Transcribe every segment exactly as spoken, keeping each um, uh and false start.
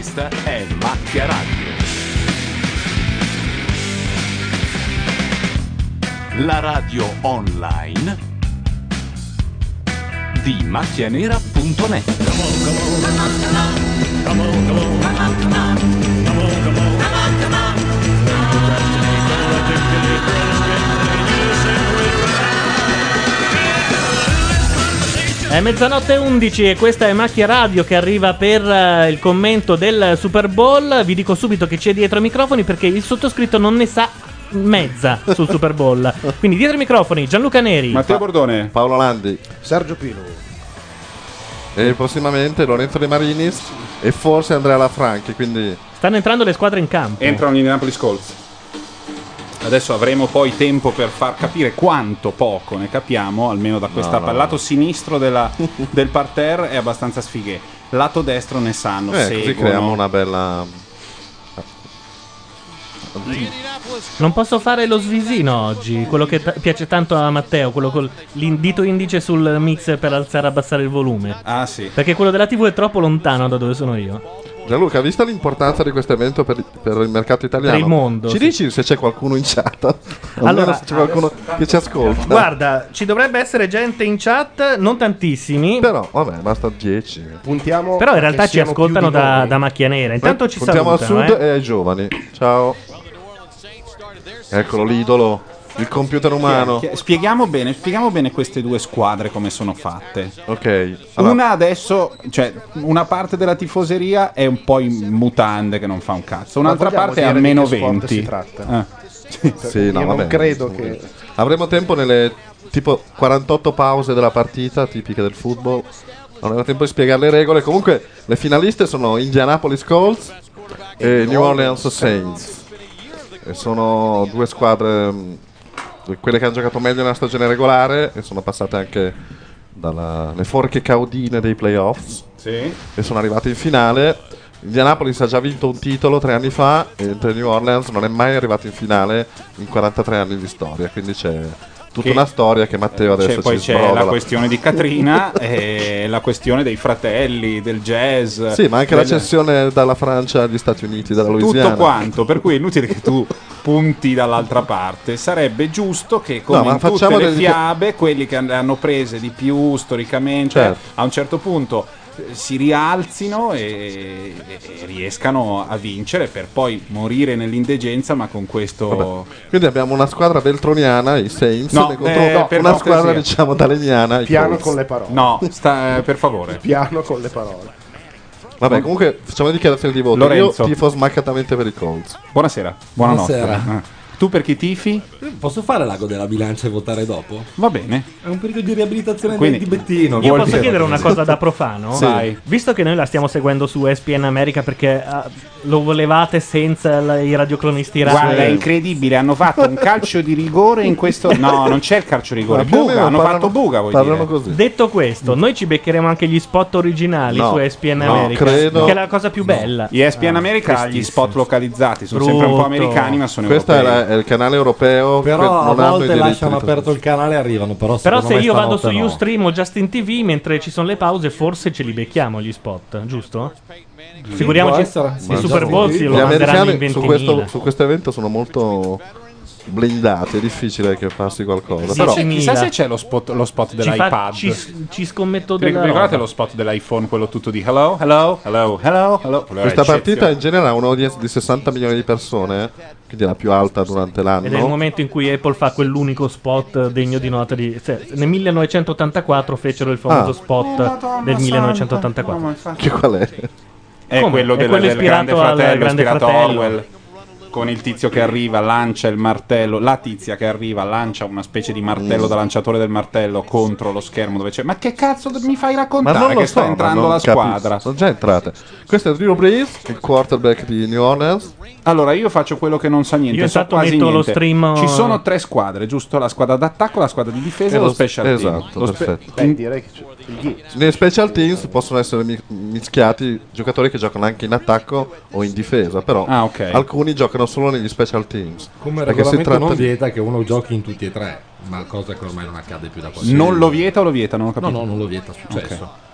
Questa è Macchia Radio. La radio online di macchianera punto net. È mezzanotte e undici e questa è Macchia Radio che arriva per uh, il commento del Super Bowl. Vi dico subito che c'è dietro i microfoni perché il sottoscritto non ne sa mezza sul Super Bowl. Quindi dietro i microfoni Gianluca Neri, Matteo Bordone, Paolo Landi, Sergio Pino e prossimamente Lorenzo De Marinis e forse Andrea Lafranchi. Quindi stanno entrando le squadre in campo. entrano gli Indianapolis Colts. Adesso avremo poi tempo per far capire quanto poco ne capiamo, almeno da questa No, no, lato no. sinistro della, del parterre è abbastanza sfighe. Lato destro ne sanno, eh, così seguono. creiamo una bella. Non posso fare lo svisino oggi, quello che t- piace tanto a Matteo, quello con l'indito indice sul mix per alzare e abbassare il volume. Ah sì. Perché quello della tivù è troppo lontano da dove sono io. Gianluca, vista l'importanza di questo evento per, per il mercato italiano, Per il mondo, ci sì. dici se c'è qualcuno in chat? Almeno Allora, se c'è qualcuno che ci ascolta. Guarda, ci dovrebbe essere gente in chat, non tantissimi. Però, vabbè, basta dieci. puntiamo Però in realtà che ci siano ascoltano più di da, noi. da Macchia Nera. Intanto ci Puntiamo al salutano, sud eh. e ai giovani. Ciao. Eccolo l'idolo, il computer umano. Chi- Spieghiamo bene, spieghiamo bene queste due squadre come sono fatte. Ok. Allora, Una adesso, cioè, una parte della tifoseria è un po' in mutande che non fa un cazzo, un'altra vogliamo parte è a dire di meno che sport venti. si tratta? Ah. sì, no, Io non vabbè. credo che Avremo tempo nelle tipo quarantotto pause della partita, tipiche del football. Non avremo tempo di spiegare le regole. Comunque, le finaliste sono Indianapolis Colts e New Orleans Saints. E sono due squadre, mh, quelle che hanno giocato meglio nella stagione regolare e sono passate anche dalle forche caudine dei playoffs. Sì. E sono arrivate in finale. Indianapolis ha già vinto un titolo tre anni fa, mentre New Orleans non è mai arrivato in finale in quarantatré anni di storia. Quindi c'è tutta Che- una storia che Matteo adesso C'è, poi ci c'è la sbrodola. questione di Katrina e la questione dei fratelli, del jazz. Sì, ma anche la del- cessione dalla Francia agli Stati Uniti, dalla Louisiana. tutto quanto, per cui è inutile che tu punti dall'altra parte. Sarebbe giusto che, come No, ma in tutte facciamo le delle- fiabe, quelli che le hanno prese di più storicamente, Certo. a un certo punto eh, si rialzino e, e riescano a vincere per poi morire nell'indegenza, ma con questo. Vabbè. Quindi abbiamo una squadra beltroniana, i Saints, No, contro eh, no, per una cortesia. squadra diciamo daleniana, i piano Colts. con le parole. No, sta, eh, per favore. Piano con le parole. Vabbè, comunque facciamo le dichiarazioni di voto. Lorenzo. Io tifo smaccatamente per i Colts. Buonasera, buonanotte. Buonasera. Ah. Tu per chi tifi? Posso fare l'ago della bilancia e votare dopo? Va bene. È un periodo di riabilitazione Quindi- del dibettino. Io Vuol posso dire- chiedere una cosa da profano? Sì. Vai. Visto che noi la stiamo seguendo su E S P N America perché ah, lo volevate senza la- i radiocronisti Rai. Guarda, è incredibile, hanno fatto un calcio di rigore in questo. No, non c'è il calcio di rigore. Ma più o Buga, meno hanno parlano- fatto buga, vuoi parlano dire? così. Detto questo, noi ci beccheremo anche gli spot originali No, su E S P N no, America, credo- che è la cosa più bella. E S P N America ha gli spot localizzati, sono sempre un po' Brutto. americani, ma sono Questo è, europei. la- è il canale europeo. que- Però a non hanno i volte diritti lasciano di aperto il canale e arrivano. Però, Però secondo se me io vado su stanotte no. Ustream o Justin T V mentre ci sono le pause, forse ce li becchiamo gli spot, giusto? Figuriamoci, può essere. il Ma Super Gli Bowl si lo manderanno in americani su questo, ventimila. su questo evento sono molto blindati. È difficile che passi qualcosa. Sì, Però sì. Chissà se c'è lo spot, lo spot Ci, dell'iPad. fa- ci, ci scommetto Vi della ricordate roba. lo spot dell'iPhone, quello tutto di hello, hello, hello, hello, hello? Quello era questa partita eccezionale. in genere ha un'audience di sessanta milioni di persone, quindi è la più alta durante Ed è il l'anno. momento in cui Apple fa quell'unico spot degno di nota di... cioè, nel millenovecentottantaquattro fecero il famoso Ah. spot del millenovecentottantaquattro. Che qual è? È Come? quello, È del, quello del grande ispirato al fratello, Grande ispirato a Fratello. Orwell. Con il tizio che arriva, lancia il martello. La tizia che arriva, lancia una specie di martello da lanciatore del martello contro lo schermo dove c'è. Ma che cazzo mi fai Ma raccontare non lo che so, sta entrando ma non la capisco. squadra? Sono già entrate. Questo è Drew Brees, il quarterback di New Orleans. Allora, io faccio quello che non sa niente. Io so intanto quasi metto lo niente. stream- Ci sono tre squadre, giusto? La squadra d'attacco, la squadra di difesa E e lo lo- special team. esatto, Lo spe- perfetto. Beh, direi che c'è il ghi. Nei special teams possono essere mi- mischiati giocatori che giocano anche in attacco o in difesa, però Ah, ok. alcuni giocano solo negli special teams. Come il Perché si regolamento tratta non di- vieta che uno giochi in tutti e tre, ma cosa che ormai non accade più da qualche Non lo vieta o lo vieta? Non ho capito. No, no, non lo vieta, è successo.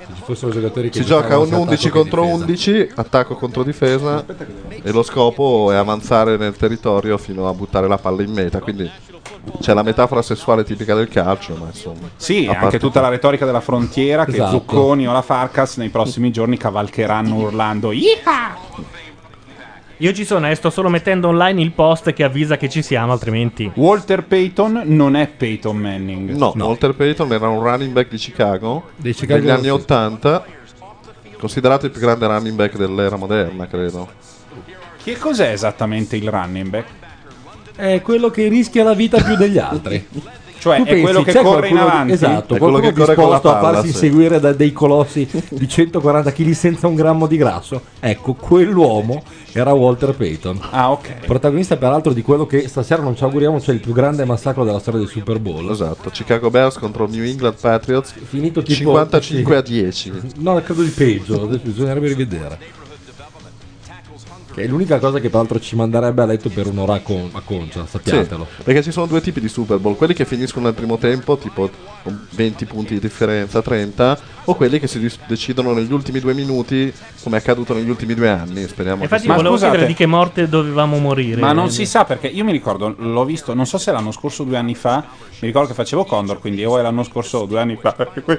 Se ci fossero giocatori che Si gioca un giocavano sia undici attacco che contro difesa. undici, attacco contro difesa, e lo scopo è avanzare nel territorio fino a buttare la palla in meta. Quindi c'è la metafora sessuale tipica del calcio, ma insomma. Sì, a anche parte- tutta la retorica della frontiera che Esatto. Zucconi o la Farkas nei prossimi giorni cavalcheranno urlando Iha! Io ci sono e sto solo mettendo online il post che avvisa che ci siamo, altrimenti. Walter Payton non è Peyton Manning. No, Walter Payton era un running back di Chicago Dei Chicago negli anni sì. ottanta, considerato il più grande running back dell'era moderna, credo. Che cos'è esattamente il running back? È quello che rischia la vita più degli altri. Cioè, Tu è quello che c'è corre in qualcuno- avanti? Esatto, È quello qualcuno che corre con la disposto a palla, farsi sì. seguire da dei colossi di centoquaranta chili senza un grammo di grasso. Ecco, quell'uomo era Walter Payton. Ah, ok. Protagonista peraltro di quello che stasera non ci auguriamo, cioè il più grande massacro della storia del Super Bowl. Esatto, Chicago Bears contro New England Patriots, Finito tipo cinquantacinque a dieci. No, credo di peggio, adesso bisognerebbe rivedere. Che è l'unica cosa che peraltro ci manderebbe a letto per un'ora a, con- a concia, Sì, sappiatelo. perché ci sono due tipi di Super Bowl, quelli che finiscono nel primo tempo, tipo con venti punti di differenza, trenta, o quelli che si dis- decidono negli ultimi due minuti, come è accaduto negli ultimi due anni. Speriamo Infatti, che sia. volevo scusate. chiedere di che morte dovevamo morire. Ma non si sa perché io mi ricordo, l'ho visto, non so se l'anno scorso o due anni fa, mi ricordo che facevo Condor, quindi o è l'anno scorso o due anni fa.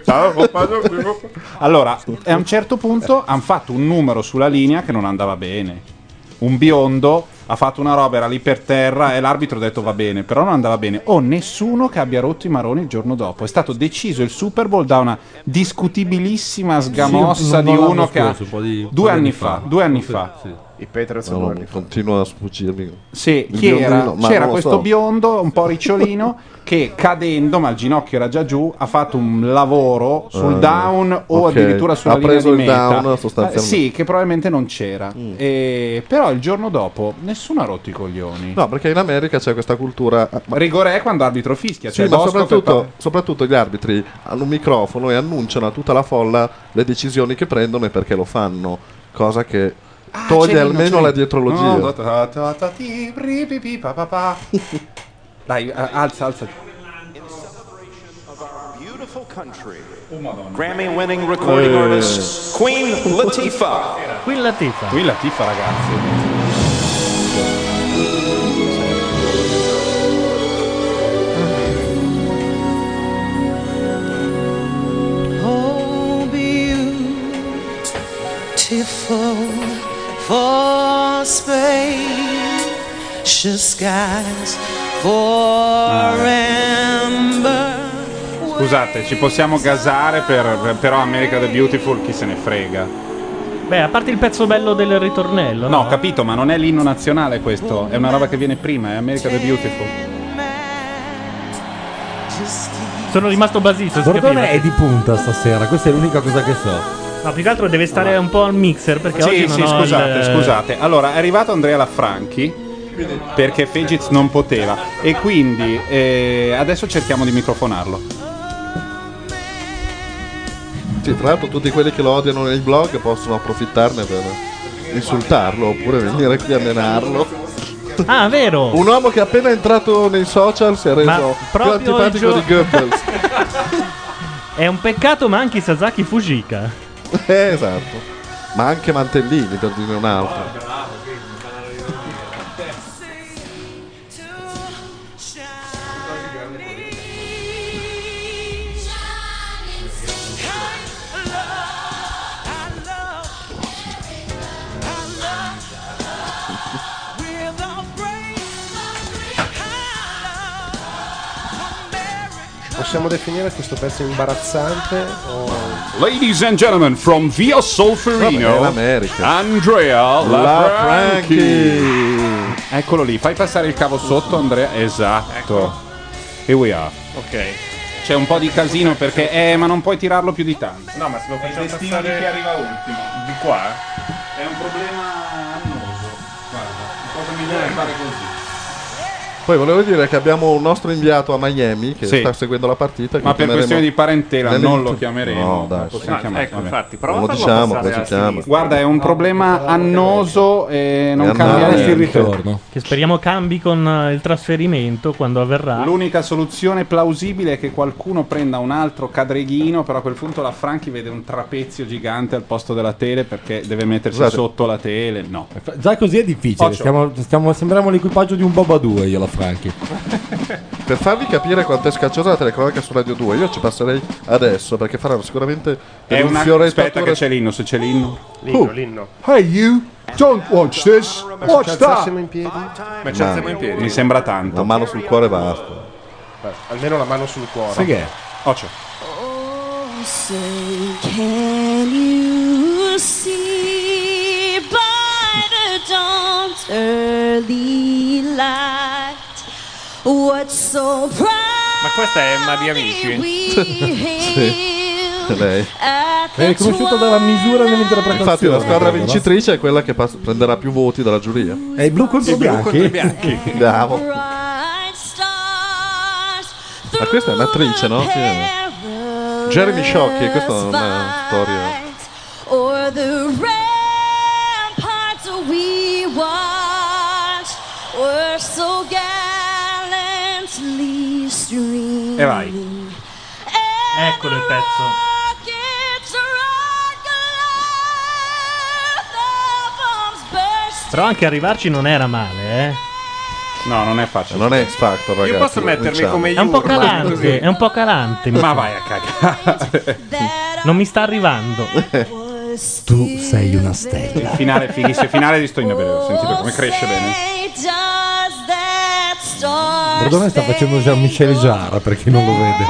Allora, e a un certo punto hanno fatto un numero sulla linea che non andava bene. Un biondo ha fatto una roba, era lì per terra e l'arbitro ha detto va bene, però non andava bene. O nessuno che abbia rotto i maroni il giorno dopo. È stato deciso il Super Bowl da una discutibilissima sgamossa Sì, di non l'anno uno che ha... scorso, un po' di- un due po' di anni anni fa, fa. due anni Sì, fa. sì. I Patriots No, due no, anni fa. continua a sfuggirmi. Sì, Il chi era? biondino, ma C'era non lo questo so. biondo un po' ricciolino che cadendo, ma il ginocchio era già giù, ha fatto un lavoro sul Ah, down o ok. addirittura sulla Ha linea preso di il meta. down, sostanzialmente. Eh, sì, che probabilmente non c'era. E- però il giorno dopo nessuno ha rotto i coglioni. No, perché in America c'è questa cultura. ma- Rigore è quando arbitro fischia. Sì, Cioè ma Bosco soprattutto, per- soprattutto gli arbitri hanno un microfono e annunciano a tutta la folla le decisioni che prendono e perché lo fanno, cosa che Ah, toglie c'è almeno l'inno, la c'è- dietrologia. No, ta- ta- ta- ti- ri- pi- pi- pa- pa- pa. Dai, eh, alza, alza. Beautiful country. Oh, Madonna. Grammy winning recording Eh. artist Queen Latifah. Qui la tifa. Qui la tifa, ragazzi. Oh, beautiful for spacious skies, for amber. Scusate, ci possiamo gasare per, per- però America the Beautiful chi se ne frega. Beh, a parte il pezzo bello del ritornello, No, no? ho capito, ma non è l'inno nazionale questo, è una roba che viene prima, è America the Beautiful. Sono rimasto basito. si Bordone capiva. è di punta stasera, questa è l'unica cosa che so. No, più che altro deve stare un po' al mixer perché oggi Sì, non sì, ho scusate, il... scusate. Allora, è arrivato Andrea Lafranchi perché Fegiz non poteva e quindi eh, adesso cerchiamo di microfonarlo. Sì, tra l'altro tutti quelli che lo odiano nei blog possono approfittarne per insultarlo oppure venire qui a menarlo. Ah, vero! Un uomo che appena entrato nei social si è Ma reso più proprio antipatico il di Goebbels. È un peccato manchi Sasaki Fujika. Eh, esatto. Ma anche Mantellini, per dire un altro. Possiamo definire questo pezzo imbarazzante o... Ladies and gentlemen, from Via Solferino, Vabbè, è l'America. Andrea Lafranchi. Lafranchi. Eccolo lì, fai passare il cavo sotto, Andrea. Esatto. Here we are. Ok. C'è un po' di casino perché, eh, ma non puoi tirarlo più di tanto. No, ma se lo È il facciamo destino di chi passare arriva ultimo. di qua? È un problema annoso. Guarda, la cosa migliore è fare così. Poi volevo dire che abbiamo un nostro inviato a Miami che Sì. sta seguendo la partita. che Ma per chiameremo questione di parentela nelle- non lo chiameremo. No, dai. Non possiamo Ah, chiamarlo, ecco, vabbè. infatti, prova Non a lo farlo diciamo, passare poi a diciamo. sinistra. Guarda, è un problema annoso e non E cambia andare niente il il ritorno. Che speriamo cambi con eh, il trasferimento quando avverrà. L'unica soluzione plausibile è che qualcuno prenda un altro cadreghino, però a quel punto la Franchi vede un trapezio gigante al posto della tele perché deve mettersi Scusate. sotto la tele. No. Già così è difficile. Occhio. Stiamo, stiamo, sembriamo l'equipaggio di un Boba due, io la Franchi. Per farvi capire quanto è scacciosa la telecronaca su Radio due, io ci passerei adesso perché faranno sicuramente È un una... fiorettatore. Aspetta che c'è l'inno, se c'è l'inno. L'inno, l'inno. Hey, you! Don't watch this! Ma se Watch ci alzassimo that! in piedi? Ma ci alziamo in piedi. Mi sembra tanto. La mano sul cuore e basta. Beh, almeno la mano sul cuore. Sai che è? Occhio. Oh, say, can you see by the dawn's early light what so proud Ma questa è Emma di Amici. Sì, lei. È riconosciuta dalla misura nell'interpretazione. Infatti la squadra credo, no? vincitrice è quella che pass- prenderà più voti dalla giuria. È il blu contro i Blu contro i bianchi. bianchi. Andiamo. bright stars Ma questa è un'attrice, no? Chi è? Jeremy Shockey, questa è una storia. Or the ramparts we watched were so gallantly streaming. E vai. Eccolo il pezzo. Rockets rock, the bombs burst. Però anche arrivarci non era male, eh. No, non è facile. Non è X Factor, ragazzi. Io posso lo mettermi diciamo. come È un po' Jurgen, calante, così. è un po' calante. mi Ma sa. vai a cagare. Non mi sta arrivando. Tu sei una stella. Il finale è fighissimo. Il finale di Sto Innovero. Sentite come cresce bene. Bordone sta facendo Jean-Michel Jarre per chi non lo vede.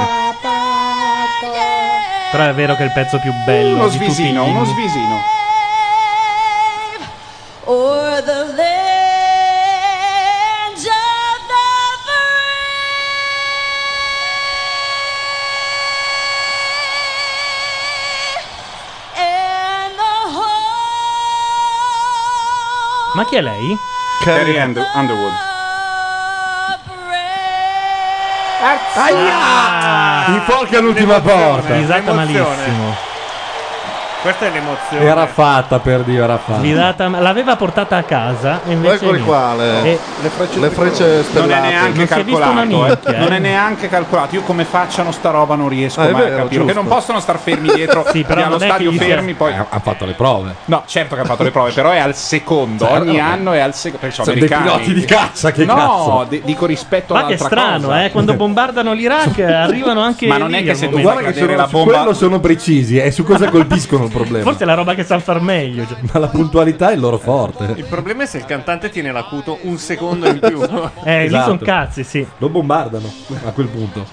Però è vero che è il pezzo più bello Uno di tutti gli svisino, uno inni. svisino. Or the lands of the free and the home. Ma chi è lei? Carrie Under- Underwood. Ah, In folca all'ultima porta. risata L'emozione. malissimo. Questa è l'emozione. Era fatta per Dio, era fatta. Risata- L'aveva portata a casa e invece Eccoli no. qua, le, E- le frecce, le frecce stellate. Non è neanche Non si è visto una calcolato, eh. minchia, eh. Non è neanche calcolato. Io come facciano sta roba non riesco Ah, è mai vero, a capire. Che giusto. non possono star fermi dietro Sì, però allo non è stadio che gli sia- fermi poi. Hanno fatto le prove. No, certo che ha fatto le prove, però è al secondo. Cioè, Ogni vabbè. anno è al secondo. Perché sono Sono dei americani. piloti di caccia, che no, cazzo. di- dico rispetto Ma che all'altra strano, cosa. eh? Quando bombardano l'Iraq arrivano anche Ma non è lì che al se tu momento. Guarda che cadere sono, la su bomba- quello sono precisi, è su cosa colpiscono il problema. Forse è la roba che sa far meglio. cioè. Ma la puntualità è il loro forte. Il problema è se il cantante tiene l'acuto un secondo in più. Eh, lì Esatto. sono cazzi, sì. Lo bombardano a quel punto.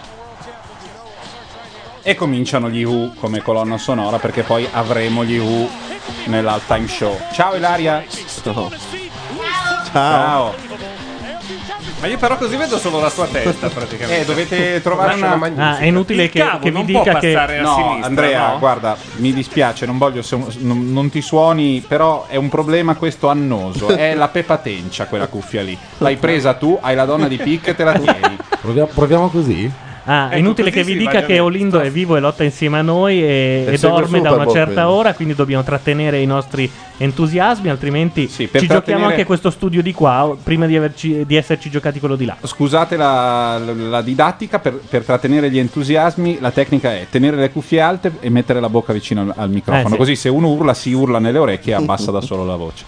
E cominciano gli Who come colonna sonora perché poi avremo gli Who nell'halftime show. Ciao Ilaria. Ciao. Ciao. Ma io però così vedo solo la sua testa praticamente. Eh, dovete trovare Lasciano una. magnifico. Ah, è inutile Il che, cavo che vi non può dica che passare a No, sinistra, Andrea, no? guarda, mi dispiace, non voglio se- non, non ti suoni, però è un problema questo annoso. È la Peppa Tencia quella cuffia lì. L'hai presa tu, hai la donna di picche e te la tieni. Proviamo, proviamo così? Ah, è Ecco, inutile così che vi sì, dica va che bene. Olindo è vivo e lotta insieme a noi e, E e segue il dorme da Super una Bowl, certa quindi. ora, quindi dobbiamo trattenere i nostri entusiasmi, altrimenti Sì, per ci giochiamo trattenere- anche questo studio di qua prima di, averci- di esserci giocati quello di là. Scusate la, la didattica, per, per trattenere gli entusiasmi la tecnica è tenere le cuffie alte e mettere la bocca vicino al, al microfono, Eh, sì. così se uno urla si urla nelle orecchie e abbassa da solo la voce.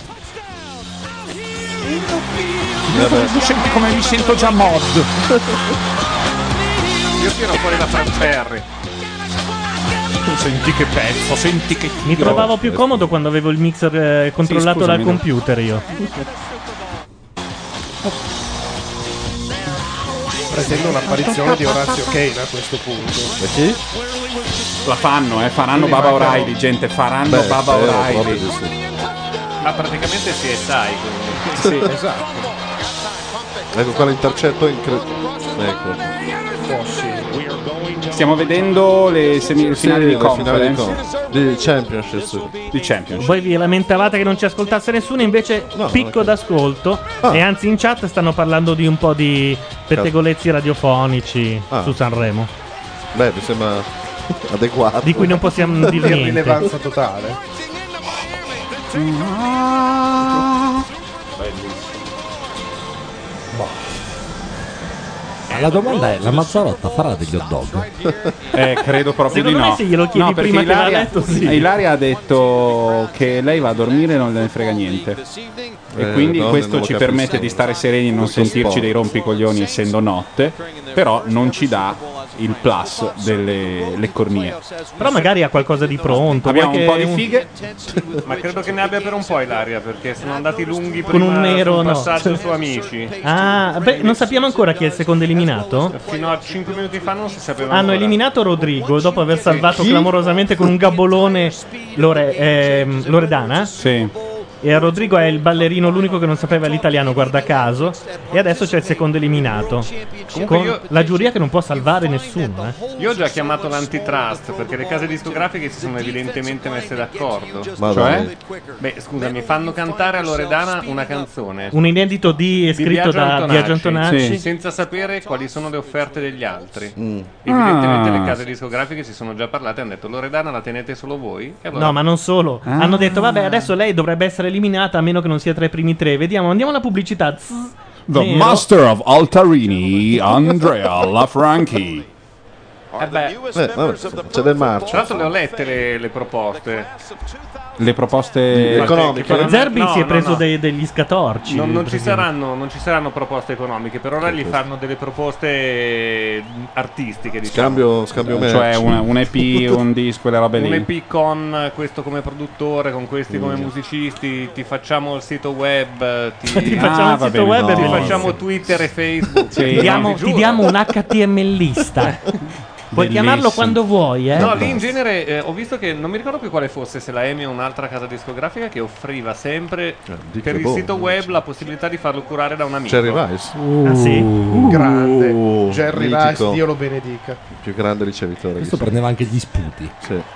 Senti come mi sento già mod. Io tiro fuori la Frank Perry. Senti che pezzo, senti che Mi tiro. trovavo più comodo quando avevo il mixer eh, controllato scusami, dal no. computer io. Pretendo un'apparizione di Orazio Kane a questo punto. E chi? La fanno, eh, faranno Quindi Baba mancano- O'Reilly, gente, faranno Beh, Baba spero O'Reilly. proprio di sì. Ma praticamente si è sai quindi. Sì, esatto. Ecco qua l'intercetto incredibile. Ecco. Stiamo vedendo le semifinali Sì, di le conference finali di, con- di Championship. di Championship. Voi vi lamentavate che non ci ascoltasse nessuno, invece No, picco ok. d'ascolto. Ah. E anzi in chat stanno parlando di un po' di pettegolezzi radiofonici Ah. su Sanremo, Beh, mi sembra adeguato. di cui non possiamo dire niente. Irrilevanza totale. Ma la domanda è: la Mazzarotta farà degli hot dog? Eh, credo proprio Secondo di me no. se glielo chiedi No, perché prima che va a Ilaria, letto, sì. Ilaria ha detto che lei va a dormire e non gliene frega niente. E Eh, quindi donne questo non lo ci capiscono. permette di stare sereni e non Questo sentirci sport. dei rompicoglioni essendo notte, però non ci dà il plus delle le cornie. Però magari ha qualcosa di pronto. Abbiamo vuoi un che po' di fighe. Ma credo che ne abbia per un po' Ilaria, perché sono andati lunghi Con prima un nero, sul no. passaggio su Amici. Ah, beh, non sappiamo ancora chi è il secondo eliminato? Fino a cinque minuti fa non si sapeva Hanno ancora. eliminato Rodrigo dopo aver salvato Chi? clamorosamente con un gabolone Lore- ehm, Loredana. Sì. E a Rodrigo è il ballerino, l'unico che non sapeva l'italiano, guarda caso. E adesso c'è il secondo eliminato. Comunque Con io- la giuria che non può salvare nessuno. Eh. Io ho già chiamato l'antitrust perché le case discografiche si sono evidentemente messe d'accordo. Madonna. Cioè? Beh, scusami, fanno cantare a Loredana una canzone. Un inedito di di scritto Biagio da Antonacci, Biagio Antonacci. Sì. senza sapere quali sono le offerte degli altri. Mm. Evidentemente Ah. le case discografiche si sono già parlate e hanno detto Loredana la tenete solo voi? E allora No, ma non solo. Ah. Hanno detto, vabbè, adesso lei dovrebbe essere eliminata a meno che non sia tra i primi tre. Vediamo, andiamo alla pubblicità. Zzz. The Nero. Master of Altarini, Andrea Lafranchi. Eh beh, Eh, vabbè, c'è del marcio. tra l'altro le ho lette le, le proposte. Le proposte Economiche. Che per- Zerbi no, si è no, preso no. dei- degli scatorci. Non, non ci per esempio. saranno, non ci saranno proposte economiche, per ora gli fanno delle proposte artistiche, diciamo. Scambio, scambio merce. cioè un, un E P, un disco, quelle robe Un lì. E P con questo come produttore, con questi come musicisti, ti facciamo il sito web, ti, Ti facciamo Ah, il va sito bene, web e ti no. poi- facciamo Twitter e Facebook. Sì. Ti diamo, No, ti giuro. diamo un H T M Lista. Puoi Bellissimo. chiamarlo quando vuoi, eh. No, lì in genere eh, ho visto che non mi ricordo più quale fosse, se la E M I o un'altra casa discografica che offriva sempre Eh, di per che il boh, sito non web so. la possibilità di farlo curare da un amico. Jerry Rice. Ah, sì? Grande. Uh, Jerry mitico. Rice, Dio lo benedica. Il più grande ricevitore. Questo che prendeva anche gli sputi. sia. Sì.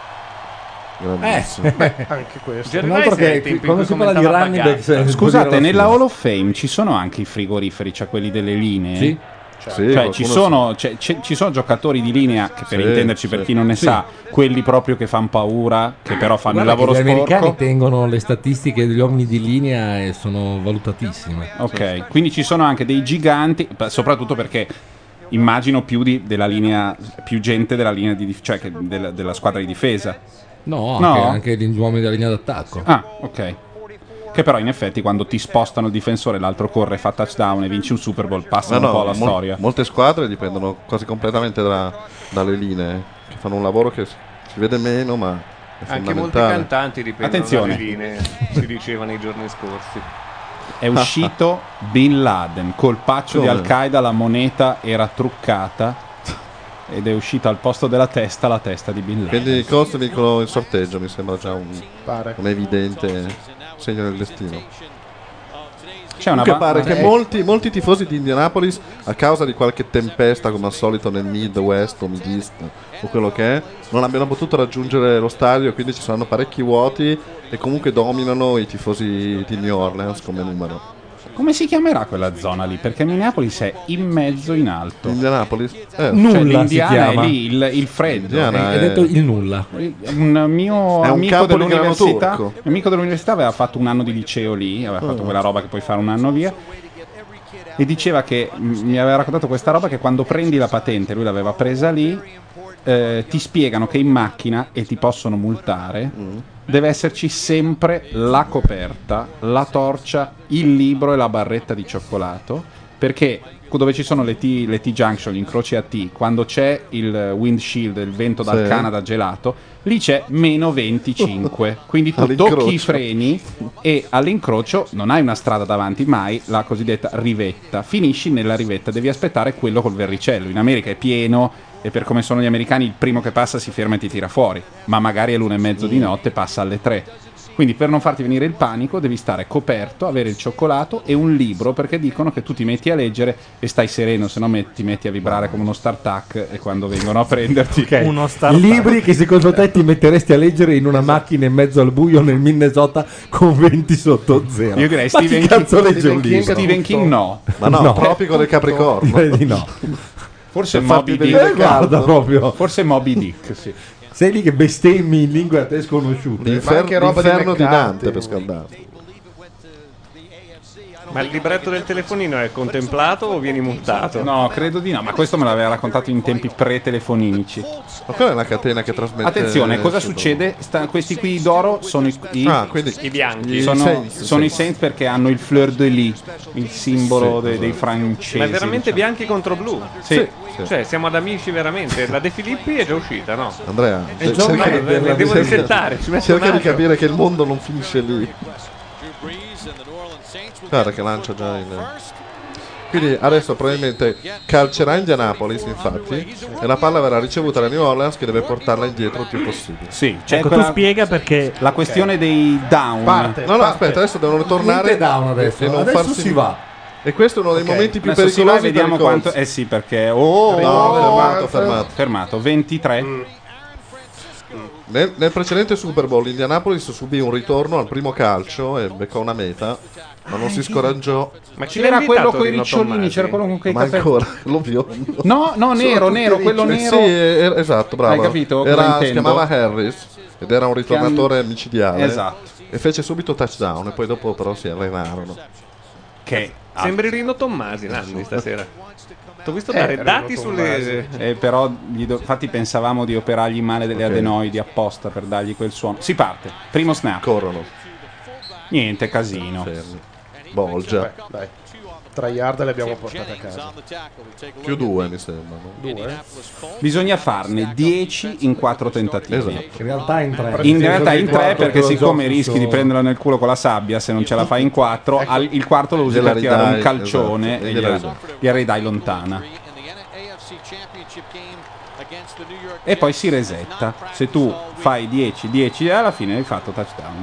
Grandissimo. Beh, anche questo. Jerry Un altro Rice è che il tempo in quando cui si parla di commentava running Bagazza. back, se- vuol dire Scusate, la nella fine. Hall of Fame ci sono anche i frigoriferi, cioè quelli delle linee? Sì. Sì, Cioè, ci qualcuno sono, cioè, c'è- ci sono giocatori di linea che, per Sì, intenderci, per sì. chi non ne Sì. sa, quelli proprio che fanno paura, che però fanno Guarda il lavoro che gli americani sporco. tengono le statistiche degli uomini di linea e sono valutatissime. Ok, quindi ci sono anche dei giganti, pa- soprattutto perché immagino più di- della linea, più gente della linea di dif- cioè che della, della squadra di difesa. No, No? anche, anche gli uomini della linea d'attacco. Ah, ok. Che però in effetti quando ti spostano il difensore, l'altro corre, fa touchdown e vinci un Super Bowl, passa Ma un no, po' la mol- storia. molte squadre dipendono quasi completamente da- dalle linee, che fanno un lavoro che si si vede meno, ma è Anche molti fondamentale. cantanti dipendono Attenzione. dalle linee, si diceva nei giorni scorsi. È uscito Bin Laden, colpaccio di Come? Al-Qaeda, la moneta era truccata ed è uscita al posto della testa la testa di Bin Laden. Quindi i Colts vincono il sorteggio, mi sembra già un, Pare. un evidente segno del destino. C'è una Comunque ba- pare che eh, molti, molti tifosi di Indianapolis, a causa di qualche tempesta come al solito nel Midwest o Mid-East o quello che è, non abbiano potuto raggiungere lo stadio, quindi ci saranno parecchi vuoti e comunque dominano i tifosi di New Orleans come numero. Come si chiamerà quella zona lì? Perché Minneapolis è in mezzo in alto. Indianapolis? Eh, Nulla Cioè, si l'Indiana chiama. è lì, il, il freddo. Indiana Hai è- detto il nulla. Un mio È un amico campo di grano dell'università, turco. un amico dell'università aveva fatto un anno di liceo lì, aveva fatto Oh. quella roba che puoi fare un anno via. E diceva che m- mi aveva raccontato questa roba che quando prendi la patente, lui l'aveva presa lì, eh, ti spiegano che in macchina e ti possono multare. Deve esserci sempre la coperta, la torcia, il libro e la barretta di cioccolato, perché dove ci sono le T, le T-junction, gli incroci a T, quando c'è il windshield, il vento dal Sì. Canada gelato, lì c'è meno venticinque, quindi tu All'incrocio. tocchi i freni e all'incrocio non hai una strada davanti mai, la cosiddetta rivetta, finisci nella rivetta, devi aspettare quello col verricello. In America è pieno e per come sono gli americani il primo che passa si ferma e ti tira fuori, ma magari è l'una e mezzo di notte, passa alle tre. Quindi per non farti venire il panico devi stare coperto, avere il cioccolato e un libro, perché dicono che tu ti metti a leggere e stai sereno, se no met- ti metti a vibrare come uno StarTac e quando vengono a prenderti Uno Star Libri che secondo te ti metteresti a leggere in una macchina in mezzo al buio nel Minnesota con venti sotto zero. Io direi Ma chi Stephen cazzo King, legge un libro? Stephen King no. Ma no, No. Tropico del Capricorno. Direi di no. Forse Per Moby farti Dick. vedere Eh, guarda caldo. proprio. Forse Moby Dick, sì. Sei lì che bestemmi in lingue a te sconosciute. L'infer- anche roba di l'inferno di McCarthy. Dante per scaldarti. Ma il libretto del telefonino è contemplato o vieni multato? No, credo di no, ma questo me l'aveva raccontato in tempi pre-telefoninici. Ma quella è una catena che trasmette. Attenzione, cosa Super Bowl. succede? Sta- questi qui d'oro sono i, i- Ah, quindi I bianchi. i sono, Saints, sono i sì. Saints perché hanno il fleur de lis, il simbolo de- dei francesi. Ma è veramente diciamo. bianchi contro blu? Sì. Sì. Cioè, siamo ad amici veramente. La De Filippi è già uscita, no? Andrea, È ce- giorno cerca, che Eh, della- devo della- risettare, ci metto cerca un di attimo. capire che il mondo non finisce lì. Guarda che lancia già in. Quindi adesso probabilmente calcerà Indianapolis, infatti, e la palla verrà ricevuta da New Orleans che deve portarla indietro il più possibile. Sì, c'è Ecco, quella- tu spiega perché la questione dei down. Parte, No, no, parte. aspetta, adesso devono tornare Niente down adesso. e non Adesso farsi si va. E questo è uno dei Ok, momenti più Adesso si va e pericolosi per vediamo i Colts. quanto. Eh sì, perché. Oh, No, oh, fermato, fermato. fermato. ventitré. Nel, nel precedente Super Bowl Indianapolis subì un ritorno al primo calcio e beccò una meta, ma non si scoraggiò. Ma ci l'ha C'era invitato quello con i Rino ricciolini, Tommasi? c'era quello con quei Ma capelli. ancora, lo biondo. No, no, nero, Sono nero, tutti quello ricci. nero. Eh sì, eh, esatto, bravo. Hai capito cosa Era, si intendo? chiamava Harris ed era un ritornatore micidiale. Esatto. E fece subito touchdown e poi dopo però si allenarono. Che Sembri Rino Tommasi, Landi, stasera. Ti ho visto Eh, dare Rino dati Tommasi. sulle... Eh, però gli do- infatti pensavamo di operargli male delle Ok. adenoidi apposta per dargli quel suono. Si parte, primo snap. Corrono, Niente, casino. fermi. Bolgia. Beh, dai. Tre yard le abbiamo portate a casa. Più due mi sembra. no? Due? Bisogna farne dieci in quattro tentativi. Esatto. In realtà in tre. In realtà in tre perché Lo siccome giochi rischi su- di prenderlo nel culo con la sabbia se non ce la fai in quattro, al- il quarto lo usi Gliela per tirare un ridai, calcione esatto, e e gliela gliela, ridai. gliela ridai lontana. E poi si resetta. Se tu fai dieci, dieci alla fine hai fatto touchdown.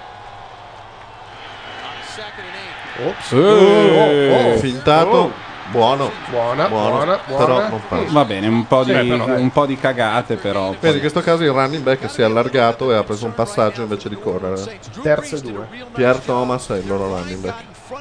Ops. Eh, oh. Fintato, buono. Buona, Buono, buona, però buona. non passa. Va bene, un po' di, Sì, però, dai. un po' di cagate però. Vedi, in questo caso il running back si è allargato e ha preso un passaggio invece di correre. Terzo e due. Pierre Thomas è il loro running back.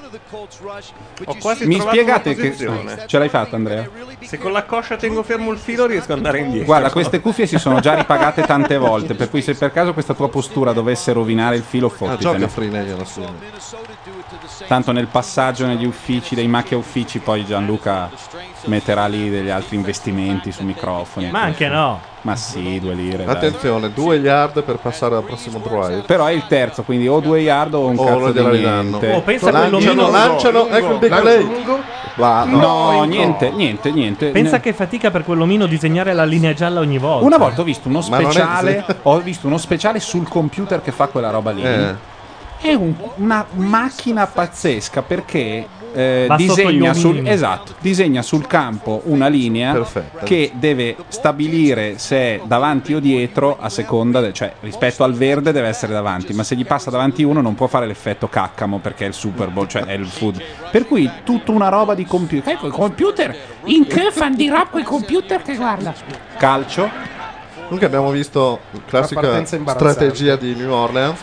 Ho quasi Mi trovato spiegate una che posizione. ce l'hai fatta, Andrea? Se con la coscia tengo fermo il filo riesco ad andare indietro. Guarda, queste cuffie si sono già ripagate tante volte, per cui se per caso questa tua postura dovesse rovinare il filo, Ah, fottitene. gioca Freeney alla fine. Tanto nel passaggio negli uffici, dei macchia uffici, poi Gianluca metterà lì degli altri investimenti su microfoni. Ma anche no. Ma sì, due lire. dai. Attenzione, due yard per passare al prossimo drive. Però è il terzo, quindi o due yard o un O cazzo non di gliela ridanno. niente. Oh, pensa a Lanciano, quell'omino. lanciano, lungo, ecco il big lancio play. lungo. Va, no. No, No, niente, no. niente, niente. Pensa Ne- che fatica per quell'omino disegnare la linea gialla ogni volta. Una volta ho visto uno Ma non è speciale, così. ho visto uno speciale sul computer che fa quella roba lì. Eh. È un- una macchina pazzesca perché eh, Va sotto disegna gli sul, omini. esatto, disegna sul campo una linea Perfetta. che deve stabilire se è davanti o dietro a seconda, de- cioè rispetto al verde deve essere davanti, ma se gli passa davanti uno non può fare l'effetto caccamo perché è il Super Bowl, cioè è il food. Per cui tutta una roba di computer. Ecco i computer, in che fan di rap quei computer che guarda. Calcio. Comunque abbiamo visto la classica partenza imbarazzante. strategia di New Orleans.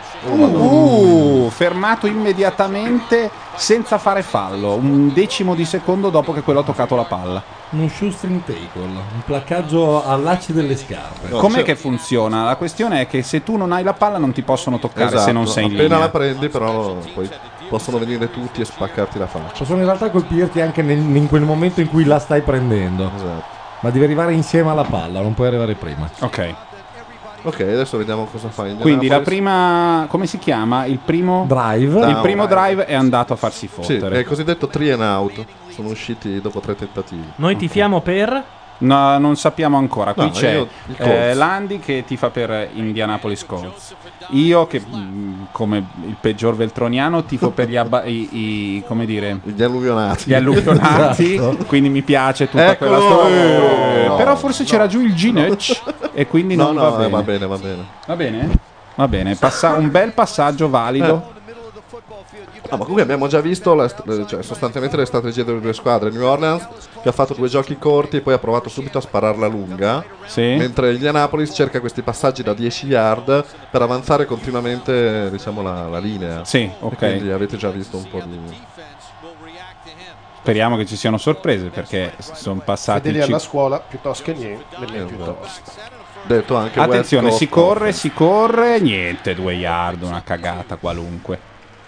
Uh, fermato immediatamente senza fare fallo, un decimo di secondo dopo che quello ha toccato la palla. Uno shoestring tackle, un placcaggio all'acci delle scarpe. No, Com'è c'è- che funziona? La questione è che se tu non hai la palla non ti possono toccare Esatto, se non sei in appena linea. la prendi però poi possono venire tutti e spaccarti la faccia. Possono in realtà colpirti anche nel- in quel momento in cui la stai prendendo. Esatto. Ma devi arrivare insieme alla palla, non puoi arrivare prima. Ok. Ok, adesso vediamo cosa fa in Quindi la Indianapolis. prima, come si chiama? Il primo Drive. Il Down. primo drive è andato a farsi Sì, fottere. è il cosiddetto three and out. Sono usciti dopo tre tentativi. Noi tifiamo per... No, non sappiamo ancora. Qui No, c'è io- i Colts. eh, Landi che tifa per Indianapolis Colts. Io che mh, come il peggior veltroniano tifo per gli, abba- i, i- come dire, Gli alluvionati. gli alluvionati, Esatto. quindi mi piace tutta Eccolo! quella storia. No, Però forse c'era giù il Ginech e quindi No, non no, va eh, bene. va bene, va bene. Va bene? Va bene, passa- un bel passaggio valido. No, ma comunque abbiamo già visto la st- cioè, sostanzialmente le strategie delle due squadre. New Orleans che ha fatto due giochi corti e poi ha provato subito a spararla lunga, sì. mentre Indianapolis cerca questi passaggi da dieci yard per avanzare continuamente, diciamo, la, la linea. Sì, E ok. quindi avete già visto un po' di... Speriamo che ci siano sorprese perché sono passati Fedeli ci- alla scuola piuttosto che niente, niente piuttosto. Detto anche Attenzione, West si Coast corre, si corre, niente, due yard, una cagata qualunque.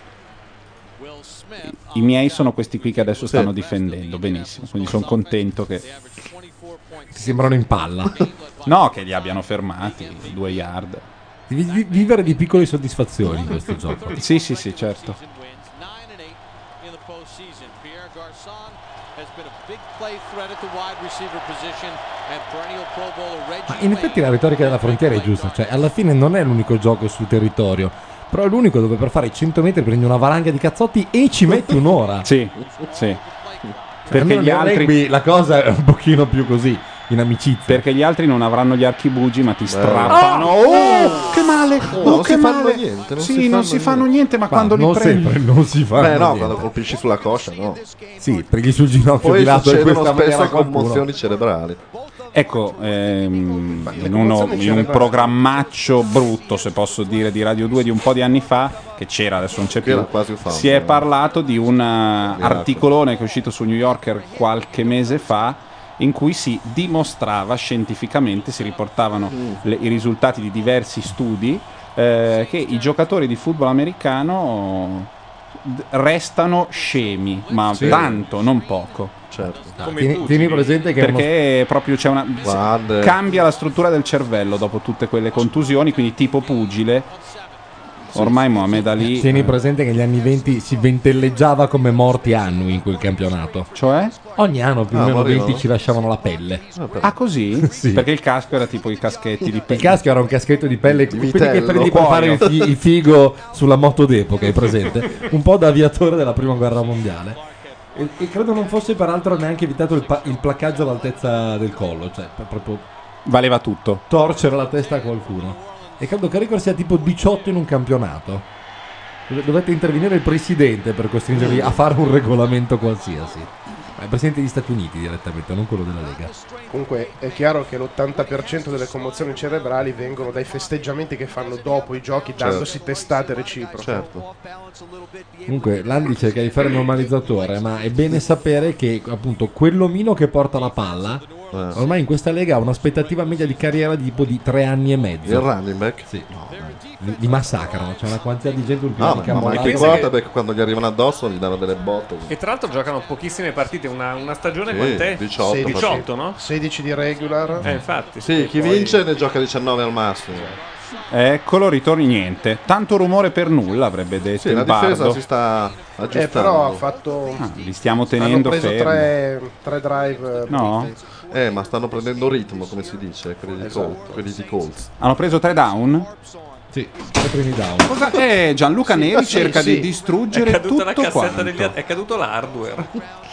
I miei sono questi qui che adesso stanno difendendo benissimo, quindi sono contento che... Ti sembrano in palla. No, che li abbiano fermati, due yard. Devi vi- vivere di piccole soddisfazioni in questo gioco. Sì, sì, sì, certo. Ma in effetti la retorica della frontiera è giusta, cioè alla fine non è l'unico gioco sul territorio, però è l'unico dove per fare cento metri prendi una valanga di cazzotti e ci metti un'ora. Sì, sì. Perché Perché gli altri... rugby la cosa è un pochino più così, in amicizia. Perché gli altri non avranno gli archibugi ma ti strappano. Oh, che male! No, Oh, non che si fanno male! niente, non sì, si non fanno si fanno niente, ma, quando li non prendi... sempre, non si fa. Beh no, quando colpisci sulla coscia no. Sì, preghi sul ginocchio Poi di lato e succedono questa maniera spesso qualcuno. commozioni cerebrali. Ecco, ehm, in, uno- commozioni in un cerebrali. programmaccio brutto, se posso dire, di Radio due di un po' di anni fa, che c'era, adesso non c'è Che era più, quasi un fan, si è eh. parlato di un uh, articolone che è uscito su New Yorker qualche mese fa, in cui si dimostrava scientificamente, si riportavano le- i risultati di diversi studi, eh, che i giocatori di football americano d- restano scemi, ma Sì. tanto, non poco. Certo. Ah, tieni, tieni presente che è uno- Perché proprio c'è una Guarda. cambia la struttura del cervello dopo tutte quelle contusioni, quindi tipo pugile. Ormai Mohamed Ali tieni eh, presente che negli anni venti si ventelleggiava come morti annui in quel campionato. Cioè? Ogni anno più o Ah, meno morivano? venti ci lasciavano la pelle. Ah, così? Sì. Perché il casco era tipo i caschetti di Il pelle. casco era un caschetto di pelle, quelli che vitello, prendi per fare il, cuoio. fi- il figo sulla moto d'epoca, hai presente? Un po' da aviatore della prima guerra mondiale. E, e credo non fosse peraltro neanche evitato il, pa- il placcaggio all'altezza del collo, cioè per proprio Valeva tutto. torcere la testa a qualcuno. E credo che il record sia tipo diciotto in un campionato. Dov- Dovete intervenire il presidente per costringervi a fare un regolamento qualsiasi. Ma il presidente degli Stati Uniti direttamente, non quello della Lega. Comunque è chiaro che l'ottanta per cento delle commozioni cerebrali vengono dai festeggiamenti che fanno dopo i giochi, dandosi testate reciproche. Certo. Comunque Landi cerca di fare il normalizzatore, ma è bene sapere che appunto quell'omino che porta la palla Eh. ormai in questa lega ha un'aspettativa media di carriera di tipo di tre anni e mezzo. Il running back? Sì. Li, li massacrano, c'è una quantità di gente No, ultimamente ma, ma anche i pensa quarterback quando gli arrivano addosso gli danno delle botte. E tra l'altro giocano pochissime partite, una, una stagione Sì, quant'è? diciotto, sedici. diciotto, no? sedici di regular. Eh, infatti. Sì, chi poi- vince ne gioca diciannove al massimo. Eccolo, ritorni niente. Tanto rumore per nulla, avrebbe detto Sì, il la difesa bardo. si sta Eh, aggiustando. però ha fatto. Ah, li stiamo hanno tenendo preso fermi. tre, tre drive. eh, No? brutti. Eh, ma stanno prendendo ritmo, come si dice, quelli di, Esatto. Col- quelli di Colts. Hanno preso tre down? Sì, tre primi down. Cosa? Eh, Gianluca Neri sì, cerca sì. di distruggere È caduta la tutto cassetta quanto. degli è caduto l'hardware.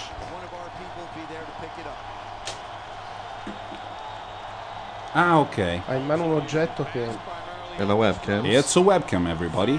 Ah, ok. Ha in mano un oggetto che. È una webcam? It's a webcam, everybody.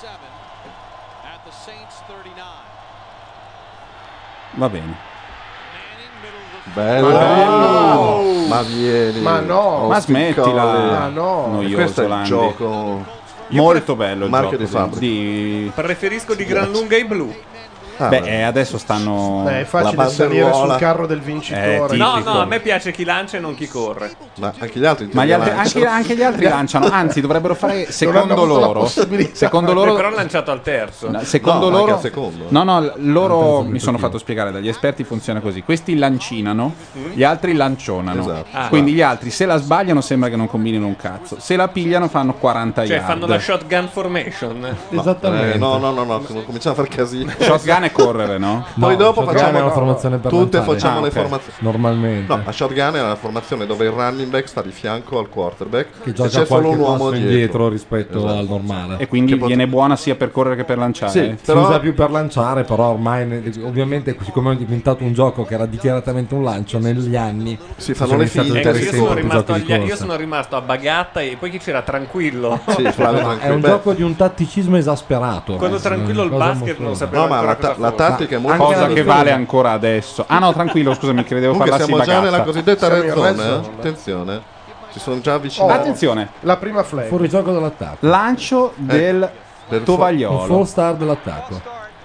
Va bene. Bello! Ma Ma vieni! Ma no! Oh, Ma sti smettila. colli. Ma no! E Noioso, questo è il Landi. gioco. Molto bello il marchio gioco di fabbrica. di... Preferisco di gran lunga i blu. Ah, Beh, beh. eh, adesso stanno... Beh, è facile La salire banderuola. sul carro del vincitore. Eh, No, Tipico. no, a me piace chi lancia e non chi corre. Ma anche gli altri Ma gli altri- lanciano. anche, anche gli altri lanciano, anzi dovrebbero fare hanno secondo avuto la loro. possibilità. Secondo Eh, loro però ha lanciato al terzo. No, secondo No, ma anche loro al secondo, eh. No, no, l- loro terzo mi sono tentativo. fatto spiegare dagli esperti funziona così. Questi lancinano, gli altri lancionano. Esatto. Ah. Quindi gli altri se la sbagliano sembra che non combinino un cazzo. Se la pigliano fanno quaranta Cioè yard. fanno la shotgun formation. No, Esattamente. eh, no, no, no, no, com- cominciamo a far casino. Shotgun è correre, no? Poi dopo shotgun facciamo è una formazione per tutte lanciare. facciamo Ah, le ok. formazioni. Normalmente. No, la shotgun è la formazione dove il running back sta di fianco al quarterback Che e gioca c'è solo qualche un uomo passo dietro, indietro rispetto Esatto. al normale. E quindi Che pot- viene buona sia per correre che per lanciare. Sì, Si però usa più per lanciare, però ormai ne- ovviamente siccome è diventato un gioco che era dichiaratamente un lancio, negli anni Si fanno sono le iniziati a finte. usare Ecco, io, sempre sono più rimasto giochi di agli- io corsa. sono rimasto a bagatta e poi chi c'era tranquillo. sì, Flavio, È tranquillo. un Beh, gioco di un tatticismo esasperato. Quando Eh, tranquillo il cosa basket non mostruosa. sapevo no, ma ancora la, ta- cosa la fosse. tattica è molto Anche Cosa la che difesa. vale ancora adesso. Ah no, tranquillo, scusami, credevo Comunque parlassi siamo già bagatta. nella cosiddetta Siamo red in red zone, eh? zone. Attenzione. Ci sono già avvicinati. Oh, Attenzione, La prima flag. Fuori gioco dell'attacco. lancio del del fo- Un tovagliolo. full star dell'attacco.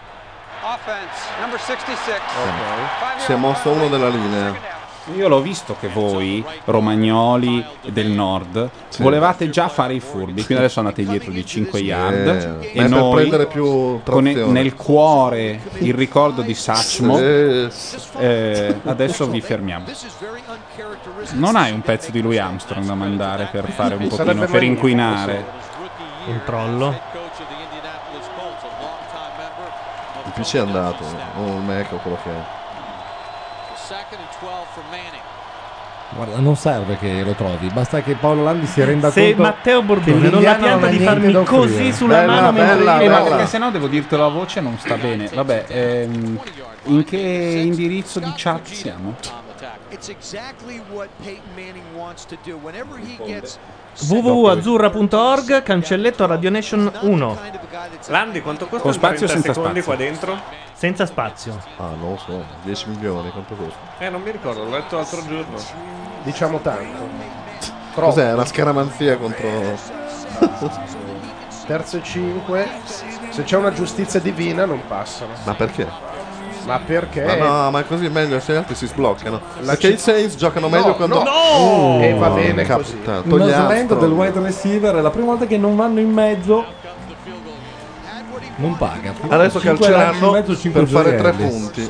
Si è mosso uno della linea. Io l'ho visto che voi, romagnoli del nord, Sì. volevate già fare i furbi, quindi adesso andate dietro di cinque yard Eh, e ma è per noi prendere più con trazione. nel cuore il ricordo di Sachmo, Eh, eh, adesso vi fermiamo. Non hai un pezzo di Louis Armstrong da mandare per fare un Sarebbe pochino, per magnifico, inquinare? Controllo. il P C è andato, o il Mac o quello che è. Guarda, non serve che lo trovi, basta che Paolo Landi si renda Se conto Matteo che Bordone non la l'Indiana pianta ha di niente farmi da offrire. così sulla Bella, mano mentre bella, io- Eh, ma bella. perché sennò devo dirtelo a voce non sta bene. Vabbè, ehm, in che indirizzo di chat siamo? w w w punto azzurra punto org, cancelletto Radio Nation uno, Landi, quanto costa Con il spazio o trenta senza secondi spazio? qua dentro? senza spazio. Ah, non lo so, dieci milioni, quanto costa? Eh, non mi ricordo, l'ho letto l'altro giorno. Diciamo tanto. Cos'è? Una scaramanzia contro... Terzo e cinque. Se c'è una giustizia divina non passano. Ma perché? Ma perché? Ma no, ma così è meglio, se gli altri si sbloccano. La Perché ci- i Saints giocano No, meglio quando... no! E va bene Cap- così. ta- uno togli slant Armstrong. del wide receiver è la prima volta che non vanno in mezzo. Non paga. Adesso Cinque calceranno lanci in mezzo, cinque per fare tre gioielli. punti.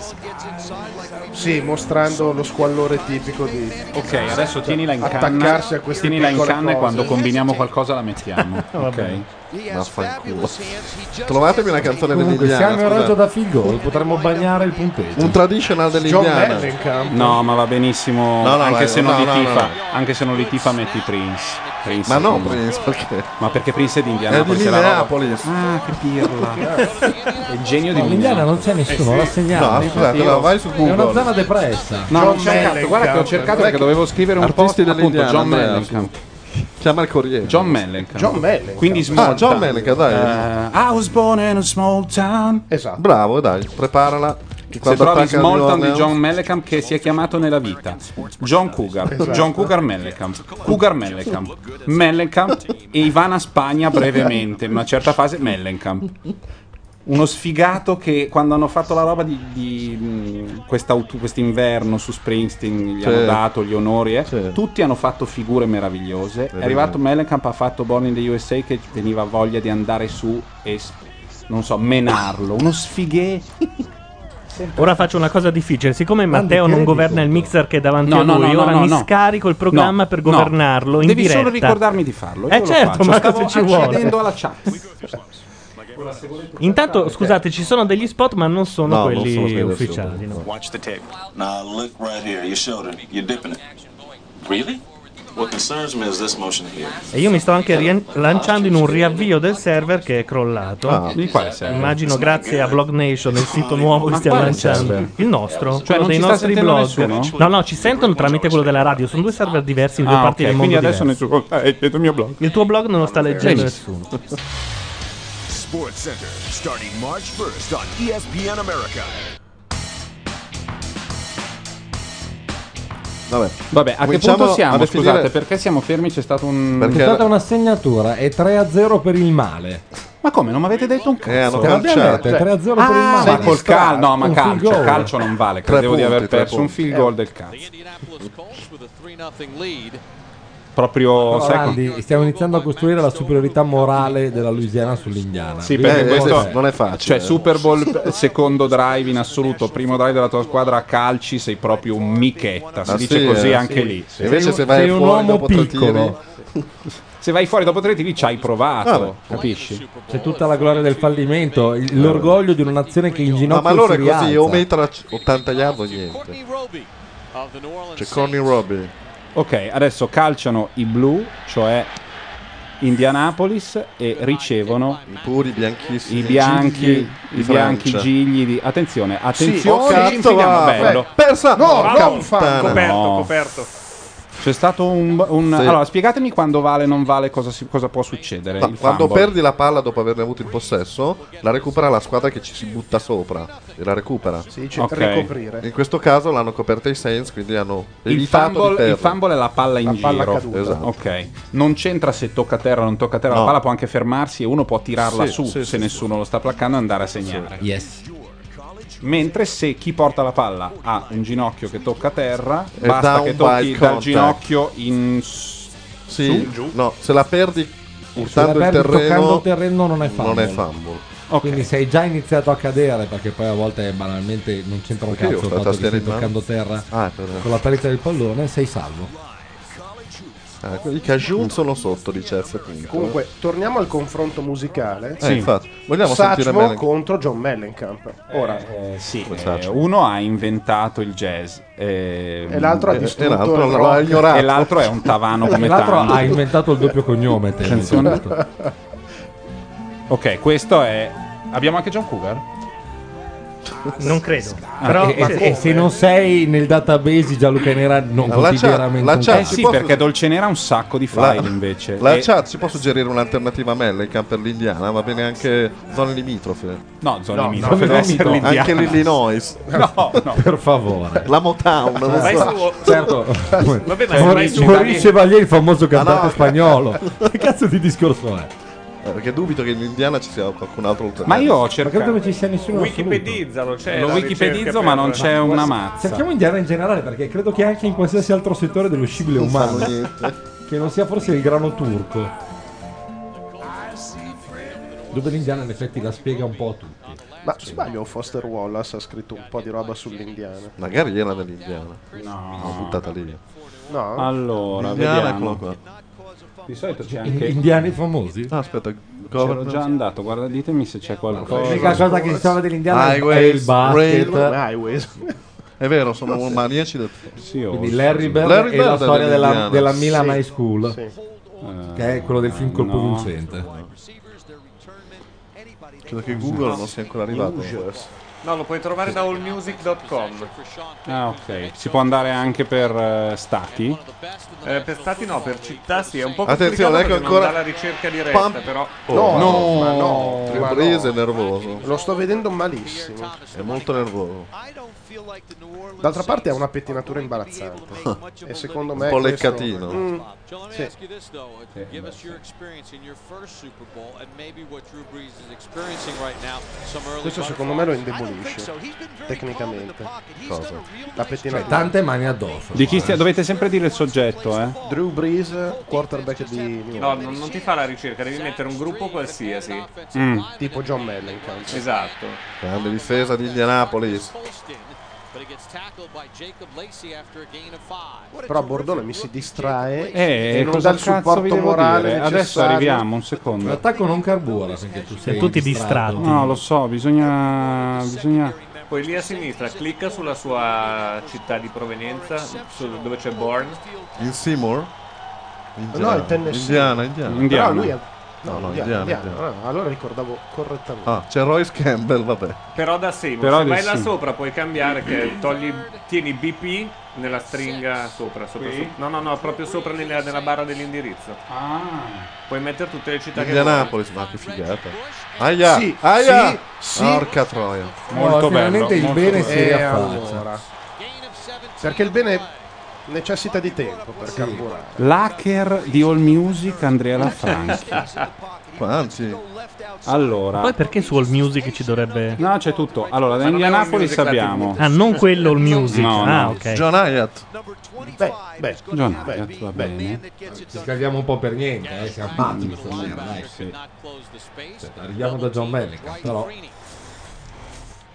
Sì, mostrando lo squallore tipico di Ok, adesso tienila in canna. attaccarsi a queste Tienila in piccole canna e cose. quando combiniamo qualcosa la mettiamo. Ok. Vaffanculo. Trovatemi una canzone Comunque dell'Indiana. siamo in raggio scusate. da field goal, potremmo bagnare il punteggio. Un traditional John dell'Indiana. Mellencamp. No, ma va benissimo. No, no, anche vai, se non no, li no, tifa, no. anche se non li tifa, metti Prince. Prince Ma è no, come- Prince, perché? Ma perché Prince è di È di Indianapolis? è la roba- Minneapolis. Ah, che pirla. È il genio di No, l'Indiana non c'è nessuno, l'ha No, segnato. scusate, Io- no, vai su È una Google. zona depressa. No, John non c'è cazzo. Guarda che ho Mellencamp. cercato perché dovevo scrivere un Artisti post appunto dell'Indiana, John Andrea, Mellencamp. Chiama il Corriere. John Mellencamp. John Mellencamp. Quindi small Ah, John town. Mellencamp, dai. Eh, I was born in a small town. Esatto. Bravo, dai, preparala. Se Quando trovi attacca Small New Town di Orleans- John Mellencamp che si è chiamato nella vita John Cougar, Esatto. John Cougar Mellencamp, Cougar Mellencamp, Mellencamp e Ivana Spagna brevemente, in una certa fase Mellencamp. Uno sfigato che quando hanno fatto la roba di, di mh, quest'autu- quest'inverno su Springsteen gli Sì. hanno dato gli onori, eh, Sì. tutti hanno fatto figure meravigliose. È vero. arrivato Mellencamp, ha fatto Born in the U S A che veniva voglia di andare su e s- non so, menarlo, uno sfighe. Ora faccio una cosa difficile. Siccome Landi, Matteo ti non rendi governa il conto? mixer che è davanti No, a no, lui, no, ora no, mi no. scarico il programma No, per no. governarlo in Devi diretta. solo ricordarmi di farlo. io Eh lo certo, faccio. ma Stavo cosa ci vuole? accedendo alla chat. Intanto, scusate, ci sono degli spot, ma non sono No, non quelli sono quelli ufficiali. no. Watch the tape. Now look right here. Your shoulder. You're dipping it. Really? What concerns me is this motion here. E io mi sto anche rien- lanciando in un riavvio del server che è crollato. Ah, Di quale serve? Immagino grazie a Blog Nation, il sito nuovo che Ma stiamo quale lanciando. server? Il nostro, Cioè, quello non dei ci sta nostri sentendo blog. nessuno? No, no, ci sentono tramite quello della radio. Sono due server diversi in due Ah, parti ok, del mondo quindi adesso diversi. nessuno. Eh, il mio blog. Il tuo blog non lo sta leggendo Benissimo. nessuno. Sports Center, starting March first on E S P N America. Vabbè. Vabbè, a che Cominciamo punto siamo? a definire- Scusate, perché siamo fermi? C'è stato un. Perché- C'è stata una segnatura, è tre a zero per il male. Ma come? Non mi avete detto un Eh, hanno cazzo? Te l'abbiamo calciato. detto, è tre a zero per il Ah, male. sai col calcio. No, ma Un field calcio. goal. Calcio non vale. Tre Credevo di punti, aver tre perso un punti. field goal del cazzo. Proprio. Però, sai com- Randy, stiamo iniziando a costruire la superiorità morale della Louisiana sull'Indiana. Sì, perché Eh, questo non è facile. Cioè, Super Bowl, secondo drive in assoluto, primo drive della tua squadra a calci, sei proprio un michetta. Si Ah, dice sì, così eh, anche sì. lì. Invece Sei se vai un fuori uomo dopo tre piccolo. tiri- se vai fuori dopo tre tiri ci hai provato, Vabbè. capisci? C'è tutta la gloria del fallimento, il- l'orgoglio di una nazione che in Ma, ginocchio ma allora è si così, rialza. o mettere a ottanta yard o niente. C'è Connie Robbie. Ok, adesso calciano i blu, cioè Indianapolis, e ricevono i puri bianchissimi i bianchi, gigli di i bianchi Francia. gigli di attenzione, Sì, attenzione, oh, cazzo, infiliamo, va, bello. persa, No, porca non fa- puttana. Coperto, No. coperto. C'è stato un, un- Sì. allora spiegatemi quando vale non vale, cosa, si- cosa può succedere. Ma il quando fumble. perdi la palla dopo averne avuto il possesso, la recupera la squadra che ci si butta sopra e la recupera. Sì, c'è Ok. ricoprire. In questo caso l'hanno coperta i Saints, quindi hanno il evitato di fumble, il perdere. fumble è la palla in La palla giro. caduta. Esatto. Ok. Non c'entra se tocca terra o non tocca terra, No. la palla può anche fermarsi e uno può tirarla Sì, su sì, se sì, nessuno lo sta placcando e andare a segnare. Yes. Mentre se chi porta la palla ha un ginocchio che tocca terra, E basta dà che un tocchi wild dal contact. ginocchio in s- Sì, su. no, se la perdi Se la urtando il perdi terreno, toccando il terreno non è fumble. non è fumble. Quindi sei già iniziato a cadere, perché poi a volte banalmente non c'entra un Perché io cazzo ho il la fatto che tastiera stai in mano? toccando terra Ah, per- con la perdita del pallone, sei salvo. Ah, I Cajun sono sotto di F punto. Comunque, torniamo al confronto musicale. Eh, infatti. Vogliamo sentire Satchmo Mellencamp? contro John Mellencamp. Ora, Eh, sì, Versace. eh, uno ha inventato il jazz eh, E l'altro ha e- distrutto e l'altro il l'ha rock. ignorato. E l'altro è un tavano come L'altro tanti. ha inventato il doppio cognome. te, Attenzione. detto. Ok, questo è. Abbiamo anche John Cougar? Non credo. Ah, Però e, e- e se non sei nel database Gianluca Nera non La conti chat- veramente la un chat Eh cazzo. sì, può- perché Dolce Nera ha un sacco di file La- invece. La E- chat ci può suggerire un'alternativa a Mellencamp per l'Indiana? Va bene anche zone limitrofe. No, zone No, limitrofe, no, deve no, essere no, l'Indiana. anche l'Illinois. No, no. Per favore. La Motown. non Vai so. su- Certo. Vabbè, ma Maurice vai su- Maurice Chevalier, il famoso cantante Ah, no. spagnolo. Che cazzo di discorso è? Eh, Perché dubito che in Indiana ci sia qualcun altro oltre Ma me. io ho Ma credo cercato. che ci sia nessuno Wikipedizzalo, c'è Lo la wikipedizzo, ricerca ma per- non c'è una mazza. Cerchiamo Indiana in generale, perché credo che anche in qualsiasi altro settore dello scibile Non sanno umano, niente. che non sia forse il grano turco, dove l'Indiana in effetti la spiega un po' a tutti. ma sbaglio, Foster Wallace ha scritto un po' di roba sull'Indiana. Magari era dell'Indiana. No. L'ho buttata lì. No? Allora, L'Indiana, vediamo. eccolo qua. Di solito c'è In- anche. indiani famosi? Ah, aspetta. C'ero governance. già andato, guarda, ditemi se c'è qualcosa. L'unica cosa che si sa dell'Indiana è Highways, il basket. rail- Highways. È vero, sono maniaci del... Sì, oh, Quindi sì, Larry sì. Bird Larry e la Bird è storia della, dell'Indiana. della Milan Sì. High School, Sì. Eh, che è quello del film colpo no. vincente. Credo che Google non sia ancora arrivato. No, lo puoi trovare da allmusic punto com. Ah, ok. Si può andare anche per eh, stati. Eh, per stati no, per città sì, è un po' Attenzione, complicato ecco perché ancora- non dà la ricerca diretta, Pam- però Oh, No, No. ma no, Drew ma Brees no. è nervoso. Lo sto vedendo malissimo. È molto nervoso. D'altra parte ha una pettinatura imbarazzante. E secondo me Un po' questo- leccatino. Mm, John, let me sì. ask you this though: give us your experience in your first Super Bowl and maybe what Drew Brees is experiencing right now. Some early Questo secondo me lo indebolisce tecnicamente. Cosa? La Cioè, pettinatura. tante mani addosso. Di chi stia- dovete sempre dire il soggetto, eh? Drew Brees, quarterback di New no, Orleans. non, non ti fa la ricerca, devi mettere un gruppo qualsiasi. Mm. Tipo John Mellencamp. Esatto. Grande difesa di Indianapolis. but he gets tackled by Jacob Lacey after a gain of five. Però Bordone mi si distrae Eh, e non cosa dà il cazzo supporto vi devo morale dire? Adesso necessario. arriviamo, un secondo. L'attacco non carbura finché tu sei tutti distratto. distratti. No, lo so, bisogna. bisogna. Poi lì a sinistra clicca sulla sua città di provenienza, su- dove c'è Bourne. In Seymour? No, il Tennessee. Indiana, Indiana. Indiana. Però lui è... No, no, Indiana, Indiana, Indiana. Ah, allora ricordavo correttamente. Ah, c'è Royce Campbell, vabbè. Però da Seymour, Però se di vai là sì. sopra puoi cambiare che togli, tieni B P nella stringa sopra, sopra, Qui? sopra. No, no, no, proprio sopra nella, nella barra dell'indirizzo. Ah. Puoi mettere tutte le città che Indianapolis, ma che figata. Aia, Sì, aia. sì, sì. Porca troia. Molto No, finalmente bello, il molto bene bello. si E riaffaccia. allora. Perché il bene necessita di tempo per carburare. L'hacker di All Music, Andrea Lafranchi. Anzi, Allora. Poi perché su All Music ci dovrebbe... No, c'è tutto. Allora, da Ma non è All Indianapolis Music la abbiamo. Ah, non quello All Music. No, ah, no. ok. John Hyatt. Beh, beh, John beh, Hyatt, va beh. bene. Ci scaldiamo un po' per niente, eh, siamo pazzi stasera, dai. Sì. Aspetta, arriviamo da John Mellencamp, però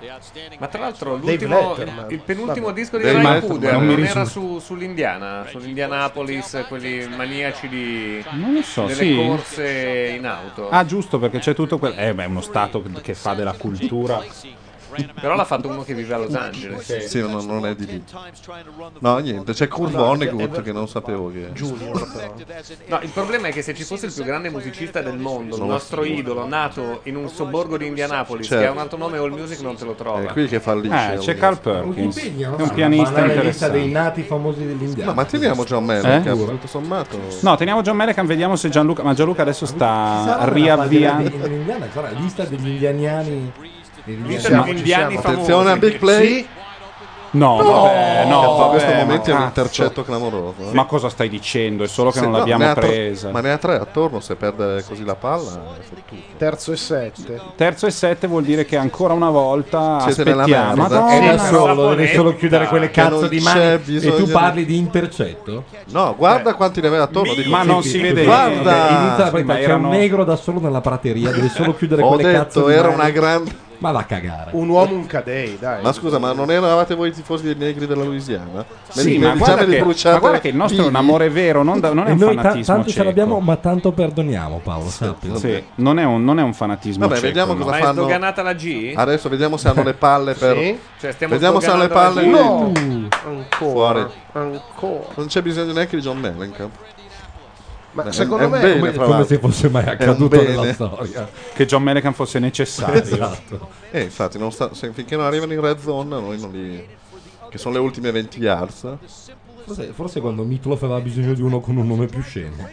Ma tra l'altro Dave l'ultimo, Letterman. il penultimo Vabbè. disco di Dave Ray Letterman, Cooder non mi non era risulta. su, sull'Indiana, sull'Indianapolis, quelli maniaci di Non lo so, delle sì. corse in auto. Ah, giusto, perché c'è tutto quel. Eh, beh, è uno stato che fa della cultura. Però l'ha fatto uno che vive a Los Angeles. Sì, non, non è di lì. No, niente, c'è Kurt Vonnegut che non sapevo che. Junior, però. No, il problema è che se ci fosse il più grande musicista del mondo, il Non lo nostro so. idolo, nato in un sobborgo di Indianapolis, Certo. che ha un altro nome, All Music non te lo trova. È qui che fallisce. Eh, c'è Carl Perkins. Wikipedia, no? È un pianista Ma la lista interessante. dei nati famosi dell'Indiana. No, ma teniamo John Mellencamp, Eh? tutto sommato. No, teniamo John Mellencamp, vediamo se Gianluca. Ma Gianluca adesso Ci sta sarà una riavviando. pagina di- dell'Indiana, sarà la lista degli indianiani. degli Lista indiani- degli indiani Attenzione famosi. al big play. Sì. No, vabbè, no, Che in vabbè, questo ma momento è un cazzo. intercetto clamoroso. eh. Ma cosa stai dicendo? È solo che Se- non no, l'abbiamo ne ha tre- presa. ma ne ha tre attorno, se perde così la palla è fottuto. Terzo e sette. Terzo e sette vuol dire che ancora una volta Siete nella aspettiamo. merda. Madonna, E da Sì, solo, Saponetta. deve solo chiudere quelle Che cazzo non di c'è mani. E bisogno tu di- parli di intercetto? No, guarda quanti ne aveva attorno. dico, Ma sì, non sì, si sì. vede. Guarda, Inizia la Sì, partita, ma c'è erano- un negro da solo nella prateria, deve solo chiudere ho quelle cazzo detto di era mani. una grande. Ma va a cagare. Un uomo, un cadei, dai. Ma scusa, ma non eravate voi i tifosi dei negri della Louisiana? Sì, Me- ma me- guarda, diciamo di che, bruciate ma guarda che il nostro è un vivi. amore vero, non, da- non è E un noi ta- fanatismo tanto ce cieco. l'abbiamo, ma tanto perdoniamo, Paolo. sappilo. Sì, non è un, non è un fanatismo Vabbè, cieco, vediamo no. cosa Ma è fanno. sdoganata la G? Adesso vediamo se hanno le palle per. Sì? Cioè stiamo Vediamo se hanno le sdoganando palle. la G? No. Ancora. Fuori. Ancora. Non c'è bisogno neanche di John Mellencamp. Ma Beh, secondo è un me bene, Come, fra come l'altro. se fosse mai È un accaduto bene. nella storia. Che John Mellencamp fosse necessario. Esatto. Eh, infatti, non sta- se- finché non arrivano in red zone, noi non li. Che sono le ultime venti yards. Forse, forse quando Mitloff aveva bisogno di uno con un nome più scemo.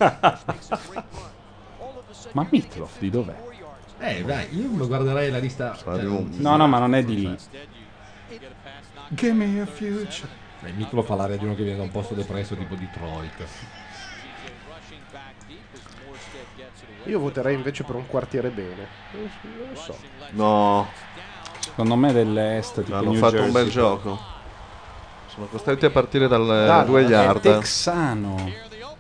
Ma Mitloff di dov'è? Eh, dai, io mi guarderei la lista. Sarà di un- No, no, ma non è di lì. Give me a future. Eh, Mitloff ha l'aria di uno che viene da un posto depresso tipo Detroit. Io voterei invece per un quartiere bene. Non non lo so. No, Secondo me dell'est, tipo hanno New fatto Jersey. un bel gioco. Sono costretti a partire dal Dai, due è È yard. texano.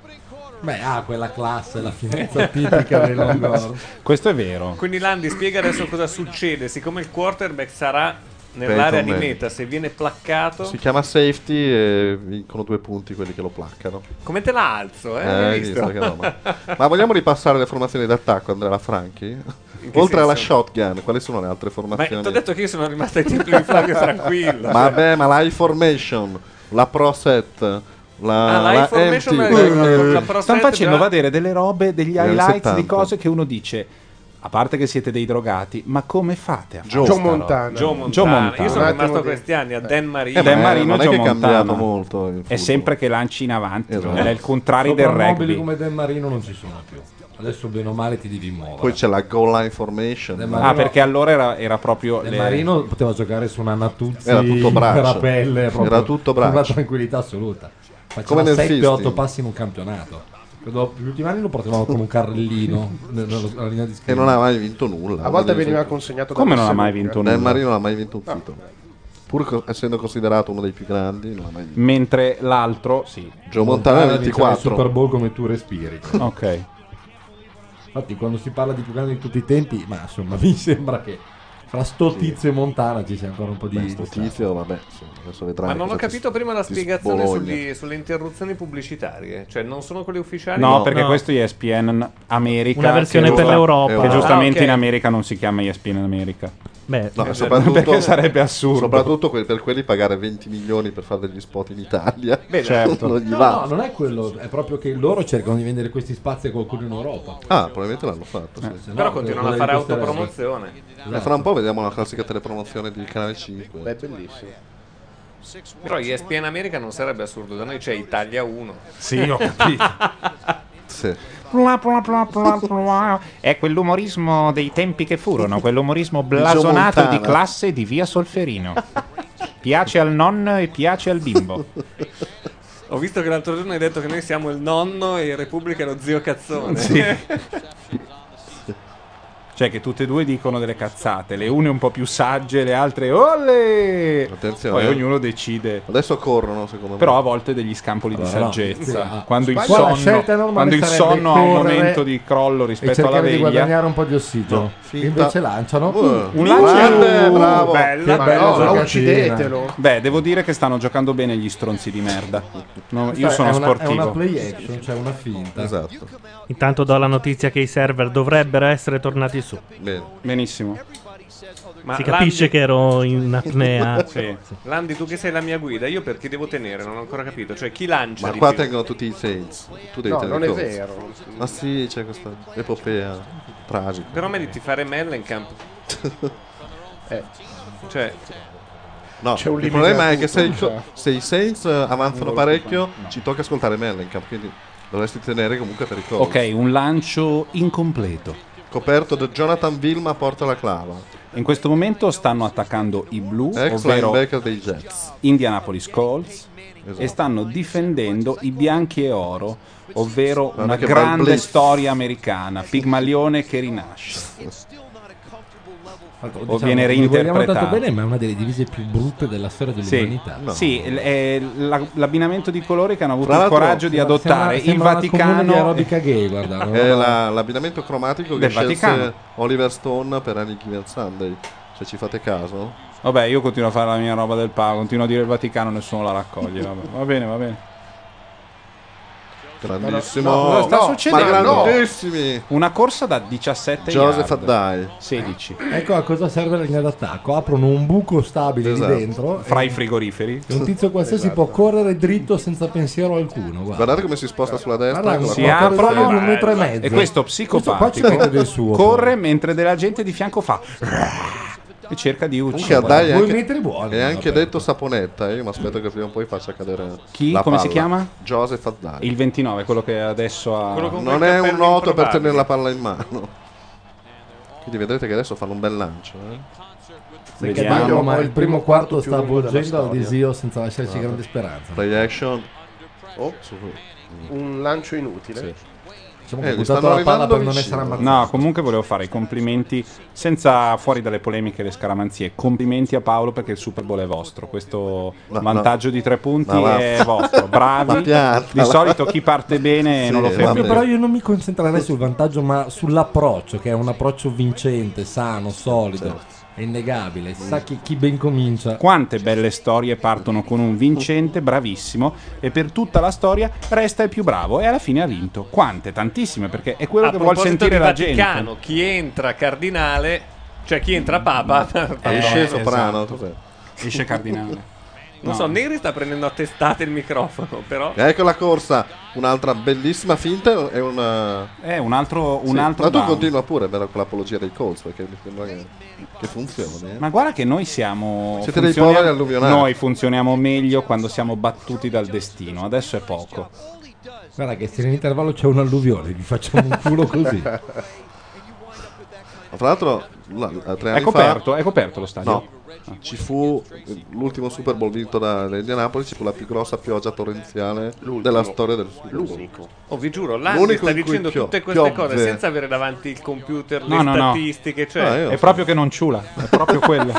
Beh, ha quella classe, la finezza tipica dei Longhorn. Questo è vero. Quindi Landi spiega adesso cosa succede. Siccome il quarterback sarà nell'area Peyton di Manning. meta, se viene placcato, Si chiama safety e vincono due punti quelli che lo placcano. come te la alzo? Eh? Eh, Hai hai visto? visto che roba. Ma vogliamo ripassare le formazioni d'attacco, Andrea Franchi? che Oltre alla senso? shotgun, quali sono le altre Ma formazioni? ti ho detto che io sono rimasto ai tempi di Flavio Tranquillo. Vabbè, ma la I-formation, la Pro Set, la, Ah, la la I-formation M T. è- la- la Pro Stanno Set facendo già- vedere delle robe, degli Negli anni highlights di settanta. cose che uno dice. A parte che siete dei drogati, ma come fate a fare Joe sta Joe roba? Montana. Joe Montana. Joe Montana. Io sono Un rimasto attimo a di- questi anni a Dan Marino. Eh, Dan Eh, Marino non e è che Joe è cambiato Montana. molto il È football. sempre che lanci in avanti, Esatto. è il contrario del Soprammobili rugby. come Dan Marino non ci sono più. Adesso bene o male ti devi muovere. Poi c'è la goal line formation. Dan Ah, Marino- perché allora era, era proprio Dan le- Marino poteva giocare su una Natuzzi Era tutto braccio. per pelle, proprio Era tutto braccio. Una tranquillità assoluta. Come Faceva nel sette otto fisting. passi in un campionato. Credo gli ultimi anni lo portavamo con un carrellino nel- nella linea di E schermo. non ha mai vinto nulla. A volte Voglio veniva dire. consegnato Come da non ha mai Barcellona. vinto Dan nulla? Marino non ha mai vinto un titolo. Pur co- essendo considerato uno dei più grandi, non ha mai vinto. Mentre l'altro, sì. Joe Montana vinceva il Super ventiquattro. Bowl come tu respiri. Ok. Infatti quando si parla di più grandi di tutti i tempi, ma insomma mi sembra che fra sto tizio e Montana ci sia ancora un po' di... Beh, sto tizio, vabbè, insomma, adesso vedrai. Ma non ho cosa ti- capito prima la ti spiegazione sbologna. sugli- sulle interruzioni pubblicitarie. Cioè, non sono quelle ufficiali? No, perché questo è E S P N America. Una versione che per giusta- l'Europa. Che Ah, giustamente ok. in America non si chiama E S P N America. Beh, No, Eh, soprattutto, perché sarebbe assurdo. Soprattutto que- per quelli pagare venti milioni per fare degli spot in Italia. Beh, certo. non gli No, va. no, non è quello, è proprio che loro cercano di vendere questi spazi a qualcuno in Europa. Ah, probabilmente l'hanno fatto. Sì. Se no, Però continuano a quello fare di queste- autopromozione. E fra un po' vediamo la classica telepromozione di Canale cinque. Beh, bellissimo. Però E S P N America non sarebbe assurdo. Da noi c'è Italia uno. Sì, ho capito. Sì. È quell'umorismo dei tempi che furono, quell'umorismo blasonato Montana. di classe di via Solferino. Piace al nonno e piace al bimbo. Ho visto che l'altro giorno hai detto che noi siamo il nonno e Repubblica è lo zio cazzone. Sì. Cioè che tutte e due dicono delle cazzate, le une un po' più sagge, le altre olle. Attenzione. Poi ognuno decide. Adesso corrono, secondo me. Però a volte degli scampoli di Allora, no. saggezza. Sì, ah. Quando, il Sbaglia, la sonno, scelta normale quando il sarebbe sonno ha un correre momento di crollo e rispetto alla cercare di veglia. guadagnare un po' di ossigeno. No, finta. Invece lanciano. Uh, un Uh, lancio uh, bravo. bello, Che bello, bella no, giocatina. uccidetelo. Beh, devo dire che stanno giocando bene gli stronzi di merda. No, io Questa sono è una, sportivo. È una play action, cioè una finta. Esatto. Intanto do la notizia che i server dovrebbero essere tornati su. Bene. Benissimo. Ma si capisce Landi- che ero in apnea. Sì. Landi, tu che sei la mia guida, io perché devo tenere? Non ho ancora capito. Cioè, chi lancia Ma di qua più? tengono tutti i Saints. Tu devi No, tenere non i è Colts. vero. Ma sì, c'è questa epopea tragica. Però meriti fare Mellencamp. eh. Cioè, No, C'è un il limite problema a è che se, tutto, i- cioè. se i Saints eh, avanzano Non lo parecchio, so, no. ci tocca ascoltare Mellencamp, quindi dovresti tenere comunque per i Colts. Ok, un lancio incompleto. Coperto da Jonathan Vilma porta la clava. In questo momento stanno attaccando i blu, Ex ovvero linebacker dei Jets. Indianapolis Colts, Esatto. e stanno difendendo i bianchi e oro, ovvero Guarda una che bel grande blitz. storia americana, Pigmalione che rinasce. O viene vi vogliamo tanto reinterpretato. bene, ma è una delle divise più brutte della storia Sì, dell'umanità. sì, l- è la- l'abbinamento di colori che hanno avuto Tra il l'altro, coraggio di sembra- adottare sembra il una comune di Vaticano. aerobica gay, guarda. no? È la- l'abbinamento cromatico che Del scelse Vaticano. Oliver Stone per Any Given Sunday. Se ci fate caso. Vabbè, io continuo a fare la mia roba del Papa, continuo a dire il Vaticano, nessuno la raccoglie. Vabbè. Va bene, va bene. Grandissimo. No, no, sta No, succedendo? ma grandissimi. Una corsa da diciassette Joseph yard. Addai. sedici. Ecco a cosa serve la linea d'attacco. Aprono un buco stabile Esatto. lì dentro. Fra e- i frigoriferi. e un tizio qualsiasi Esatto. può correre dritto senza pensiero alcuno. Guarda. Guardate come si sposta sulla destra. Guarda, con la si corsa. aprono di un metro e mezzo. E questo Questo qua ci psicopatico mette del suo. corre mentre della gente di fianco fa e cerca di Comunque uccidere. Addai è Due anche, metri buoni, è anche vabbè. detto Saponetta. eh, Io mi aspetto che prima o poi faccia cadere. Chi? la Come si palla. chiama? Joseph Addai. Il ventinove, quello che adesso ha. Quello con Non quei è un capelli noto per improbabili. tenere la palla in mano. Quindi vedrete che adesso fanno un bel lancio. Eh? Perché Vediamo. Mario, ma il primo quarto più sta lungo della avvolgendo al storia. desio senza lasciarci grande speranza. Play action. Oh, su- Un lancio inutile. Diciamo Eh, che ha gli buttato stanno la palla arrivando per non vicino. essere ammazzato. No, comunque volevo fare i complimenti, senza fuori dalle polemiche e le scaramanzie. Complimenti a Paolo perché il Super Bowl è vostro. Questo No, vantaggio no. di tre punti No, va. è vostro. Bravi. Ma pianta, Di solito chi parte bene Sì, non lo va ferma. bene. Però io non mi concentrerei sul vantaggio, ma sull'approccio, che è un approccio vincente, sano, solido. Certo. È innegabile. Si sa che chi ben comincia. Quante belle storie partono con un vincente bravissimo e per tutta la storia resta il più bravo e alla fine ha vinto. Quante? Tantissime, perché è quello a che vuol proposito sentire di la Vaticano, gente. chi entra cardinale, cioè chi entra papa, Eh, Esce soprano. esatto. cos'è? Esce cardinale. non No. so, Neri sta prendendo a testate il microfono, però Ecco la corsa. Un'altra bellissima finta e una. È un altro, un Sì, altro ma tu down. continua pure bella, con l'apologia dei Colts perché mi sembra che, che funzioni. eh. Ma guarda che noi siamo. Siete dei funzioniamo- poveri alluvionati. Noi funzioniamo meglio quando siamo battuti dal destino. Adesso è poco. Guarda che se nell'intervallo c'è un'alluvione, vi facciamo un culo così. Ma Tra l'altro, la- la- tre anni È coperto, è coperto lo fa, stadio. no, ci fu l'ultimo Super Bowl vinto da da Indianapolis, ci fu la più grossa pioggia torrenziale della storia del Super Bowl. L'unico. oh, vi giuro, Landi L'unico sta in cui dicendo pio- tutte queste piove. cose senza avere davanti il computer, le No, no, no. statistiche, cioè Ah, io- È proprio che non ciula. È proprio quello.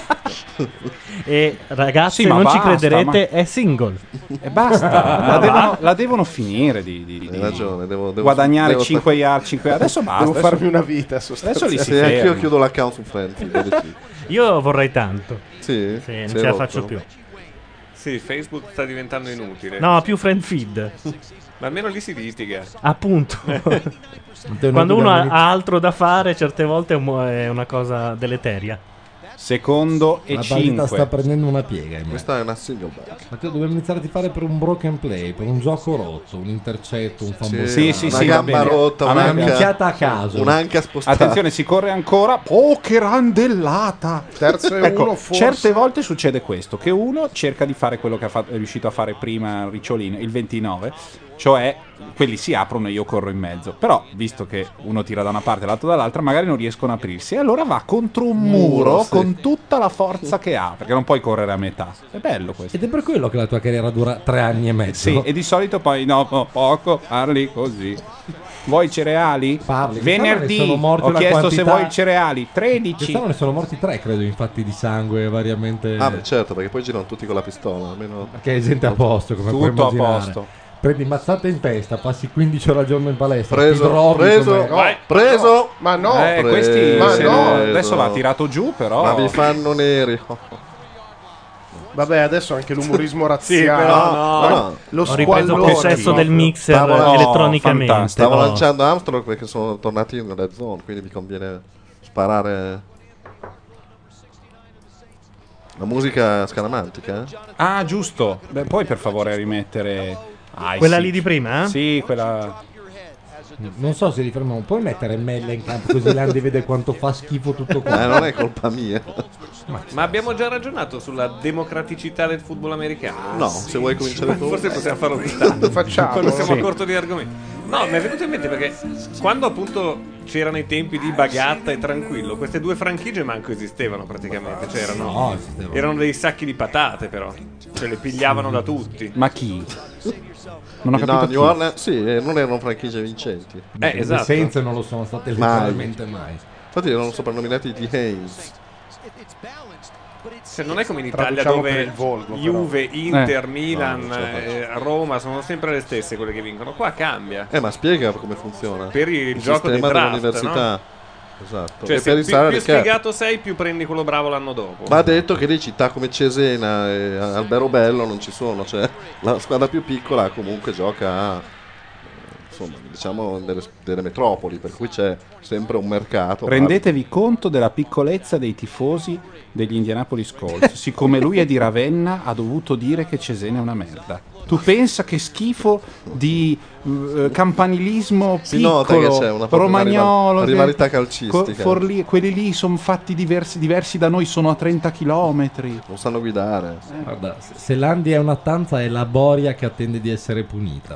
E ragazzi, Sì, ma non ci basta, crederete, è single. E basta. La devono, la devono finire di, di- di- Hai ragione, devo, devo guadagnare devo- cinque yard. cinque yard. Adesso basta. Devo adesso- farmi una vita Adesso li sostanzialmente. si Sì, anch'io ferma. chiudo l'account su Friendly. vedi? Io vorrei tanto. Sì, Sì, non si ce è la rotto. faccio più. sì, Facebook sta diventando inutile. No, più friend feed. Ma almeno lì si litiga. Appunto. Quando Quando uno ha ha altro da fare, certe volte è un mo- è una cosa deleteria. Secondo e La partita sta cinque. prendendo una piega. ahimè. Questa è una single back. Matteo, dobbiamo iniziare a fare per un broken play, per un gioco rotto, un intercetto, un fumble. Sì, sì, una sì, va gamba bene. rotta, A me- Una un'anca, minchiata a caso. un'anca spostata. Attenzione, si corre ancora. Oh, che randellata! Terzo e Ecco, uno, forse. certe volte succede questo: che uno cerca di fare quello che ha fatto- è riuscito a fare prima Ricciolino, il ventinove, cioè quelli si aprono e io corro in mezzo. Però, visto che uno tira da una parte e l'altro dall'altra, magari non riescono a aprirsi. E allora va contro un muro, Muro, sì. con tutta la forza che ha, perché non puoi correre a metà. È bello questo. Ed è per quello che la tua carriera dura tre anni e mezzo. Sì, e di solito poi no, no, poco, parli così. Vuoi i cereali? Parli. Venerdì Quest'anno ne sono morti ho una chiesto se quantità- vuoi i cereali. tredici. Quest'anno ne sono morti tre, credo, infatti, di sangue variamente. Ah, beh, certo, perché poi girano tutti con la pistola. Almeno... Perché è gente a posto, come Tutto puoi a immaginare. posto. Prendi mazzate in testa, passi quindici ore al giorno in palestra, Preso, ti droghi preso, come- no, preso. Ma no, Eh, Preso. questi Ma se no. ne- adesso va tirato giù, però. Ma vi fanno neri. Vabbè, adesso anche l'umorismo razziale. però no, no. Lo Ho ripreso squallore possesso del mixer Stavo- oh, elettronicamente. fantastico. Stavo no. lanciando Armstrong perché sono tornati in red zone, quindi mi conviene sparare. La musica scaramantica? Eh? Ah, giusto. Beh, puoi per favore rimettere. Ah, Quella sì. lì di prima? Sì, quella. Non so se li fermiamo. Puoi mettere Melle in campo così Landi vede quanto fa schifo tutto qua. Eh, non è colpa mia. Ma abbiamo già ragionato sulla democraticità del football americano? No, se vuoi cominciare tu. Forse possiamo farlo più tardi. Facciamo. Quando siamo Sì. a corto di argomenti. No, mi è venuto in mente perché quando appunto c'erano i tempi di Bagatta e Tranquillo, queste due franchigie manco esistevano praticamente. C'erano, No, esistevano. erano dei sacchi di patate, però. Cioè le pigliavano da tutti. Ma chi? Non ho capito. No, chi. New Orleans, sì, eh, non erano franchigie vincenti. Eh, esatto. Senza non lo sono state Mai. letteralmente mai. Infatti erano soprannominati di Haynes. Se non è come in Italia Traduciamo per dove il volgo, però. Juve, Inter, Eh. Milan, No, non ce la faccio. eh, Roma sono sempre le stesse quelle che vincono. Qua cambia. Eh, ma spiega come funziona. Per il gioco sistema dei draft, dell'università. Esatto. Cioè E se per il più, salary più cap. sfigato sei, più prendi quello bravo l'anno dopo. Va detto che lì città come Cesena e Alberobello non ci sono, cioè la squadra più piccola comunque gioca a, eh, insomma, diciamo delle, delle metropoli, per cui c'è sempre un mercato. Rendetevi conto della piccolezza dei tifosi degli Indianapolis Colts. Siccome lui è di Ravenna, ha dovuto dire che Cesena è una merda. Tu pensa che schifo di eh, campanilismo Si nota che piccolo, c'è una propria romagnolo, rival- che- rivalità calcistica. co- Forlì- quelli lì sono fatti diversi, diversi da noi, sono a trenta chilometri. Non sanno guidare. Guarda, se- se Landi è una tanza è la boria che attende di essere punita.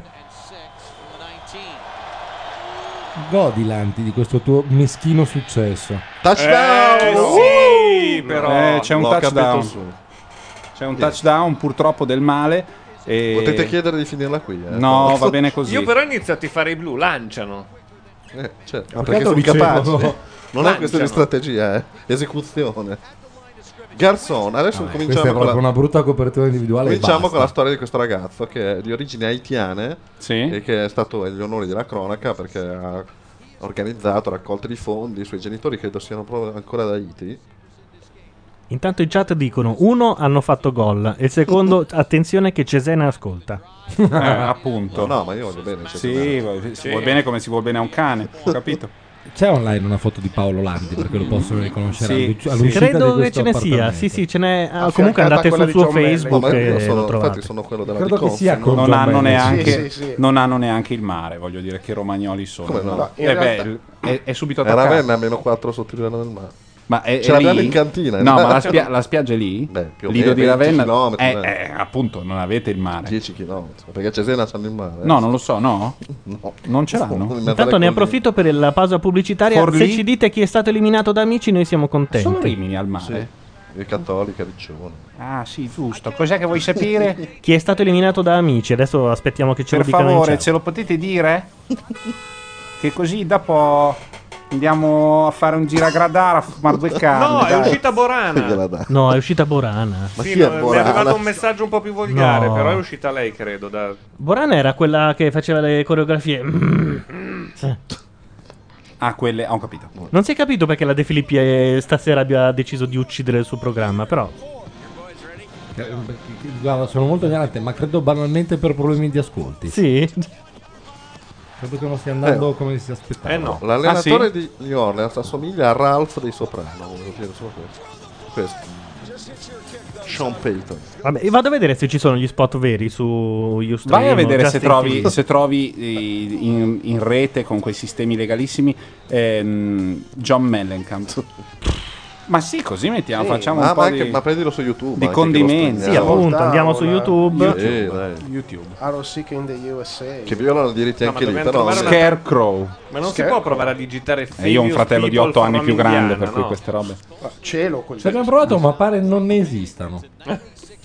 Godi Landi di questo tuo meschino successo. Touchdown! Eh, Uh! sì, però Eh, c'è un L'ho capito touchdown. su. C'è un touchdown purtroppo del male. E... Potete chiedere di finirla qui. Eh? No, va bene così. Io però inizio a tifare i blu, lanciano. Eh, certo. Ma Perché perché sono dicevano- capaci. Non Lanciano. è questione di strategia, eh. Esecuzione. Garçon, adesso Vabbè, questa è cominciamo con proprio la... una brutta copertura individuale. e Cominciamo basta. con la storia di questo ragazzo che è di origini haitiane Sì. e che è stato agli onori della cronaca perché ha organizzato raccolte di fondi. I suoi genitori credo siano proprio ancora da Haiti. Intanto in chat dicono: uno, hanno fatto gol, e il secondo, attenzione che Cesena ascolta. Eh, appunto. No, no, ma io voglio bene. Cioè, Sì, si Sì. vuole bene come si vuole bene a un cane, ho capito. C'è online una foto di Paolo Landi perché lo possono riconoscere Sì, all'u- sì. all'uscita Credo di che ce questo ne sia. appartamento. Sì, sì, ce n'è. ah, Affiancata comunque a andate quella sul di suo John Mellon. No, Facebook ma io e sono, lo infatti trovate. sono quello della Credo che Diconf. sia con Non John hanno, Mellon. neanche, Sì, sì, sì. non hanno neanche il mare, voglio dire, che romagnoli sono. Come no? No, No, in eh realtà- beh, è, è subito E attaccato. Ravenna a meno quattro sotto il livello del mare. Ma è, Ce è l'abbiamo lì? in cantina, No, eh. ma la, spia- la spiaggia è lì? Beh, più o Lido meno, di venti Ravenna? chilometri, Eh, beh. eh, appunto, non avete il mare. dieci chilometri. Perché a Cesena c'hanno il mare. eh. No, non lo so, no? No. Non ce l'hanno? In mezzo alle Intanto ne colline. approfitto per la pausa pubblicitaria. Forlì? Se ci dite chi è stato eliminato da Amici, noi siamo Solo contenti. Rimini al mare? Sì. Il cattolica, Riccione. Ah, sì, giusto. Cos'è che vuoi sapere? Chi è stato eliminato da Amici? Adesso aspettiamo che ce Per lo dicano in favore, chat. ce lo potete dire? Che così dopo andiamo a fare un giragradare a fumare due carni. No, è dai. uscita Borana. Gliela dai. No, è uscita Borana. Ma Sì, chi è no, mi è Borana? arrivato un messaggio un po' più volgare, No. però è uscita lei, credo. Da... Borana era quella che faceva le coreografie. Sì. Ah, quelle, ho capito. Non si è capito perché la De Filippi eh, stasera abbia deciso di uccidere il suo programma, però. Eh, Guarda, sono molto ignorante, ma credo banalmente per problemi di ascolti. Sì. Credo che non stia andando Eh. come si aspettava. Eh no. L'allenatore Ah, sì? di New Orleans assomiglia a Ralph dei Soprano. Volevo dire solo questo. Questo. Sean Payton. Vabbè, io vado a vedere se ci sono gli spot veri su Ustream. Vai a vedere se Justin trovi, Timberlake. se trovi eh, in, in rete con quei sistemi legalissimi ehm, John Mellencamp. Ma sì, così mettiamo, Sì, facciamo Ma, un po' ma, anche- di, ma prendilo su YouTube. di anche che lo condimenti. Sì, streamiamo. appunto, andiamo su YouTube. Sì, dai. YouTube. Arrow Sick in the U S A. Che violano i diritti No, anche ma lì, dobbiamo però. trovare una- Scarecrow. Ma non si Scherzo. può provare a digitare E io ho un fratello di otto anni più grande, per cui no? queste robe. Ah, cielo quel Ci abbiamo provato, ma pare non ne esistano.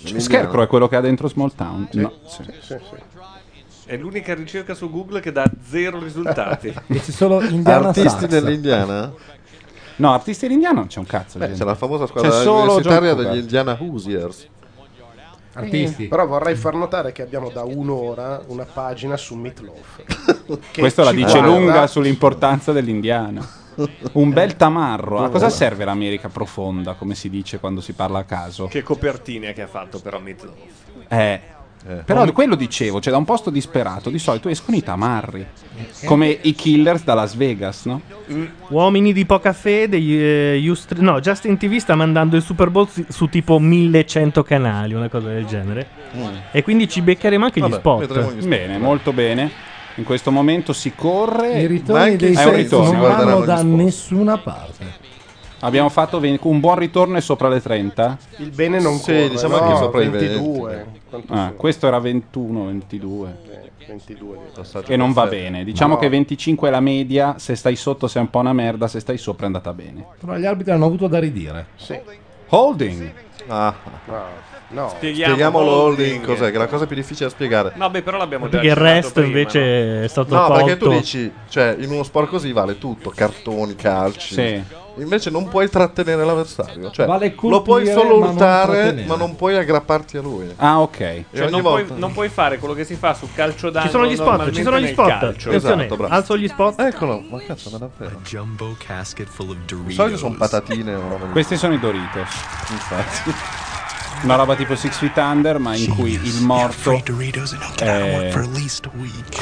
Scarecrow è quello che ha dentro Small Town? No. Sì. Sì, sì, sì. È l'unica ricerca su Google che dà zero risultati. E ci sono Indiana Artisti Sax. dell'Indiana? No, artisti dell'Indiana non c'è un cazzo. Beh, gente. c'è la famosa squadra C'è solo universitaria John degli Cougar. Indiana Hoosiers. Artisti. Però vorrei far notare che abbiamo da un'ora una pagina su Meatloaf. Che Questo la ci dice guarda- lunga sull'importanza dell'Indiana. Un bel tamarro. A cosa serve l'America profonda, come si dice quando si parla a caso? Che copertina che ha fatto però Meatloaf. Eh. Però quello dicevo, cioè da un posto disperato di solito escono i tamarri, come i Killers da Las Vegas, no? Uomini di poca fede, eh, Ustri- no, Justin T V sta mandando il Super Bowl su, su tipo millecento canali, una cosa del genere. Mm. E quindi ci beccheremo anche Vabbè, gli spot. vedremo gli spot. Bene, molto bene. In questo momento si corre. I ritorni dei È un Saints ritorno. non vanno da nessuna parte. Abbiamo fatto ven- un buon ritorno e sopra le trenta? Il bene non Sì, corre, diciamo no, anche sopra i ventidue. venti. Quanto Ah, sono? questo era ventuno, ventidue. Eh, ventidue. E non va perfetto. bene. Diciamo No. che venticinque è la media. Se stai sotto sei un po' una merda. Se stai sopra è andata bene. Però gli arbitri hanno avuto da ridire. Sì. Holding. Ah. No. No. Spieghiamo, Spieghiamo l'holding. l'holding, cos'è? Che è la cosa più difficile da spiegare. No, beh, però l'abbiamo già Perché il accennato resto prima, invece no? è stato No, tolto. perché tu dici, cioè, in uno sport così vale tutto, cartoni, calci. Sì. Invece non puoi trattenere l'avversario. Cioè, Vale lo puoi colpire, solo ma non urtare, trattenere. ma non puoi aggrapparti a lui. Ah, ok. E Cioè, ogni non puoi, volta- non puoi fare quello che si fa su calcio d'angolo. Ci sono gli spot, ci normalmente sono gli nel spot. calcio. Attenzione, Esatto, bravo. alzo gli spot. Eccolo, ma cazzo, ma davvero. Jumbo casket full of Doritos. Di solito sono patatine o roba di- Questi sono i Doritos. Infatti. Una roba tipo Six Feet Under, ma in cui il morto Doritos and don't get out of work è... for at least a week.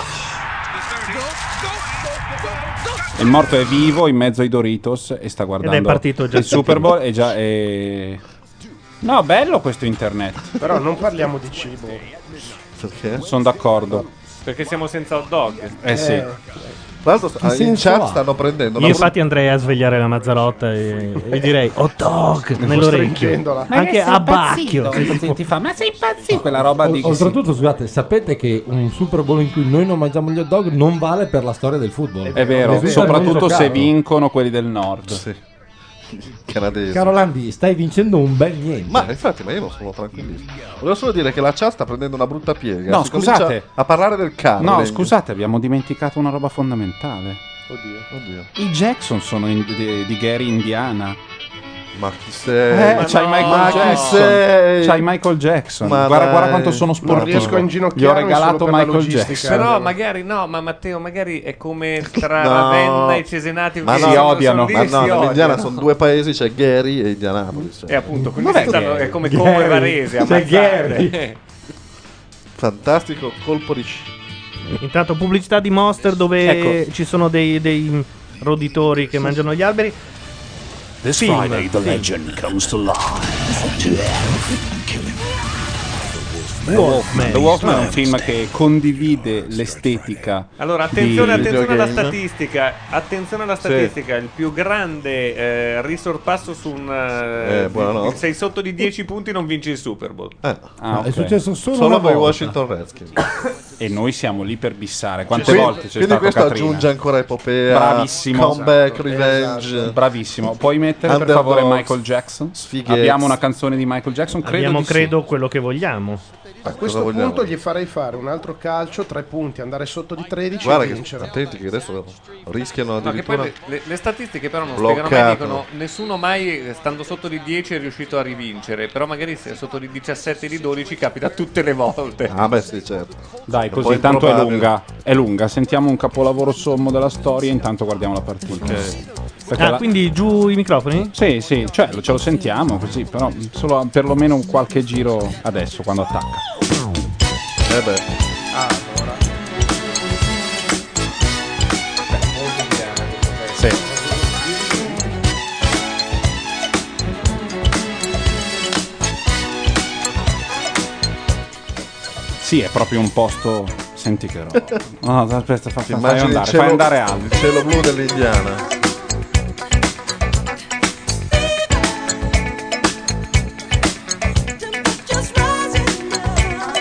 il morto è vivo in mezzo ai Doritos e sta guardando Ed è partito già il Super Bowl e già è... No, bello questo internet. Però non parliamo di cibo. Perché? Sono d'accordo. Perché siamo senza hot dog. Eh sì. Tra l'altro sta- Che in senso chat ha? stanno prendendo Io una infatti andrei a svegliare la Mazzarotta e, e direi hot dog nell'orecchio. Stringendola. Anche a bacchio. Ti fa, ma sei impazzito? Quella roba di... Oltretutto, scusate, sapete che un Super Bowl in cui noi non mangiamo gli hot dog non vale per la storia del football. È vero, Risulta soprattutto molto se caro. vincono quelli del nord. Sì. Canadese. Caro Landi, stai vincendo un bel niente. Ma infatti, ma io non sono tranquillissimo. Volevo solo dire che la chat sta prendendo una brutta piega. No, Si comincia scusate. a parlare del carro. No, scusate, abbiamo dimenticato una roba fondamentale. Oddio. Oddio. I Jackson sono in- di, di Gary, Indiana. Ma chi sei? Eh, Ma c'hai no. Michael Ma chi Jackson. sei? C'hai Michael Jackson. Ma guarda, dai. guarda quanto sono sportivo. Non riesco a Gli ho inginocchiarmi regalato solo per la Michael logistica. Jackson. Però magari no, ma Matteo, magari è come tra No. Ravenna e Cesenati Ma che no, si sono- odiano. sono lì Ma e no, si nell'Indiana odiano. sono due paesi, c'è Gary e Indianapolis. E appunto, quindi Dov'è si stanno- Gary? è come Como e Gary. Varese a C'è ammazzare. Gary. Fantastico colpo di sci. Intanto pubblicità di Monster dove Ecco. ci sono dei, dei roditori che mangiano gli alberi. This Film, Friday, the film. legend comes to life. The Wolfman. The Wolfman è un film che condivide l'estetica. Allora, attenzione, di attenzione alla videogame. statistica. Attenzione alla statistica. Il più grande eh, risorpasso su un. eh, Eh, buonanotte. sei sotto di dieci punti, non vinci il Super Bowl. Eh, Ah, No, ok. è successo solo, solo una per i volta. Washington Redskins. E noi siamo lì per bissare. Quante Quindi- volte c'è quindi stato questo Katrina? aggiunge ancora epopea, Bravissimo. comeback, Esatto, revenge. esatto. Bravissimo. Puoi mettere per Underdogs, favore Michael Jackson? sfighezze. Abbiamo una canzone di Michael Jackson? Credo Abbiamo di sì. credo quello che vogliamo. A questo Cosa vogliamo? punto gli farei fare un altro calcio, tre punti, andare sotto di tredici Guarda e che vincere. attenti che adesso rischiano No, che addirittura. poi le, le- le statistiche però non Bloccato. spiegano mai, dicono nessuno mai eh, stando sotto di dieci è riuscito a rivincere, però magari se è sotto di diciassette di dodici capita tutte le volte. Ah beh sì, certo. Dai, È un po' così tanto è improbabile. lunga. È lunga. Sentiamo un capolavoro sommo della storia. Intanto guardiamo la partita. Perché Ah, la- quindi giù i microfoni? Sì, sì, cioè lo- ce lo sentiamo così, però solo perlomeno qualche giro adesso quando attacca. Eh beh. Ah, allora. Sì. Sì, è proprio un posto. Senti che roba. No, aspetta, fa, Ti fa- fai immagini il andare, cielo, fai andare alto. il cielo blu dell'Indiana. Just rising now.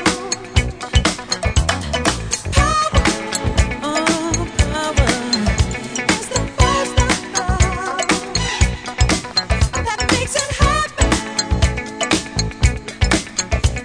Power, oh power, is the force that that makes it happen.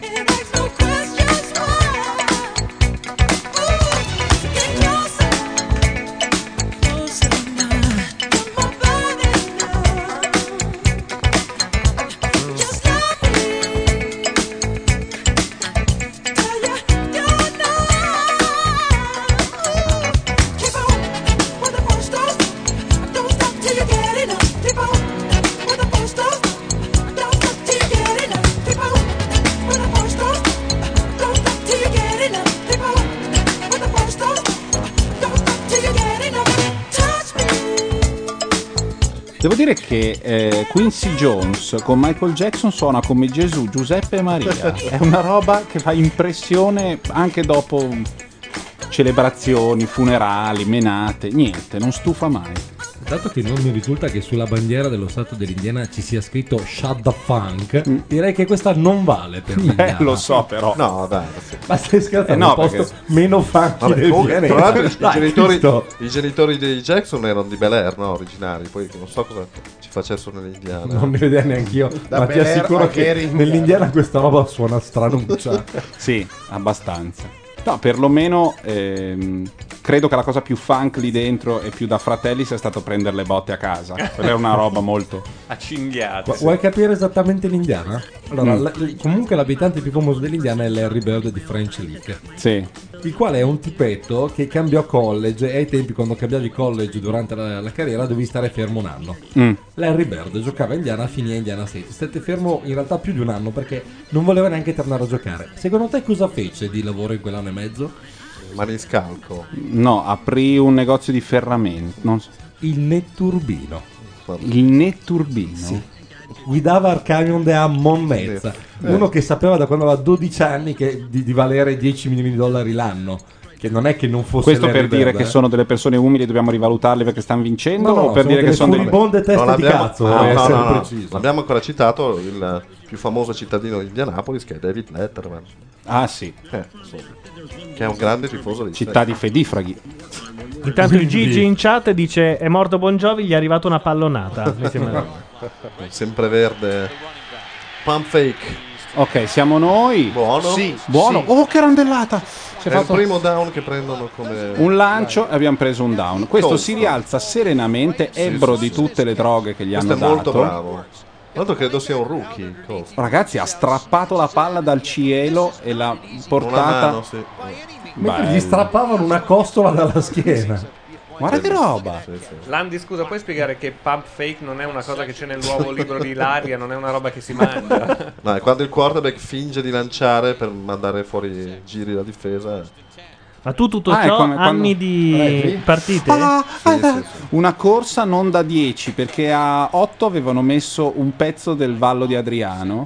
Devo dire che eh, Quincy Jones con Michael Jackson suona come Gesù, Giuseppe e Maria. È una roba che fa impressione anche dopo celebrazioni, funerali, menate. Niente, non stufa mai. Dato che non mi risulta che sulla bandiera dello stato dell'Indiana ci sia scritto Shut the Funk, mm. direi che questa non vale per l'Indiana. Beh, lo so però. No, dai. Sì. Ma stai scherzando? Eh no, il posto perché... meno funky Vabbè, del comunque, pianeta. tra l'altro i, Dai, genitori, Cristo. i genitori di Jackson erano di Bel Air, no? Originari. Poi non so cosa ci facessero nell'Indiana. Non ne vedo neanch'io. Da Ma ti Bel Air assicuro a che Gary in nell'Indiana questa roba suona stranuccia. Sì, abbastanza. No, perlomeno ehm, credo che la cosa più funk lì dentro e più da fratelli sia stato prendere le botte a casa. Quella è una roba molto a cinghiate. Vu- Vuoi capire esattamente l'Indiana? Allora, Mm. la- comunque l'abitante più famoso dell'Indiana è Larry Bird di French Lick. Sì. Il quale è un tipetto che cambiò college e ai tempi quando cambiavi college durante la, la carriera dovevi stare fermo un anno. Mm. Larry Bird giocava a Indiana, finì a Indiana State. Stette fermo in realtà più di un anno perché non voleva neanche tornare a giocare. Secondo te cosa fece di lavoro in quell'anno e mezzo? Maniscalco. No, aprì un negozio di ferramenti. Non so. Il netturbino. Il netturbino? Sì. Guidava il camion da Monnezza. Eh. Uno che sapeva da quando aveva dodici anni che di, di valere dieci milioni di dollari l'anno. Che non è che non fosse Questo Larry per dire Bird, che eh. sono delle persone umili e dobbiamo rivalutarle perché stanno vincendo? No, no, o per sono dire che delle sono delle furibonde teste Non di l'abbiamo- cazzo, no, vorrei no, essere no, no. preciso. L'abbiamo ancora citato il più famoso cittadino di Indianapolis che è David Letterman. Ah sì. Eh, insomma, che è un grande tifoso di Città di fedifraghi. Intanto il Gigi in chat dice: è morto Bon Jovi, gli è arrivata una pallonata. Mi sembra. Sempreverde. Pump fake. Ok, siamo noi. Buono. Sì, buono. Sì. Oh, che randellata! Si È è fatto il primo down che prendono come un lancio e abbiamo preso un down. Questo Tosto. si rialza serenamente, ebbro di tutte le droghe che gli Questo hanno è molto dato. bravo. Tra l'altro credo sia un rookie. Costa. Ragazzi, ha strappato la palla dal cielo e l'ha Una portata. mano, sì. Mentre gli Bello. strappavano una costola dalla schiena. Guarda che roba! Sì, sì. Landi, scusa, puoi spiegare che pump fake non è una cosa che c'è nel nuovo libro di Ilaria, non è una roba che si mangia? No, è quando il quarterback finge di lanciare per mandare fuori giri la difesa. Ma tu tutto Ah, è ciò, come quando- anni di Reggi? partite? Ah, Sì, sì, sì. Una corsa non da dieci perché a otto avevano messo un pezzo del Vallo di Adriano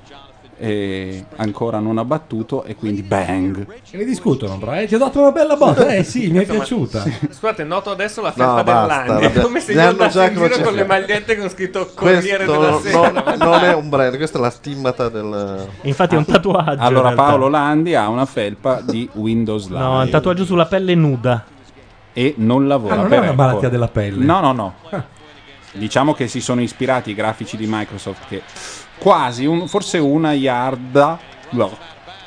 e ancora non ha battuto e quindi bang. E ne discutono, però. Eh, ti ho dato una bella botta. Eh sì, mi è Insomma, piaciuta. Scusate, noto adesso la felpa No, basta, dell'Landi. È vabbè. come se Ne io hanno andassi già in giro con crocifisso. le magliette con scritto Corriere Questo della no- Sera. non è un brand, questa è la stimmata del. Infatti è un tatuaggio. in Allora realtà. Paolo Landi ha una felpa di Windows Live. No, è un tatuaggio sulla pelle nuda. E non lavora Ah, non per è una Apple. malattia della pelle. No, no, no. Diciamo che si sono ispirati i grafici di Microsoft che quasi, un- forse una yarda. No.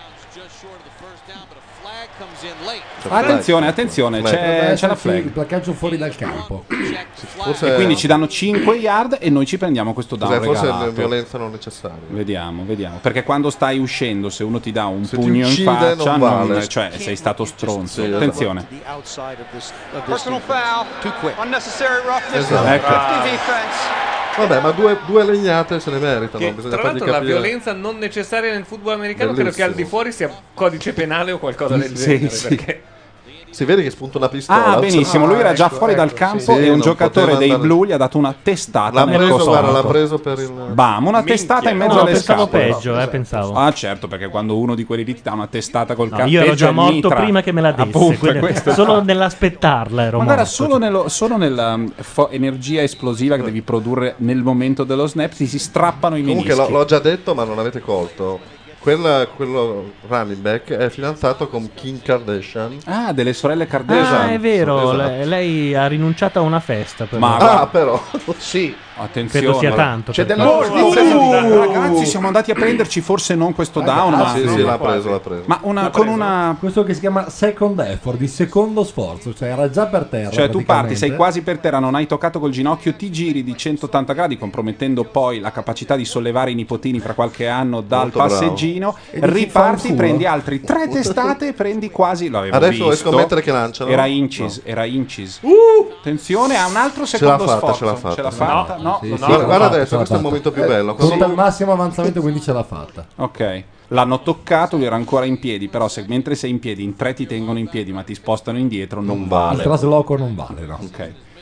Attenzione, attenzione, Dovrebbe c'è, c'è la esserci flag. il placcaggio fuori dal campo. Forse E quindi ci danno cinque yard e noi ci prendiamo questo down Cos'è, forse è regalato. violenza non necessaria. Vediamo, vediamo. Perché quando stai uscendo, se uno ti dà un Se ti pugno in uccide, faccia, non non- vale. cioè sei stato stronzo. Sì, esatto. Attenzione. Personal foul. Too quick. Unnecessary roughness. Esatto. Ecco. Fifty defense. Vabbè, ma due, due legnate se ne meritano. Che, bisogna tra fargli l'altro la capire. violenza non necessaria nel football americano credo Bellissimo. che al di fuori sia codice penale o qualcosa del Sì, genere. sì. Perché Si vede che spunta una pistola. Ah, benissimo. Lui era già ecco, fuori ecco, dal campo sì, e un non giocatore poteva dei andare- blu gli ha dato una testata L'ha nel preso, coso guarda, l'ha alto. preso per il. Bam, una Minchia. testata in mezzo No, alle pensavo scatole. peggio, eh, pensavo. Ah, certo, perché quando uno di quelli lì ti dà una testata col No, cazzo. io ero già morto prima che me la desse. Appunto, quindi questo. solo nell'aspettarla ero Ma guarda, morto. solo, nello, solo nella um, fo- energia esplosiva che devi produrre nel momento dello snap ti si strappano i Comunque menischi. l'ho, l'ho già detto, ma non avete colto. Quella, quello running back è fidanzato con Kim Kardashian. Ah, delle sorelle Kardashian. Ah, è vero, Esatto. le- lei ha rinunciato a una festa. Però. Ma Ah, guarda, però. Sì, attenzione. Credo sia guarda. tanto. c'è per della fare. Uh, ragazzi, siamo andati a prenderci forse non questo down, ma, Sì, sì, l'ha preso, l'ha preso. ma una, con una. Questo che si chiama second effort, di secondo sforzo, cioè era già per terra. Cioè, tu parti, praticamente. sei quasi per terra, non hai toccato col ginocchio, ti giri di centottanta gradi, compromettendo poi la capacità di sollevare i nipotini fra qualche anno dal Molto bravo. passeggino. E dici, Riparti, fanculo. prendi altri tre testate e prendi quasi. L'avevo Adesso visto. vuoi scommettere che lanciano? Era inches, era inches. Attenzione, ha un altro Ce secondo l'ha fatta, sforzo. ce l'ha fatta. Ce l'ha fatta? No, Sì, no, sì, no. Guarda, ce l'ha guarda fatta, adesso, ce l'ha questo è il fatta. momento più bello. Conta Quando- il massimo avanzamento, quindi ce l'ha fatta. Ok, l'hanno toccato, lui era ancora in piedi, però se mentre sei in piedi in tre ti tengono in piedi ma ti spostano indietro non Il vale. trasloco non vale, no? Ok.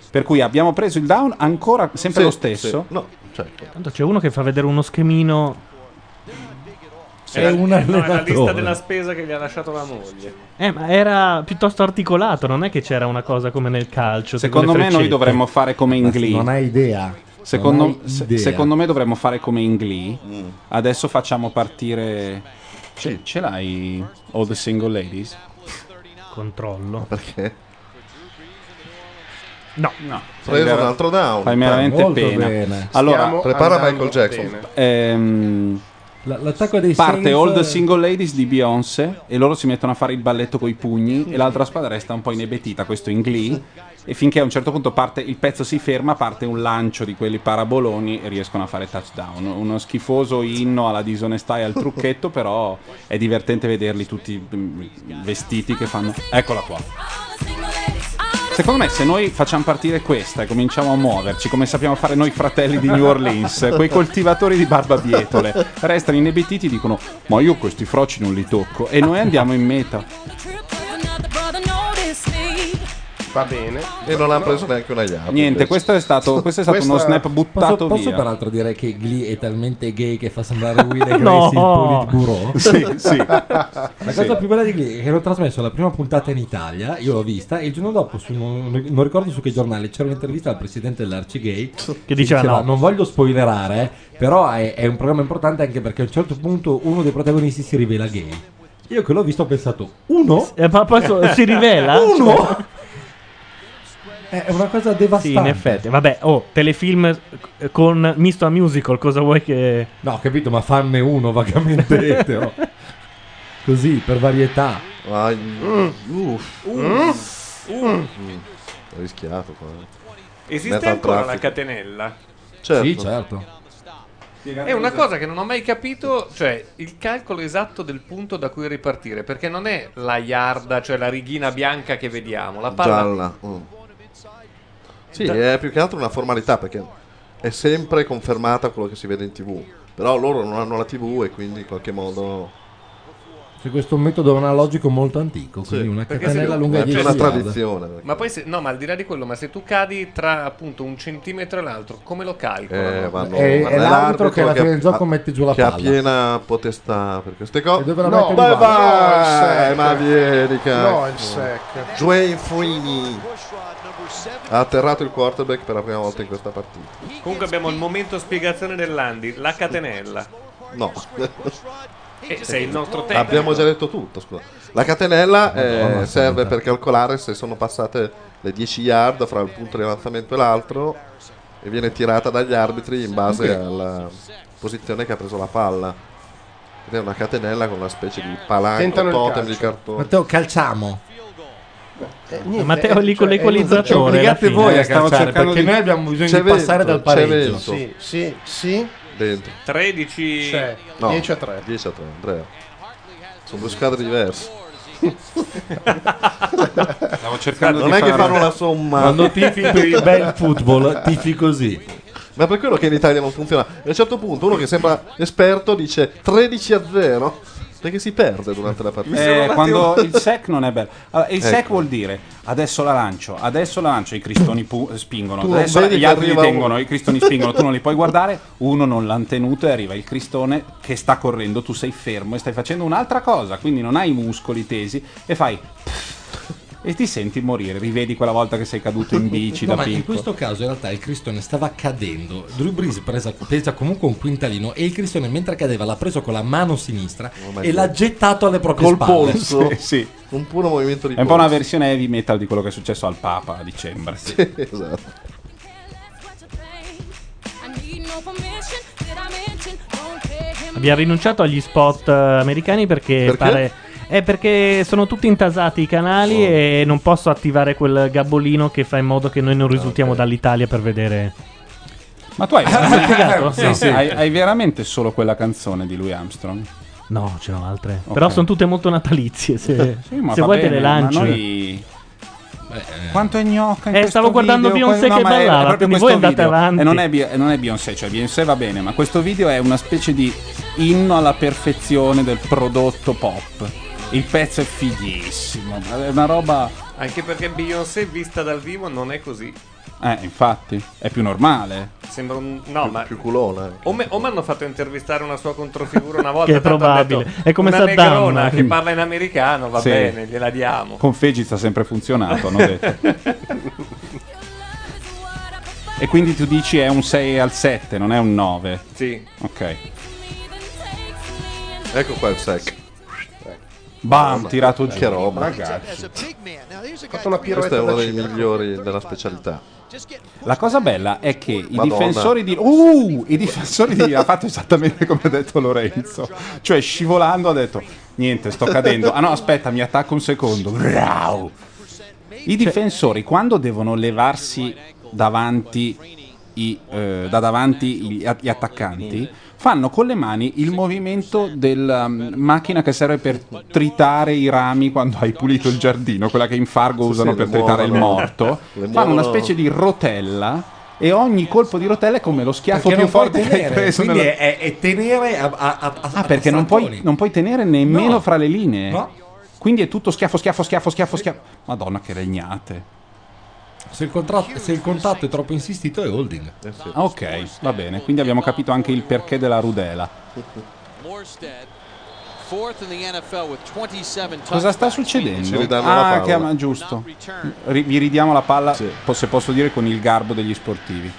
Per cui abbiamo preso il down ancora sempre Sì, lo stesso. sì. No, certo. Tanto c'è uno che fa vedere uno schemino. È la, un no, è la lista allenatore. della spesa che gli ha lasciato la moglie. Eh, ma era piuttosto articolato, non è che c'era una cosa come nel calcio. Secondo me noi dovremmo fare come in Glee. Non hai idea. Secondo, Non hai se- idea. secondo me dovremmo fare come in Glee. Mm. Adesso facciamo partire. Ce, ce l'hai All the Single Ladies? Controllo. Perché? No, no. Preso un altro down. Fai veramente Molto pena. bene. Allora, Stiamo prepara andando Michael Jackson. bene. Ehm, L- l'attacco dei parte Saints- All the Single Ladies di Beyoncé e loro si mettono a fare il balletto coi pugni e l'altra squadra resta un po' inebetita, questo in Glee, e finché a un certo punto parte il pezzo si ferma, parte un lancio di quelli paraboloni e riescono a fare touchdown. Uno schifoso inno alla disonestà e al trucchetto, però è divertente vederli tutti mm, vestiti che fanno. Eccola qua. Secondo me se noi facciamo partire questa e cominciamo a muoverci come sappiamo fare noi fratelli di New Orleans, quei coltivatori di barbabietole restano inebetiti e dicono ma io questi froci non li tocco e noi andiamo in meta. Va bene. E non ha preso neanche una yard. Niente, invece. questo è stato, questo è stato uno snap buttato Posso, posso via. peraltro dire che Glee è talmente gay che fa sembrare Will e Grace No. il Politburo? Sì, sì. La Sì. cosa più bella di Glee è che l'ho trasmesso la prima puntata in Italia, io l'ho vista, e il giorno dopo, su, non, non ricordo su che giornale, c'era un'intervista al presidente dell'Arcigay che diceva no. non voglio spoilerare, però è, è un programma importante anche perché a un certo punto uno dei protagonisti si rivela gay. Io che l'ho visto ho pensato, uno? Eh, ma poi so- si rivela? Uno? È una cosa devastante. Sì, in effetti. Vabbè, oh, telefilm eh, con misto a musical, cosa vuoi che... No, ho capito, ma fanne uno vagamente etero. Così, per varietà. Ah, Mm. uff. Mm. Mm. Ho rischiato qua. Esiste Metal ancora la traffic. catenella? Certo. Sì, certo. È una cosa che non ho mai capito, cioè il calcolo esatto del punto da cui ripartire, perché non è la yarda, cioè la righina bianca che vediamo, la palla Gialla. Mm. Sì, è più che altro una formalità perché è sempre confermata quello che si vede in tivù. Però loro non hanno la tivù e quindi in qualche modo. C'è questo metodo analogico molto antico, quindi Sì, una perché catenella se- lunga è più dieci una yard. tradizione. Ma poi se, no, ma al di là di quello, ma se tu cadi tra appunto un centimetro e l'altro, come lo calcolano? Eh, vanno, È- vanno è l'arbitro che alla che fine del gioco ha- mette giù la che ha palla. piena potestà per queste cose. E dove la No, mette di Vai, base? vai, No, il ma sec. vieni, cazzo. No, il sec. Dwayne Freeney ha atterrato il quarterback per la prima volta in questa partita. Comunque abbiamo il momento spiegazione dell'Andy, la catenella. No. E sei il nostro tecnico. Abbiamo già detto tutto, scusa. La catenella eh, Madonna, serve santa. per calcolare se sono passate le dieci yard fra il punto di avanzamento e l'altro e viene tirata dagli arbitri in base Ok. alla posizione che ha preso la palla. Ed è una catenella con una specie di palanco Tentano il totem di calcio. cartone. Matteo, calciamo. Eh, niente, Matteo eh, lì con cioè, l'equalizzatore. Cioè, obbligate alla fine. voi a Stavo calciare cercando perché di- noi abbiamo bisogno C'è di passare vento, dal c'è pareggio. vento. Sì, sì, sì. Dentro. tredici C'è. No, dieci a tre. dieci a tre, Andrea. Sono due squadre diverse. Stavo cercando Non di è che fare- fanno la somma. Quando tifi per il bel football, tifi così. Ma è per quello che in Italia non funziona. E a un certo punto uno che sembra esperto dice tredici a zero. Perché si perde durante la partita. Eh, quando il sec non è bello. Allora, il sec Ecco. vuol dire adesso la lancio, adesso la lancio, i cristoni pu- spingono, Tu non adesso vedi gli che altri li arriva tengono, uno. i cristoni spingono, tu non li puoi guardare, uno non l'ha tenuto e arriva il cristone che sta correndo, tu sei fermo e stai facendo un'altra cosa, quindi non hai i muscoli tesi e fai e ti senti morire, rivedi quella volta che sei caduto in bici No, da ma in piccolo. questo caso in realtà il cristone stava cadendo. Drew Brees presa, pesa comunque un quintalino e il cristone mentre cadeva l'ha preso con la mano sinistra Oh, e l'ha gettato alle proprie Col spalle. polso. Sì, sì. Un puro movimento di È un po' una polso. versione heavy metal di quello che è successo al Papa a dicembre. Sì, esatto. Abbiamo rinunciato agli spot eh, americani perché, Perché? pare... Eh, perché sono tutti intasati i canali Oh. e non posso attivare quel gabbolino che fa in modo che noi non risultiamo dall'Italia per vedere. Ma tu hai Mi hai spiegato? Sì, sì. Hai, hai veramente solo quella canzone di Louis Armstrong? No, ce n'ho altre. Ok. Però sono tutte molto natalizie. Se, Sì, ma se va vuoi te bene, le lancio. ma noi- Quanto è gnocca in Eh, questo stavo guardando video, Beyoncé no, che ma è- è ballava, proprio quindi questo voi andate video. avanti. E non è, Bi- e non è Beyoncé, cioè Beyoncé va bene, ma questo video è una specie di inno alla perfezione del prodotto pop. Il pezzo è fighissimo, è una roba... Anche perché Beyoncé vista dal vivo non è così. Eh, infatti, è più normale. Sembra un. No, Più- ma. più culona. O mi hanno fatto intervistare una sua controfigura una volta. Che è tanto hanno probabile. detto, È come una Saddam. negrona che Mm. parla in americano, va Sì. bene, gliela diamo. Con Fegiz ha sempre funzionato, hanno detto. E quindi tu dici è un sei al sette, non è un nove? Sì. Ok. Ecco qua il sec. Bam, tirato giù. Che roba. Ragazzi. Ha fatto una Questo pirouette è uno da dei circo. migliori della specialità. La cosa bella è che i Madonna. difensori di Uh, i difensori di ha fatto esattamente come ha detto Lorenzo. Cioè scivolando ha detto "Niente, sto cadendo". Ah no, aspetta, mi attacco un secondo. Brau. I difensori quando devono levarsi davanti i, eh, da davanti gli, gli attaccanti fanno con le mani il movimento della um, macchina che serve per tritare i rami quando hai pulito il giardino, quella che in Fargo Sì, usano sì, per le tritare il muovono. morto. Le Fanno una muovono. specie di rotella e ogni colpo di rotella è come lo schiaffo Perché più non puoi forte che hai tenere, preso quindi nella- è, è tenere a, a, a, a Ah, perché non puoi, non puoi tenere nemmeno No. fra le linee. No. Quindi è tutto schiaffo, schiaffo, schiaffo, schiaffo, schiaffo. Madonna che regnate. Se il, contratto- se il contatto è troppo insistito è holding. Ah, ok, va bene. Quindi abbiamo capito anche il perché della rudela. Morstead, fourth in the N F L with twenty-seven Cosa sta touchbacks. Ci succedendo? ridanno la Ah, palla. che ama- giusto. Ri- vi ridiamo la palla, po- se posso dire, con il garbo degli sportivi.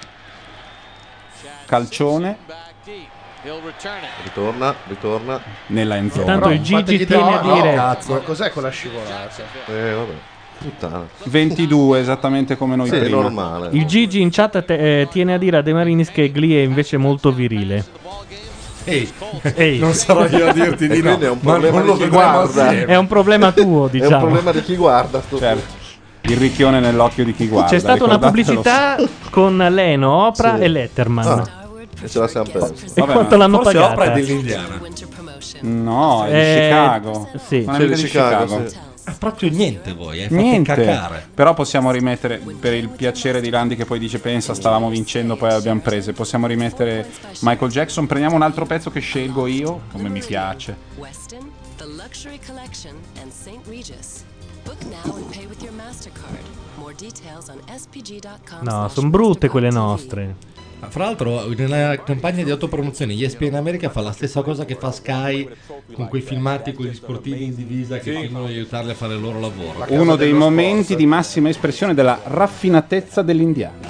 Calcione He'll return it. Ritorna, ritorna. nella end zone. Intanto il Gigi tiene a dire Ma cos'è quella scivolata? Eh, vabbè. Puttana. ventidue, esattamente come noi Sì, è prima. normale. il Gigi in chat te- eh, tiene a dire a De Marinis che Glee è invece molto virile. Ehi, Ehi. non sarò io a dirti di E no. quindi è un ma problema non lo di chi vedremo guarda. assieme. È un problema tuo, È un diciamo. problema di chi guarda. Sto Certo. Il ricchione nell'occhio di chi guarda. C'è stata una ricordatelo. pubblicità con Leno, Oprah Sì. e Letterman. Ah, e ce la siamo persa. E Vabbè, quanto ma l'hanno Forse pagata? Oprah è dell'Indiana. No, è di Eh, Chicago. sì. Non è Sì, mica di di Chicago, Chicago. sì. Ah, proprio niente voi, eh. Fate Niente, cacare. però possiamo rimettere, per il piacere di Landi che poi dice pensa stavamo vincendo poi abbiamo prese, possiamo rimettere Michael Jackson. Prendiamo un altro pezzo che scelgo io, come mi piace. Weston, the Luxury Collection, and Saint Regis. Book now and pay with your MasterCard. More details on s p g dot com. No, sono brutte quelle nostre. Ah, fra l'altro, nella campagna di autopromozione E S P N America fa la stessa cosa che fa Sky con quei filmati con gli sportivi in divisa che cercano di aiutarli a fare il loro lavoro. Uno dei momenti di massima espressione della raffinatezza dell'indiana.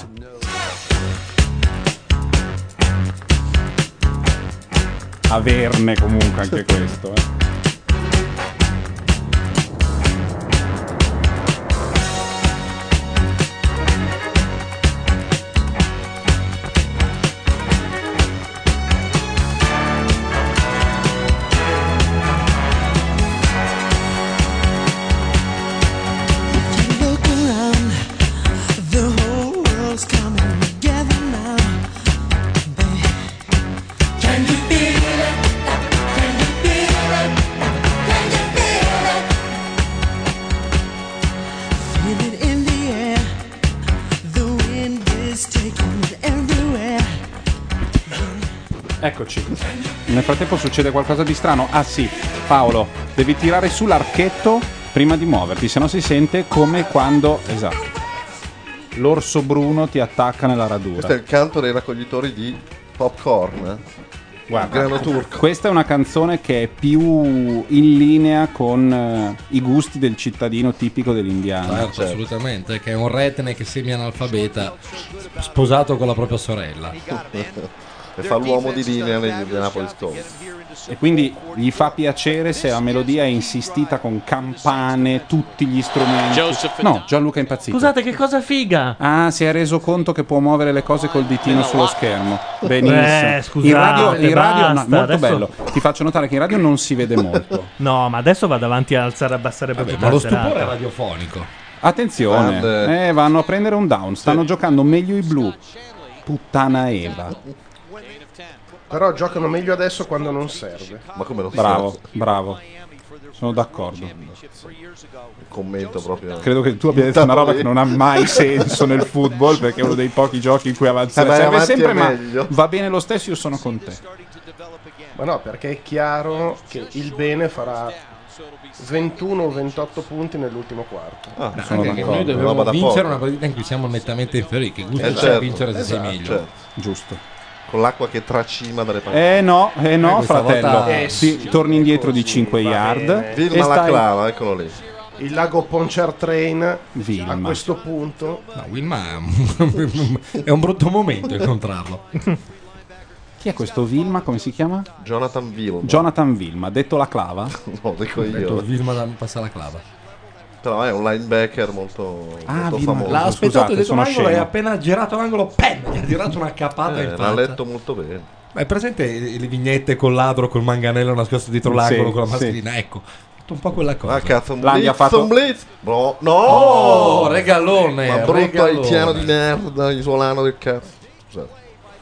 Averne comunque anche questo, eh. Look around, the whole world's coming together now. Babe, can you feel it? Can you feel it? Can you feel it? Feel it in the air. The wind is taking it everywhere. Eccoci. Nel frattempo succede qualcosa di strano. Ah sì, Paolo, devi tirare sull'archetto prima di muoverti, se no si sente come quando, esatto, l'orso bruno ti attacca nella radura. Questo è il canto dei raccoglitori di popcorn. Guarda, Grano turco. questa è una canzone che è più in linea con eh, i gusti del cittadino tipico dell'Indiana. Certo, assolutamente, che è un redneck semi-analfabeta sposato con la propria sorella. E fa l'uomo di linea negli Indianapolis Colts. E quindi gli fa piacere se la melodia è insistita con campane, tutti gli strumenti. No, Gianluca è impazzito. Scusate, che cosa figa! Ah, si è reso conto che può muovere le cose col ditino sullo schermo. Benissimo. Eh, scusate, in radio, in radio no, basta, molto adesso- bello. Ti faccio notare che in radio non si vede molto. No, ma adesso vado avanti a alzare e abbassare per Vabbè, tutta ma lo la stupore serata. è radiofonico. Attenzione, Grande. eh, vanno a prendere un down. Stanno giocando meglio i blu. Puttana Eva. Però giocano meglio adesso quando non serve. Ma come lo Bravo, bravo. Sono d'accordo. Commento proprio. Credo che tu abbia detto una roba che non ha mai senso nel football, perché è uno dei pochi giochi in cui avanzare Eh, vai serve avanti sempre, è ma meglio. va bene lo stesso, io sono con te. Ma no, perché è chiaro che il bene farà ventuno ventotto punti nell'ultimo quarto. Ah, No, sono anche che d'accordo, noi dobbiamo roba da vincere poco. una partita in cui siamo nettamente inferiori. Che gusto Eh, c'è certo. vincere se sei Esatto, meglio? certo. Giusto. Con l'acqua che tracima dalle partite. Eh no, eh no, Eh, questa fratello. volta- Eh, sì, torni indietro di cinque yard. Vilma e la stai- clava, eccolo lì. Il lago Pontchartrain Vilma. a questo punto. No, Wilma è un- è un brutto momento incontrarlo. Chi è questo Vilma? Come si chiama? Jonathan Vilma. Jonathan Vilma, detto la clava? No, dico Ho detto io. Vilma da- passa la clava. Però è un linebacker molto, Ah, molto Vilma. famoso. L'ha aspettato Scusate, dietro sono l'angolo e scemo. appena girato l'angolo, pam, gli ha tirato una cappata Eh, in l'ha faccia. letto molto bene. È presente le vignette col ladro col manganello nascosto dietro l'angolo Sì, con la sì. mascherina? Ecco, tutto un po' quella cosa. Ah, cazzo, un L'Andy blitz, ha fatto- un blitz. No, no! Oh, regalone! Ma brutto regalone. haitiano di merda, isolano del cazzo. Scusate.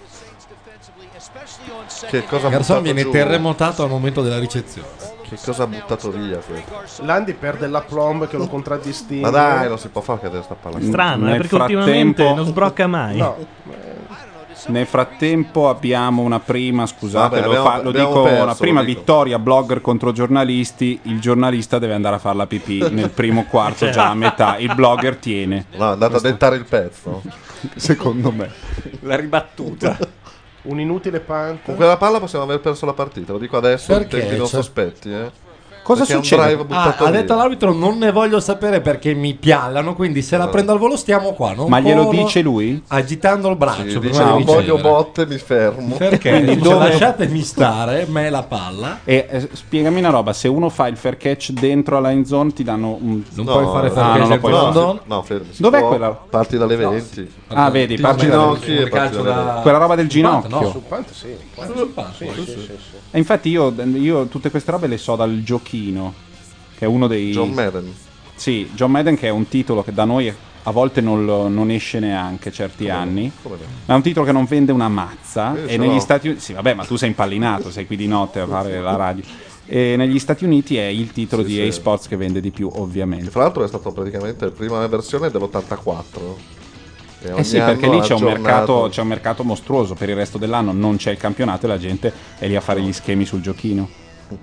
Che cosa ha Garçon buttato viene giù? terremotato al momento della ricezione. Che cosa ha buttato via questo? Landy perde la plomb che lo contraddistingue. Ma dai, non si può fare che adesso sta parlando. Strano, eh, Nel perché ultimamente frattempo- non sbrocca mai. No, Nel frattempo abbiamo una prima, scusate, Vabbè, lo, abbiamo- fa- lo abbiamo dico, perso, una prima lo dico. vittoria blogger contro giornalisti. Il giornalista deve andare a fare la pipì nel primo quarto, già a metà. Il blogger tiene. No, è andato a dettare il pezzo. Secondo me. La ribattuta. un inutile punt. Con quella palla possiamo aver perso la partita, lo dico adesso, in Perché? tempi non Cioè- sospetti, eh. Cosa Perché è un succede? drive Ah, buttato ha via. detto l'arbitro non ne voglio sapere perché mi piallano, quindi se la prendo al volo stiamo qua. Non Ma glielo corro, dice lui? agitando il braccio. Sì, prima dice di non voglio ricevere. botte, mi fermo. Perché? Quindi Dice, dove- lasciatemi stare, me la palla. E eh, spiegami una roba: se uno fa il fair catch dentro alla end zone, ti danno un. Non No, puoi fare ah, fair non catch lo del puoi London. No, fermi. si Dov'è può. quella? Parti dalle venti. Ah, vedi, Ti parti lanci da- ginocchi e un calcio parti dalle da... Quella roba del sul punt, ginocchio. no? Sul punt sì. Sul punt, Sì, sì, sì, sì. sì, sì. E infatti io, io tutte queste robe le so dal giochino, che è uno dei. John Madden. Sì, John Madden, che è un titolo che da noi a volte non, lo- non esce neanche certi anni. Come no? Ma è un titolo che non vende una mazza. Eh, e ce negli l'ho. Stati Uniti. Sì, vabbè, ma tu sei impallinato, sei qui di notte a fare la radio. E negli Stati Uniti è il titolo Sì, di sì. E A Sports che vende di più, Che ovviamente. fra l'altro è stata praticamente la prima versione dell'ottantaquattro. E Eh ogni sì, perché anno lì ha c'è un, aggiornato. mercato, c'è un mercato mostruoso. Per il resto dell'anno non c'è il campionato e la gente è lì a fare gli schemi sul giochino.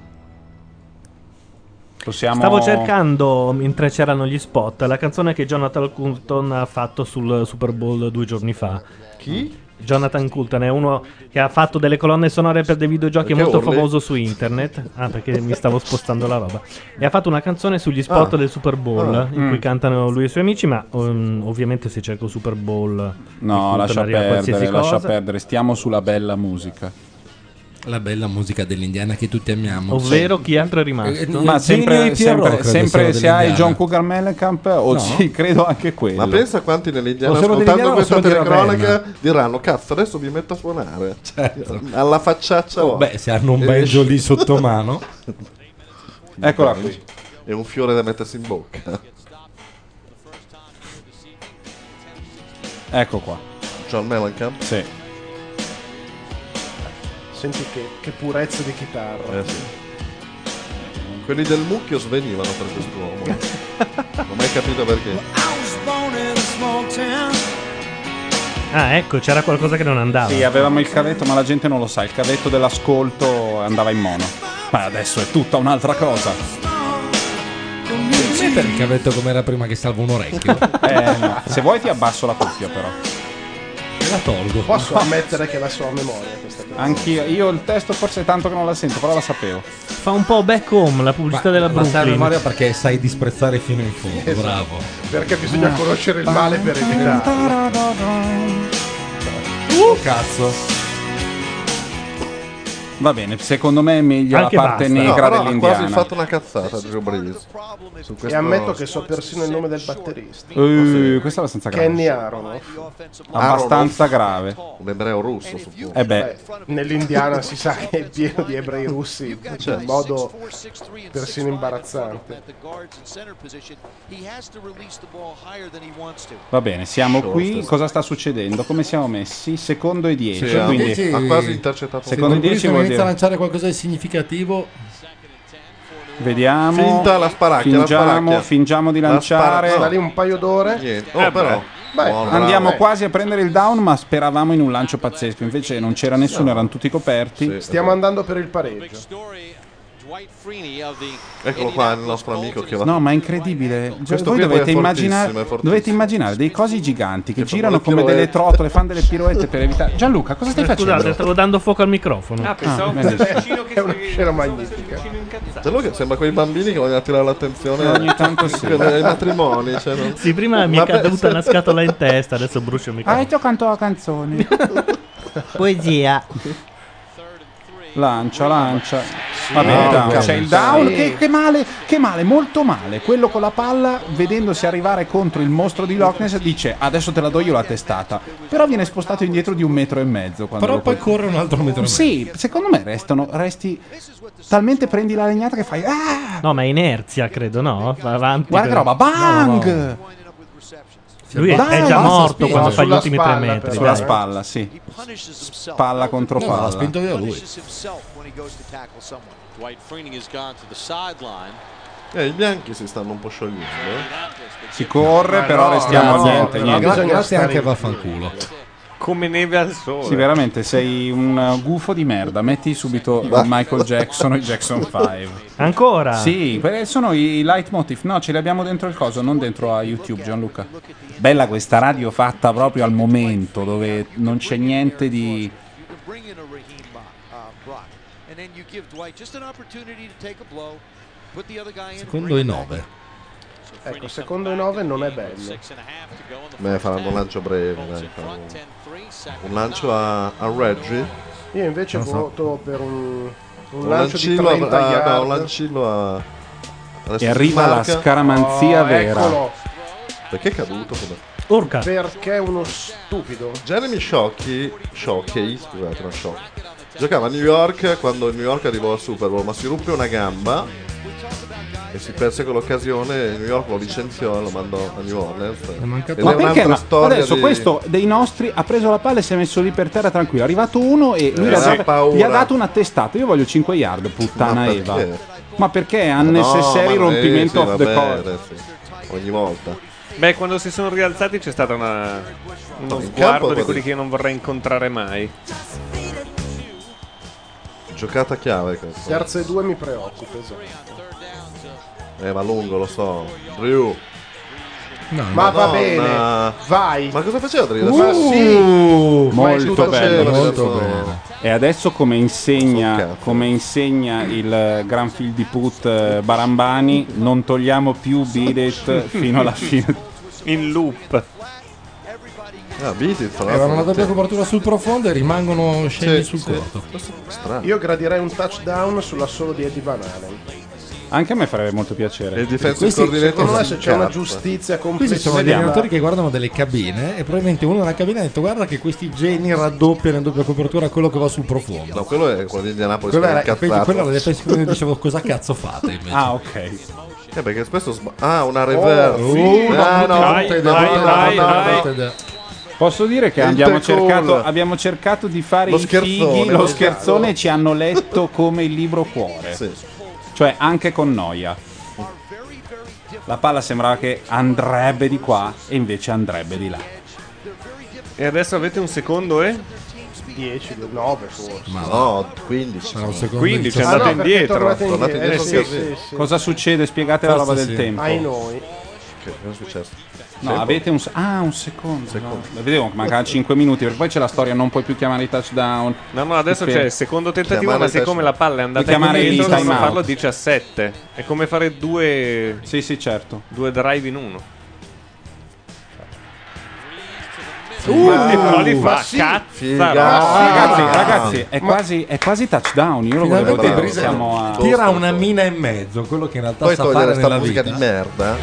Possiamo... Stavo cercando, mentre c'erano gli spot, la canzone che Jonathan Coulton ha fatto sul Super Bowl due giorni fa. Chi? Jonathan Coulton è uno che ha fatto delle colonne sonore per dei videogiochi Perché molto urli? famoso su internet. Ah, perché mi stavo spostando la roba. E ha fatto una canzone sugli spot Ah. del Super Bowl, Ah. in cui Mm. cantano lui e i suoi amici, ma um, ovviamente se cerco Super Bowl... No, di Coulton lascia arriva perdere, qualsiasi lascia cosa. perdere. Stiamo sulla bella musica. La bella musica dell'Indiana che tutti amiamo. Ovvero chi altro è Eh, rimasto? eh, Ma Genio sempre, e Pierrot, sempre, credo sempre siano se hai dell'Indiana. John Cougar Mellencamp o No. sì, credo anche quello. Ma pensa quanti nell'Indiana O sono ascoltando dell'Indiana o questa sono di telecronaca Ravenna. diranno cazzo adesso mi metto a suonare. Certo. Alla facciaccia. Oh, beh, se hanno un banjo lì sotto mano. Eccola qui. È un fiore da mettersi in bocca. Ecco qua. John Mellencamp? Sì. Senti che, che purezza di chitarra. Eh sì. Quelli del mucchio svenivano per quest'uomo. Non ho mai capito perché. Ah, ecco, c'era qualcosa che non andava. Sì, avevamo il cavetto, ma la gente non lo sa. Il cavetto dell'ascolto andava in mono. Ma adesso è tutta un'altra cosa. Mettere il cavetto come era prima che salva un orecchio. Eh, no. Se vuoi ti abbasso la cuffia, però. E la tolgo. Posso ammettere che la so a memoria questa canzone. Anch'io. Io il testo forse è tanto che non la sento, però la sapevo. Fa un po' back home la pubblicità della Ma sai a Brooklyn. memoria perché sai disprezzare fino in fondo. Esatto. Bravo. Perché bisogna conoscere il male per evitarlo. Oh cazzo. Va bene, secondo me è meglio Anche la parte basta. No, negra però ha dell'Indiana. quasi fatto una cazzata Drew Brees. Su E questo- ammetto che so persino il nome del batterista. Uh, questo è abbastanza grave. Kenny Aronoff. Abbastanza grave. Un ebreo russo, suppongo. Eh beh. Beh, nell'Indiana si sa che è pieno di ebrei russi in modo persino imbarazzante. Va bene, siamo Show qui. stesso. Cosa sta succedendo? Come siamo messi? Secondo e dieci. Sì, ha- quindi ha quasi intercettato. secondo i Secondo dieci me vuol inizia a dire. lanciare qualcosa di significativo. Vediamo. Finta la sparacchia, la Fingiamo, sparacchia. fingiamo di La lanciare. spara- Sta lì un paio d'ore. Niente. Oh, Eh però. Beh, Buono, Andiamo bravo. quasi a prendere il down, ma speravamo in un lancio pazzesco. Invece non c'era nessuno, erano tutti coperti. Sì. Stiamo andando per il pareggio. Eccolo qua, il nostro amico che va. No, ma è incredibile. Cioè, Questo voi qui poi dovete è immaginare, fortissimo, è fortissimo. dovete immaginare dei cosi giganti che, Che fanno girano le come piroette. delle trotole, fanno delle piroette per evitare. Gianluca, cosa stai facendo? Scusate, stavo dando fuoco al microfono. Ah, pensavo Ah, fosse benissimo. vicino che È una si- scena magnifica. vicino incazzato. Gianluca sembra quei bambini che vogliono attirare l'attenzione Ogni tanto sì. ai matrimoni. Cioè non... Sì, prima mi è Vabbè, caduta se- una scatola in testa, adesso brucio il microfono. Ah, io canto la canzone. Poesia. Lancia, lancia. Va bene, No, down. ok. C'è il down. Sì. Che, che male, che male, molto male. Quello con la palla, vedendosi arrivare contro il mostro di Loch Ness, dice: adesso te la do io la testata. Però viene spostato indietro di un metro e mezzo. quando Però lo poi colpisce. corre un altro metro e mezzo. Sì, secondo me restano, resti talmente prendi la legnata che fai. Ah! No, ma è inerzia, credo, no? Va avanti. Guarda che per- roba, bang! No, no. Lui è, Dai, è già basta, morto spingi. quando No, fa gli sulla ultimi tre spalla, metri. però. Sulla dai. spalla, sì. Spalla contro No, l'ha palla. spinto via lui. Dwight Freeney has gone to the sideline. Eh, i bianchi si stanno un po' sciogliendo. eh. Si corre, Ma però no, restiamo no, niente, no, niente. no, Gra- grazie stare anche in- vaffanculo. Come neve al sole. Sì, veramente sei un gufo di merda. Metti subito Michael Jackson o i Jackson cinque. Ancora? Sì, perché sono i leitmotiv. No, ce li abbiamo dentro il coso, non dentro a YouTube, Gianluca. Bella questa radio fatta proprio al momento, dove non c'è niente di... Bring in a Raheem uh, Brock, and then you give Dwight just an opportunity to take a blow, put the other guy in. Secondo e nove. Ecco, secondo e nove non è bello. Beh, faranno un lancio breve, dai, faranno un lancio a, a Reggie. Io invece Non so. voto per un, un Un lancio di lancillo, trenta a, yard. no, un lancillo a... adesso E si arriva la smarca. scaramanzia Oh, vera. eccolo. Perché è caduto? Come? Urca. Perché è uno stupido. Jeremy Shockey, Shockey, scusate, non Shockey, giocava a New York quando il New York arrivò al Super Bowl, ma si ruppe una gamba e si perse quell'occasione. New York lo licenziò e lo mandò a New Orleans. È mancato- Ed Ma è perché un'altra no? storia Adesso di... questo dei nostri ha preso la palla e si è messo lì per terra tranquillo. È arrivato uno e lui Eh, gli, ha sì. dato, paura. gli ha dato una testata. Io voglio cinque yard, puttana Ma Eva. perché? Ma perché No, unnecessary ma- rompimento eh, sì, of the vabbè, cord? adesso, ogni volta. Beh, quando si sono rialzati c'è stato una, uno in sguardo campo di poi- quelli che io non vorrei incontrare mai. Giocata chiave questa. Terzo e due mi preoccupa, esatto. Eh, va lungo, lo so. Drew. No, Ma va Madonna. bene, vai. Ma cosa faceva Drew? Ma sì. Ma è Molto tutto bello, bello. molto Adesso- bene. E adesso come insegna, Cazzo. come insegna il eh, gran fill di put eh, Barambani, non togliamo più Beat It fino alla fine. In loop. Ah, Beat It, fra Avevano una l'altro. doppia copertura sul profondo e rimangono scemi Sì, sul sì. corto. Strano. Io gradirei un touchdown sulla solo di Eddie Van Halen. Anche a me farebbe molto E piacere. il defensive Questi- coordinator Secondo me si se c'è una incazza. giustizia Questi complessiva. sono degli Vediamo. allenatori che guardano delle cabine e probabilmente uno nella cabina ha detto guarda che questi geni raddoppiano in doppia copertura quello che va sul profondo. No, quello è quello di Indianapolis Quella che era, è incazzato. quella era la defensive coordinator, dicevo cosa cazzo fate invece. Ah, ok. Eh, perché spesso sba- ah, una reverse. Oh, Sì. no, Ah, no, dai, Dai, dai, no, dai, no, dai. no, Posso dire che Il abbiamo tackle. cercato, abbiamo cercato di fare Lo i scherzone, fighi, lo esatto. scherzone e ci hanno letto come il libro cuore. Sì. Cioè anche con noia. La palla sembrava che andrebbe di qua e invece andrebbe di là. E adesso avete un secondo e? dieci, nove forse. Ma No, quindici. Sarà un secondo quindici, di andate Ah, no, perché indietro. tornate Tornate indietro. indietro, Eh, sì, sì, sì. sì, sì. Cosa succede? Spiegate la Forse roba del sì. tempo. Ai noi. Che cosa è successo? No, Tempo? avete un... Ah, un secondo. secondo. No. Vedevo che mancavano cinque minuti, perché poi c'è la storia, non puoi più chiamare i touchdown. No, no, adesso Sì. c'è il secondo tentativo, Chiamare ma il siccome touchdown. la palla è andata Puoi chiamare indietro, il devono time out. farlo diciassette. È come fare due, Sì, sì, certo. due drive in uno. Uh, e però li ma fa sì. cazzo. Figa. Ah, ragazzi, Ah. ragazzi, è quasi, è quasi touchdown. Io lo volevo Finalmente dire. Brise Siamo a... tira una mina e mezzo, quello che in realtà Poi sa togliere fare sta nella musica vita. di merda.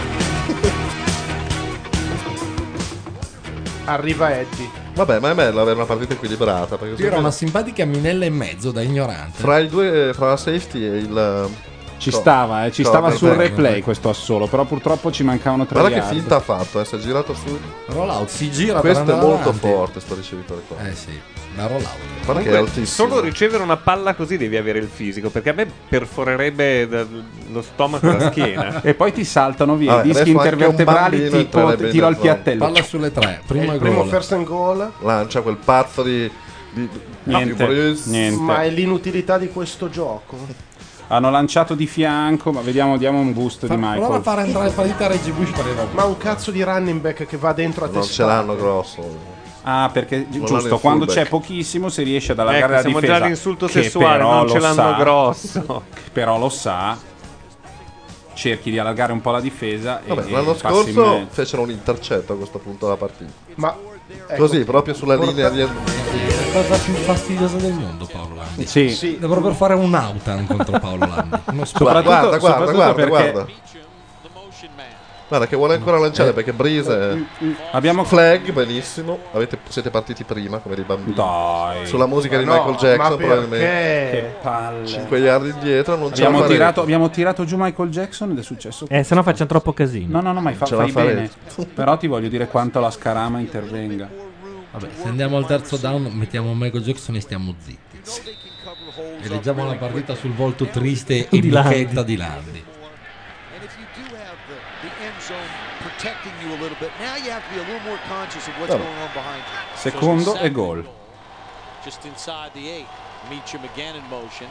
Arriva Eddie. Vabbè, ma è bello avere una partita equilibrata. Perché Tira secondo una me simpatica minella e mezzo da ignorante. fra i due, fra la safety e il. Ci Co- stava, eh, ci stava cornerback. sul replay questo assolo, però purtroppo ci mancavano tre Guarda che yard. finta ha fatto, eh, si è girato su. Roll out, si gira Questo per è andare molto avanti. forte, sto ricevitore qua. Eh sì, ma roll out. Guarda che è Comunque, altissimo. solo ricevere una palla così devi avere il fisico, perché a me perforerebbe da- lo stomaco e la schiena. E poi ti saltano via Vabbè, i dischi adesso anche un intervertebrali bambino tipo entrerebbe in tiro al mezzo. piattello. Palla sulle tre, È primo il e primo gol. first and goal. Lancia quel pazzo di. di, di Niente, Bruce. niente. Ma è l'inutilità di questo gioco. Hanno lanciato di fianco, ma vediamo, diamo un boost Fa- di Michael. Prova a fare entrare il partita a Reggie Bush per il Ma un cazzo di running back che va dentro a Non testare. ce l'hanno grosso. Ah, perché gi- Non giusto, hanno il quando fullback. c'è pochissimo si riesce ad allargare Ecco, la siamo difesa. già all'insulto che sessuale, però non lo ce l'hanno sa- grosso. che però lo sa, cerchi di allargare un po' la difesa. Vabbè, e, l'anno e passi in scorso mezzo. fecero un intercetto a questo punto della partita. Ma ecco, Così, proprio sulla porta- linea di... È la cosa più fastidiosa del mondo, Paolo Landi. Sì. Sì. Dovrebbero fare un outan contro Paolo Landi. Uno Guarda, guarda, guarda, soprattutto guarda, perché- guarda. Guarda che vuole ancora lanciare perché Breeze Abbiamo flag, benissimo. Avete, siete partiti prima come dei bambini. Dai. Sulla musica Ma di no, Michael Jackson ma probabilmente. perché? Che palle. cinque yard indietro, non ce Abbiamo la farete. tirato, abbiamo tirato giù Michael Jackson ed è successo. Eh, se no facciamo troppo casino. No, no, no, ma fa, Ce la fai bene. farete. Però ti voglio dire quanto la scarama intervenga. Vabbè, se andiamo al terzo down, mettiamo Michael Jackson e stiamo zitti. E leggiamo la partita sul volto triste e Di Landi. bichetta di Landi. And if you do have the, the end zone protecting you a little bit, now you have to be a little more conscious of what's Vabbè. going on behind you. Secondo e gol. Just inside the eight. Meacham again in motion.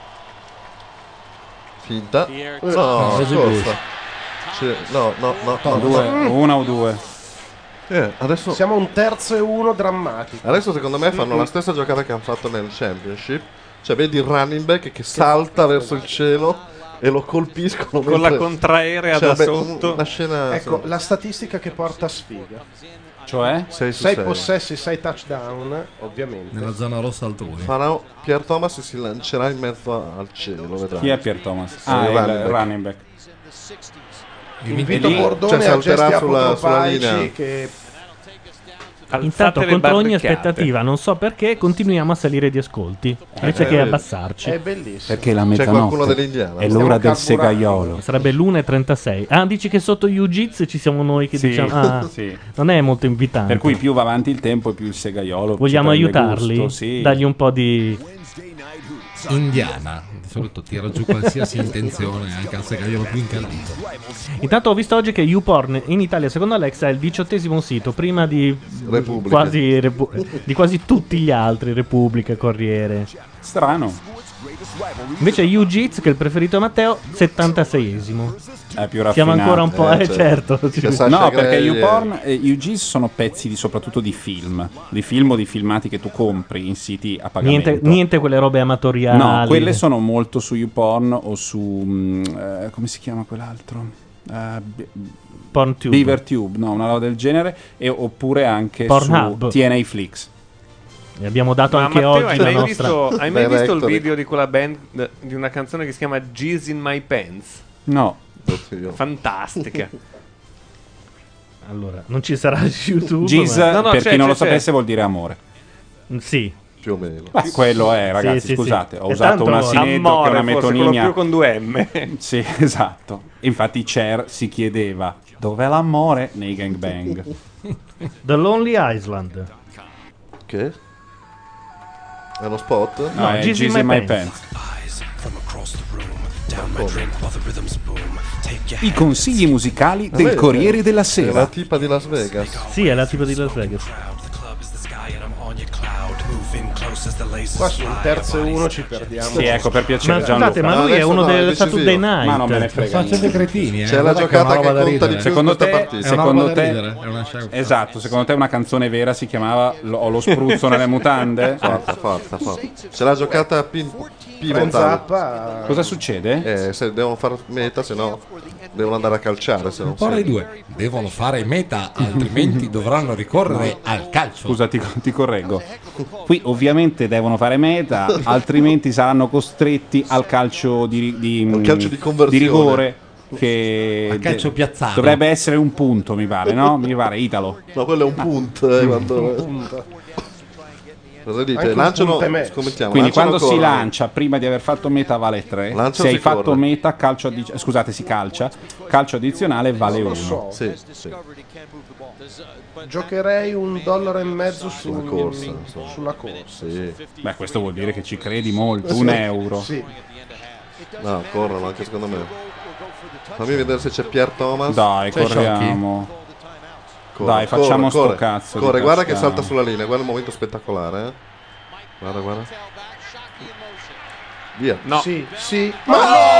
Finta. Here- No, No, scorsa. Sì, no, no, no, no, Due, no. una o due. Eh, adesso, Siamo un terzo e uno drammatico. adesso secondo me fanno la stessa giocata che hanno fatto nel Championship. Cioè vedi il running back che salta verso il cielo e lo colpiscono Con la mentre- contraerea Cioè, da beh, sotto. una scena Ecco, la statistica che porta a sfiga. Cioè? sei su sei sei. possessi, sei touchdown, ovviamente. Nella zona rossa altrui. Farà- Pier Thomas si lancerà in mezzo a- al cielo, vedrai. Chi è Pier Thomas? Sì, Ah, il il running back. running back. Invito E lì- Bordone cioè, a gesti salterà sulla- apotropaici sulla linea. che Intanto, le contro ogni barricate. aspettativa, non so perché, continuiamo a salire di ascolti invece eh, che vedi. abbassarci. è bellissimo. Perché la C'è qualcuno mezzanotte dell'Indiana? è Stiamo l'ora del carburando. segaiolo. Sarebbe l'una e trentasei. Ah, dici che sotto Jiu-Jitsu ci siamo noi che Sì, diciamo. Ah, sì. non è molto invitante. Per cui più va avanti il tempo e più il segaiolo. ci vogliamo prende aiutarli? gusto, sì. Dargli un po' di. Indiana. Di solito tira giù qualsiasi intenzione, anche al segaiolo più incallito. Intanto ho visto oggi che YouPorn in Italia, secondo Alexa, è il diciottesimo sito, prima di Repubblica. quasi, Repu- di quasi tutti gli altri, Repubblica, Corriere. Strano. Invece Jiu-Jitsu, che è il preferito a Matteo, settantaseiesimo. È più raffinato. Siamo ancora un po'. Eh, Eh, certo. certo. sì. Che sa- No, Sasha perché Grey YouPorn e YouGeez sono pezzi di, soprattutto di film. Di film o di filmati che tu compri in siti a pagamento. Niente, niente quelle robe amatoriali. No, quelle sono molto su YouPorn o su. mm, eh, come si chiama quell'altro? Eh, Be- PornTube. BeaverTube, no, una roba del genere. E, oppure anche Pornhub. su T N A Flix. E abbiamo dato Ma anche Matteo, oggi hai la mai, nostra. visto, hai mai visto il Directory. video di quella band d- di una canzone che si chiama Jizz in My Pants? No. Oddio. Fantastica. Allora, non ci sarà su YouTube. Jizz, ma- No, no, per c'è, chi non c'è, lo c'è. sapesse, vuol dire amore. Mm, Sì. Più o meno. Ma quello è, ragazzi, Sì, sì, scusate. sì. Ho E usato tanto un asinetto che è Amore, una forse, quello metonimia. più con due M. Sì, esatto. Infatti Cher si chiedeva dov'è l'amore nei gangbang. The Lonely Island. Che? È uno spot? No, è Jizz in Jizz My in My Pants. Pants. From across the room, down my drink while the rhythms boom. Take your I consigli musicali Ma del vedi? Corriere della È la Sera. tipa di Las Vegas. Sì, è la tipo di Las Vegas. crowd. The club is the sky and I'm on your cloud. Moving close as the lasers Qua sul fly. terzo e Our uno bodies ci perdiamo. Sì, ecco, per piacere, Ma Gianluca. scusate, ma No, lui è adesso uno no, è del decisivo. Saturday Night. Ma non me ne Sono frega facendo niente. cretini, eh. C'è la Guarda che è giocata una roba che da conta di ridere. più. Secondo questa te, partita. È una secondo roba da te, ridere, è una sciagura. esatto, secondo te una canzone vera si chiamava Lo- Ho lo spruzzo nelle mutande? Forza, forza, forza. C'è la giocata pin- Frank pivotal. Zappa. Cosa succede? Eh, se devono fare meta, se no devono andare a calciare. Se non Un po' le sei. due. Devono fare meta, altrimenti dovranno ricorrere al calcio. Scusa, ti, ti correggo. Qui ovviamente devono fare meta, altrimenti saranno costretti al calcio di, di, Al calcio di conversione. rigore. Che Al calcio de- piazzato. dovrebbe essere un punto, mi pare, no? Mi pare, Italo. No, quello è un punto. Eh, quando... Cosa dite? Anche un Lanciano, punto e mezzo. scommettiamo. Quindi lanciano quando si corrono. lancia prima di aver fatto meta vale tre. Lancia Se o hai si fatto corre? meta, calcio addi- scusate, si calcia. Calcio addizionale vale Non uno. lo so. Sì, sì. Giocherei un dollaro e mezzo su Sulla corsa, insomma. sulla corsa. Sì. Beh, questo vuol dire che ci credi molto. Un euro. Sì. No, corrono anche secondo me. Fammi vedere se c'è Pier Thomas. Dai, C'è corriamo. Corre, Dai, facciamo sto corre, cazzo di Corre, guarda che touchdown. salta sulla linea. Guarda il momento spettacolare. Eh. Guarda, guarda. Via. No. Sì, sì. No,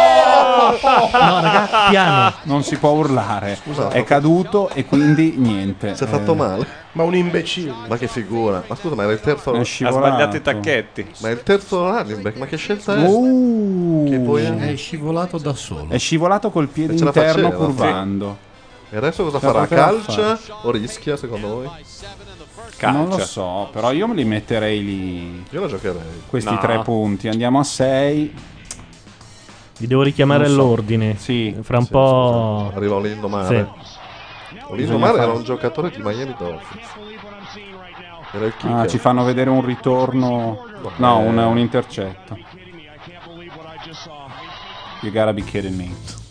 raga, piano. Non si può urlare. Scusa, è caduto e quindi niente. Si è Eh, fatto male. Ma un imbecille. Ma che figura. Ma scusa, ma era il terzo. È Ha scivolato. sbagliato i tacchetti. Ma è il terzo running back. Ma che scelta è? Uh, Che poi è? È scivolato da solo. È scivolato col piede E ce la interno faceva, curvando. E adesso cosa Ce la farà? poteva Calcia fare. o rischia secondo voi? Calcia. Non lo so, però io me li metterei lì. Io la giocherei. Questi No. tre punti. Andiamo a sei. Vi devo richiamare Non so. all'ordine. Sì. Fra un Sì, po'. scusa, arriva Lindomare. Bisogna Lindomare era fare- un giocatore di Miami Dolphins. Era il kicker. Ah, ci fanno vedere un ritorno. No, un, un intercetto. You gotta be kidding me.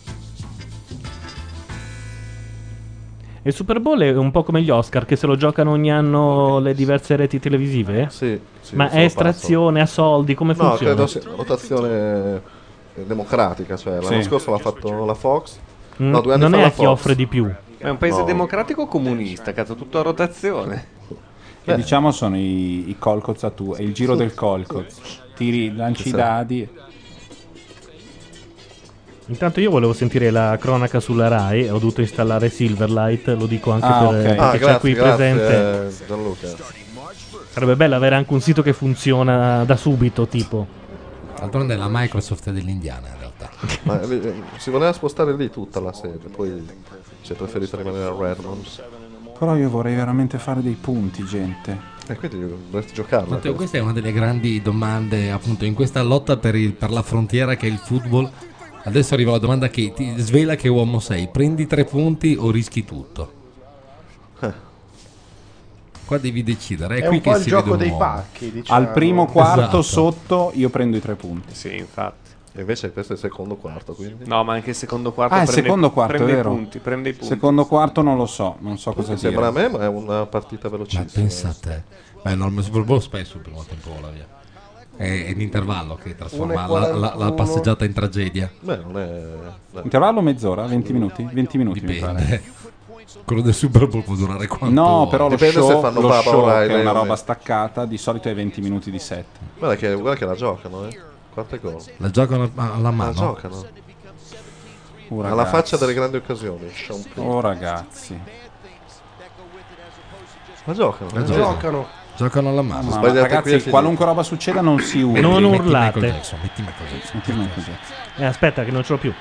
E il Super Bowl è un po' come gli Oscar, che se lo giocano ogni anno le diverse reti televisive? Sì, sì, Ma se è lo estrazione, a soldi, come No, funziona? credo sia una votazione democratica, cioè l'anno Sì. scorso l'ha fatto la Fox. Mm, No, due anni non fa è la a chi Fox. offre di più. È un paese No. democratico o comunista, cazzo, tutto a rotazione. Che diciamo sono i, i Colcoz a tu. È il giro del Colcoz. Tiri, lanci i Sì. dadi. Intanto io volevo sentire la cronaca sulla Rai, ho dovuto installare Silverlight, lo dico anche Ah, per ok. perché Ah, c'è grazie, qui grazie presente. Gianluca. Sarebbe bello avere anche un sito che funziona da subito, tipo. D'altronde è la Microsoft dell'Indiana in realtà. Ma eh, si voleva spostare lì tutta la sede, poi si è preferito rimanere a Redmond. Però io vorrei veramente fare dei punti, gente. E quindi dovresti giocarla. Matteo, questa è una delle grandi domande, appunto, in questa lotta per, il- per la frontiera che è il football. Adesso arriva la domanda che ti svela che uomo sei. Prendi tre punti o rischi tutto? Qua devi decidere. È, È qui un po' che il si gioco vede un dei uomo. pacchi, diciamo. Al primo quarto Esatto. sotto io prendo i tre punti. Sì, infatti. E invece questo è il secondo quarto, quindi. No, ma anche il secondo quarto Ah, il prende, secondo quarto, prende vero? i punti, prende i punti. Secondo quarto non lo so, non so cosa Mi dire. sembra a me, ma è una partita Ma velocissima. pensa a te. Beh, no, il Super Bowl spesso il primo tempo vola via. È, è l'intervallo che trasforma la, la- la passeggiata in tragedia. Beh, non è. no. Intervallo mezz'ora? venti minuti? venti minuti mi pare. Dipende. Quello del Super Bowl può durare quanto No, vuoi. però lo Dipende se show, fanno lo Barbara show che è O'Reilly una o roba meno. staccata, di solito è venti minuti di set. Guarda che, guarda che la giocano, eh. Quarto gol. La giocano alla La mano. giocano. Oh, Alla ragazzi. faccia delle grandi occasioni. Sean Payton. Oh ragazzi. La giocano. La eh. giocano. Giocano. Giocano alla mano. Ma, sbagliate qui ragazzi, è finito. qualunque roba succeda non si urla. Non Metti urlate. Michael Jackson, metti Michael Jackson. Metti Michael Jackson. Eh, aspetta, che non ce l'ho più.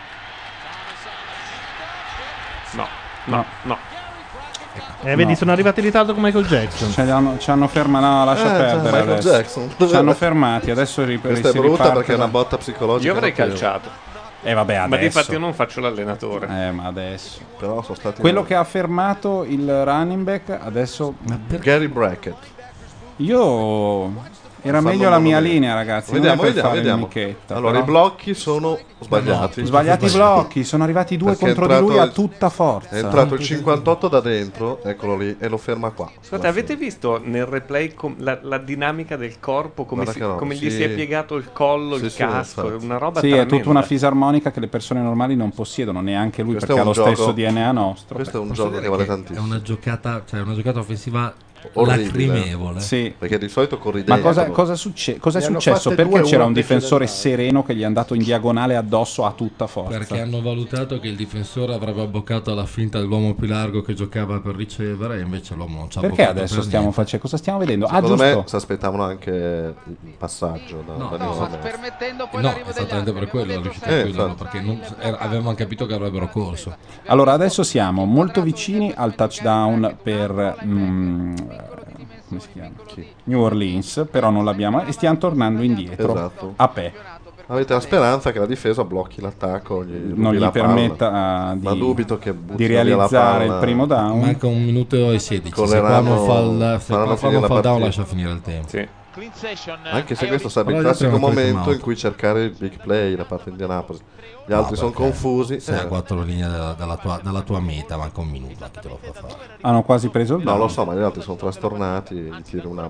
No, no, no. Eh, vedi, No. sono arrivati in ritardo con Michael Jackson. Ci hanno, ci hanno fermato. No, lascia Eh, perdere. Michael adesso. Jackson. Ci hanno fermati. Adesso ri- Questa è si brutta riparte perché è una da- botta psicologica. Io avrei notevole. calciato. Eh vabbè, Ma di adesso. fatti io non faccio l'allenatore. Eh, ma adesso. Però sono stati. Quello che ha fermato il running back adesso. Gary Brackett. Io. Era Fanno meglio la un mia modo linea, ragazzi. non Vediamo, è per vediamo, fare il vediamo. michetto, Allora, però- i blocchi sono sbagliati. Sbagliati i blocchi, sono arrivati due Perché è contro di entrato lui a il- tutta forza. È entrato il cinquantotto da dentro, eccolo lì, e lo ferma qua. Scusate, avete visto nel replay com- la, la dinamica del corpo, come, Guarda si- che roba, come gli sì. si è piegato il collo, Sì, il sì, casco, è infatti. una roba Sì, è tremenda. tutta una fisarmonica che le persone normali non possiedono, neanche lui, Questo perché è ha lo un gioco- stesso D N A nostro. Questo è un Posso gioco dire che vale che tantissimo. È una giocata, cioè una giocata offensiva Orribile. lacrimevole. Sì. Perché di solito corri Ma dentro. cosa, cosa, succe- cosa è Ne hanno successo? fatte Perché due, c'era una un peggio difensore dell'altra. sereno che gli è andato in diagonale addosso a tutta forza? Perché hanno valutato che il difensore avrebbe abboccato alla finta dell'uomo più largo che giocava per ricevere, e invece l'uomo non ci ha Perché abboccato adesso per stiamo niente. facendo? Cosa stiamo vedendo? Ah, Secondo me giusto. si aspettavano anche il passaggio da, No, da no, Newman. permettendo poi No, l'arrivo degli esattamente altri. per quello è riuscito Eh, a chiuderlo, infatti. perché non, era- avevamo capito che avrebbero corso. Allora, adesso siamo molto vicini al touchdown per mm, come si chiama? New Orleans, però non l'abbiamo e stiamo tornando indietro Esatto. a pe. Avete la speranza che la difesa blocchi l'attacco, gli rubi Non gli la palla. permetta uh, Ma di, dubito che buttino di via la realizzare palla. il primo down. Manca un minuto e sedici. Se qua Correranno- non fa il, se faranno qua finire non la fa il down, partita. lascia finire il tempo. Sì. Anche se questo sarebbe il Però gli classico altri hanno preso momento un in cui cercare il big play da parte di Indianapolis. Gli altri No, sono perché confusi. Sei a eh. quattro linee dalla, dalla tua, dalla tua meta, manca un minuto, chi te lo fa fare? Hanno quasi preso il No, down. lo so, ma gli altri sono trastornati. Gli tiri una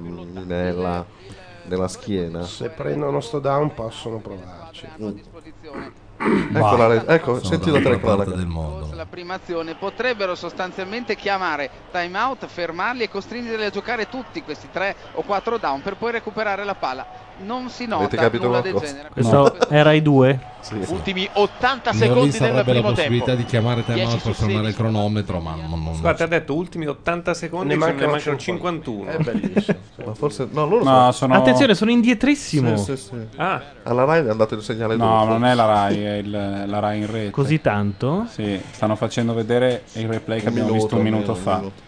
minella nella schiena. Se prendono sto down possono provarci. Mm. Ecco, la re- ecco senti la telecronaca. del mondo. La prima azione potrebbero sostanzialmente chiamare time out, fermarli e costringerli a giocare tutti questi tre o quattro down per poi recuperare la palla. Non si nota Avete capito nulla una del cosa? genere. Questo era i due? Sì. Ultimi ottanta In New secondi Orleans del avrebbe la primo possibilità tempo. di chiamare timeout dieci per su fermare il cronometro, ma non, non Guarda, ha detto ultimi ottanta secondi, Ne ce ne mancano mancano cinquantuno. È bellissimo. Ma forse no, loro No, sono... sono... Attenzione, sono indietrissimo. Sì, sì, sì. Ah, Alla Rai è andato il segnale No, dopo. non è la Rai, è il- la Rai in rete. Così tanto? Sì, stanno facendo vedere il replay che Un abbiamo minuto, visto un minuto almeno, fa. un minuto.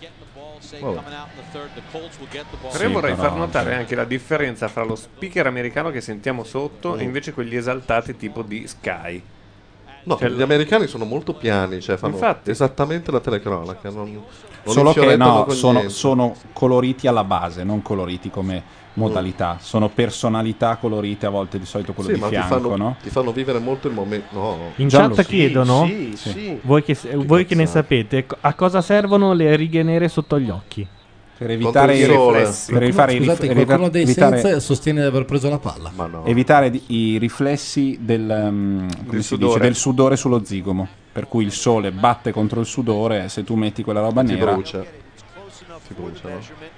però Sì, vorrei però- far notare anche la differenza fra lo speaker americano che sentiamo sotto Mm. e invece quelli esaltati tipo di Sky. No, Cioè, gli americani sono molto piani, cioè fanno Infatti. esattamente la telecronaca. Non, non Solo che infiorettano no, con sono, niente. sono coloriti alla base, non coloriti come modalità. Sono personalità colorite, a volte di solito quello Sì, di ma ti fianco, fanno, no? ti fanno vivere molto il momento. No, In Giallo chat sì. chiedono, Sì, sì. voi, che, voi che ne cazzate. sapete, co- a cosa servono le righe nere sotto gli occhi? Per evitare il i sole. riflessi. Per evitare i Scusate, rif- qualcuno dei evitare- Saints sostiene di aver preso la palla. ma no. evitare di- i riflessi del, um, come si sudore. dice, del sudore sullo zigomo. Per cui il sole batte contro il sudore e se tu metti quella roba ti nera brucia. Ti brucia, no?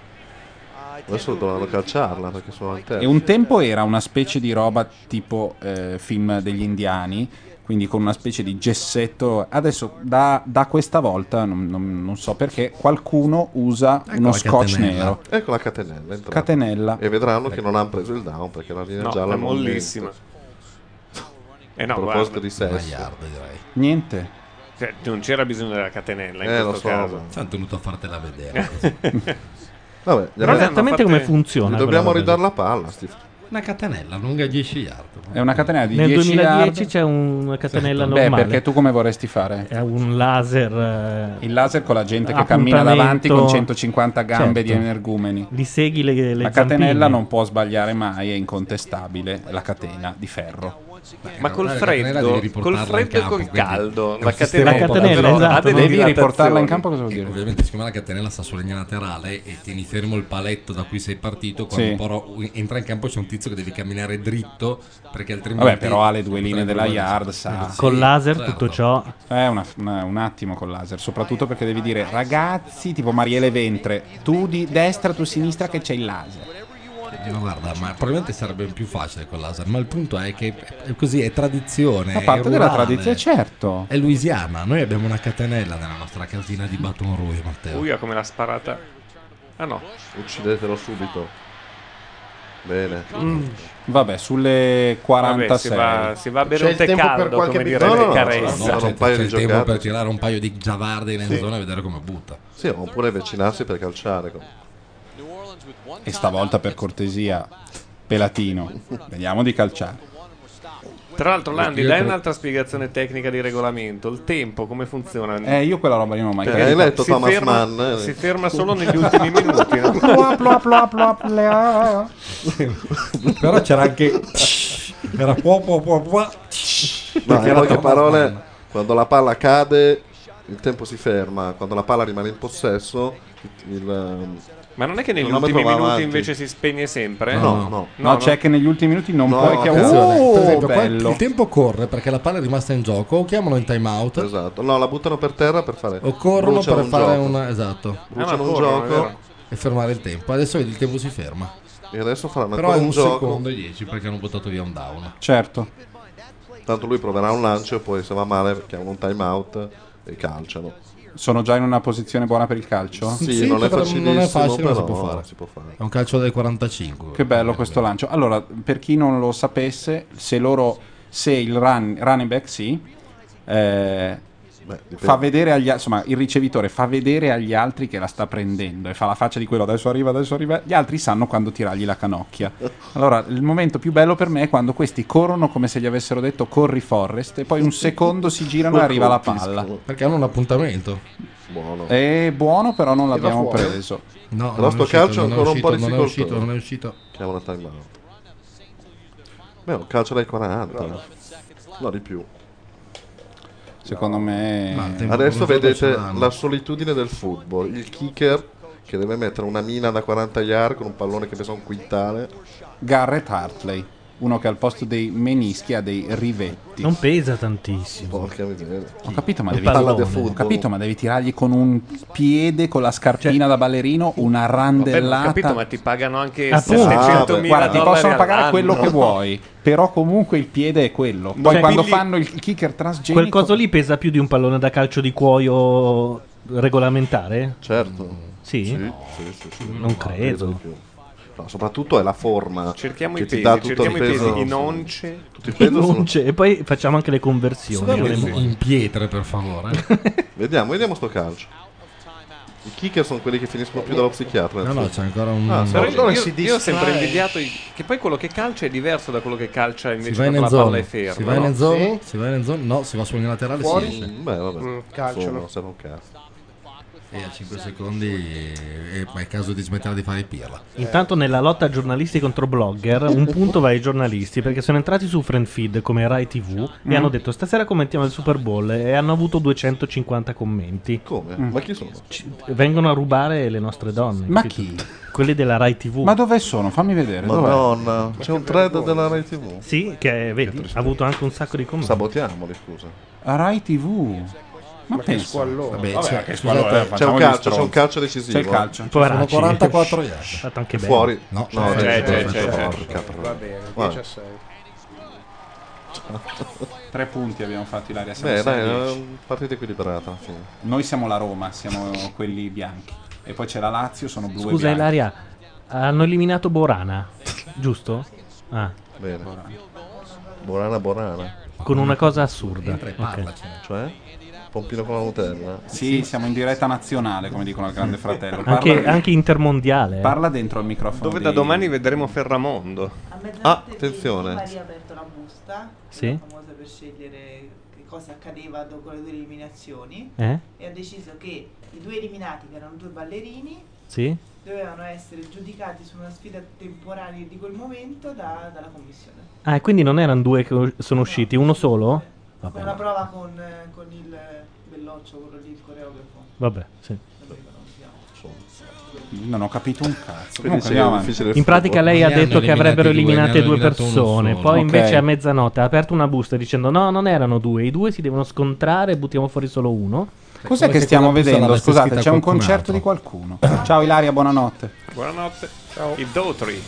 Adesso dovranno calciarla perché sono al E terzo. un tempo era una specie di roba tipo eh, film degli indiani, quindi con una specie di gessetto. Adesso da, da questa volta, non, non- non so perché, qualcuno usa Ecco uno la scotch catenella. nero. Ecco la catenella. è entrata. Catenella. E vedranno che non hanno preso il down perché la linea No, gialla è non mollissima. mente. Eh no, A proposito guarda, di sesso. Magliardo, direi. Niente. cioè, non c'era bisogno della catenella in Eh, lo questo so, caso. ma- Sono tenuto a fartela vedere. Vabbè, gli Però abbiamo- esattamente fatte- come funziona. gli dobbiamo quella roba ridare la palla. Sti... Una catenella lunga dieci yard. È una catenella di lì. Nel dieci duemiladieci yard. c'è una catenella Beh, normale. perché tu come vorresti fare? È un laser. eh, Il laser con la gente che cammina appuntamento- davanti con centocinquanta gambe Certo. di energumeni. Li segui le, le La catenella zampine. non può sbagliare mai, è incontestabile, è la catena di ferro. Ma col la catenella freddo, devi riportarla col freddo in e col campo, quindi caldo, è la un sistema catenella, La catenella, però esatto, ha delle Devi dilatazioni. riportarla in campo, cosa vuol E dire? ovviamente siccome la catenella sta sulla linea laterale e tieni fermo il paletto da cui sei partito, quando Sì. però entra in campo c'è un tizio che devi camminare dritto perché altrimenti Vabbè, però ha le due linee della potrebbe- yard, sa. Sì, Col laser certo. tutto ciò. Eh, una- una- un attimo con laser, soprattutto perché devi dire ragazzi, tipo Mariele Ventre, tu di destra, tu sinistra che c'è il laser. No, guarda, ma probabilmente sarebbe più facile col laser, ma il punto è che è così, è tradizione. Fa parte è della rurale, tradizione, certo. È Louisiana, noi abbiamo una catenella nella nostra casina di Baton Rouge, Matteo. Uia, come l'ha sparata. Ah no. Uccidetelo subito. Bene. Vabbè, sulle quarantasei. Vabbè, si va, si va a bere C'è un il tè tempo per caldo, qualche come dire No, no, no, Caressa. no, No, Sono c'è, un paio c'è di il tempo giocate. per tirare un paio di giavarde in zona e vedere come butta. Sì, oppure avvicinarsi per calciare. E stavolta per cortesia, pelatino, vediamo di calciare. Tra l'altro, Landi, Io dai cre- un'altra spiegazione tecnica di regolamento. Il tempo, come funziona? Eh, io quella roba lì non l'ho mai Eh, capito. hai letto si Thomas ferma, Mann? eh? si ferma solo negli ultimi minuti, no? Plua, plua, plua, plua, plua. Però c'era anche. Era po po po po. No, Perché in era poche Thomas parole, Mann. quando la palla cade, il tempo si ferma. Quando la palla rimane in possesso, il, ehm, Ma non è che negli il cronometro ultimi va minuti avanti. invece si spegne sempre? No, no, no. No, c'è che negli ultimi minuti non No, puoi che... attenzione. Oh, Per esempio, qua bello. il tempo corre perché la palla è rimasta in gioco, o chiamano in time out, Esatto. No, la buttano per terra per fare. o corrono bruciano per un fare gioco. una. Esatto. Bruciano Ah, ma un corrono, è gioco. vero. E fermare il tempo. Adesso vedi, il tempo si ferma. E adesso faranno Però ancora è un un gioco. secondo e dieci perché hanno buttato via un down. Certo. Tanto lui proverà un lancio e poi se va male chiamano un time out e calciano. Sono già in una posizione buona per il calcio? Sì, Sì, non è però facilissimo, non è facile, ma però si può fare. si può fare. È un calcio del quarantacinque. Che bello questo lancio. Allora, per chi non lo sapesse, se loro se il run, running back sì, eh, Beh, dipende. fa vedere agli insomma il ricevitore fa vedere agli altri che la sta prendendo e fa la faccia di quello adesso arriva, adesso arriva. Gli altri sanno quando tirargli la canocchia. Allora, il momento più bello per me è quando questi corrono come se gli avessero detto corri Forrest e poi un secondo si girano e arriva la palla. Perché hanno un appuntamento. Buono. È buono, però non l'abbiamo fuori. preso. No, Però non è sto uscito, calcio è non è ancora un po' uscito, non è uscito, difficoltoso. non è uscito. Chiamano time out. Beh, un calcio dai quaranta. No, di più. Secondo me Ma il tempo Adesso per un gioco vedete ce l'hanno. la solitudine del football. Il kicker che deve mettere una mina da quaranta yard con un pallone che pesa un quintale. Garrett Hartley. uno che al posto dei menischi ha dei rivetti. Non pesa tantissimo. Porca miseria. Ho capito, ma Un devi pallone. Ho capito, ma devi tirargli con un piede, con la scarpina da ballerino, una Vabbè, randellata. ho capito, ma ti pagano anche Appunto. settecentomila Guarda, ti dollari possono pagare all'anno. quello che vuoi, però comunque il piede è quello. Poi Cioè, quando quindi- fanno il kicker transgenico, Quel coso lì pesa più di un pallone da calcio di cuoio regolamentare? Certo. Sì? Sì, sì, sì, sì. Non No, credo. di più. No, soprattutto è la forma. Cerchiamo che i ti pesi, dà tutto cerchiamo il i peso. pesi in once. Tutto il peso sono- Non c'è. E poi facciamo anche le conversioni. Secondo me non è- in pietre, per favore. Vediamo, vediamo sto calcio. I kicker sono quelli che finiscono più dallo psichiatra. No, no, c'è ancora un- Ah, Però sì. io, io- io ho sempre invidiato i- che poi quello che calcia è diverso da quello che calcia Si invece va in quando end la palla zone. è ferma. Si va in no? end zone? Si va in end zone? No, si va sugli laterali. Fuori? Sì, sì. Beh, vabbè. Mm, calcio, Insomma, no? non serve un cazzo. E a cinque secondi è, è caso di smettere di fare i pirla. Intanto nella lotta giornalisti contro blogger un punto va ai giornalisti perché sono entrati su Friendfeed come Rai T V e Mm. hanno detto stasera commentiamo il Super Bowl e hanno avuto duecentocinquanta commenti. Come? Mm. Ma chi sono? Ci- vengono a rubare le nostre donne. Ma capito? chi? Quelli della Rai T V. Ma dove sono? Fammi vedere. dov'è? Madonna, c'è un thread della Rai T V. Sì, che vedi, ha avuto anche un sacco di commenti. Sabotiamoli, scusa. A Rai T V. Ma, Ma che pensa. squallone. Vabbè, Vabbè, c'è, che scusate, squallone, C'è facciamo un gli calcio, c'è stronzi. un calcio decisivo. C'è il calcio. Poveracci. sono quarantaquattro yard. Fatto anche bene. Fuori. No, no, c'è, c'è, c'è, c'è, c'è, c'è. porca troia. Va bene, Guarda. dieci a sei. Tre punti abbiamo fatto, Ilaria. Siamo Beh, sei a dai, è dieci. una partita equilibrata alla fine. Noi siamo la Roma, siamo quelli bianchi. E poi c'è la Lazio, sono blu e Scusa bianchi. Ilaria, hanno eliminato Borana, giusto? Ah, Bene. Borana, Borana. con una cosa assurda. Entra e Ok. parla, cioè. Cioè? Pompino con la Nutella? Sì, siamo in diretta nazionale, come dicono al Grande Fratello. Parla, Anche, anche intermondiale. eh. parla dentro il microfono. Dove di- da domani vedremo Ferramondo. Ah, Maria attenzione. ha aperto una busta, Sì. famosa per scegliere che cosa accadeva dopo le due eliminazioni, Eh? e ha deciso che i due eliminati, che erano due ballerini, Sì? dovevano essere giudicati su una sfida temporale di quel momento da- dalla commissione. Ah, e quindi non erano due che sono usciti, uno solo? Con una prova con, eh, con il belloccio, quello lì, il coreografo. Vabbè, sì. Non mi ricordo come si chiama. Non ho capito un cazzo. Quindi Comunque c'è andiamo il avanti. difficile In pratica lei ha Ne hanno detto che avrebbero eliminati eliminate due, due ne hanno eliminato uno persone, solo. poi Ok. invece a mezzanotte ha aperto una busta dicendo no, non erano due, i due si devono scontrare, buttiamo fuori solo uno. Cos'è Come che se stiamo quella busta vedendo? l'avesse Scusate, scritta c'è un qualcun concerto altro. di qualcuno. Ciao Ilaria, buonanotte. Buonanotte. Ciao. I Daughtry.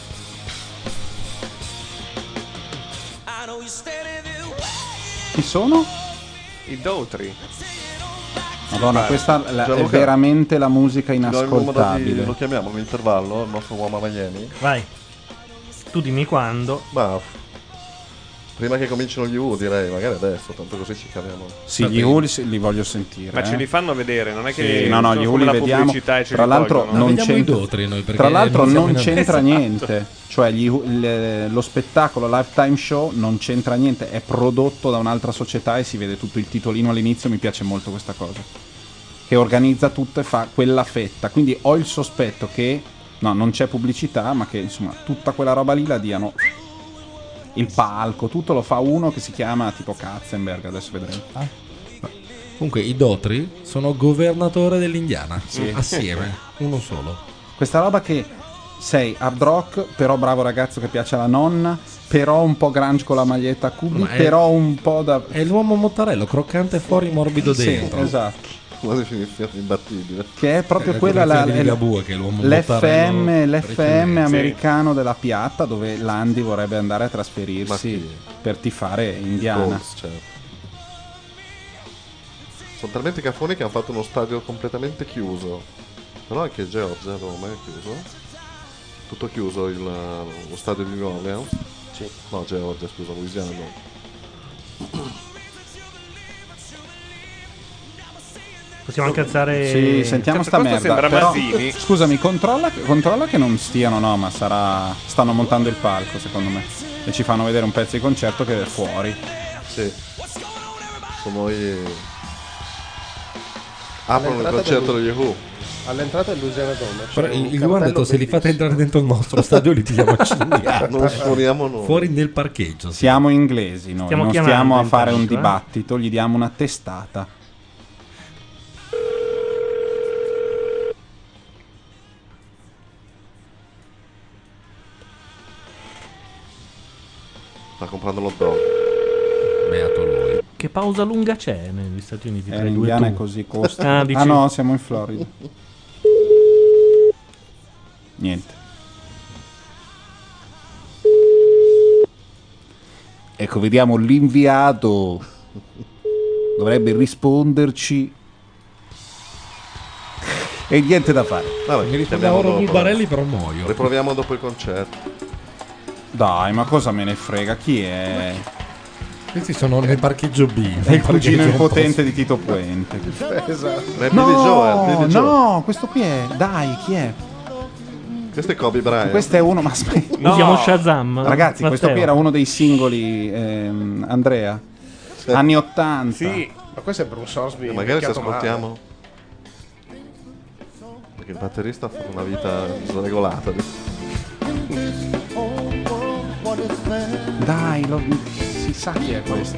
Chi sono? I Daughtry. Madonna, questa la- è Gianluca, veramente la musica Ti do il numero di- inascoltabile. Lo chiamiamo all'intervallo, il nostro uomo a Miami? Vai. Tu dimmi quando. Ma f- prima che comincino gli U direi, magari adesso, tanto così ci caviamo. Sì, gli U li, li voglio sentire. Ma ce eh. li fanno vedere, non è che Sì, no, no, sono gli come U li la vediamo. pubblicità e ce Tra li l'altro tolgono. non Vediamo i c'entra, Daughtry noi, perché tra l'altro non siamo non in- c'entra Esatto. niente. Cioè gli U- il- lo spettacolo Lifetime Show non c'entra niente, è prodotto da un'altra società e si vede tutto il titolino all'inizio, mi piace molto questa cosa. Che organizza tutto e fa quella fetta. Quindi ho il sospetto che no, non c'è pubblicità, ma che insomma tutta quella roba lì la diano. Il palco, tutto lo fa uno che si chiama tipo Katzenberg, adesso vedremo. Comunque i Daughtry sono governatore dell'Indiana. Sì. Assieme, uno solo. Questa roba che sei hard rock, però bravo ragazzo che piace alla nonna, però un po' grunge con la maglietta a cubi, Ma è- però un po' da... È l'uomo Mottarello, croccante fuori, morbido Sì, dentro. esatto. Quasi finito imbattibile. Che è proprio È la quella la, correzione di Ligabue, che è l'uomo l'F M, Mottarello l'F M precedente. americano della piatta, dove Landi vorrebbe andare a trasferirsi Ma sì. per tifare Indiana. Colts, certo. Sono talmente cafoni che hanno fatto uno stadio completamente chiuso. Però anche Georgia, Roma è chiuso. Tutto chiuso il, lo stadio di New Orleans. Sì. No, Georgia, scusa, Louisiana. no. Possiamo anche alzare. Sì, sentiamo sta Questo merda. sembra Però, Mazzini. scusami, controlla, controlla che non stiano, no, ma sarà. Stanno montando il palco, secondo me. E ci fanno vedere un pezzo di concerto che è fuori. Sì. Sono i... Aprono il All'entrata concerto del- degli Who. All'entrata del Louisiana Dome c'è Però un il, il Luan ha detto cartello se li fate bellissimo. entrare dentro il nostro stadio li tiriamo a cinghiata. Non suoniamo noi. Fuori nel parcheggio. sì. Siamo inglesi noi, Stiamo non chiamando stiamo a fare un intanto, eh. dibattito, gli diamo una testata. Sta comprando l'hot dog. Beato lui. Che pausa lunga c'è negli Stati Uniti Eh, tra i due l'Indiana è tour? così costa. Ah, dici- Ah no, siamo in Florida. Niente. Ecco, vediamo l'inviato. Dovrebbe risponderci. E niente da fare. Vabbè, Mi risponde chiamiamo ora dopo. Bulbarelli, però muoio. Riproviamo dopo il concerto. Dai, ma cosa me ne frega? Chi è? Questi sono nel parcheggio B. È il cugino impotente di Tito Puente. Esatto. È Billy Joel, Billy Joel. No, questo qui è. Dai, chi è? Questo è Kobe Bryant. Questo è uno, ma aspetta. No. Usiamo Shazam. Ragazzi, questo Matteo. qui era uno dei singoli, ehm, Andrea. Anni ottanta. Sì. Ma questo è Bruce Osby. Eh, magari se invecchiato male. ascoltiamo. Perché il batterista ha fatto una vita sregolata. Dai, lo, si sa chi è questo.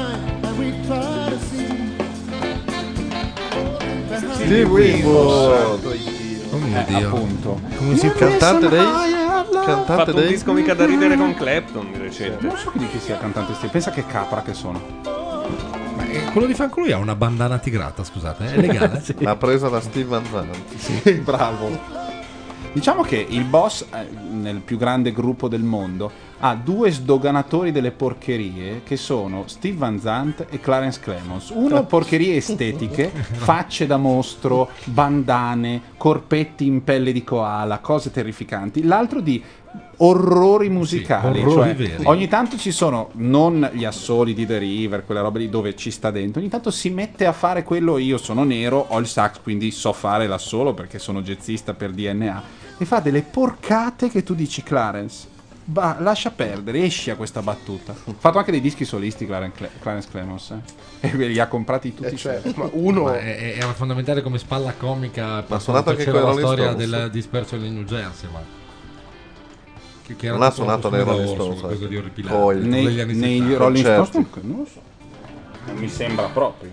Steve Winwood. Oh mio Eh, Dio. appunto. Come si Cantante dei Ha Cantante fatto un dei disco mica da ridere con Clapton di recente. Non so di chi sia il cantante Steve. Pensa che capra che sono. Ma eh, quello di Fanculo ha una bandana tigrata, scusate, è legale? Sì. L'ha presa da Steve Van Zandt. Sì, bravo. Diciamo che il boss, eh, nel più grande gruppo del mondo, ha due sdoganatori delle porcherie che sono Steve Van Zandt e Clarence Clemons. Uno porcherie estetiche, facce da mostro, bandane, corpetti in pelle di koala, cose terrificanti. L'altro di orrori musicali, Sì, orrori cioè veri. ogni tanto ci sono non gli assoli di The River, quella roba lì dove ci sta dentro, ogni tanto si mette a fare quello. Io sono nero, ho il sax, quindi so fare l'assolo perché sono jazzista per D N A, e fa delle porcate che tu dici: Clarence, bah, lascia perdere, esci a questa battuta. Ha fatto anche dei dischi solisti Clarence, Cle- Clarence Clemons, eh? E li ha comprati tutti. Eh, cioè, i ma uno Ma è- è- era fondamentale come spalla comica per ha suonato anche c'era con i la Rolling storia Stones. della dispersione in New Jersey, ma che, che era Non ha tipo suonato un nei costume Rolling d'orso, Stones, qualcosa eh. di orripilante, Poi, quello nei, degli anni nei settanta. Rolling Stones Concerti. non lo so, non mi sembra proprio.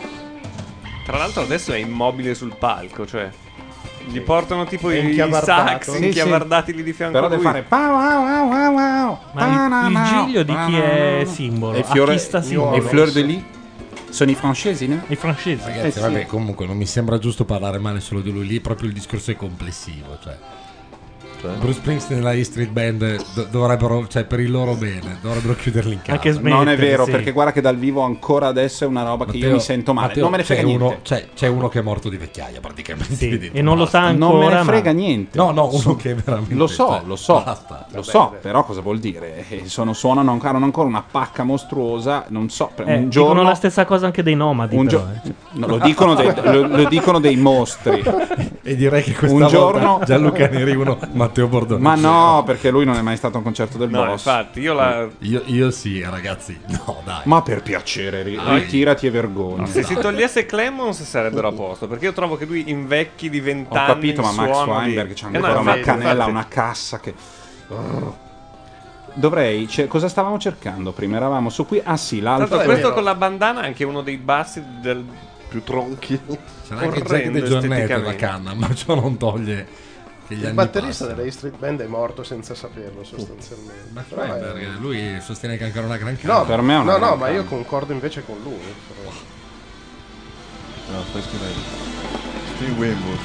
Tra l'altro adesso è immobile sul palco, cioè gli portano tipo È i, i inchiavardato. sax Sì, inchiavardati lì di fianco Però a lui. deve fare pow, wow, wow, wow, wow. Ma il, il giglio di chi è simbolo? E fiore, A chi sta simbolo? e Fleur de Lis sono i francesi, no? I francesi. Ragazzi, Eh sì. vabbè, comunque non mi sembra giusto parlare male solo di lui lì, proprio il discorso è complessivo, cioè Cioè? Bruce Springsteen e la E Street Band do- dovrebbero, cioè per il loro bene, dovrebbero chiuderli in casa. Anche smettere, Non è vero, sì. perché guarda che dal vivo ancora adesso è una roba che io Matteo- mi sento male. Matteo, non me ne frega c'è niente. uno, c'è, c'è uno che è morto di vecchiaia praticamente. Sì, dentro, e non lo basta. sa ancora. non me ne ma- frega niente. No, no, uno che è veramente. Lo so, cioè, lo so, basta. lo Vabbè, so, vabbè. però cosa vuol dire? Eh, sono, suonano ancora, hanno ancora una pacca mostruosa, non so, per Eh, un dicono giorno... la stessa cosa anche dei nomadi. un però, gio- eh. no, lo, dicono dei, lo, lo dicono dei mostri. E direi che questa Un volta giorno- Gianluca Neri uno, Matteo Bordone. Ma no, perché lui non è mai stato a un concerto del No, boss. infatti, io la. Io, io sì, ragazzi. No, dai. Ma per piacere, ri- Dai. ritirati e vergogna. Se si togliesse Clemons sarebbero a posto, perché io trovo che lui invecchi di Ho vent'anni. capito, ma il Max suono Weinberg di- c'ha Eh, ancora no, una infatti, canella, infatti. una cassa che... Dovrei... cioè, cosa stavamo cercando prima? Eravamo su qui... Ah sì, Tra l'altro... l'altro, questo con la bandana è anche uno dei bassi del. Più tronchi. C'era anche Jack orrendo De Giornette la esteticamente. canna, ma ciò non toglie che gli il anni batterista passano. della E Street Band è morto senza saperlo sostanzialmente. Ma Però è- Weinberg, lui sostiene che ha ancora una gran No, canna. per me è una no, gran no, ma canna. io concordo invece con lui. però. No, stai scrivendo. Steve Winwood.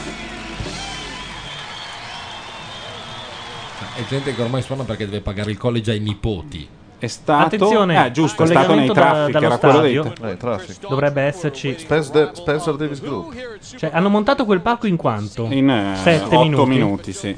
È gente che ormai suona perché deve pagare il college ai nipoti. È stato... Attenzione, eh, giusto, è stato nei collegamento da- traffic, dallo era quello stadio. detto. Eh, traffic. Dovrebbe esserci. Spencer, Spencer Davis Group. Cioè, hanno montato quel palco in quanto? In eh, Sette otto minuti. minuti, sì.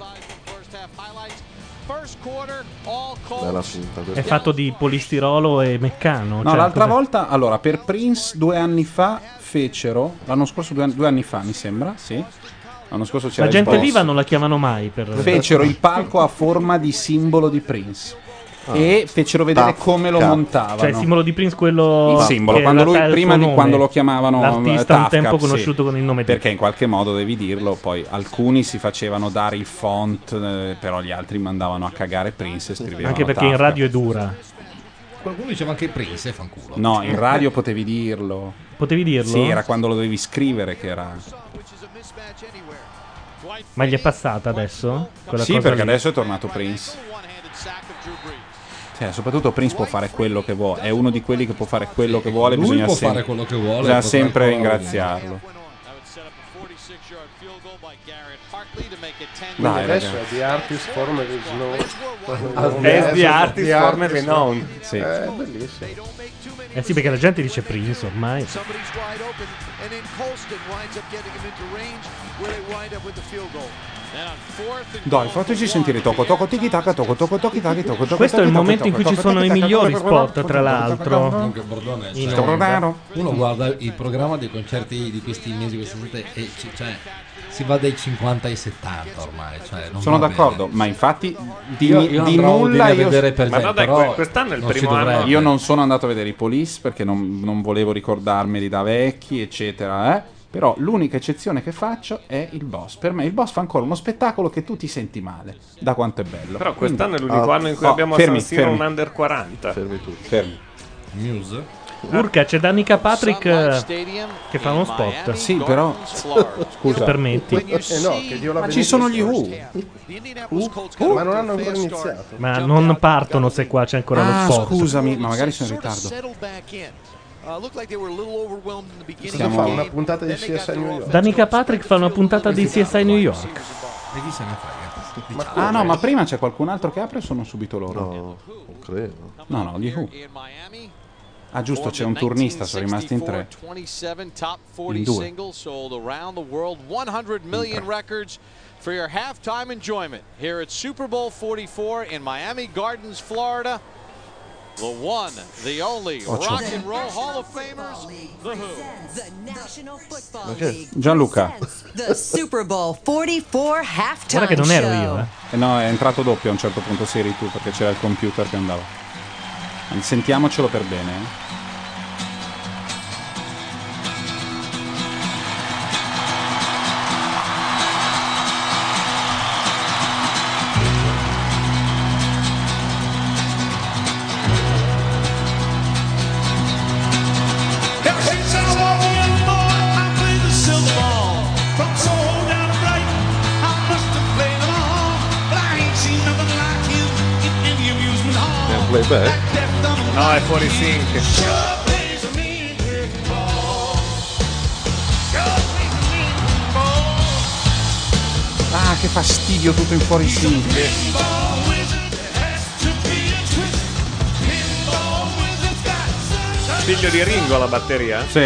Bella finta È questa. fatto di polistirolo e meccano. No, cioè, l'altra cos'è? volta, allora, per Prince due anni fa fecero, l'anno scorso, due anni, due anni fa mi sembra, sì. L'anno scorso c'era La il gente boss. viva non la chiamano mai per... Fecero il palco a forma di simbolo di Prince. E fecero vedere Tough come lo Cut. montavano. Cioè il simbolo di Prince, quello... Il simbolo, che quando in lui, realtà è il prima suo di nome. quando lo chiamavano L'artista un Tough tempo Cup, conosciuto sì. con il nome di... Perché in qualche modo devi dirlo. Poi alcuni si facevano dare il font, eh, però gli altri mandavano a cagare Prince e scrivevano Anche perché Tough in radio è Cup. dura. Qualcuno diceva anche Prince, eh, fanculo. No, in radio potevi dirlo. Potevi dirlo? Sì, era quando lo dovevi scrivere che era. Ma gli è passata adesso? Quella Sì, cosa perché lì? adesso è tornato Prince. Cioè, soprattutto Prince può fare quello che vuole, è uno di quelli che può fare quello che vuole, Lui bisogna può sempre, fare quello che vuole, bisogna potrà sempre ancora ringraziarlo. Quindi Dai, adesso ragazzi. è The Artist Formerly Known. As the artist formerly known. Sì. È bellissimo. Eh sì, perché la gente dice Prince ormai. Somebody's wide open, and then Colston winds up getting him into range where they wind up with the field goal. Dai, fateci sentire Toco Toco Tiki Taka Toco Toco Toki Taki Toco Toco. Questo è il Toki, momento in Toco, cui ci Toco, sono i Toki, migliori Toki, spot, Toki, tra l'altro. Comunque, Bordone, In cioè, onda. uno guarda il programma dei concerti di questi mesi, queste estate, e ci- cioè, si va dai cinquanta ai settanta ormai. Cioè, non Sono va d'accordo, ma infatti di, Io- io di andrò a nulla Udine a io vedere per Ma no, dai, però que- quest'anno è il non si primo anno. dovrebbe. Io non sono andato a vedere i Police perché non, non volevo ricordarmeli da vecchi, eccetera. Eh? Però l'unica eccezione che faccio è il Boss. Per me il Boss fa ancora uno spettacolo che tu ti senti male, da quanto è bello. Però quest'anno Quindi- è l'unico Ah, anno in cui oh, abbiamo a fermi, San Siro fermi. un under quaranta. Fermi tutti. Fermi. Muse? Urca, c'è Danica Patrick eh, che fa uno spot. Sì, però Scusa, permetti. Eh no, che Dio la Ma ci sono gli Who. Ma non hanno ancora iniziato. Ma non partono se qua c'è ancora Ah, lo spot. scusami, ma magari sono in ritardo. Stiamo fare una puntata di C S I New York. Danica Patrick fa una puntata di C S I New York. E chi se ne frega? Ma Ah no, ma prima c'è qualcun altro che apre o sono subito loro? No, non credo. No, no, gli Who. Ah giusto, c'è un turnista, sono rimasti in tre. twenty-seven top forty In due. singles sold around the world, one hundred million records for your halftime enjoyment here at Super Bowl forty-four in Miami Gardens, Florida. The one, the only Ocho. rock and roll Hall of Famers, The Who. The National Football Ok. League Gianluca. The Super Bowl forty-four halftime Guarda che non ero show. io, eh. Eh no, è entrato doppio a un certo punto, sei eri tu, perché c'era il computer che andava. Sentiamocelo per bene, eh. Ever since I was a young boy, I played the silver ball. From Soho down to Brighton, I must have played them all. But I ain't seen nothing like him in any amusement hall. È un playback? No, è fuori sync. Ah, che fastidio, tutto in fuori sync. Figlio di Ringo la batteria? Sì.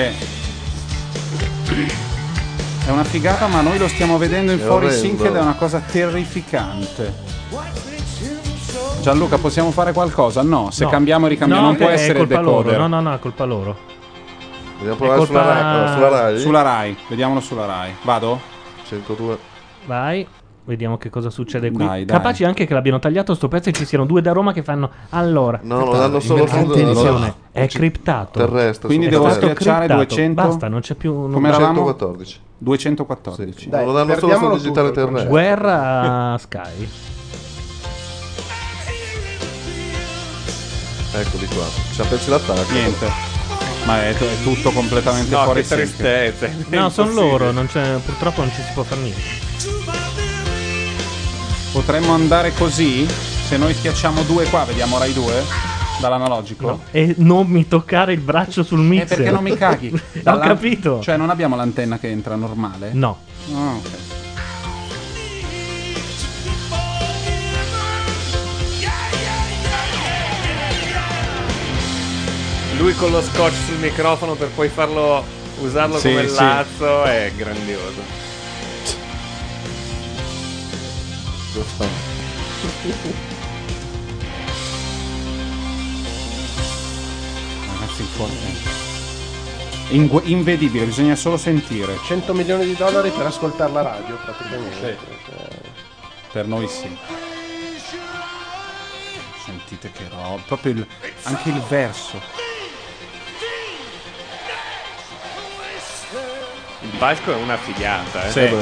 È una figata, ma noi lo stiamo vedendo in È fuori orrendo. sync ed è una cosa terrificante. Gianluca, possiamo fare qualcosa? No, se No. cambiamo e ricambiamo No, non può è essere il colpa decoder. loro. No, no, no, è colpa loro. Vogliamo È provare sulla, colpa- Rai, allora, sulla Rai? Sulla Rai, vediamolo sulla Rai. Vado? centodue. Vai, vediamo che cosa succede qui. Dai, dai. Capaci anche che l'abbiano tagliato sto pezzo e ci siano due da Roma che fanno. Allora, No, lo danno solo su- attenzione, no, è criptato. terrestre. Quindi È devo stato schiacciare criptato. duecento. Basta, non c'è più. non- Come eravamo? duecentoquattordici. duecentoquattordici. Dai, lo danno solo sul perdiamolo digitale tutto il terrestre. Guerra a Sky. Eccoli qua. Ci ha perso l'attacco. Niente. Ma è, è tutto completamente No, fuori che sync. tristezza. è No, sono impossibile. loro, non c'è- purtroppo non ci si può fare niente. Potremmo andare così? Se noi schiacciamo due qua, vediamo Rai due? Dall'analogico? No. E non mi toccare il braccio sul Eh, mixer. perché non mi caghi? Ho Dalla- capito. Cioè non abbiamo l'antenna che entra normale? No. Ah, ok. Lui con lo scotch sul microfono per poi farlo usarlo Sì, come sì. lazzo è grandioso. Lo fa. Ragazzi, fuori. Ingu- invedibile, bisogna solo sentire. cento milioni di dollari per ascoltare la radio praticamente. Cioè, Per noi sì. Sentite che roba. Proprio il- anche il verso. Il palco è una figata, eh. Sì. Eh beh.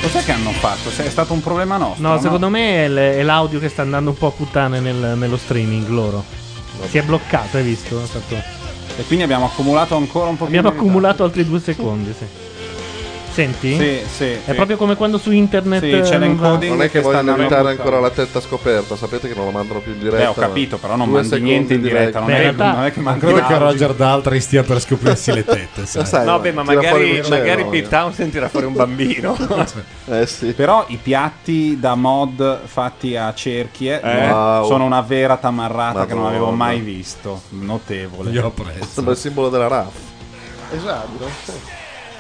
Cos'è che hanno fatto? Se è stato un problema nostro? No, secondo me è, l- è l'audio che sta andando un po' a puttane nel- nello streaming loro. Si è bloccato, hai visto? È stato- E quindi abbiamo accumulato ancora un po' Abbiamo accumulato altri due secondi, sì. Senti? Sì, sì, È sì. proprio come quando su internet Sì, c'è eh, non va- l'encoding. Non è che che sta vogliono andando evitare a ancora la testa scoperta, sapete che non lo mandano più in diretta. Beh, ho capito, però non Due mandi secondi niente in di diretta, non lag. è- Beh, in realtà- non è che Non mandi credo che l'audio. Roger Daltrey stia per scoprirsi le tette, sai. Sai, No, beh, ma tira fuori magari, il cielo, magari no? Pete Townsend tira fuori un bambino. Eh sì. Però i piatti da mod fatti a cerchi eh, Eh. Wow. sono una vera tamarrata che non avevo Madonna. mai visto. Notevole. Io apprezzo. Sembra il simbolo della R A F. Esatto.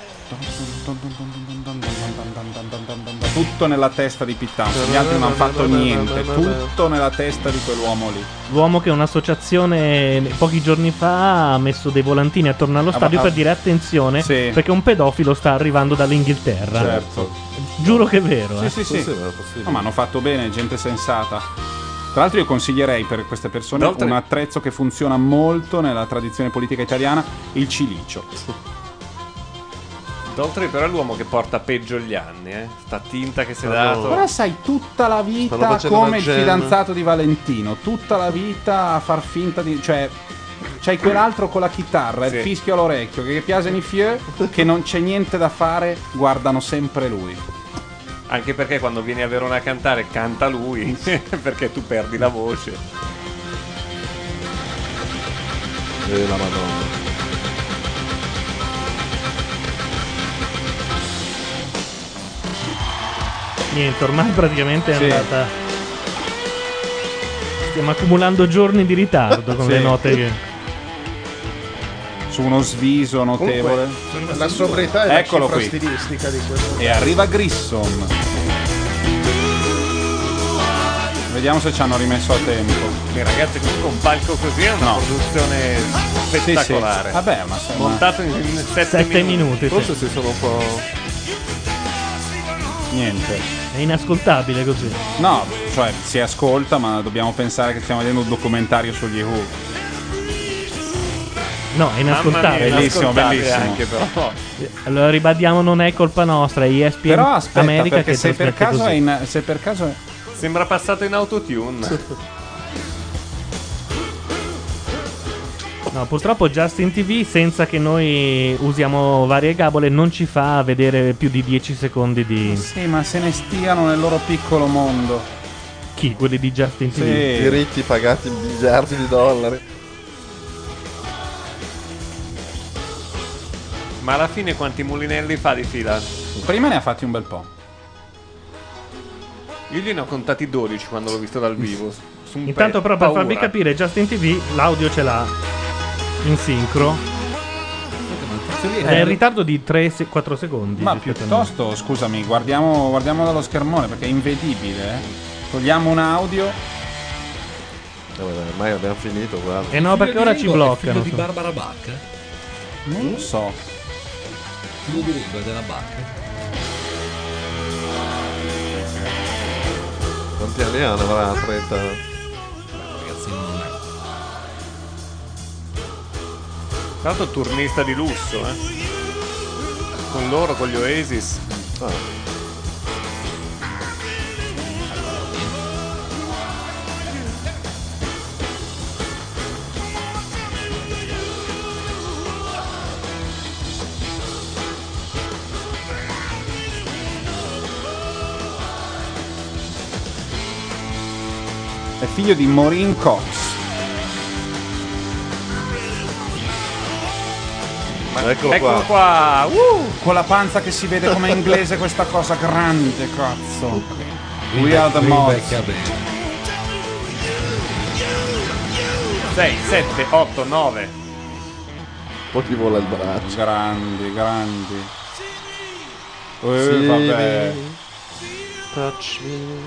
Tutto nella testa di Pete Townsend. Gli altri non hanno fatto niente. Tutto nella testa di quell'uomo lì. L'uomo che un'associazione pochi giorni fa ha messo dei volantini attorno allo Ah, stadio ma- per dire attenzione Sì. perché un pedofilo sta arrivando dall'Inghilterra. Certo. Giuro che è vero. Sì, eh. sì, sì. No, ma hanno fatto bene, gente sensata. Tra l'altro io consiglierei per queste persone D'altro- un attrezzo che funziona molto nella tradizione politica italiana, il cilicio. D'altro però è l'uomo che porta peggio gli anni, eh. Sta tinta che si è No. dato. Però sai, tutta la Stanno vita facendo come una il gem. fidanzato di Valentino, tutta la vita a far finta di... cioè, c'hai quell'altro con la chitarra, Sì. il fischio all'orecchio, che piace i fieu, che non c'è niente da fare, guardano sempre lui. Anche perché quando vieni a Verona a cantare canta lui, perché tu perdi la voce. Eh, la Madonna. Niente, ormai praticamente è Sì. andata. Stiamo accumulando giorni di ritardo con Sì. le note che. Su uno sviso notevole. Comunque, la sobrietà è Eccolo la cifra qui. stilistica di questo. E arriva Grissom. Vediamo se ci hanno rimesso a tempo. Che ragazzi, comunque un palco così è una No. produzione spettacolare. Sì, sì. Vabbè, ma se- montato in sette, Sette minuti, sì. Forse si sono un po'. Niente. È inascoltabile così. No, cioè si ascolta, ma dobbiamo pensare che stiamo vedendo un documentario sugli Who. No, è inascoltabile. Bellissimo, inascoltabile bellissimo. anche, però. Allora ribadiamo, non è colpa nostra, è E S P N Però aspetta, America perché che se per trasmette caso così. è in, se per caso è- Sembra passato in autotune. No, purtroppo Justin T V, senza che noi usiamo varie gabole, non ci fa vedere più di dieci secondi di. Sì, ma se ne stiano nel loro piccolo mondo. Chi? Quelli di Justin T V? Diritti pagati in miliardi di dollari. Ma alla fine quanti mulinelli fa di fila? Prima ne ha fatti un bel po'. Io gliene ho contati dodici quando l'ho visto dal vivo. Su un Intanto, pe- però, per paura. farvi capire, Justin T V l'audio ce l'ha in sincro. Ed è in ritardo di tre quattro secondi. Ma rispetto a noi. piuttosto, scusami, guardiamo, guardiamo dallo schermone perché è invedibile. eh. Togliamo un audio. Eh, vabbè, ormai abbiamo finito, guarda. Eh no, perché ora ci bloccano. Figlio di Barbara Bach? Non lo so. Figlio di Ringo è della Bach? Quanti anni ha? Ne avrà trenta. Ragazzino non è. Tra l'altro turnista di lusso, eh. Con loro, con gli Oasis. Ah. È figlio di Maureen Cox. Ma Eccolo eccolo qua. qua. Uh! Con la panza che si vede come inglese questa cosa grande, cazzo. We are the mods. Rivecchia bene. sei, sette, otto, nove. Poi ti vola il braccio. Grandi, grandi. Eh, Sì, vabbè. Touch me.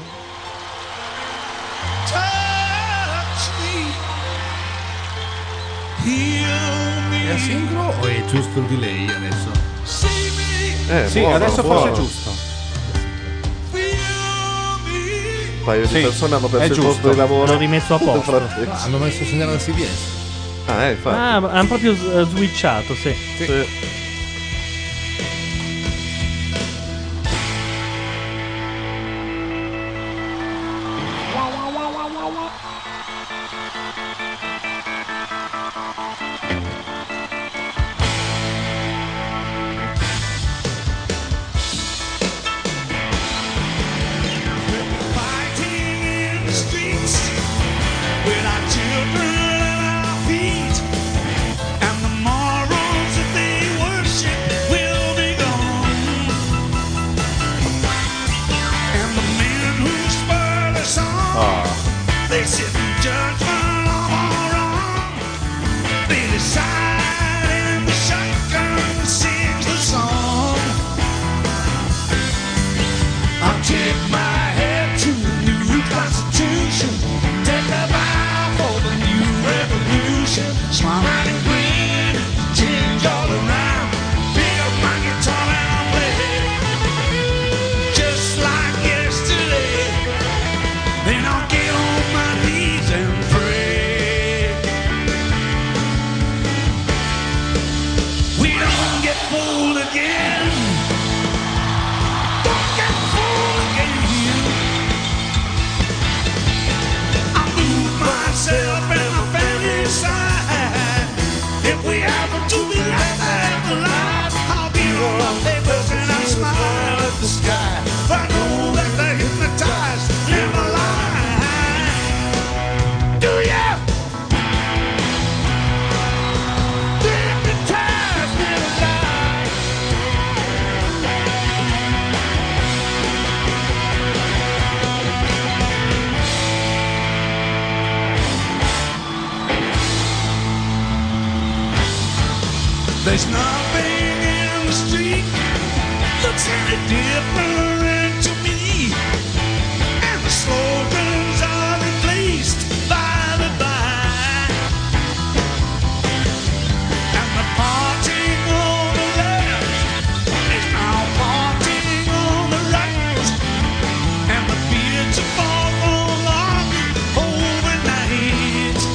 È a sincro o è giusto il delay adesso? Eh, Sì, buono, adesso buono. forse è giusto. Un paio di Sì, persone hanno è perso il giusto. posto di lavoro. L'ho rimesso a nel posto. frattempo. Ah, hanno messo il segnale da C B S. Ah, eh, infatti. Ah, hanno proprio s- switchato, sì. Sì. again. Don't get fooled again. I move myself and my family side. If we happen to be left alive, I'll be on my papers and I'll smile at the sky. But I know that the hypnotized never lie. Do ya? The hypnotized never lie. There's nothing in the street looks any different to me, and the slogans are replaced by the by, and the parting on the left is now parting on the right, and the beards are far along overnight.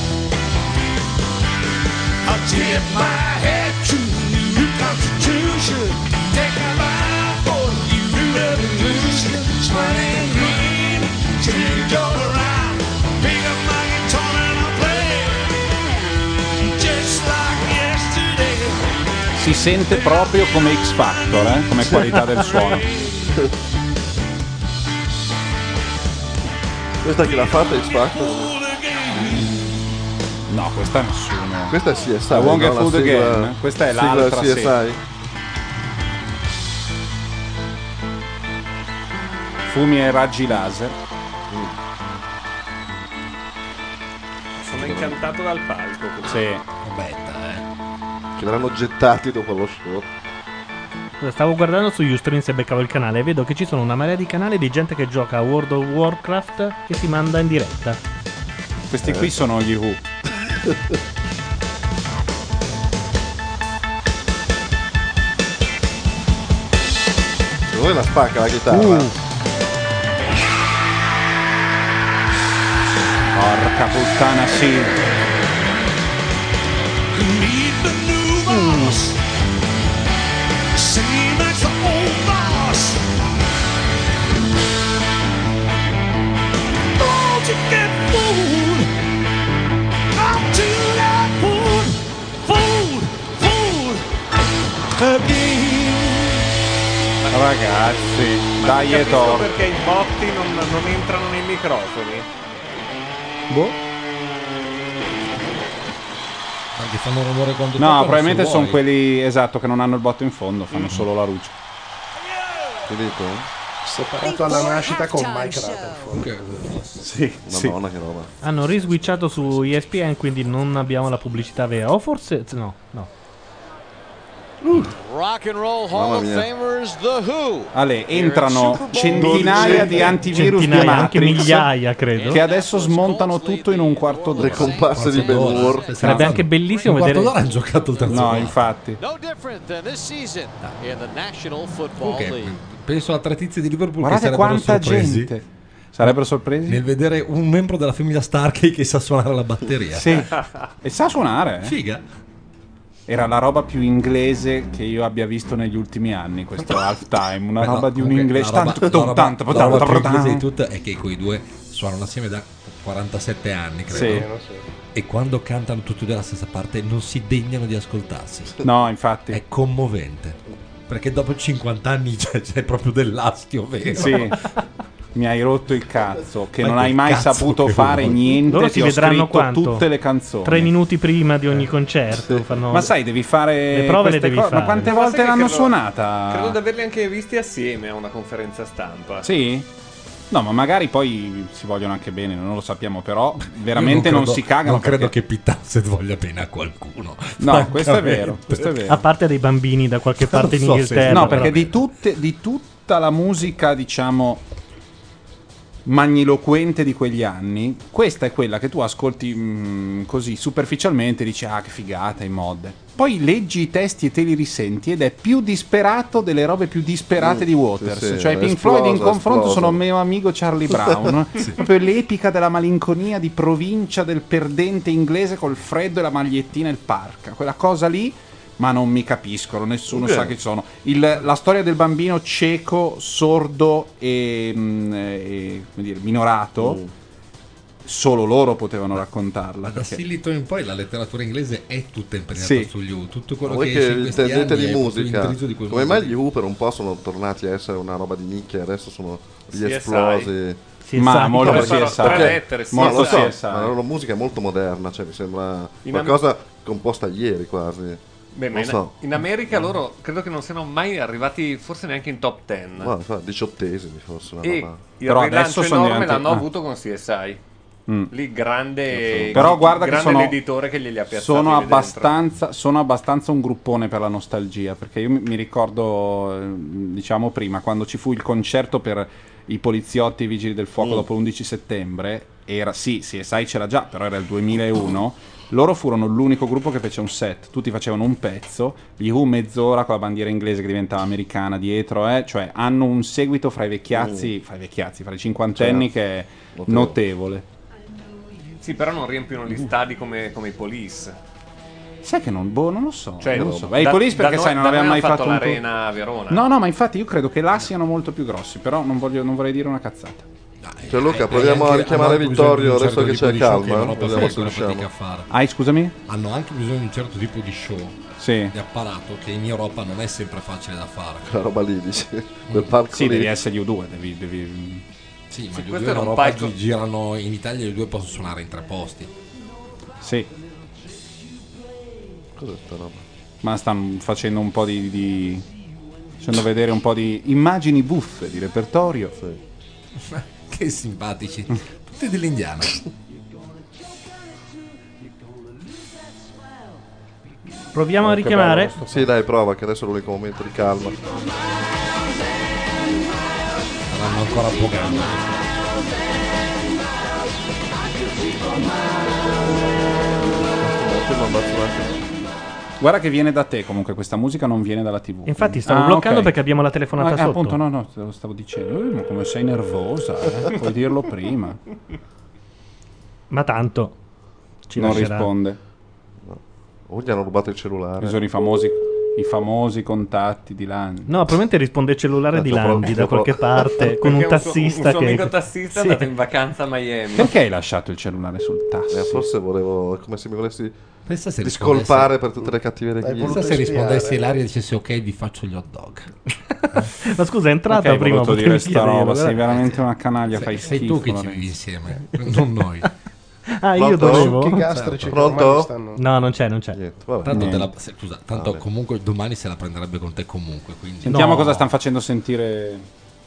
I'll tip my head to the new Constitution. Take a bow for the new revolution. Smiling green, change all around. Pick up my guitar and I'll play just like yesterday. Si sente proprio come X Factor, eh? Come qualità del suono. Questa chi l'ha fatta X Factor? No, questa nessuno. Questa è C S I. I Won't Get no? La Fooled sigla- Again. Questa è sigla l'altra C S I. sì. Fumi e raggi laser. Sono incantato dal palco. Sì. Che verranno gettati dopo lo show. Stavo guardando su Ustream se beccavo il canale e vedo che ci sono una marea di canali di gente che gioca a World of Warcraft che si manda in diretta. Questi Eh. qui sono gli Who. Secondo me la spacca la chitarra. Uh. Porca puttana, sì. Meet the new boss. Same as the old boss. Don't you get fooled. Not to that fooled. Fooled. Fooled. Again. Ragazzi, dai e Capisco Thor. perché i botti non, non entrano nei microfoni. Boh. Perché fanno rumore quando No, toccano, probabilmente se sono vuoi. quelli esatto che non hanno il botto in fondo, fanno solo la luce. Capito? Separato alla nascita con Mike Rutherford. Sì, Madonna, che roba. Hanno riswitchato su E S P N, quindi non abbiamo la pubblicità vera. O forse no, no. Rock and Roll Hall Mamma of mia. Famers, The Who. Ale, entrano centinaia di antivirus Centinaia, di anche Matrix migliaia, credo. che adesso smontano tutto in un quarto d'ora. Le comparse di Ben Hur. Sarebbe anche bellissimo Un quarto vedere. d'ora hanno giocato il terzo No, gol. infatti. No different than this season in the National Football Comunque, League. penso a tre tizi di Liverpool Guardate che sarebbero quanta sorpresi gente. Sarebbero sorpresi? nel vedere un membro della famiglia Starkey che sa suonare la batteria. Sì. E sa suonare, eh? Figa. Era la roba più inglese che io abbia visto negli ultimi anni, questo halftime, una Beh, no, roba di un comunque, inglese la roba- tanto la roba- tanto la roba più tanto inglese di tanto. tutto è che quei due suonano assieme da quarantasette anni, credo. Sì. E quando cantano tutti dalla stessa parte non si degnano di ascoltarsi. No, infatti. È commovente. Perché dopo cinquanta anni c'è, c'è proprio dell'astio vero. Sì. Mi hai rotto il cazzo, che Ma non che hai mai cazzo saputo che fare vuoi? niente, Loro ti si ho vedranno scritto quanto? tutte le canzoni. Tre minuti prima di ogni concerto. Fanno... Ma sai, devi fare le prove le queste devi cose. fare. Ma quante Ma volte sai che l'hanno credo- suonata? Credo di averli anche visti assieme a una conferenza stampa. Sì? No, ma magari poi si vogliono anche bene, non lo sappiamo, però veramente Io non, credo- si cagano. Non credo perché- che Pete Townshend voglia bene a qualcuno. No, questo è francamente. vero, questo è vero. A parte dei bambini da qualche parte in Non so se- Inghilterra. No, perché però. di, tutte, di tutta la musica, diciamo, magniloquente di quegli anni, questa è quella che tu ascolti mm, così superficialmente e dici ah che figata i mod. Poi leggi i testi e te li risenti ed è più disperato delle robe più disperate Mm, di Waters. sì, sì, cioè è Pink Floyd in esploso, confronto esploso. sono mio amico Charlie Brown. Proprio l'epica della malinconia di provincia del perdente inglese col freddo e la magliettina e il parca. Quella cosa lì ma non mi capiscono, nessuno Ok. sa chi sono. Il- la storia del bambino cieco, sordo e, mm, e, come dire, minorato, Mm. solo loro potevano raccontarla. Da perché- Silito in poi la letteratura inglese è tutta impegnata Sì. sugli U. Tutto quello Vuoi che che esce in il questi tendente anni di è proprio musica, intriso di quel come mondo mai lì. gli U per un po' sono tornati a essere una roba di nicchia, adesso sono C S I. riesplosi. C S I. Ma molto Perché- C S I. perché- Tre lettere, no, C S I. lo so, C S I. ma la loro musica è molto moderna, cioè mi sembra In qualcosa composta ieri quasi. Beh, ma non in, so. in America loro credo che non siano mai arrivati forse neanche in top dieci. Ma fa, diciottesimi forse una E roba. il Però rilancio adesso sono enorme diventati- l'hanno ah. avuto con C S I. Mm. Lì grande, Però guarda che grande sono, l'editore che glieli ha piazzati sono lì dentro. abbastanza, sono abbastanza un gruppone per la nostalgia, perché io mi, mi ricordo, eh, diciamo prima, quando ci fu il concerto per i poliziotti e i vigili del fuoco Mm. dopo l'undici settembre, era sì, C S I c'era già, però era il duemilauno, loro furono l'unico gruppo che fece un set, tutti facevano un pezzo, gli Who mezz'ora con la bandiera inglese che diventava americana dietro, eh, cioè hanno un seguito fra i vecchiazzi, fra i vecchiazzi, fra i cinquantenni Certo. che è Notevole. notevole. Sì, però non riempiono gli stadi come, come i Police. Sai che non, boh, non lo so. Cioè, non lo so. da- Beh, i Police da perché noi- sai, non da avevano noi mai hanno fatto, fatto un l'Arena a Verona. No, no, ma infatti io credo che là siano molto più grossi, però non, voglio, non vorrei dire una cazzata. Cioè Luca, Eh, proviamo anche- a richiamare hanno anche bisogno Vittorio di un adesso certo che tipo c'è di show che in calma. Europa Vediamo fa se ancora fatica riusciamo. a fare. Ah, scusami? Hanno anche bisogno di un certo tipo di show, Sì. di apparato, che in Europa non è sempre facile da fare. Quella roba lì, dici? Quel palco Sì, lì. devi essere gli U due, devi... devi... Sì, ma Sì, gli questo due in era un Europa palco- gi- girano in Italia, i due possono suonare in tre posti. Sì. Cos'è sta roba? Ma stanno facendo un po' di... di... facendo vedere un po' di immagini buffe di repertorio. Che simpatici. Tutti dell'Indiana. Proviamo a Oh, che richiamare. bello. Sì, dai, prova, che adesso è l'unico momento di calma. Saranno ancora un po' grandi. Guarda che viene da te comunque, questa musica non viene dalla tivù. Infatti stavo Ah, bloccando ok. perché abbiamo la telefonata Ah, eh, sotto. appunto, no, no, te lo stavo dicendo. Eh, ma come sei nervosa, eh? Puoi dirlo prima. Ma tanto ci non lascerà. risponde. O gli hanno rubato il cellulare. Ci sono i famosi, i famosi contatti di Landi. No, probabilmente risponde il cellulare di Tanto Landi da proprio- qualche parte con un Perché suo- tassista un suo che amico tassista Sì. è andato in vacanza a Miami. Perché hai lasciato il cellulare sul tasso? Eh, forse volevo, come se mi volessi Pensa se discolpare rispondesse- per tutte le cattiverie che gli Pensa se rispondessi Ilaria e dicesse ok, vi faccio gli hot dog. Ma scusa, è entrata Perché hai prima. voluto potevi dire sta chiederlo, roba? Sei guarda. veramente una canaglia, Sei- fai sei schifo. tu che ci Lorenzo. vivi insieme, non noi. Ah, io Pronto? dovevo. Succhi gastrici che Pronto? ormai stanno- No, non c'è, non c'è. vabbè. Tanto, te la- Niente. se- scusa, tanto Vale. comunque domani se la prenderebbe con te comunque. Quindi. Sentiamo No. cosa stanno facendo sentire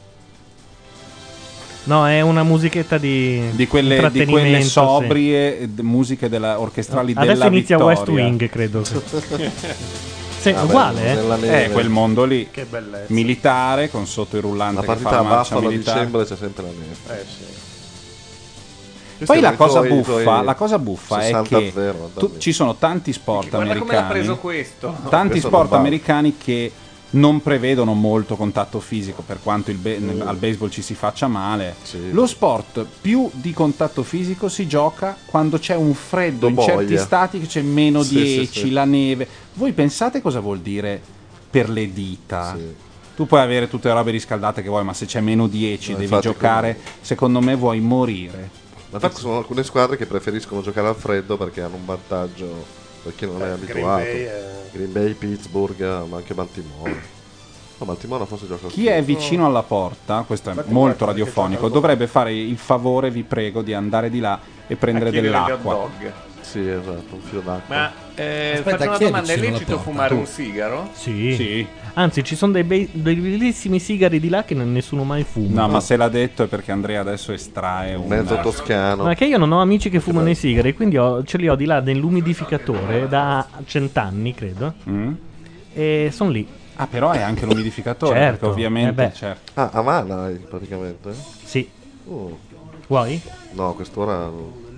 No, è una musichetta di di quelle, di intrattenimento, quelle sì. sobrie eh, d- musiche della, orchestrali Adesso della inizia vittoria. West Wing, credo. Sì, Ah, uguale, beh, eh? nella neve. Eh, quel mondo lì. Che bellezza. Militare, con sotto il rullante La che partita fa a la marcia Buffalo a militare. dicembre c'è sempre la neve. Eh sì. Poi la Questi cosa, erano i tuoi- buffa, i tuoi la cosa buffa è sessanta che a zero, tu- dammi. ci sono tanti sport Guarda come l'ha americani, preso questo. tanti Questo sport non va. americani che non prevedono molto contatto fisico, per quanto il be- nel- al baseball ci si faccia male. Sì. Lo sport più di contatto fisico si gioca quando c'è un freddo in Boia. certi stati, che c'è meno Sì, sì, dieci, sì. la neve. Voi pensate cosa vuol dire per le dita? Sì. Tu puoi avere tutte le robe riscaldate che vuoi, ma se c'è meno dieci No, devi infatti, giocare, secondo me vuoi morire. Ma infatti sono alcune squadre che preferiscono giocare al freddo perché hanno un vantaggio per chi non è Eh, abituato. Green Bay è- Green Bay, Pittsburgh, ma anche Baltimora. No, Baltimora forse gioca al Chi è freddo. vicino alla porta, questo è Baltimora molto perché radiofonico, gioca al dovrebbe fare il favore, vi prego, di andare di là e prendere A chiedere gli hot dell'acqua. dog. Sì, esatto, un filo d'acqua. Ma eh, Aspetta, faccio una chi è domanda: è vicino alla lecito porta? fumare Tu. un sigaro? Sì. Sì. Anzi, ci sono dei, bei- dei bellissimi sigari di là che n- nessuno mai fuma. No, ma se l'ha detto è perché Andrea adesso estrae un Mezzo toscano. Ma che io non ho amici che fumano i sigari, quindi ho- ce li ho di là nell'umidificatore da cent'anni, credo. Mm? E sono lì. Ah, però è anche l'umidificatore, Certo, perché ovviamente eh beh. certo. Ah, a mano hai praticamente? Sì. Oh. Vuoi? No, a quest'ora no.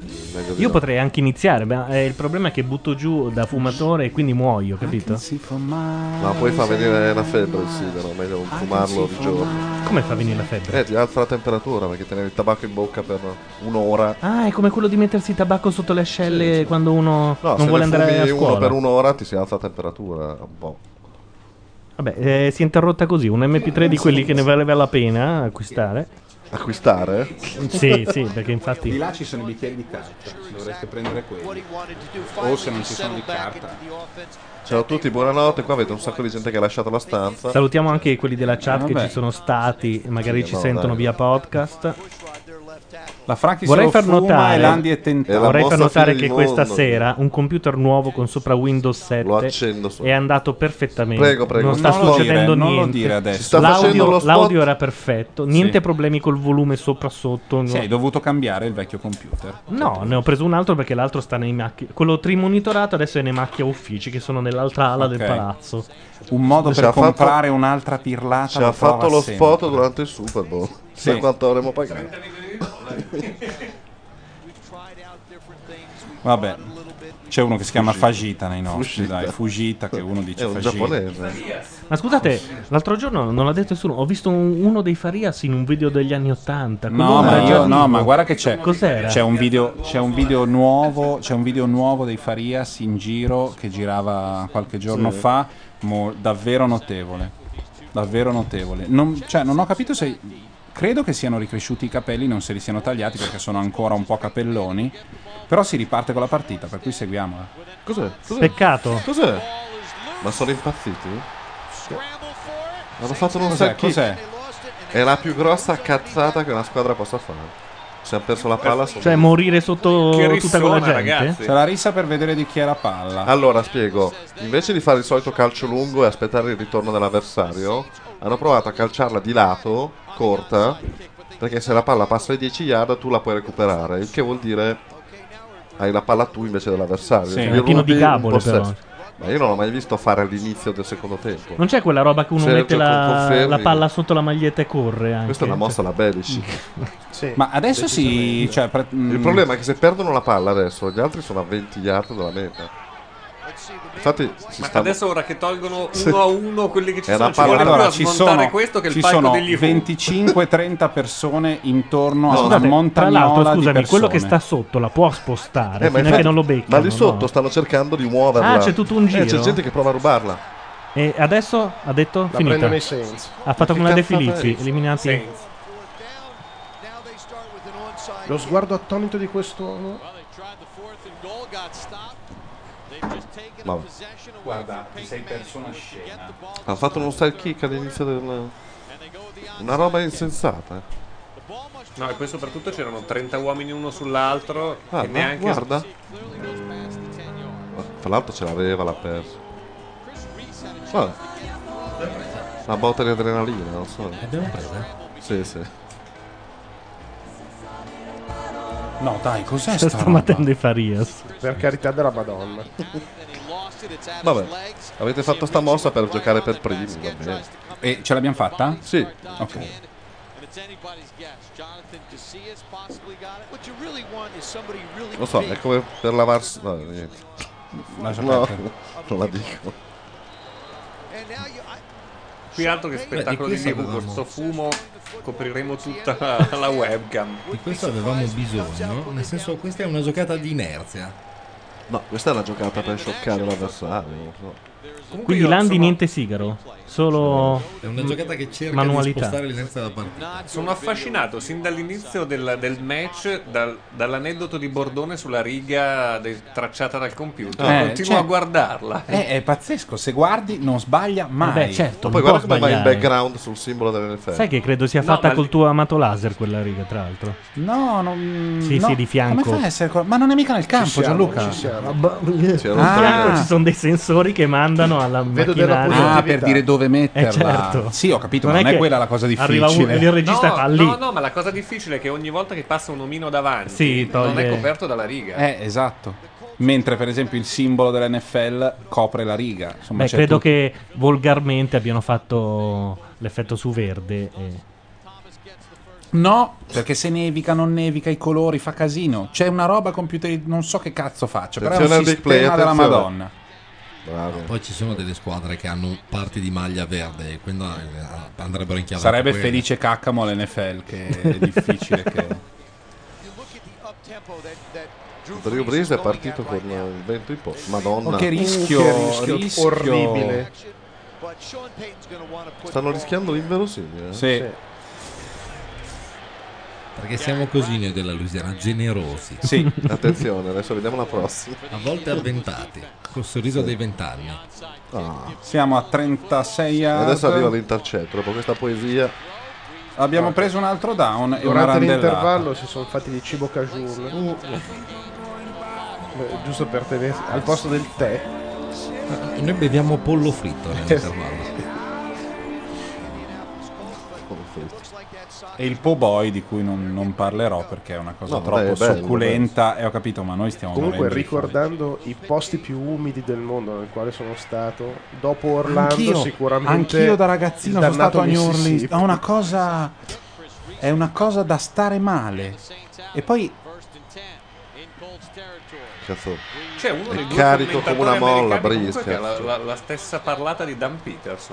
meglio di Io no. potrei anche iniziare, ma eh, il problema è che butto giù da fumatore e quindi muoio, capito? Ma poi fa venire la febbre il sigaro, meglio non fumarlo di giorno. Come fa a venire la febbre? Eh, ti alza la temperatura perché tenevi il tabacco in bocca per un'ora. Ah, è come quello di mettersi tabacco sotto le ascelle Sì, sì. quando uno No, non se vuole ne andare a fumi scuola. uno per un'ora ti si alza la temperatura un po'. Vabbè, eh, si è interrotta così, un M P tre di quelli che ne valeva la pena acquistare. Acquistare? Sì, sì, perché infatti... Di là ci sono i bicchieri di carta, dovreste prendere quelli. O se non ci sono di carta. Ciao a tutti, buonanotte. Qua avete un sacco di gente che ha lasciato la stanza. Salutiamo anche quelli della chat Eh, che vabbè. ci sono stati, magari Sì, ci no, sentono dai. via podcast. La Franchi Vorrei se lo far fuma notare, e Landi è tentato. vorrei far È la notare mostra che fine questa di sera un computer nuovo con sopra Windows sette Lo accendo solo. è andato perfettamente. Prego, prego. Non sta Non lo succedendo dire, non lo niente. dire adesso. Si sta facendo L'audio, lo spot. l'audio era perfetto, niente Sì. problemi col volume sopra sotto. Sì, no. hai dovuto cambiare il vecchio computer. No, ne ho preso un altro perché l'altro sta nei macchie. Quello trimonitorato adesso è nei macchia uffici che sono nell'altra ala Ok. del palazzo. Un modo Ci per ha fatto- comprare un'altra pirlata. Ci lo ha fatto trova lo sempre. spot durante il Super Bowl. Sì. Sai quanto avremmo pagato? Vabbè, c'è uno che si chiama Fujita. Fajita nei nostri, Fujita. dai, Fujita che uno dice È un Fajita. giapponese. Ma scusate, l'altro giorno non l'ha detto nessuno. Ho visto un- uno dei Farias in un video degli anni Ottanta. No, ma io no, ma guarda che c'è. Cos'era? C'è un video, c'è un video nuovo, c'è un video nuovo dei Farias in giro che girava qualche giorno Sì. fa, mo- davvero notevole. Davvero notevole. Non, cioè, non ho capito se credo che siano ricresciuti i capelli, non se li siano tagliati perché sono ancora un po' capelloni, però si riparte con la partita, per cui seguiamola. Cos'è? Cos'è? Peccato. Cos'è? Ma sono impazziti? Hanno fatto un Cos'è? sacco. Cos'è? È la più grossa cazzata che una squadra possa fare. Se hanno perso la palla sono- Cioè morire sotto tutta quella gente? C'è la rissa per vedere di chi è la palla. Allora, spiego. Invece di fare il solito calcio lungo e aspettare il ritorno dell'avversario, hanno provato a calciarla di lato, corta, perché se la palla passa ai dieci yard tu la puoi recuperare, il che vuol dire hai la palla tu invece dell'avversario. Sì, Quindi è pieno di rubi un gabole, possesso. però. Ma io non l'ho mai visto fare all'inizio del secondo tempo. Non c'è quella roba che uno Sergio, mette la, confermi? la palla sotto la maglietta e corre anche. Questa è una mossa alla Bellici. Ma adesso si. Cioè, pre- mm, Il problema è che se perdono la palla adesso, gli altri sono a venti yard dalla meta. Infatti, si Ma stanno... adesso ora che tolgono Sì. uno a uno quelli che ci È sono, una ci vuole palla- più Allora, a ci smontare sono, questo che il ci palco sono degli Who. venticinque trenta persone intorno a Scusate, una tra montagnola l'altro, di scusami, persone. quello che sta sotto la può spostare Eh, ma, fino a infatti- che non lo beccano. ma lì sotto no? stanno cercando di muoverla. Ah, c'è tutto un Eh, giro? c'è gente che prova a rubarla. E adesso ha detto La finita. prendono i Saints. Ha fatto Che come una De cazzata Filippi, è? eliminati. Lo sguardo attonito di quest'uomo. Vabbè. Guarda, ti sei perso una scena. Ha fatto uno style kick all'inizio del... Una roba insensata. eh. No, e poi soprattutto c'erano trenta uomini uno sull'altro Ah, e no, neanche guarda. Tra l'altro ce l'aveva, l'ha perso. Vabbè. Una botta di adrenalina, non so. L'abbiamo presa? Sì, sì. No, dai, cos'è Sta sta roba? matendo i Farias. Per carità della Madonna. Vabbè, avete fatto sta mossa per giocare per primi, va bene. E ce l'abbiamo fatta? Sì. Ok. Lo so, è come per lavarsi... No, niente. Lascia No, perdere. non la dico. Qui altro che spettacolo di questo T V con avevamo- sto fumo copriremo tutta la webcam. Di questo avevamo bisogno, nel senso questa è una giocata di inerzia. No, questa è una giocata per scioccare l'avversario. non so. Comunque Quindi io Landi sono- niente sigaro, solo È una giocata che cerca manualità. di spostare l'inerzia della partita. Sono affascinato sin dall'inizio del, del match dal- dall'aneddoto di Bordone sulla riga de- tracciata dal computer. Eh, Continuo cioè- a guardarla. È, è pazzesco, se guardi non sbaglia mai. Vabbè, certo, Poi non guarda può come va il sbagliare. background sul simbolo dell'N F L. Sai che credo sia No, fatta ma col li- tuo amato laser quella riga, tra l'altro. No, non. Sì, no. sì, di fianco. Come fa a essere co- Ma non è mica nel campo, siamo, Gianluca. ci siamo. Sì, era un Ah. A fianco taglio. ci sono dei sensori che mandano alla Vedo della macchinaria. positività. Ah, per dire dove metterla. Eh, certo. Sì, ho capito, Non ma è non è che quella la cosa difficile. arriva un- il regista No, fa lì. no, no, ma la cosa difficile è che ogni volta che passa un omino davanti Sì, non toglie- è coperto dalla riga. Eh, esatto. Mentre, per esempio, il simbolo dell'N F L copre la riga. Insomma, Beh, c'è credo tutto. che volgarmente abbiano fatto l'effetto su verde. E... No, perché se nevica, non nevica, i colori, fa casino. C'è una roba computer, non so che cazzo faccia, però è un Attenzione al big play, sistema della attenzione. Madonna. Bravo. Poi ci sono delle squadre che hanno parti di maglia verde e quindi eh, andrebbero in chiave. Sarebbe quelle. felice Caccamo all'N F L, che è difficile che... Drew Brees è partito con il vento in posto. Madonna. Oh, che rischio, Uh, che rischio rischio orribile. Stanno rischiando l'inverosimile. Sì. Perché siamo così noi della Louisiana, generosi. Sì. Attenzione, adesso vediamo la prossima. A volte avventati, col sorriso dei vent'anni. Ah. Siamo a trentasei E yard. adesso arriva l'intercetto. Dopo questa poesia, Abbiamo preso un altro down e una Durante randellata. l'intervallo si sono fatti di cibo cajun. Beh, giusto per tenere al posto del tè. Noi beviamo pollo fritto nell'intervallo. E il po' boy di cui non, non parlerò perché è una cosa No, troppo vabbè, è bello, succulenta. E ho capito, ma noi stiamo Comunque, morendo di ricordando i posti più umidi del mondo nel quale sono stato, dopo Orlando, Anch'io, sicuramente. anch'io da ragazzino il sono stato a dannato New Orleans. Mississippi. È una cosa. È una cosa da stare male. E poi. cazzo, C'è uno dei è due carico come una commentatori molla, americani Brees. comunque che ha cazzo. la, la- la stessa parlata di Dan Peterson.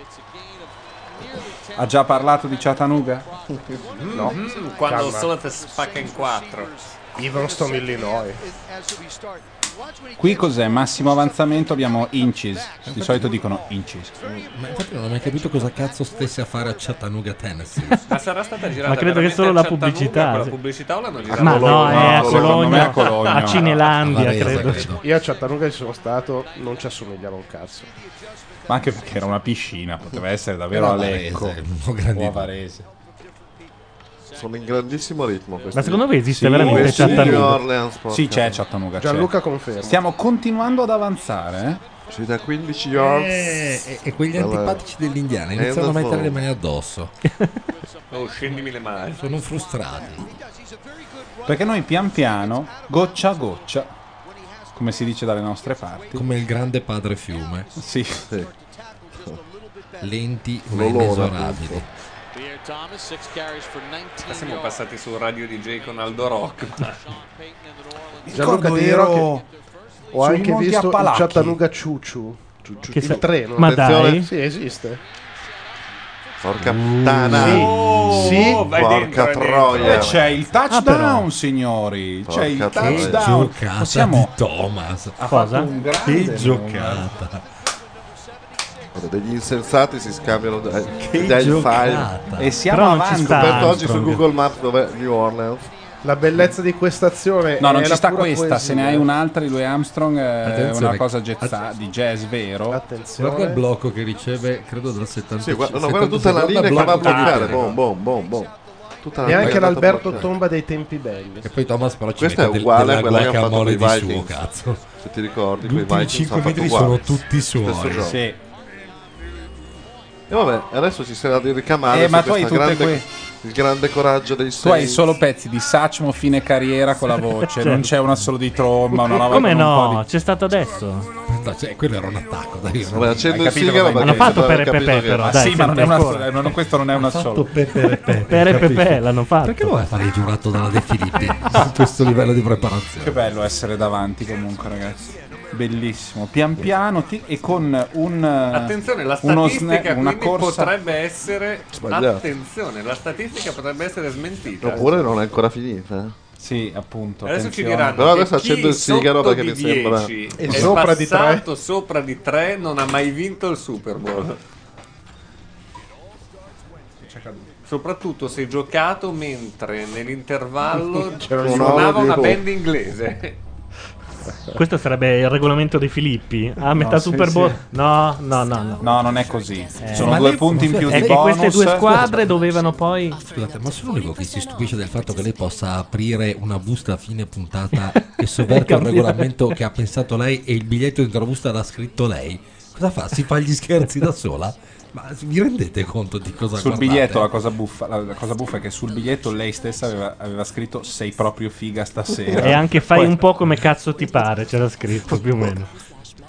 Ha già parlato di Chattanooga? No. Mm, quando Calma. il sole ti spacca in quattro. Evanston, Illinois. Qui cos'è? Massimo avanzamento abbiamo inches. Di solito dicono inches. Ma infatti non ho mai capito cosa cazzo stesse a fare a Chattanooga, Tennessee. Ma sarà stata girata Ma credo che veramente solo a la Chattanooga pubblicità, quella sì. pubblicità o l'hanno girata Ma no, è a secondo me a Cologno, Cologno. a Cinelandia, A Varese, credo. credo. Io a Chattanooga ci sono stato, non ci assomigliava un cazzo. Ma anche perché era una piscina, poteva essere davvero Era a Varese, Lecco un grandi o a dubbi. Varese. Sono in grandissimo ritmo. questi. Ma secondo voi esiste Sì, veramente sì, Chattanooga? New Orleans, porca. Sì, c'è Chattanooga. c'è. Gianluca conferma. Stiamo continuando ad avanzare, eh? Sì, da quindici yards. Eh, e, e quegli Allora, antipatici dell'Indiana end iniziano a of mettere zone. le mani addosso. Oh, scendimi le mani. Sono frustrati. Perché noi pian piano, goccia a goccia, come si dice dalle nostre parti. Come il grande padre fiume. Sì. Lenti ma L'olore, inesorabili. Siamo passati su Radio D J con Aldo Rock. Gianluca Ricordo ti dirò ero che ho sui anche Monti visto il Appalachi. Chattanooga Ciuciu. Che Il sa- treno. Ma Attenzione. dai. Sì, esiste. Porca puttana. Sì. Sì. vai Porca dentro, vai troia. E c'è il Ah, touchdown, però. signori. Porca C'è il troia. Che touchdown. giocata Possiamo... di Thomas. Ha Cosa? fatto un grande Che numero. giocata. Guarda, degli insensati si scambiano dai, Che dai five. giocata. E siamo Però non ci avanti. sta. Scoperto oggi su Armstrong. Google Maps dov'è New Orleans. La bellezza di questa azione No, non è ci la sta pura questa. poesia. Se ne hai un'altra di Louis Armstrong, è Attenzione. una cosa jazza- di jazz vero. Attenzione. Guarda il blocco che riceve, credo dal Sì, settantacinque. guarda, no, guarda tutta la linea che va a bloccare. Boom, boom, boom, boom. Tutta la linea Neanche che è andata a l'Alberto bloccare. Tomba dei tempi belli. E poi Thomas però ci Questa è mette del- uguale a della quella che hanno fatto guacamole con i di suo, Vikings. cazzo. Se ti ricordi, Gli quei ultimi Vikings cinque hanno fatto metri uguale. sono tutti Stesso suoi. gioco. Sì. E vabbè, adesso ci sarà di ricamare Eh, su ma tu hai questa tutte grande, que- il grande coraggio dei Tu hai Saints. solo pezzi di Sachmo fine carriera con la voce, non c'è una solo di tromba, una roba Come con un po' no? di- C'è stato adesso. No, cioè, quello era un attacco, dai. Vabbè, accendo Hai il capito sigaro come- perché Hanno fatto avrei per e capito Pepe, che- però. Ah, Dai, sì, ma non è senti una ancora. sola, non- questo non è una fatto sola. Pepe, Pepe, Per e capisci? Pepe l'hanno fatto. Perché lo vuoi fare il giurato dalla De Filippi a questo livello di preparazione? Che bello essere davanti comunque, ragazzi. Bellissimo. Pian piano ti- e con un eh, Attenzione, la uno statistica sna- una quindi corsa. potrebbe essere Sbagliato. attenzione, la statistica potrebbe essere smentita. Oppure non è ancora finita. eh. Sì, appunto. Adesso ci attenzione. diranno Però che adesso chi accendo il sigaro sotto perché di mi sembra- dieci E è sopra di tre. passato sopra di tre non ha mai vinto il Super Bowl. Soprattutto se giocato mentre nell'intervallo C'era suonava un una audio. band inglese. Questo sarebbe il regolamento dei Filippi. A metà sì, Super Bowl. sì. No, no, no, no. No, non è così. Sono ma due lei- punti in più E, di e bonus. queste due squadre dovevano poi. Scusate, ma sono l'unico che si stupisce del fatto che lei possa aprire una busta a fine puntata e sovverte un regolamento che ha pensato lei e il biglietto dentro la busta l'ha scritto lei. Cosa fa? Si fa gli scherzi da sola? Ma vi rendete conto di cosa Sul guardate? biglietto la cosa buffa, la, la cosa buffa è che sul biglietto lei stessa aveva, aveva scritto sei proprio figa stasera. E anche fai Poi- un po' come cazzo ti pare, c'era scritto più o meno.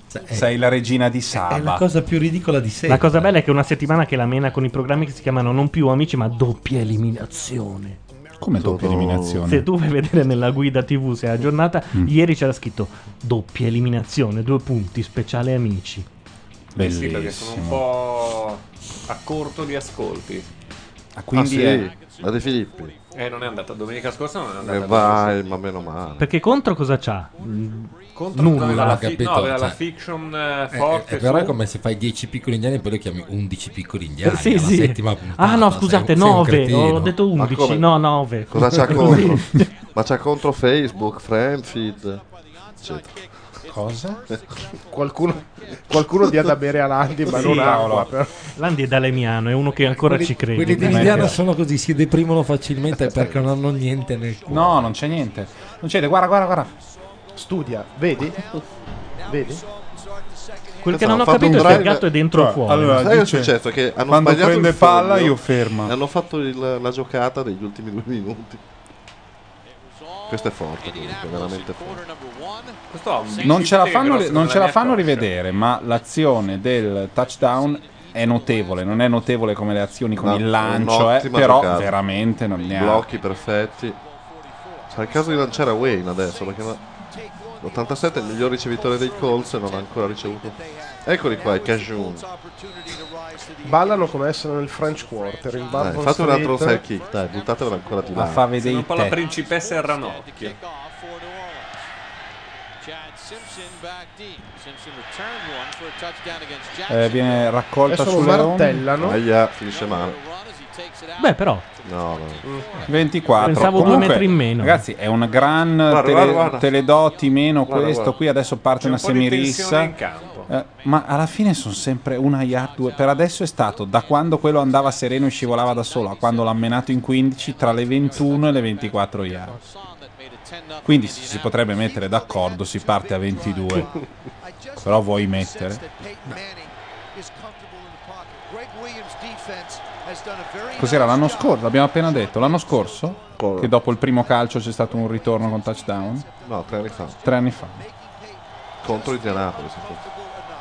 Sei la regina di Saba. È la cosa più ridicola di sempre. La cosa bella è che è una settimana che la mena con i programmi che si chiamano non più amici ma doppia eliminazione. Come doppia eliminazione? Se tu vai a vedere nella guida tivù se è aggiornata, Mm. ieri c'era scritto doppia eliminazione, due punti, speciale amici. Eh sì, perché sono un po' a corto di ascolti. Ah, quindi ah, sì? è- La De Filippi. Eh, non è andata domenica scorsa, non è andata. E vai, ma meno male. Perché contro cosa c'ha? Mm, Contro Nulla. aveva la, ho fi- capito, no, aveva cioè- la fiction eh, Eh, forte. eh, però è su- come se fai dieci piccoli indiani e poi li chiami undici piccoli indiani. Sì, alla sì. settima puntata. Ah no, sei- scusate, sei un nove. cretino. Ho detto Ma undici, come? no, nove. Cosa c'ha contro? Ma c'ha contro Facebook, Friendfeed, eccetera. Cosa? Qualcuno, qualcuno dia da bere a Landi, ma Sì, non acqua. cavolo. Però. Landi è d'Alemiano, è uno che ancora Quelli- ci crede. Quelli di Indiana sono così, si deprimono facilmente perché non hanno niente nel cuore. No, non c'è niente. Non c'è, guarda, guarda, guarda. Studia, vedi? Vedi? Quel che Adesso non ho hanno fatto capito un è se il drive- gatto è dentro o fuori. allora, Sai cosa è dice, successo? Che hanno quando sbagliato prende il palla foglio io fermo. e hanno fatto il- la giocata degli ultimi due minuti. Questo è forte, comunque, veramente forte. Questo ha un Non ce la bicipite fanno, grosso non come ce la mia fanno coscia. rivedere, ma l'azione del touchdown è notevole. Non è notevole come le azioni con No, il lancio, eh, un'ottima però giocata. veramente non ne ha. Blocchi perfetti. Sarà il caso di lanciare a Wayne adesso, perché no- l'ottantasette è il miglior ricevitore dei Colts e non ha ancora ricevuto. Eccoli qua, i Cajun. Ballano come essere nel French Quarter. In Dai, Bourbon fate un altro Street. side kick, dai, buttatevela ancora di Ma là. fa Sembra vedere un i po' la te. principessa e il ranocchio. Eh, viene raccolta Adesso lo sulle martellano. Aia, finisce male. Beh, però. No, no. ventiquattro. Pensavo due Comunque, metri in meno. Ragazzi, è un gran Guarda, tele, guarda, guarda. teledoti meno Guarda, questo. guarda. Qui adesso parte C'è una un po' di tensione semirissa. in campo. Eh, ma alla fine sono sempre una yard, due. Per adesso è stato da quando quello andava sereno e scivolava da solo a quando l'ha menato in quindici tra le ventuno e le ventiquattro yard. Quindi si si potrebbe mettere d'accordo, si parte a ventidue. Però vuoi mettere? Cos'era l'anno scorso? L'abbiamo appena detto. L'anno scorso? Cosa? Che dopo il primo calcio c'è stato un ritorno con touchdown? No, tre anni fa. Tre anni fa. Contro Indianapolis. appunto.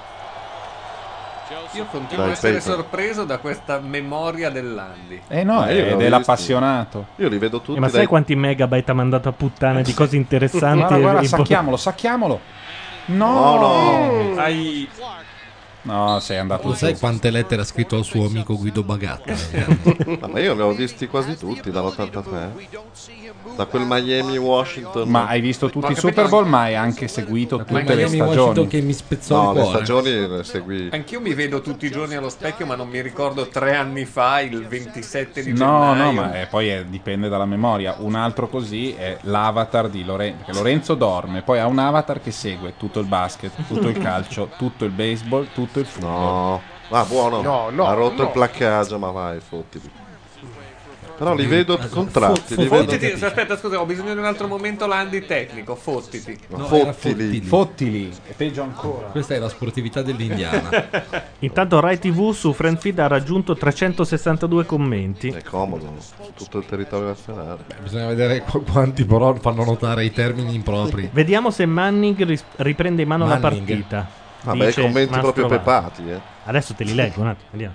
Io continuo Dai, a essere Peyton. sorpreso da questa memoria dell'Andy. Eh no, Ma io è l'ho dell'appassionato. Io li vedo tutti. Eh, ma sai dai- quanti megabyte ha mandato a puttana di cose interessanti? Guarda, e guarda, impo- sacchiamolo, sacchiamolo. No, No, no. Hai No, sei andato Tu sai su. quante lettere ha scritto al suo amico Guido Bagatta? No, ma io li ho visti quasi tutti dall'ottantatré. Da quel Miami-Washington. Ma hai visto tutti Ma i Super Bowl, ma hai anche seguito tutte le Miami Washington stagioni. che mi spezzò No, il le cuore. stagioni le seguì. Anch'io mi vedo tutti i giorni allo specchio, ma non mi ricordo tre anni fa, il ventisette di No, gennaio. no, ma eh, poi eh, dipende dalla memoria. Un altro così è l'avatar di Lorenzo. Perché Lorenzo dorme, poi ha un avatar che segue tutto il basket, tutto il calcio, tutto il baseball, tutto il football. No, ah, buono. No, no, ha rotto no. il placcaggio, ma vai, fottiti. Però li vedo contratti. Fo- li fo- vedo... Fottiti, aspetta, scusa, ho bisogno di un altro momento Landi tecnico, fottiti. No, No, era fottili. Fottili, è peggio ancora. Questa è la sportività dell'Indiana. Intanto Rai tivù su Friendfeed ha raggiunto trecentosessantadue commenti. È comodo, su tutto il territorio nazionale. Bisogna vedere qu- quanti però fanno notare i termini impropri. Vediamo se Manning ris- riprende in mano la Manning. partita. Vabbè, Dice commenti Mastro proprio Vaz. pepati, eh. Adesso te li leggo un attimo, vediamo.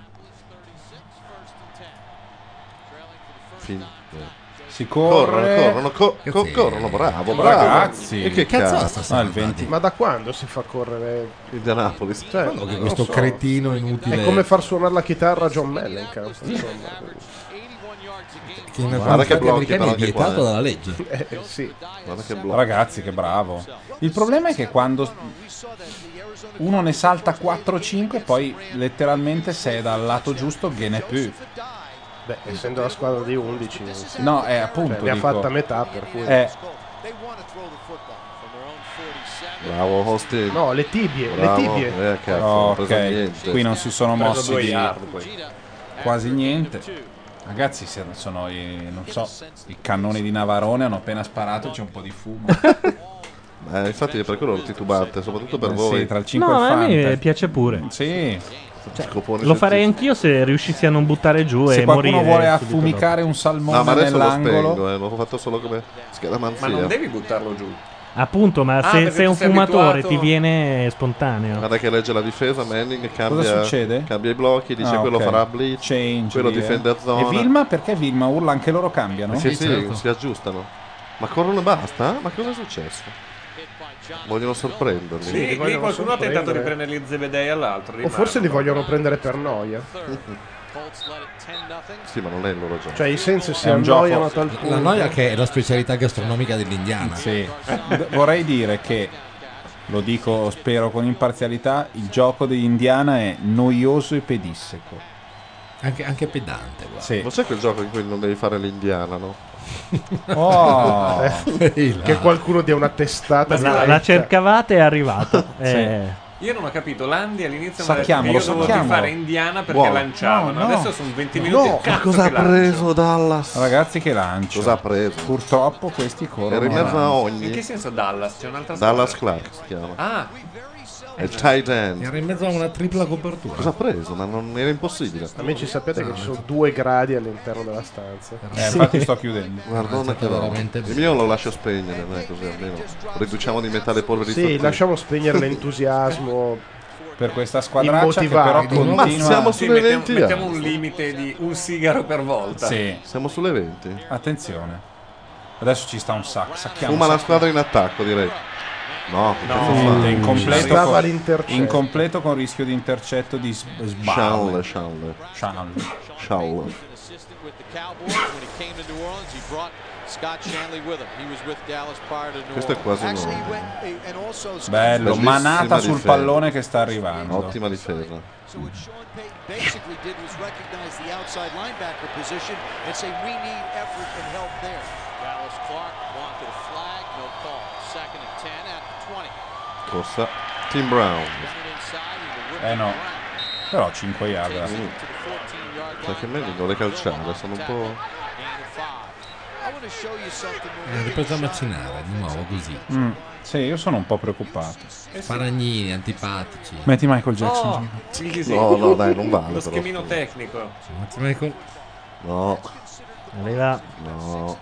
Fin- Si Corrono, corre. corrono, co- co- Che corrono, bravo, bravo. Ragazzi. E che Cazzo, cazzo? sta Ah, il salvati. venti. Ma da quando si fa correre? Indianapolis. Cioè, Che non questo so. cretino inutile. È come far suonare la chitarra a John Mellencamp. Insomma. che in Guarda alcuni che stati blocchi, americani però, è anche qua, vietato eh. dalla legge. Eh, sì. Guarda che blocco. Ragazzi, che bravo. Il problema è che quando uno ne salta quattro cinque, poi letteralmente se è dal lato giusto, gliene più. Beh, essendo la squadra di undici, sì. No, è appunto. Cioè, ne ha dico, fatta metà, per cui. eh, Bravo, Austin. No, le tibie, Bravo. le tibie. Eh, cazzo, oh, non ho preso ok, niente. qui non si sono Ho preso mossi due di yard poi. quasi niente. Ragazzi, se- sono i, non so, i cannoni di Navarone hanno appena sparato, c'è un po' di fumo. Eh, infatti è per quello titubante, soprattutto per Eh voi. sì, tra il cinque No, e il a me Fanta. piace pure. Sì. Scoponi Lo farei sentiti. anch'io se riuscissi a non buttare giù Se e qualcuno morire. vuole subito affumicare un salmone No, ma adesso lo nell'angolo, spengo, eh, l'ho fatto solo come Ma scaramanzia. non devi buttarlo giù. Appunto, ma Ah, se perché sei tu un sei fumatore abituato- ti viene spontaneo. Guarda che legge la difesa, Manning cambia, Cosa succede? cambia i blocchi, dice Ah, quello ok. farà blitz, Change, quello dire. difende a zona. E Vilma? Perché Vilma urla? Anche loro cambiano? Sì, sì, si aggiustano. Ma corrono e basta? Ma cosa è successo? Vogliono sorprenderli. Sì, lì vogliono qualcuno ha tentato di sorprendere. prendere gli Zebedei all'altro. O forse li vogliono prendere per noia. Sì, ma non è il loro gioco. Cioè i Saints si È un annoiano a gioco- tal punto. La noia che è la specialità gastronomica dell'Indiana. Sì. D- vorrei dire che, lo dico spero con imparzialità, il gioco degli Indiana è noioso e pedisseco. Anche, anche pedante, guarda. Sì. Non c'è quel gioco in cui non devi fare l'indiana, no? Oh. Eh, che qualcuno dia una testata. La, diretta. la cercavate è arrivato. Eh, Io non ho capito, Landi all'inizio mi ha detto che Sacchiamolo, io dovevo sacchiamolo. fare Indiana perché Buono. lanciavano. No, no. Adesso sono venti minuti. No, e cazzo Cosa ha che lancio. preso Dallas? Ragazzi che lancio. Cosa ha preso? Purtroppo questi corrono. Era in mezzo a avanti. ogni. In che senso Dallas? C'è un'altra Dallas squadra? Clark si chiama. Ah, È il tight end. Era in mezzo a una tripla copertura. Cosa ha preso? Ma non era impossibile. Amici, sappiate che ci sono due gradi all'interno della stanza. Eh, infatti sto chiudendo. Guarda che veramente il mio lo lascio spegnere, non è così almeno. Riduciamo di metà le polveri Sì, sottili. lasciamo spegnere l'entusiasmo per questa squadraccia che però immotivabile. continua. Ma siamo sì, sulle mettiamo, venti. mettiamo anni. un limite di un sigaro per volta. Sì, Siamo sulle venti. attenzione. Adesso ci sta un sacco. Sacchiamo. Fuma la sacchiamo. squadra in attacco, direi. No, che No, cazzo fa? Niente, incompleto, Stava con, l'intercetto. incompleto con rischio di intercetto di s- Shanle, sballe. Shanle. Shanle. Shanle. Assistant with the Cowboys when he came to New Orleans, he brought Scott Shanley with him. He was with Dallas prior to New Questo è Orleans. quasi Actually, he nuovo. went eh, and also Scott Bello, Bellissima manata sul difesa. pallone che sta arrivando. Ottima difesa. So what Sean Payton basically did was recognize the outside linebacker position and say we need effort and help there. Dallas Clark wanted a flag, no call. Second and ten at the twenty. Corsa. Tim Brown. Running inside, he will whip Eh it no. around. Però cinque yard. Takes it to the fourteen yard Sai che line. meglio vuole calciare, sono un po'. Gain of five. I want to show you something. È ripreso a macinare di nuovo così. Mm, sì, io sono un po' preoccupato. Faragnini, antipatici. Metti Michael Jackson. Oh, sì, sì. No, no, dai, non vale. Lo però. schemino tecnico. Metti Michael. No, arriva. no.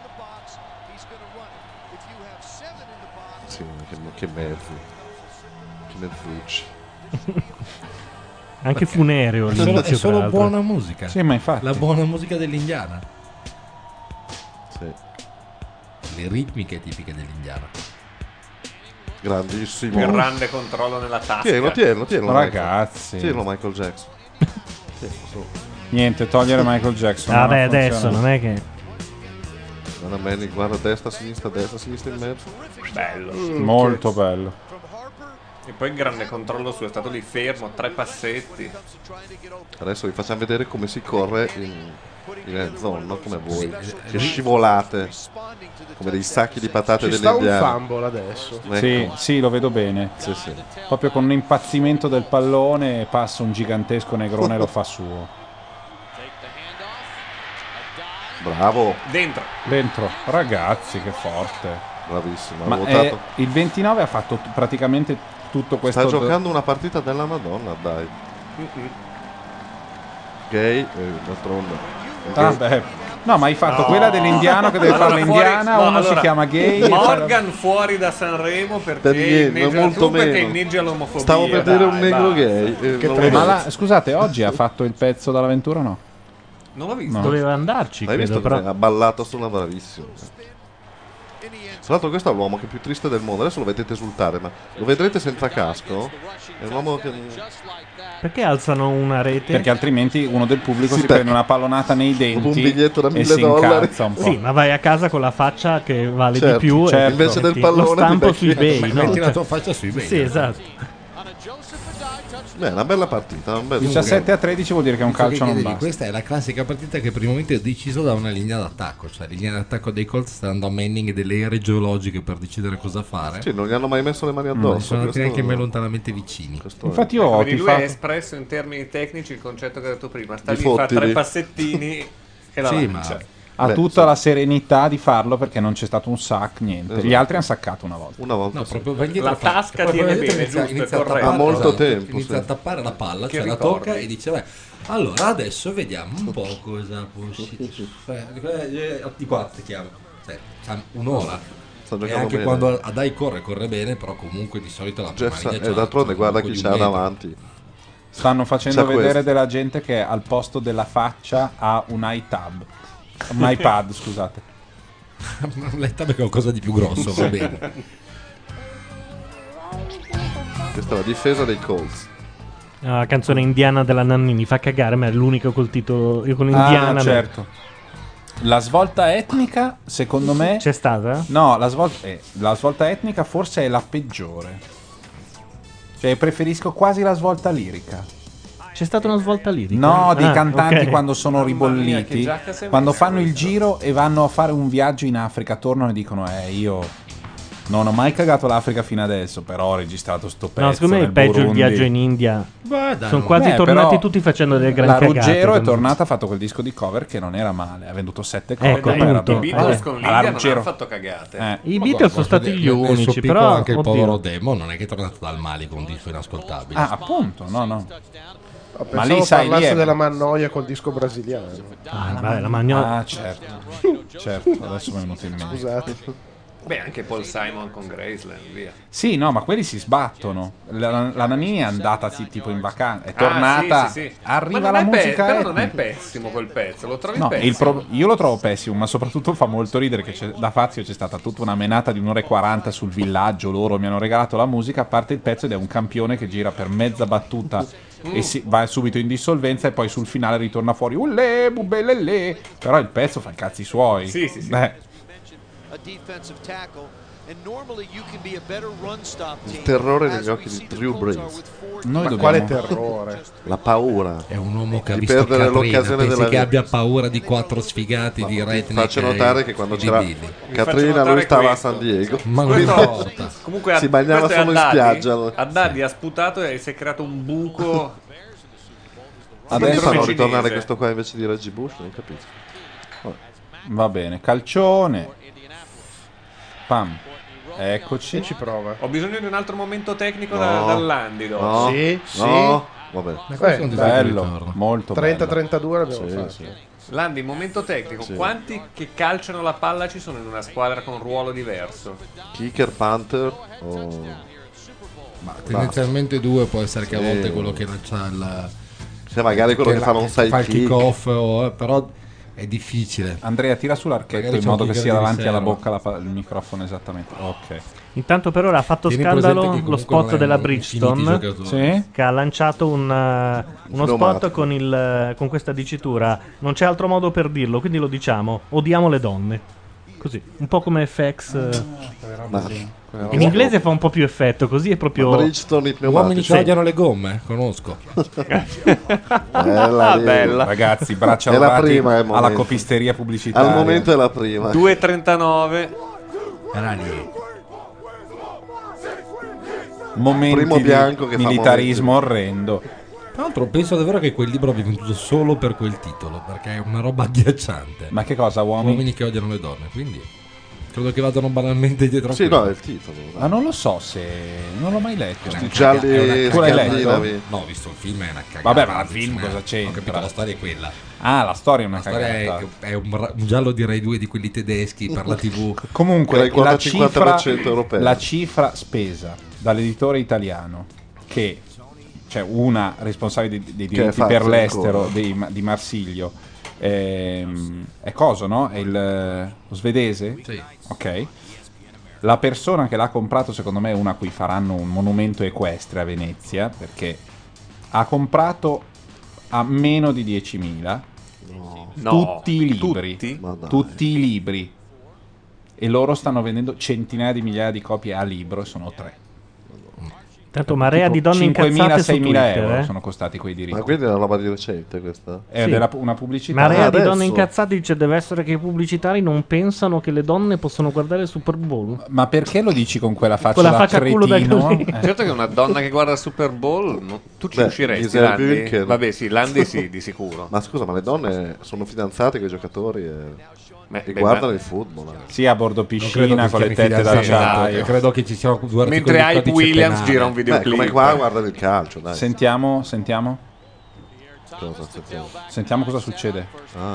Sì, che, che mezzi. Che mezzucci. Anche funereo. È solo, all'inizio, è solo tra l'altro. buona musica. Sì, ma infatti. La buona musica dell'Indiana. Sì. Le ritmiche tipiche dell'Indiana. Grandissimo. Grande controllo nella tasca. Tienilo, tienilo, tienilo. Ragazzi. Michael. Tienilo Michael Jackson. Tienilo, su. Niente, togliere Michael Jackson. Vabbè, non adesso funziona. non è che. Guarda Manny, guarda destra, sinistra, destra, sinistra in mezzo. Bello. Molto bello. E poi il grande controllo su, è stato lì fermo, tre passetti. Adesso vi facciamo vedere come si corre in, in end zone, no? Come voi. Che scivolate. Come dei sacchi di patate Ci sta un dell'Indiana. fumble adesso. Ecco. Sì, sì, lo vedo bene. Sì, sì. Proprio con un impazzimento del pallone passa un gigantesco negrone e lo fa suo. Bravo. Dentro. Dentro. Ragazzi, che forte. Bravissimo. Ha Ma votato. è- il ventinove ha fatto t- praticamente tutto questo. Sta giocando una partita della Madonna, dai. Gay, eh, d'altronde. Ah, Gay. beh. No, ma hai fatto No. quella dell'indiano che deve Allora, fare fuori- l'indiana, no, uno allora, si chiama gay. e fa- Morgan fuori da Sanremo perché Per niente, inneggia molto tu perché meno. inneggia l'omofobia. Stavo per dire un dai, negro basta. gay. eh, Che non tre- lo ma so. la- scusate, oggi ha fatto il pezzo dall'avventura o no? Non l'ho visto. No. Doveva andarci, Hai credo, visto però. come ha ballato sulla bravissima. Tra l'altro questo è l'uomo che è più triste del mondo. Adesso lo vedete esultare, ma lo vedrete senza casco. È un uomo che... Perché alzano una rete? Perché altrimenti uno del pubblico Sì, si beh. prende una pallonata nei denti Un biglietto da e mille si dollari. incazza un po'. Sì, ma vai a casa con la faccia che vale Certo, di più. certo. e Invece del metti- pallone lo stampo ti su becchi- eBay. no? Metti la Cioè- tua faccia su eBay. Sì, esatto. Beh, è una bella partita. Un bel diciassette a tredici vuol dire che un Visto che calcio non chiedevi, basta. Questa è la classica partita che per il momento è decisa da una linea d'attacco. Cioè, la linea d'attacco dei Colts sta dando a Manning delle ere geologiche per decidere cosa fare. Sì, non gli hanno mai messo le mani Non addosso. sono andati questo- neanche mai lontanamente vicini. questo è- Infatti io ho Quindi lui ha tifato. espresso in termini tecnici il concetto che hai detto prima. Sta Di lì, fa fottili. tre passettini e la Sì, lancia. ma Ha Beh, tutta sì. la serenità di farlo perché non c'è stato un sack, niente. Esatto. Gli altri hanno saccato una volta. Una volta no, sì. proprio va indietro La a fa- tasca poi tiene probabilmente bene, inizia- giusto, inizia è a corretto. tappare- Ha molto esatto, tempo, inizia sì. a tappare la palla, Che cioè la ricordi. tocca e dice beh, allora adesso vediamo un po' cosa può uscire. Eh, eh, di qua si chiama. Cioè, c'ha un'ora. sta E giocando anche bene. quando Adai corre, corre bene, però comunque di solito la prima Jeff, linea eh, c'ha- d'altronde c'ha guarda comunque chi di c'ha un metro. davanti. Stanno facendo C'ha vedere questo. della gente che al posto della faccia ha un iTab. Un iPad, scusate. Letta perché è qualcosa di più grosso, va bene. Questa è la difesa dei Colts. La canzone indiana della Nannini fa cagare, ma è l'unico col titolo. Io con Ah, l'indiana. certo. La svolta etnica, secondo me. C'è stata? No, la svolta, eh, la svolta etnica forse è la peggiore. Cioè, preferisco quasi la svolta lirica. C'è stata una svolta lirica? No, dei Ah, cantanti ok. quando sono Mamma mia, ribolliti. che giacca si è Quando messa fanno il questa. giro e vanno a fare un viaggio in Africa, tornano e dicono: Eh, io non ho mai cagato l'Africa fino adesso, però ho registrato sto pezzo. No, secondo me è nel peggio il Burundi." viaggio in India. Beh, dai, Sono no. quasi Beh, tornati però tutti facendo delle gran La cagate. Ruggero è per me. tornata, ha fatto quel disco di cover che non era male. Ha venduto sette copie. Ecco, ma era appunto. buono. I Beatles Eh, con alla l'India non Ruggero. hanno fatto cagate. Eh. I Ma Beatles guarda, sono stati nel- gli nel suo unici, piccolo però anche il oddio. povero Demo non è che è tornato dal Mali con un disco inascoltabile. Ah, appunto, no, no. Oh, Ma pensavo lì sai, lì parlasse è- della Mannoia col disco brasiliano. Ah, vabbè, la magno- Ah, certo. Certo, adesso mi è venuto in mente. Scusate. Beh, anche Paul Simon con Graceland, via. Sì, no, ma quelli si sbattono. La, la Nannini è andata sì, tipo in vacanza, è tornata. Ah, sì, sì, sì. Arriva Ma non la è pe- musica. però non è etnica. pessimo quel pezzo, lo trovi No, pessimo. il pro- io lo trovo pessimo, ma soprattutto fa molto ridere che c'è- da Fazio c'è stata tutta una menata di un'ora e quaranta sul villaggio. Loro mi hanno regalato la musica, a parte il pezzo, ed è un campione che gira per mezza battuta e si va subito in dissolvenza, e poi sul finale ritorna fuori. Ulle, bubelele. Però il pezzo fa i cazzi suoi. Sì, sì, sì. Eh. A defensive tackle, and normally you can be a better run stop team. Il terrore negli As occhi we di see the Drew Colts are Brees. with four Noi Ma dobbiamo... quale terrore? La paura. È un uomo che ha Di visto perdere Katrina. l'occasione Pensi della che vita. abbia paura di quattro sfigati di redneck Faccio e- notare che quando e di c'era Billy. Katrina notare lui stava questo. a San Diego. Ma non Quindi importa. Comunque si bagnava questo è solo in Haddadi. spiaggia. Haddadi ha sputato e si è creato un buco. Adesso Dietro fanno il ritornare cinese. questo qua invece di Reggie Bush, non capisco. Vabbè. Va bene, calcione. Pam. Eccoci. Chi ci prova? Ho bisogno di un altro momento tecnico No. da, dall'Andido. No. Sì, sì. No. Vabbè. Ma questo è un disegno di Bello, ritorno. molto trenta bello. trentadue l'abbiamo Sì, fatto. sì. Landi, momento tecnico. Sì. Quanti che calciano la palla ci sono in una squadra con un ruolo diverso? Kicker, punter o... Ma tendenzialmente due, può essere che a Sì. volte quello che lancia il Se magari quello che, la- fa un side fa il kick. kick-off, o- però è difficile. Andrea, tira sull'archetto Magari in c'è un modo che kicker sia di davanti alla riserva. bocca la pa- il microfono esattamente. Ok. Intanto per ora ha fatto Tieni scandalo presente che lo comunque non spot è della un Bridgestone, infiniti giocatori. Sì? che ha lanciato un, uh, uno Pneumatico. spot con, il, con questa dicitura: non c'è altro modo per dirlo, quindi lo diciamo, odiamo le donne. Così, un po' come F X. eh. Ma- In inglese fa un po' più effetto, così è proprio... Bridgestone i Uomini pneumatici. che odiano le gomme, conosco. Bella lì. Bella. Ragazzi, braccia È la rovati prima, è il alla momento. copisteria pubblicitaria. Al momento è la prima. due e trentanove. Era lì. Momenti Primo bianco di che fa militarismo orrendo. Tra l'altro penso davvero che quel libro abbia venduto solo per quel titolo, perché è una roba agghiacciante. Ma che cosa, uomini? Uomini che odiano le donne, quindi credo che vadano banalmente dietro a Sì, quello. no, è il titolo. Ma non lo so se... non l'ho mai letto. È una Gialli caga- è una Tu l'hai cagata. letto? No, ho visto il film, è una cagata. Vabbè, ma il film Eh, cosa c'entra? Ho capito, la storia è quella. Ah, la storia è una La storia cagata. è, è un, ra- un giallo di Rai due di quelli tedeschi per la tivù. Comunque, Era il la cinquanta cifra, per cento europeo. la cifra spesa dall'editore italiano, che cioè una responsabile dei, dei Che è diritti Fazio per l'estero ancora. dei- di Marsiglio, ehm, è coso, no? È il eh, lo svedese? Sì. Ok. La persona che l'ha comprato, secondo me, è una a cui faranno un monumento equestre a Venezia, perché ha comprato a meno di diecimila No. tutti i libri. Tutti? Ma dai. Tutti i libri. E loro stanno vendendo centinaia di migliaia di copie a libro e sono tre. Tanto marea Tipo di donne cinquemila incazzate su seimila Twitter, euro eh. sono costati quei diritti. Ma quindi è una roba di recente questa? È Sì. della- una pubblicità. Marea di adesso? donne incazzate dice deve essere che i pubblicitari non pensano che le donne possono guardare il Super Bowl. Ma perché lo dici con quella faccia Con la da faccia a culo da cretino? così. Eh. Certo che una donna che guarda il Super Bowl, no- tu ci Beh, riusciresti, Gisele Landi? Bündchen. Vabbè, sì, Landi sì, di sicuro. Ma scusa, ma le donne sono fidanzate con i giocatori e, Beh, e beh, guardano ma- il football. eh. Sì, a bordo Non credo piscina che con le siano tette fidanzati, d'acciaio. esatto. Credo che ci siano due articoli Mentre di Hype codice Williams penale. gira un Beh, videoclip. come qua guardano il calcio, dai. Sentiamo, sentiamo. Cosa, sentiamo. Sentiamo cosa succede. Ah.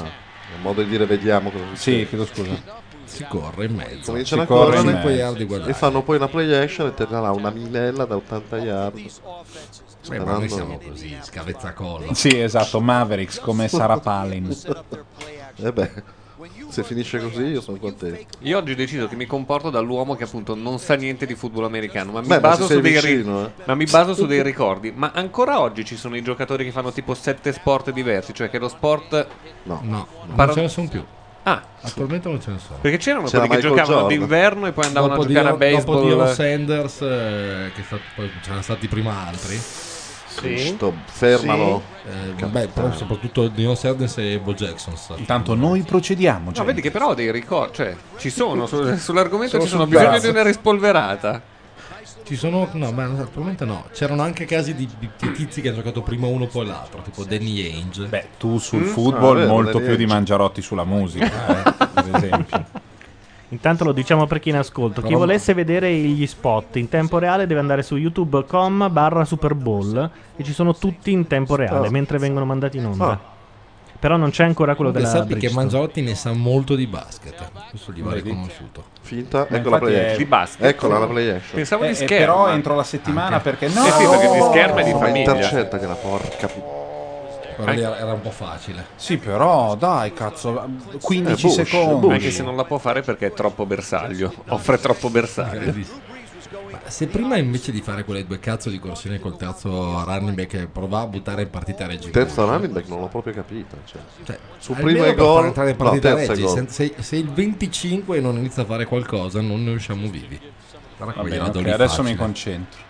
Un modo di dire vediamo cosa Sì, chiedo scusa. Si corre in mezzo. Cominciano a Si corre correre in poi yard di guadagno. e fanno poi una play action e terrà una minella da ottanta yard. Beh, ma noi siamo così, scavezzacollo. Sì, esatto, Mavericks come Sarah Palin. E beh, se finisce così io sono contento. Io oggi ho deciso che mi comporto dall'uomo che appunto non sa niente di football americano, ma mi, Beh, ma baso, se sei su dei ri- vicino, eh. ma mi baso su dei ricordi. Ma ancora oggi ci sono i giocatori che fanno tipo sette sport diversi, cioè che lo sport... No, No, Par- non ce ne sono più. Ah, Attualmente non ce ne sono. perché c'erano C'era quelli che Michael giocavano Jordan. d'inverno e poi andavano dopo a giocare di, a baseball. Dopo Dion Sanders, eh, che è stato, poi c'erano stati prima altri. Cristo, fermalo. Eh, beh, però soprattutto Dion Sanders e Bo Jackson. Intanto noi procediamo. No, gente. vedi che però ho dei ricordi, cioè ci sono, su- sull'argomento Sono ci sono sul bisogno pezzo. di una rispolverata. Ci sono, no, ma attualmente no. C'erano anche casi di, di tizi che hanno giocato prima uno poi l'altro, tipo Danny Ainge. Beh, tu sul Mm? football Ah, vero, molto Danny più di Ainge. Mangiarotti sulla musica, eh, per esempio. Intanto lo diciamo per chi in ascolto. Chi Però- volesse vedere gli spot in tempo reale deve andare su youtube punto com barra Super Bowl e ci sono tutti in tempo reale Oh. mentre vengono mandati in onda. Ah. Però non c'è ancora quello Comunque della sappi che Bridgestone. Mangiarotti ne sa molto di basket. Questo gli va Vedi? riconosciuto. Finta, Ma ecco la infatti play è- action. di basket. Eccola la play action. Pensavo di Eh, eh, scherma. però entro la settimana perché no? Eh sì, perché di scherma e di Ma famiglia. intercetta che la porca pu- Però lì era un po' facile. Sì, però dai, cazzo, quindici Eh, Bush, secondi. Bush. Anche se non la può fare perché è troppo bersaglio. Offre troppo bersaglio. Ma se prima invece di fare quelle due cazzo di corsione col terzo running back provava a buttare in partita Reggie Terza Bush. running back non l'ho proprio capita. Cioè. Cioè, Su almeno primo e per far gol, entrare in no, partita terza e Reggie, gol. se, se- se il venticinque non inizia a fare qualcosa non ne usciamo vivi. Guarda Va come bene, gliela do ok, lì adesso facile. mi concentro.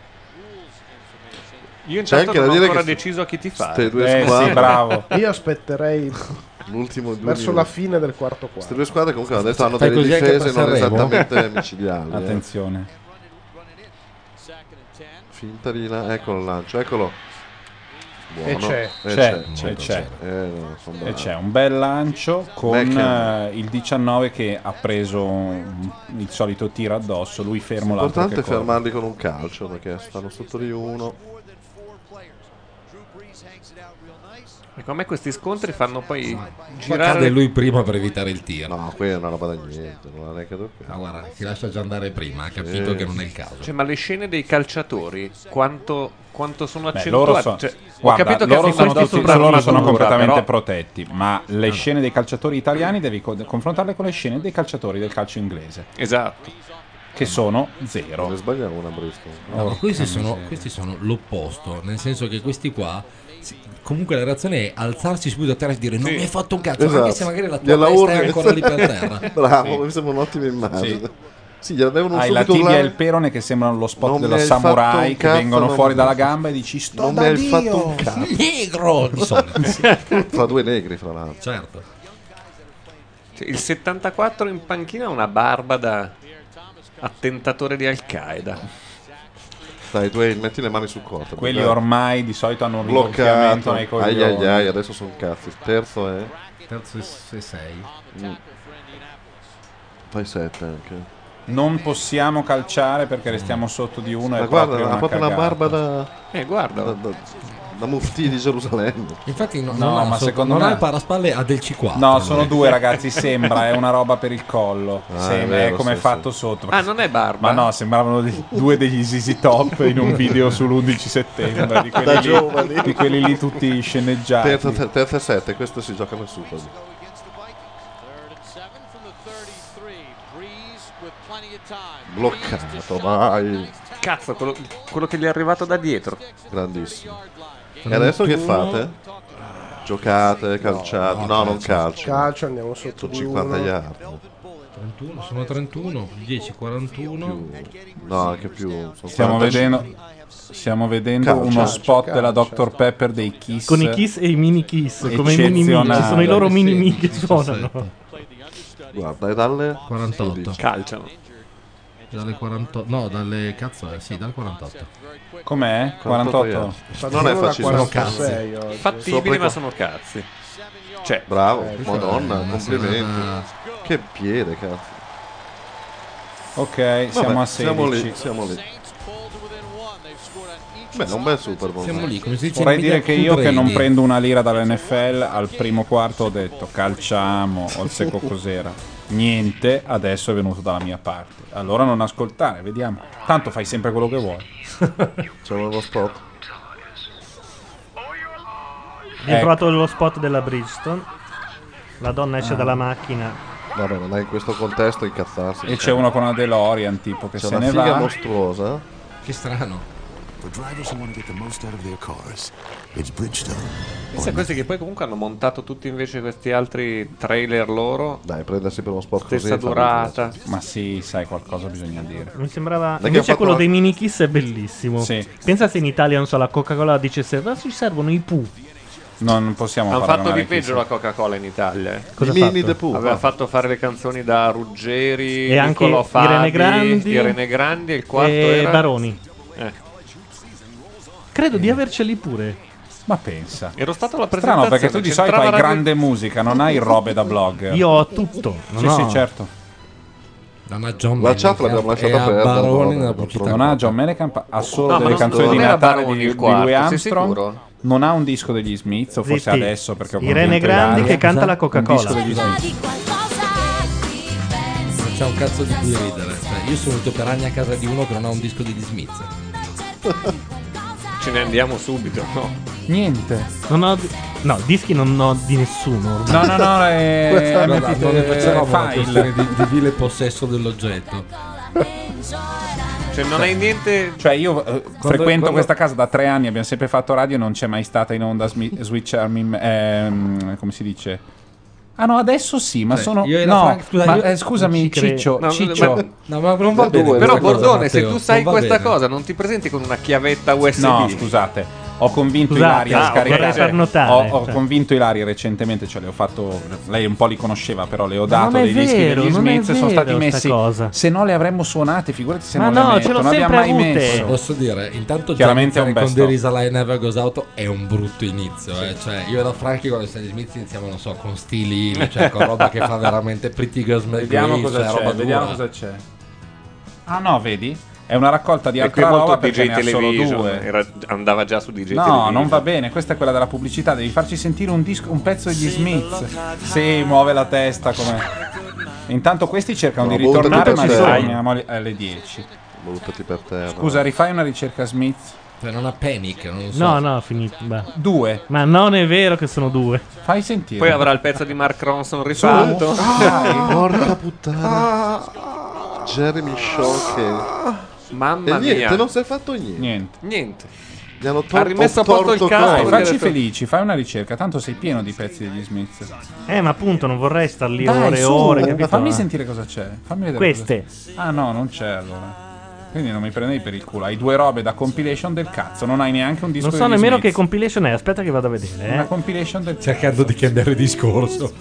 Io C'è intanto anche da non ho dire ancora che deciso a chi ti fare. Queste due Eh, squadre. sì, bravo. Io aspetterei L'ultimo due verso minuti. la fine del quarto quarto. Queste due squadre comunque hanno detto hanno Fai delle così anche difese per non Sanremo? esattamente micidiali. eh. Attenzione. Finta di là, ecco il lancio, eccolo. Buono. E c'è. E C'è, c'è, e c'è. Eh, no, son E bravi. c'è un bel lancio con Beckham. eh, il diciannove che ha preso un- il solito tiro addosso, lui fermo l'altro L'importante che è corre. fermarli con un calcio perché stanno sotto di uno. Ecco, a me questi scontri fanno poi Qua girare. cade lui prima per evitare il tiro. No, qui è una roba da niente, non ha neanche toccato. Ma guarda, si lascia già andare prima, ha capito Sì. che non è il caso. Cioè, ma le scene dei calciatori quanto, quanto sono Beh, accentuate? loro, so- Cioè, ho guarda, capito che loro fin sono, questi tutti, sopra loro sono armatura, completamente però- protetti, ma le scene dei calciatori italiani devi co- confrontarle con le scene dei calciatori del calcio inglese. Esatto. Che sono zero. Ne sbagliamo una Bristol. Allora, questi, porca sono, miseria. questi sono l'opposto, nel senso che questi qua, si- comunque la reazione è alzarsi subito a terra e dire non Sì. mi hai fatto un cazzo, Esatto. anche se magari la tua Gliela testa urli. è ancora lì per terra. Bravo, Sì. mi sembra un'ottima immagine. Sì. Sì, gliela devono Hai la subito tibia e urlare. il perone che sembrano lo spot Non mi della hai fatto samurai un che cazzo, vengono non- fuori dalla gamba e dici sto Non mi da hai Dio. fatto un cazzo. Negro di solito. Fra due negri, fra l'altro. Certo. Cioè, il settantaquattro in panchina ha una barba da attentatore di Al-Qaeda. Dai, Dwayne, metti le mani sul corpo. Quelli dai. ormai di solito hanno un rigonfiamento Bloccato. nei Ai coglioni. ai ai, adesso sono cazzi. Terzo è. Terzo e sei. Mm. Fai sette anche. Non possiamo calciare perché restiamo sotto di uno. Ma è guarda, proprio ha una proprio una cagata. barba da. Eh, guarda. Da, da, da muftì di Gerusalemme. Infatti no, No, non, ha ma sotto- secondo non me- ha il paraspalle, ha del C quattro. No, sono lui. due ragazzi, sembra, è una roba per il collo. Ah, Sembra, è è, vero, come è sì, fatto sì. sotto. Ah, non è barba? Ma no, sembravano di- due degli Z Z Top in un video sull'undici settembre, di quelli, Da lì, giovani. di quelli lì tutti sceneggiati. Terza, ter- terza e sette, questo si gioca nel Super. Bloccato, vai. Cazzo, quello, quello che gli è arrivato da dietro. Grandissimo. E adesso che fate? Giocate, calciate. No, non calcio. Calcio, andiamo sotto Sono di cinquanta uno. yard. trentuno, sono trentuno, dieci, quarantuno. No, anche più. Sono Stiamo quarantacinque. vedendo, stiamo vedendo Calcio, uno calcio, spot calcio. della doctor Pepper dei Kiss. Con i Kiss e i mini Kiss, come i mini Mi, ci Eccezionale. sono i loro Sì, mini Mi che diciassette. suonano. Guarda, è dalle quarantotto. Calciano. Dalle quarantotto. No, dalle cazzo, eh, sì, dal quarantotto. Com'è? quarantotto? Non è facile. Sono quarantasei oggi. Fattibili, Sopra- ma sono cazzi. Cioè, Bravo, Eh, madonna, questa è una complimenti. serata- Che piede, cazzo. Ok, siamo Vabbè, a siamo sedici. lì, siamo lì. Beh, è un bel Super Bowl. Siamo lì, come si dice Vorrei in dire media, che io Food che non Ready. prendo una lira dall'N F L al primo quarto ho detto calciamo o il secco cos'era. Niente, adesso è venuto dalla mia parte. Allora non ascoltare, vediamo. Tanto fai sempre quello che vuoi. C'è uno spot. Hai Ecco. trovato lo spot della Bridgestone. La donna esce Ah. dalla macchina. Vabbè, non è in questo contesto incazzarsi. E c'è uno con una DeLorean tipo che C'è se una ne figa va. mostruosa. Che strano. For drivers who want to get the most out of their cars, it's Bridgestone. Pensa a questi che poi comunque hanno montato tutti invece questi altri trailer loro. Dai, prendersi per uno spot Stessa così. durata. Ma sì, sai, qualcosa bisogna dire. Mi sembrava. che ha Invece fatto quello la- dei mini kiss è bellissimo. Sì. Pensa se in Italia, non so, la Coca-Cola dicesse: ma ci servono i Pooh. Non possiamo Hanno fatto paragonare di chi peggio sia. la Coca-Cola in Italia. eh. Cosa ha Mini fatto? The Pooh, Aveva va. fatto fare le canzoni da Ruggeri, E anche Niccolò Fabi, Irene Grandi, Irene Grandi e il quarto e era Baroni. Eh. Credo di averceli pure. Ma pensa. Ero stato alla Strano presentazione. perché tu di solito hai c'entrava Radio- grande musica, non hai robe da blogger. Io ho tutto. Sì, non sì, ho- certo. Non ha John La chat l'abbiamo Mellencamp lasciata e ha perdere, Baroni no, nella no, pubblicità. Non ha John Mellencamp, ha solo No, ma delle non- canzoni non di era Natale Baroni di, il di quarto, Louis sei Armstrong. sicuro? Non ha un disco degli Smith, o forse Zitti. adesso perché ho Irene convinto Grandi Ilaria. che canta la Un Coca-Cola. disco degli Smith. Non c'è un cazzo di cui ridere. Cioè, io sono venuto per anni a casa di uno che non ha un disco degli Smith. Ce ne andiamo subito, no? Niente. Non ho. No, dischi non ho di nessuno. ormai. No, no, no, è Guarda, M P tre non ne facevamo una file. questione di, di vile possesso dell'oggetto. Cioè non hai niente. Cioè io eh, frequento quando- questa casa da tre anni, abbiamo sempre fatto radio e non c'è mai stata in onda Smi- Switch Army, ehm, come si dice? Ah no, adesso sì, ma Cioè, sono io e la no, Frank- scusa, ma, io- eh, non scusami ci credo. Ciccio, No, Ciccio. ma- No, ma non va bene. Però questa cosa, Bordone, se Matteo, tu sai non va questa bene. cosa, non ti presenti con una chiavetta U S B. No, scusate. Ho convinto Scusate, Ilaria a ah, vorrei scaricare. far notare, ho ho cioè. convinto Ilaria recentemente, cioè le ho fatto. Lei un po' li conosceva, però le ho Ma dato non è dei dischi vero, degli non è Smith. Sono stati vero sta messi. cosa. Se no le avremmo suonate, figurati se Ma non no, le ce metto. l'ho Non abbiamo sempre mai avute. messo. Posso dire, intanto già Chiaramente è un iniziare con best There of. is a Lie Never Goes Out è un brutto inizio, eh. Cioè, io e la Franchi quando siamo gli Smith iniziamo, non so, con stili, cioè con roba che fa veramente Pretty Girls Make Vediamo Grace, cosa cioè, c'è. roba Vediamo dura. cosa c'è. Ah no, vedi? È una raccolta di E qui altra molto roba D J perché ne ha solo Television. due. Era- andava già su D J No, Television. non va bene, questa è quella della pubblicità, devi farci sentire un, disco, un pezzo degli Smiths. Sì, muove la testa come. Intanto questi cercano No, di ritornare, ma buttati ci per terra. torniamo alle- alle dieci. Buttati per terra. Scusa, rifai una ricerca Smith? Cioè, non ha Panic, non lo so. No, no, finito. beh. Due. Ma non è vero che sono due. Fai sentire. Poi avrà il pezzo di Mark Ronson rifatto. Ah, porca puttana. Jeremy Shaw che. Mamma e niente, mia. non si è fatto niente. Niente. Niente. Gli hanno Ha tolto rimesso a posto il torto cavo. Dai, cosa. facci detto- felici, fai una ricerca, tanto sei pieno di pezzi degli Smiths. Eh, ma appunto, non vorrei star lì Dai, ore e su, ore, capito? fammi Eh. sentire cosa c'è. Fammi vedere Queste. cosa c'è. Ah no, non c'è allora. Quindi non mi prendevi per il culo. Hai due robe da compilation del cazzo, non hai neanche un disco Non so degli nemmeno Smiths. che compilation è. Aspetta che vado a vedere. Una Eh. compilation del Cercando di cambiare discorso.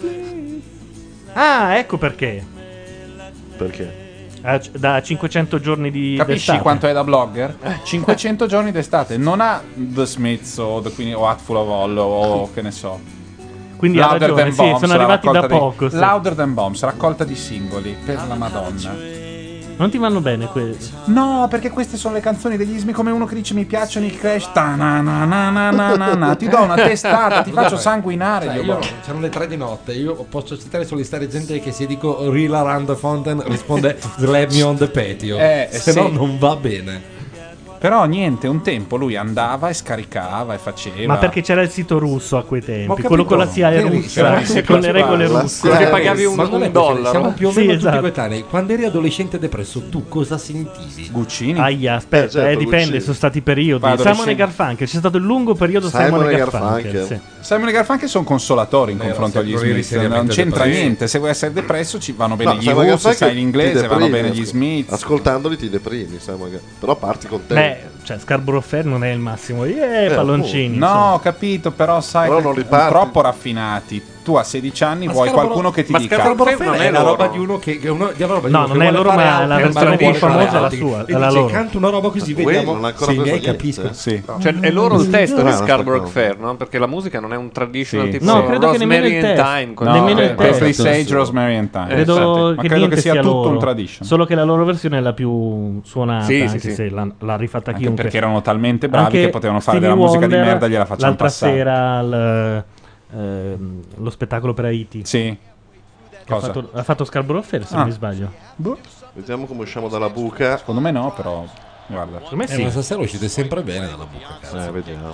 Ah, ecco perché. Perché? Ah, c- Da cinquecento giorni di. Capisci d'estate. quanto è da blogger? cinquecento giorni d'estate. Non ha The Smiths o, The Queen, o Hatful of All o che ne so. Quindi ha Louder ragione, Than sì, Bombs, sono la arrivati da raccolta di- poco. sì. Louder Than Bombs, raccolta di singoli per la Madonna. Non ti vanno bene quelli. No, perché queste sono le canzoni degli Smith. Come uno che dice mi piacciono i Clash. ta na na na na na na na. Ti do una testata, ti faccio sanguinare. Cioè, Dio io, boh. c'erano le tre di notte, io posso citare solo stare gente che se dico Real around the fountain risponde Slap me on the patio. Eh, se sì. no non va bene. Però niente, un tempo lui andava e scaricava e faceva. Ma perché c'era il sito russo a quei Ma ho tempi? capito, Quello con la C I A che russa, russa, con le regole la russe. C I A Che pagavi un, Ma non è un possibile, dollaro. siamo più o Sì, meno esatto. tutti coetanei. Quando eri adolescente depresso, tu cosa sentivi? Guccini. Aia, aspetta, Eh, certo, eh, dipende, Guccini. sono stati periodi. Vado, Simon Guccini. e Garfunkel, c'è stato il lungo periodo Simon, Simon e e Garfunkel. Garfunkel. sì. Simon e Garfunkel sono consolatori in Beh, confronto agli sempre eri Smith. seriamente Non c'entra depresso. niente. Se vuoi essere depresso, ci vanno bene No, gli Simon e Who, se Garfunkel sai l'inglese, ti vanno deprimi, bene gli ascol- Smith. Ascoltandoli ti deprimi, Simon e- però parti contento. Beh, cioè Scarborough Fair non è il massimo. Eh, Eh, palloncini. No, insomma. ho capito, però sai Però che non li sono parti. troppo raffinati. Tu a sedici anni Ma vuoi Scarborough- qualcuno che ti ma dica Scarborough Scarborough non Fair è è la roba loro. di uno che, che uno, di una roba di No, uno non che è vuole loro, fare ma altro, la che versione non più vuole fare famosa è la altro. sua, E è la dice, loro. canto una roba così, Wayne vediamo non ha ancora se i preso miei niente. capiscono. Sì. Cioè, è loro il testo di Strano, Scarborough sto Fair, no? Perché la musica non è un traditional Sì. tipo No, credo che nemmeno Rosemary il and testo. Time. No, Nemmeno il eh, Presley testo. Sage, Rosemary and Time. Credo Infatti. Ma che credo niente che sia sia tutto loro. un tradition. Solo che la loro versione è la più suonata, Sì, sì, anche sì. se l'ha, l'ha rifatta Anche chiunque. perché erano talmente bravi Anche che potevano fare Stevie della musica di Wonder, merda, gliela facciamo l'altra passare. sera al, ehm, lo spettacolo per Haiti. Sì. Che ha Cosa? fatto, ha fatto Scarborough Fair, se Ah. non mi sbaglio. Vediamo come usciamo dalla buca. Secondo me no, però guarda. Secondo me Eh, sì. ma stasera uscite sempre bene dalla buca, cazzo. Eh, vediamo.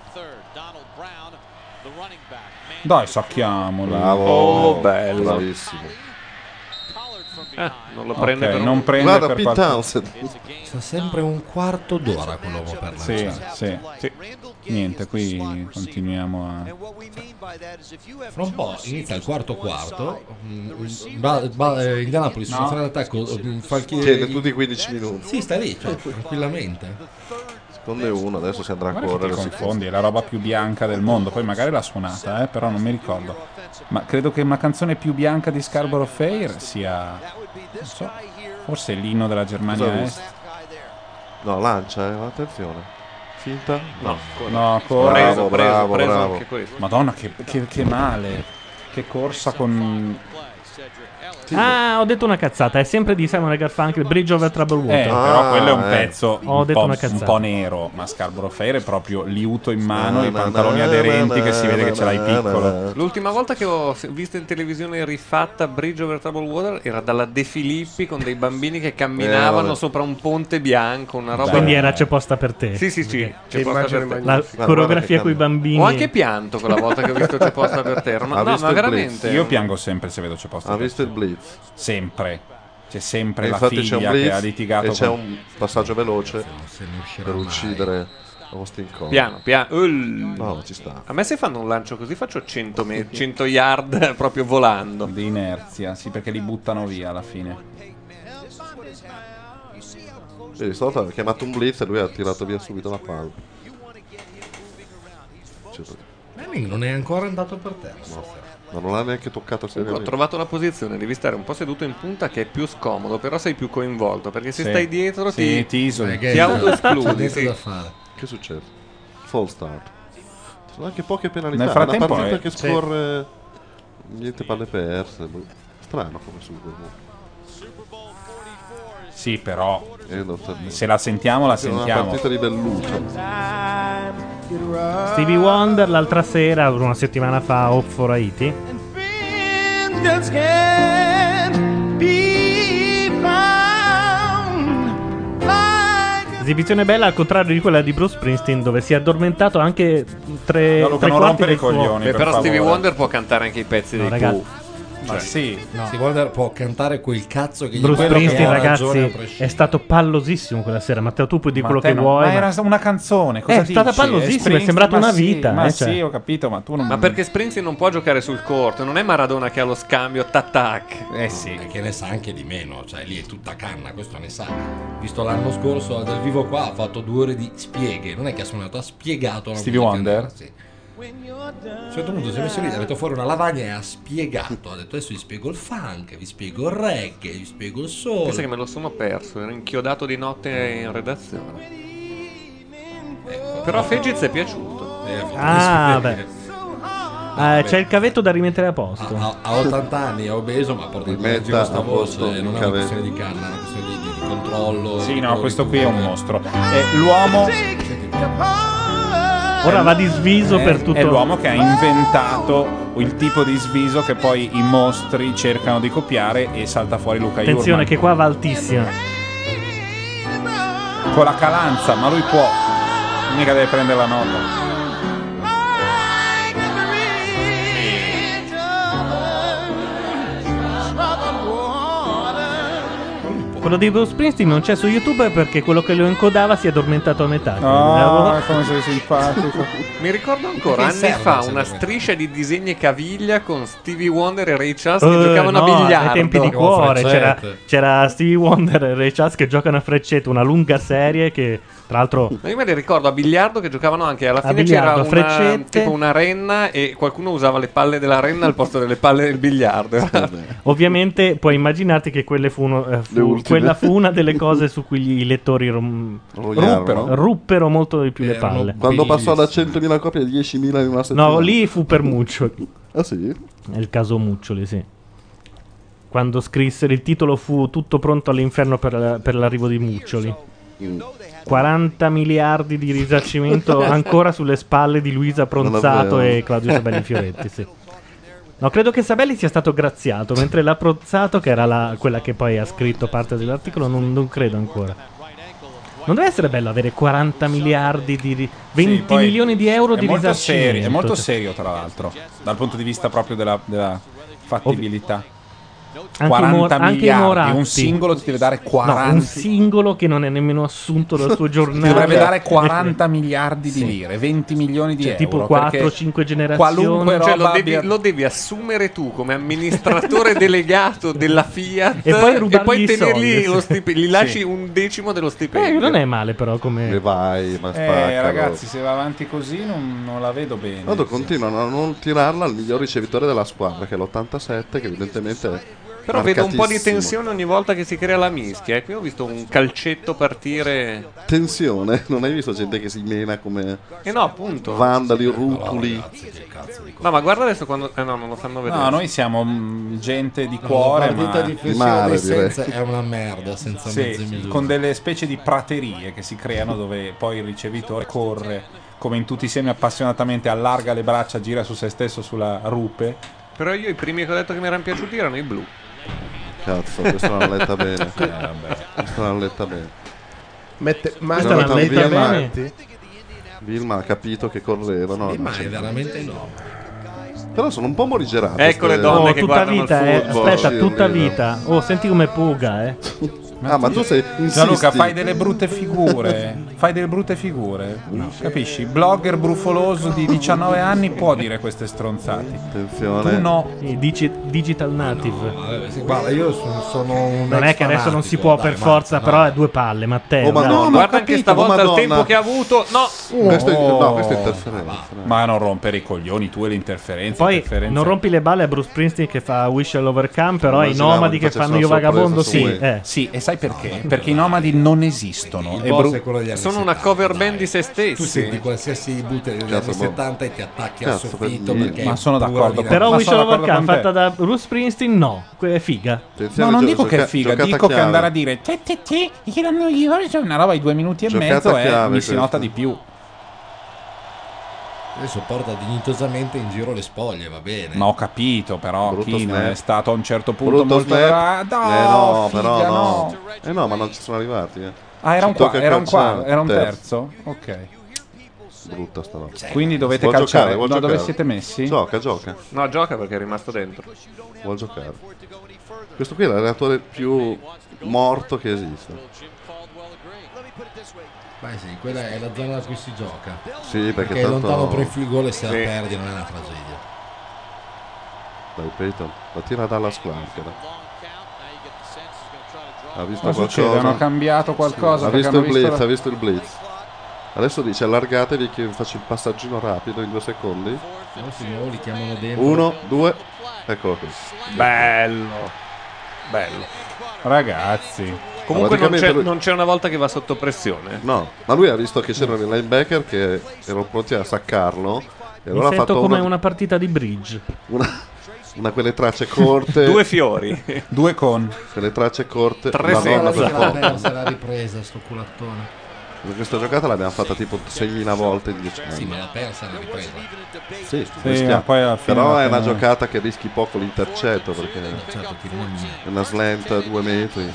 Dai, sacchiamolo. Bravo. Oh, bello. Bravissimo. Eh, non lo prende Ok, per un- non prende Guarda, per Pete qualche- Townsend. C'ha sempre un quarto d'ora quell'uomo per Sì, lanciare. sì, Niente, qui continuiamo a... Fra un po' inizia il quarto quarto. mm, ba- ba- eh, Indianapolis, No. situazione d'attacco. mm, fa il chi- Tiene tutti i quindici minuti. Sì, sta lì, cioè, tranquillamente. Secondo uno, adesso si andrà a Guarda che correre. ti si- confondi, è la roba più bianca del mondo. Poi magari l'ha suonata, eh, però non mi ricordo. Ma credo che una canzone più bianca di Scarborough Fair sia... non so, forse l'inno della Germania Cosa ha Est. visto? No, lancia, eh, attenzione. Finta? No. No, Bravo, corre. bravo, bravo, bravo. Madonna, che, che- che male. Che corsa con... Ah, ho detto una cazzata. È sempre di Simon e Garfunkel, Bridge over Troubled Water. Eh, però quello è un eh. pezzo Ho un detto po', una un cazzata. po' nero, ma Scarborough Fair è proprio liuto in mano, Na, i na, pantaloni na, aderenti na, che si vede che ce l'hai na, piccolo. L'ultima volta che ho se- visto in televisione rifatta Bridge over Troubled Water era dalla De Filippi con dei bambini che Eh, camminavano vabbè. sopra un ponte bianco, una roba. Quindi era c'è posta per te. Sì, sì, sì. Perché- C'è posta per te. La coreografia con i bambini. Ho anche pianto quella volta che ho visto C'è posta per te. Ma, Ha no, visto ma il veramente. Blitz? Io piango sempre se vedo C'è posta Ha per visto te. il Blitz? Sempre. C'è sempre E la infatti c'è un figlia blitz che ha litigato e c'è con... un passaggio veloce per uccidere Austin Cole. Piano, piano. Ull. No, ci sta. A me se fanno un lancio così faccio cento, me- cento yard proprio volando. Di inerzia, sì, perché li buttano via alla fine. Vedi, stavolta ha chiamato un blitz e lui ha tirato via subito la palla. Cioè, Manning non è ancora andato per terra. no, ma non l'ha neanche toccato Ho seriamente. trovato la posizione, devi stare un po' seduto in punta che è più scomodo, però sei più coinvolto, perché se Sì. stai dietro Sì, ti, ti isoli. ti autoescludi. C'è sì. da fare. Che succede? Fall start. Ci sono anche poche penalità. Nel frattempo Una partita è- che sì. scorre niente palle perse. boh. Strano come Super Bowl. Sì, però Eh, non so- se la sentiamo la È una sentiamo. partita di velluto. Stevie Wonder l'altra sera, una settimana fa, Hope for Haiti. Just can't be found like Esibizione bella al contrario di quella di Bruce Springsteen, dove si è addormentato anche tre, No, Luca, tre non quarti rompere del i coglioni, suo. Beh, però Stevie favore. Wonder può cantare anche i pezzi No, dei ragazzi. Pooh. Ma sì. No. Stevie Wonder può cantare quel cazzo che gli Bruce quello che Springsteen, ha ragione a ragazzi, prescindere. è stato pallosissimo quella sera. Matteo, tu puoi dire Ma quello te che no- vuoi. ma ma- era una canzone, cosa È stata dici? pallosissima, è Springsteen, sembrata ma una sì, vita, Ma eh, sì, cioè. ho capito, ma tu non... Ma perché Springsteen non può giocare sul corto, non è Maradona che ha lo scambio tac-tac. Eh sì. E che ne sa anche di meno, cioè lì è tutta canna, questo ne sa. Visto l'anno scorso dal vivo qua ha fatto due ore di spieghe, non è che ha suonato, ha spiegato la Stevie musica Wonder? nera, sì. A un certo punto si è messo lì, ha messo fuori una lavagna e ha spiegato, ha detto adesso vi spiego il funk, vi spiego il reggae, vi spiego il soul. Pensa che me lo sono perso, ero inchiodato di notte in redazione. Però a Fegiz è piaciuto. Eh, Ah, è beh. Ah, c'è il cavetto da rimettere a posto. Ha, ha ottanta anni, è obeso, ma porta in Rimetta giro sta a posto voce, il non è una cavetto. questione di canna, è una questione di, di- di controllo. Sì, di no, questo qui è un coloritura. mostro. E l'uomo... Ora va di sviso è, per tutto. è l'uomo che ha inventato il tipo di sviso che poi i mostri cercano di copiare e salta fuori Luca Attenzione Jurman. che qua va altissima. Con la calanza, ma lui può. Mica deve prendere la nota. Quello di Bruce Springsteen non c'è su YouTube perché quello che lo incodava si è addormentato a metà. Oh, come sei simpatico. Mi ricordo ancora, Che anni serve fa, se una lo- striscia di disegni caviglia con Stevie Wonder e Ray Charles che Eh, giocavano no, a biliardo. ai tempi di Giocavano a cuore c'era, freccette. c'era Stevie Wonder e Ray Charles che giocano a freccette, una lunga serie che tra l'altro Ma io me li ricordo a biliardo che giocavano anche alla A fine biliardo, c'era una, freccette. tipo una renna e qualcuno usava le palle della renna al posto delle palle del biliardo. ovviamente puoi immaginarti che quelle furono, eh, fu- Le ultime. quella fu una delle cose su cui i lettori rom- Rogliarono. Ruppero. ruppero molto di più le Erano palle. Quando passò da Bellissimo. centomila copie a diecimila in una settimana. No, lì fu per Muccioli. Ah sì? È il caso Muccioli, sì. Quando scrissero il titolo fu Tutto pronto all'inferno per, per l'arrivo di Muccioli. quaranta miliardi di risarcimento ancora sulle spalle di Luisa Pronzato vero. e Claudio Sabelli Fioretti, sì. No, credo che Sabelli sia stato graziato, mentre la Pronzato, che era la- quella che poi ha scritto parte dell'articolo, non, non credo ancora. Non deve essere bello avere quaranta miliardi di ri- venti Sì, poi milioni di euro è di molto risarcimento. serio, è molto serio, tra l'altro, dal punto di vista proprio della, della fattibilità. Anche i quaranta Mor- anche i miliardi, Moratti. un singolo ti deve dare quaranta. No, un singolo che non è nemmeno assunto dal suo Ti giornale. dovrebbe dare quaranta miliardi di Sì. lire, venti milioni di Cioè, euro. tipo quattro perché cinque generazioni. qualunque Cioè, lo, roba devi, abbia- lo devi assumere tu come amministratore delegato della Fiat E poi rubargli i tenergli soldi, lo sì. stipendio, gli lasci Sì. un decimo dello Eh, stipendio. non è male però come... E vai, ma Eh, spaccalo. ragazzi, se va avanti così non, non la vedo bene. Tanto continuano a non tirarla al miglior ricevitore della squadra, che è l'ottantasette, che evidentemente è Però vedo un po' di marcatissimo. tensione ogni volta che si crea la mischia. E qui ho visto un calcetto partire. Tensione, non hai visto gente che si mena come Eh no, appunto. vandali, rutuli. No, ma guarda adesso quando. Eh no, non lo fanno vedere. No, noi siamo mm, gente di No, cuore, la partita ma difensiva dei Saints è una merda senza Sì, mezze misure. con delle specie di praterie che si creano dove poi il ricevitore corre come in tutti i semi appassionatamente, allarga le braccia, gira su se stesso sulla rupe. Però io i primi che ho detto che mi erano piaciuti erano i blu. Cazzo, questo non l'ha letta bene. Eh, vabbè. Questo non l'ha letta bene. Mette, ma Questa non l'ha metti letta bene. avanti. Vilma ha capito che correvano. Eh, ma non è c'è- veramente enorme. Però sono un po' morigerate. Ecco le ste- donne Oh, che tutta guardano vita, il eh. football. Aspetta, Sì, tutta Lino. vita. Oh, senti come puga, eh. Ah, ma tu sei insisti. Gianluca, fai delle brutte figure. Fai delle brutte figure. Capisci? Blogger brufoloso di diciannove anni può dire queste stronzate. Attenzione. Tu no. I digi- digital native. Eh, sì, guarda, io sono, sono un Non ex è che adesso non si fanatico, può dai, per mazza, forza, no. però è due palle, Matteo. Oh, ma dai. no, ma Guarda ho anche capito, stavolta oh, il Madonna. tempo che ha avuto. No! Questo è, Oh. no, questa è interferenza. Ma non rompere i coglioni, tu e l'interferenza. Poi interferenza. non rompi le balle a Bruce Springsteen che fa Wish Shall Overcome, però i Immaginavo nomadi che facesse fanno una Io Vagabondo sorpresa sì. su Eh. Sì, e sai perché? Perché i nomadi non esistono. Il E boss Bru- è quello degli anni Sono una settanta, cover dai. band di se Tu stessi. senti qualsiasi bootleg degli Cazzo, anni boh. settanta e ti attacchi al Cazzo, soffitto per perché Ma è sono pura d'accordo. dinamica. Però Ma Wish sono Shall d'accordo Overcome con te. fatta da Bruce Springsteen no, que- è figa. No, Attenzione, non gio- dico che è gioca- figa, giocata dico che chiave. andare a dire te te te, che l'hanno io, c'è una roba di due minuti e Giocata mezzo e chiave mi si questa. nota di più. Adesso porta dignitosamente in giro le spoglie, va bene. Ma ho capito, però Brutto Kino snap. è stato a un certo punto Brutto molto snap. Ah, no, eh no, figa, però no. no. Eh no, ma non ci sono arrivati. Eh. Ah, era un, Ci qua- tocca era un, qua- calciare. era un terzo? Ok. Brutta sta roba. Quindi dovete Vuol calciare. giocare, vuol No, dove giocare. siete messi? Gioca, gioca. No, gioca perché è rimasto dentro. Vuol giocare. Questo qui è l'allenatore più morto che esiste. Beh sì, quella è la zona da cui si gioca. Sì, perché, Perché tanto... lontano per il field goal e se Sì. la perdi non è una tragedia. Dai, Peyton, la tira dalla squadra. Ha visto Cosa succede? qualcosa? Hanno cambiato qualcosa? Ha perché visto il hanno blitz, la- ha visto il blitz. Adesso dice allargatevi che faccio il passaggino rapido in due secondi. Adesso di nuovo li chiamano dentro. Uno, due, eccolo qui. Bello. Bello. Ragazzi. Comunque non praticamente c'è, lui- non c'è una volta che va sotto pressione. No, ma lui ha visto che c'erano i linebacker che erano pronti a saccarlo. E Mi allora ha sento fatto come una, una partita di bridge. una, una quelle tracce corte. Due fiori. Due con. Quelle tracce corte. Tre Madonna, senza. per l'ha poco. persa, l'ha ripresa sto culattone. Questa giocata l'abbiamo fatta tipo seimila volte in dieci anni. Sì, ma l'ha persa, l'ha ripresa. Sì, Sì, rischia- ma poi alla fine però alla è una fine- giocata che rischi poco l'intercetto perché Certo, che non è mia. è una slant a due metri.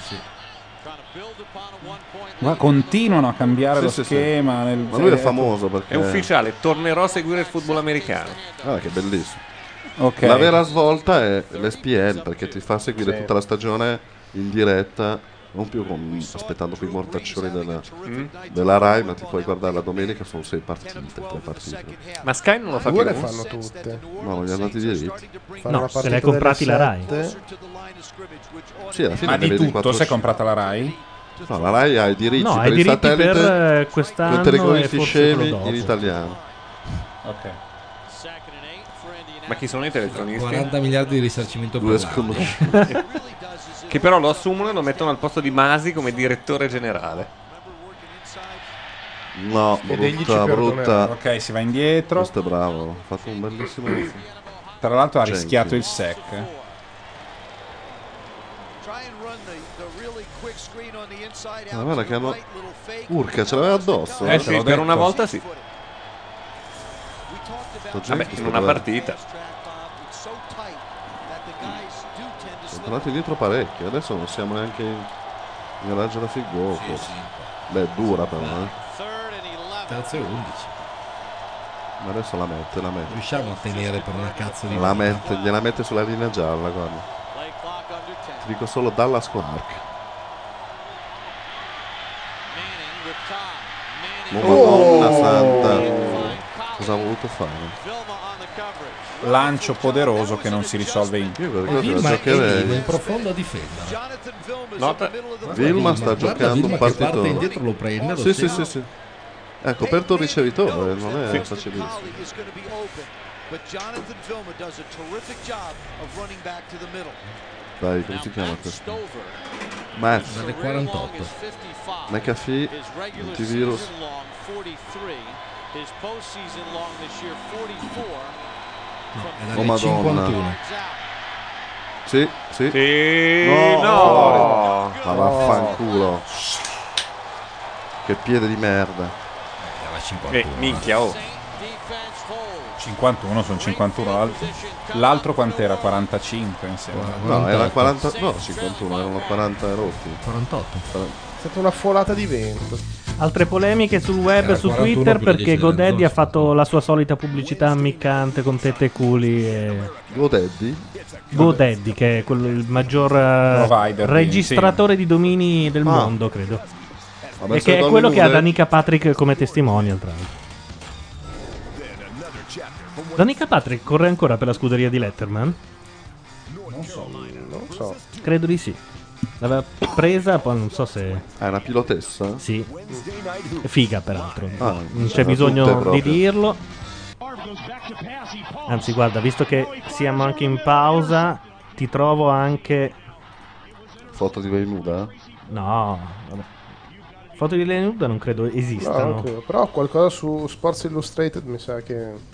Ma continuano a cambiare Sì, lo sì, sì. schema. Nel... Ma lui è famoso perché È ufficiale, tornerò a seguire il football americano. Ah, che bellissimo. Ok. La vera svolta è l'S P N perché ti fa seguire Sì. tutta la stagione in diretta, non più con- aspettando quei mortaccioni della, Mm. della Rai, ma ti puoi guardare la domenica, sono sei partite, tre partite. Ma Sky non lo fa Due più. le fanno tutte. No, non gli hanno dati i diritti. Fanno No, una se partita l'hai comprati delle la Rai. sette. Sì, alla fine Ma ne di vedi tutto quattro si è comprata la Rai? No, la Rai ha i diritti No, per hai il diritti satellite per, eh, con quest'anno telecronisti e forse scemi quello dopo. in italiano. Ok. Ma chi sono i telecronisti? quaranta miliardi di risarcimento Due per l'anno. sconosciuti. Che però lo assumono e lo mettono al posto di Masi come direttore generale. No, Ed egli ci brutta, perdonerà. brutta. Ok, si va indietro. Questo è bravo, ha fatto un bellissimo. Tra l'altro ha Jenkins. rischiato il sec. Ma guarda che hanno. Urca, ce l'aveva addosso. Eh sì, per una volta sì. Vabbè, in una partita. Sono tornati indietro parecchio. Adesso non siamo neanche in garage da Figo. Beh, è dura però, eh. Terzo e undici. Ma adesso la mette, la mette. Riusciamo a tenere per una cazzo di La mette, gliela mette sulla linea gialla, guarda. Ti dico solo Dallas Clark. Oh, Madonna santa. Cosa ha voluto fare? Lancio poderoso che non si risolve in più. Vilma è lì, in profondo a difendere. Nota. Vilma sta Guarda giocando Vilma un che partito. parte indietro, lo prende, lo Sì, sì, segna. sì, sì. Ha coperto il ricevitore, non è facilissimo. But Jonathan Vilma does a terrific job of running back to the middle. Dai, come si chiama questo? Matt. Dalle quarantotto. McAfee, antivirus. His postseason long this year forty-four. È Oh dalle Madonna. cinquantuno. Sì, sì. Sì, No, no. Ma vaffanculo. Che piede di merda. Era cinquantuno. Eh, minchia, oh. cinquantuno, sono cinquantuno. L'al- L'altro quant'era? quarantacinque insieme. No, era quaranta. No, cinquantuno, erano quaranta rotti. quarantotto. È stata una folata di vento. Altre polemiche sul web, Era su quarantuno Twitter, più la perché dieci GoDaddy del ha fatto la sua solita pubblicità ammiccante con tette e culi. E... GoDaddy? GoDaddy, che è quello, il maggior eh, Provider di- registratore di domini del Ah. mondo, credo. Vabbè, e se che è donne quello che ha nude- Danica Patrick come testimonial, tra l'altro. Danica Patrick corre ancora per la scuderia di Letterman? Non so, non so. Credo di sì. L'aveva presa, poi non so se... Ah, è una pilotessa? Sì. È figa, peraltro. Ah, non c'è sono bisogno tutte di proprio. dirlo. Anzi, guarda, visto che siamo anche in pausa, ti trovo anche... Foto di lei nuda? No, vabbè. Foto di lei nuda non credo No, esistano. non credo. Però qualcosa su Sports Illustrated mi sa che...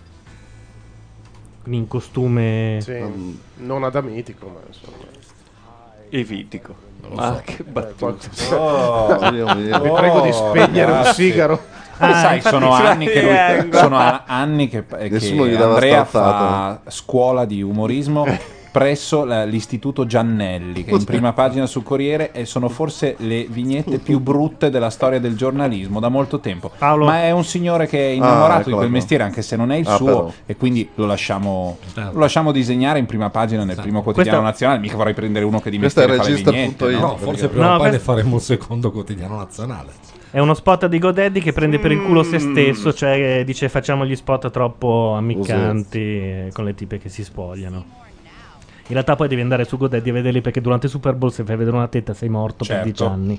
In costume... Sì, non adamitico, ma insomma... Evitico. Non lo Ma so. che Eh, battuta. qualche- Oh, Dio mio. Vi prego di spegnere un grazie. sigaro. Ah, sai, infatti sono ci anni che vengo. lui, sono a- anni che, che Nessuno gli dava Andrea staffato. fa scuola di umorismo presso la- l'istituto Giannelli, che è in prima pagina sul Corriere, e sono forse le vignette più brutte della storia del giornalismo da molto tempo. Paolo. Ma è un signore che è innamorato Ah, di eccola quel qua. mestiere, anche se non è il Ah, suo, però. e quindi lo lasciamo, Certo. lo lasciamo disegnare in prima pagina nel primo quotidiano Questa- nazionale. Mica vorrei prendere uno che di Questa è mestiere fa le regista vignette, punto it. no? No, forse prima No, o poi ne questo- faremo un secondo quotidiano nazionale. È uno spot di GoDaddy che prende per il culo se stesso, cioè eh, dice facciamo gli spot troppo ammiccanti eh, con le tipe che si spogliano. In realtà poi devi andare su GoDaddy a vederli, perché durante il Super Bowl se fai vedere una tetta sei morto per Certo. dieci anni.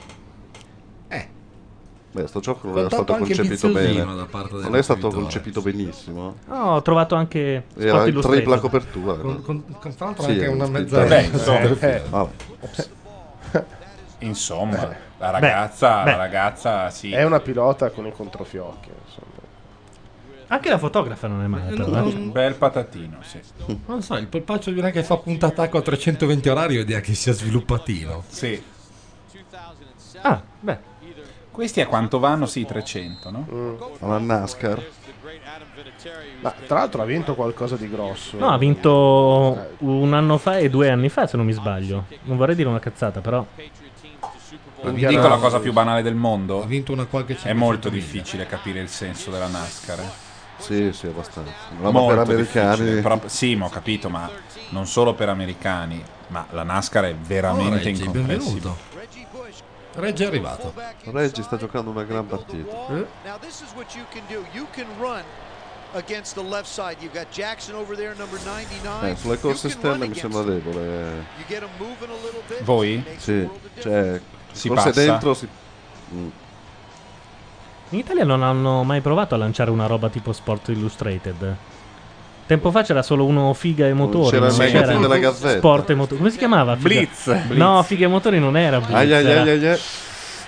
Beh, sto gioco non Con era stato tanto anche concepito viziosino bene. da parte del Non è stato ricevitore. concepito benissimo. No, ho trovato anche spot Era in illustrated. tripla copertura. Con, con, con tra l'altro Sì, anche è una un mezza... split- Beh, mezza- insomma, mezza- eh. Vabbè. Insomma, la ragazza, beh. la ragazza sì. È una pilota con i controfiocchi, insomma. Anche la fotografa non è male, però, eh. Un bel patatino, sì. Non so, il polpaccio di una che fa punta attacco a trecentoventi orari e idea che sia sviluppatino. Sì. Ah, beh. Questi a quanto vanno? Sì, trecento, no? Alla NASCAR. Ma tra l'altro ha vinto qualcosa di grosso. No, ha vinto un anno fa e due anni fa, se non mi sbaglio. Non vorrei dire una cazzata, però. Vi dico la cosa più banale del mondo. Ha vinto una qualche È molto difficile capire il senso della NASCAR. eh. Sì, sì, abbastanza. Una roba per Molto americani. difficile, però- sì, ma ho capito, ma non solo per americani, ma la NASCAR è veramente Oh, Reggie, incomprensibile. benvenuto. Reggie è arrivato. Reggie sta giocando una gran partita. Now this is what you can do. You can run against the left side. You've got Jackson over there, number ninety-nine. Eh, sulle corse esterne mi sembra debole. You get him moving a little bit. Voi? Sì, cioè, Si forse passa? dentro si... Mm. In Italia non hanno mai provato a lanciare una roba tipo Sport Illustrated. Tempo fa c'era solo uno figa e motori. C'era il non magazine della Gazzetta. Sport e motori. Come si chiamava? Figa- Blitz. No, figa e motori non era Blitz. Ai ai era- ai ai ai.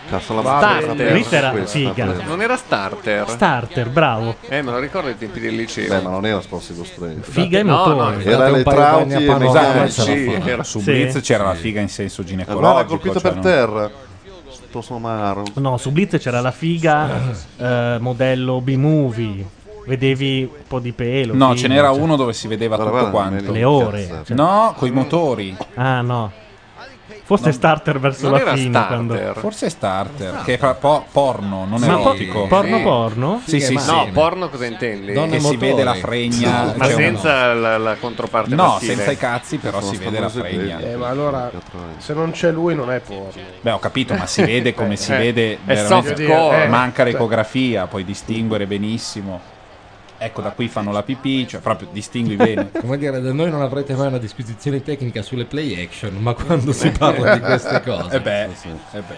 Cazzo, la Starter. Blitz era questa, figa. presa. Non era starter. Starter, bravo. Eh, me lo ricordo ai tempi del liceo. Beh, ma non era Sports Illustrated. Figa e No, motore. no, Era le trauti e Esatto, sì, era- era- su sì. Blitz c'era la figa in senso Allora era ginecologico. colpito cioè per non- terra. Sto somaro. No, su Blitz c'era la figa eh, modello B-movie. Vedevi un po' di pelo. No, film, ce n'era cioè. uno dove si vedeva Guarda, tutto guarda, quanto. me Le ore. Cioè. No, coi motori. Ah, no. Forse starter verso Non la era fine. starter. Quando... Forse è starter, che fa po- porno, non Ma po- erotico. porno porno? Sì, sì, sì. No, porno cosa intendi? Che si vede la fregna. Ma c'è un- senza la, la controparte No, maschile. senza i cazzi, però si vede la fregna. Eh, ma allora, se non c'è lui, non è porno. Beh, ho capito, ma si vede come si Eh, vede. è veramente- softcore. Manca Eh, l'ecografia, puoi distinguere benissimo. Ecco, da qui fanno la pipì, cioè proprio distingui bene. Come dire, da noi non avrete mai una disquisizione tecnica sulle play action, ma quando si parla di queste cose. Eh beh, eh beh.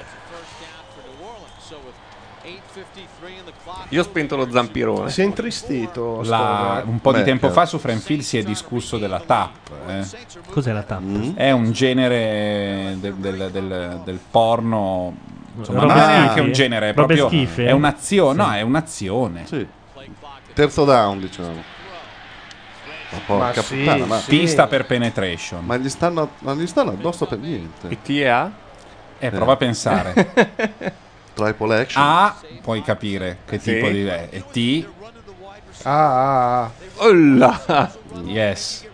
Io ho spento lo zampirone. Si è intristito. La- Stover. un po' di Beh, tempo eh. fa su Framefield si è discusso della tap. eh. Cos'è la tap? È un genere del, del- del- del porno. Insomma, Robe non è schifi? neanche un genere, è Robe proprio schife? è un'azione. Sì. No, è un'azione. Sì. Terzo down, diciamo. Ma porca Ma sì, puttana, ma sì. Pista per penetration. Ma gli stanno, ma gli stanno addosso per niente. P T A? Eh, prova a pensare. Triple action. A, puoi capire che Sì. tipo di è. E T. Ah, ah, ah. Yes.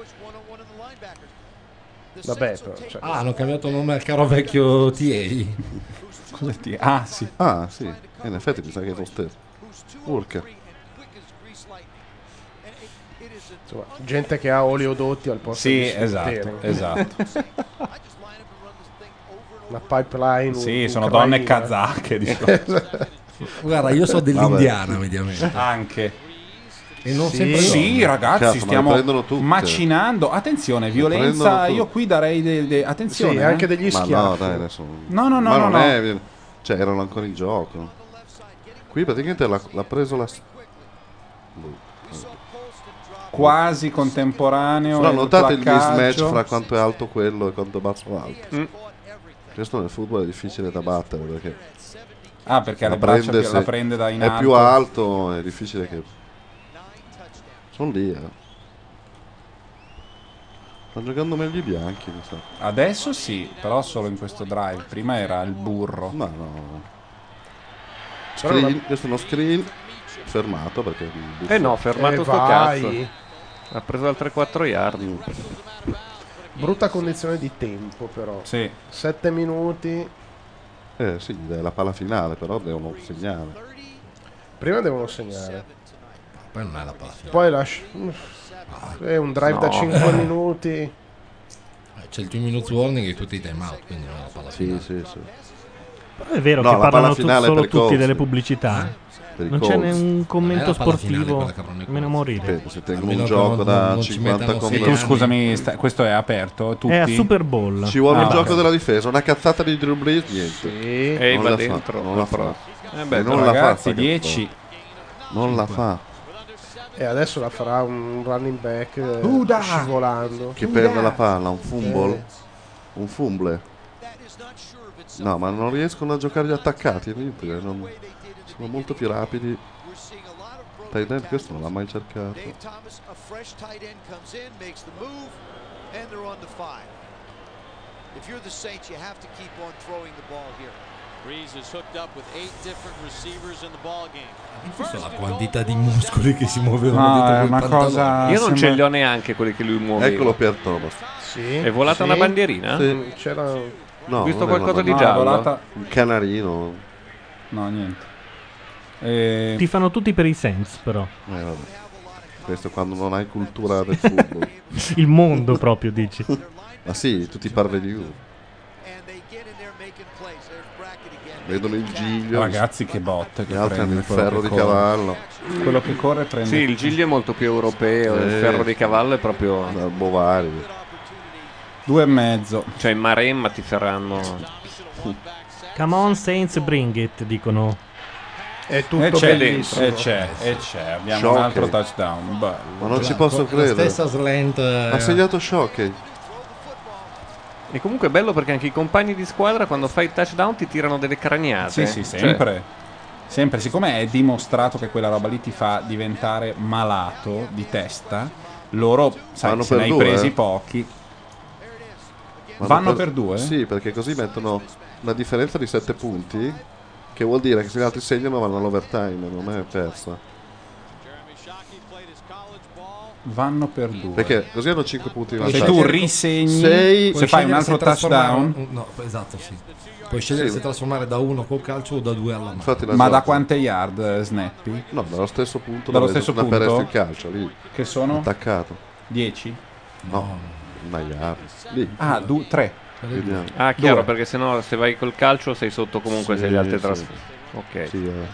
Vabbè, però, cioè. Ah, hanno cambiato nome al caro vecchio T A. Cos'è T A? Ah, sì. Ah, sì. In effetti mi sa che è lo stesso. Urca. Insomma, gente che ha oleodotti al posto Sì, di esatto, steering. esatto. Una pipeline. Sì, sono ucraina. donne kazake, diciamo. Guarda, io so dell'indiana mediamente. Anche. E non sì, sempre sì, donne. ragazzi, Cazzo, ma le stiamo prendono tutte. macinando. Attenzione, Le violenza. prendono tutte. Io qui darei de- de- attenzione. Sì, eh. anche degli Ma schiaffi. no, dai, adesso. No, no, no, Ma no, non no. è. Cioè, erano ancora in gioco. Qui praticamente l'ha, l'ha preso la. Quasi contemporaneo. Però il notate il placcaggio. mismatch fra quanto è alto quello e quanto è basso l'altro. Mm. Questo nel football è difficile da battere perché. Ah, perché la le braccia prende più- se la prende da in è alto. più alto, è difficile che. Sono lì, eh. Stanno giocando meglio i bianchi, mi sa. Adesso sì, però solo in questo drive. Prima era il burro. Ma no. Screen, questo è uno screen fermato perché. Eh no, fermato Eh, sto vai. cazzo. Ha preso altre quattro yard. Brutta condizione di tempo, però. Sì. Sette minuti. Eh sì, è la palla finale, però devono segnare. Prima devono segnare. Poi non è la palla. Poi lascia. È un drive da No. cinque minuti. C'è il two minutes warning e tutti i time out, quindi non è la palla Sì, finale. sì, sì. Però è vero No, che la parlano palla tu- finale solo per i tutti Colts. delle pubblicità. Per i Non c'è Colts. un commento Non è la palla finale sportivo. quella che aprono i Meno morire. Aspetta, se tengono Almeno un che gioco non- da non ci cinquanta mettano E con tu scusami, sta- questo è aperto? Tutti? È a Super Bowl. Ci vuole Ah, un va. gioco della difesa, una cazzata di Drew Brees, niente. Sì. E non va la dentro. fa, non la fa. Eh beh, E non la ragazzi, fa, sta dieci. cazzata. Non la fa. E adesso la farà un running back eh, Uda! scivolando. Che perde la palla, un fumble. Un fumble. No, ma non riescono a giocare gli attaccati, niente, non- sono molto più rapidi. Tight end questo non l'ha mai cercato. Dave Thomas, a fresh tight end, comes in, makes the move, and they're on the five. If you're the Saints, you have to keep on throwing the ball here. Breeze is hooked up with eight different receivers in the ball game. Visto la quantità di muscoli che si muovevano No, dietro è quel una pantalone. cosa- Io non sembra- ce li ho neanche quelli che lui muoveva. Eccolo per Thomas. Sì. È volata Sì. una bandierina? Sì. C'era. No, Ho visto non è qualcosa una di No, è giallo. volata- Un canarino. No, niente. Eh, Ti fanno tutti per i Saints, però. Eh, vabbè. Questo è quando non hai cultura del football. Il mondo proprio, dici. Ma sì, tutti parve di U. Vedono il giglio. Ragazzi, che botte che Gli altri hanno prende il quello ferro che di corre. cavallo. Quello che corre prende. Sì, il giglio è molto più europeo, il Eh. ferro di cavallo è proprio. Dal Bovari. Due e mezzo. Cioè in Maremma ti faranno. Come on Saints, bring it, dicono. È tutto E c'è, bellissimo. e c'è, e c'è. Abbiamo Shockey. un altro touchdown. Bello. Ma non La- ci posso la credere. stessa slant. eh, Ha segnato Shockey. E comunque è bello perché anche i compagni di squadra quando fai il touchdown ti tirano delle craniate. Sì, sì, Cioè, sempre. Sempre, siccome è dimostrato che quella roba lì ti fa diventare malato di testa, loro, sai, Vanno se per ne hai due, presi eh. pochi. Vanno per due? Sì, perché così mettono una differenza di sette punti, che vuol dire che se gli altri segnano vanno all'overtime, non è persa. Vanno per due. Perché così hanno cinque punti di Se vantaggio. tu risegni, sei, se fai un altro touchdown, un- no, esatto, sì. Puoi scegliere Sì. se trasformare da uno col calcio o da due alla mano. Infatti la ma da gioco. quante yard eh, snappi? No, dallo stesso punto Dallo dove stesso dove punto? resta il calcio lì. Che sono? Attaccato. dieci? No, una yard. Lì. Ah, du- tre. Vediamo. Ah, chiaro, Due. perché sennò se vai col calcio sei sotto comunque Sì, se gli altri sì. trasferiscono. Ok. Sì, eh.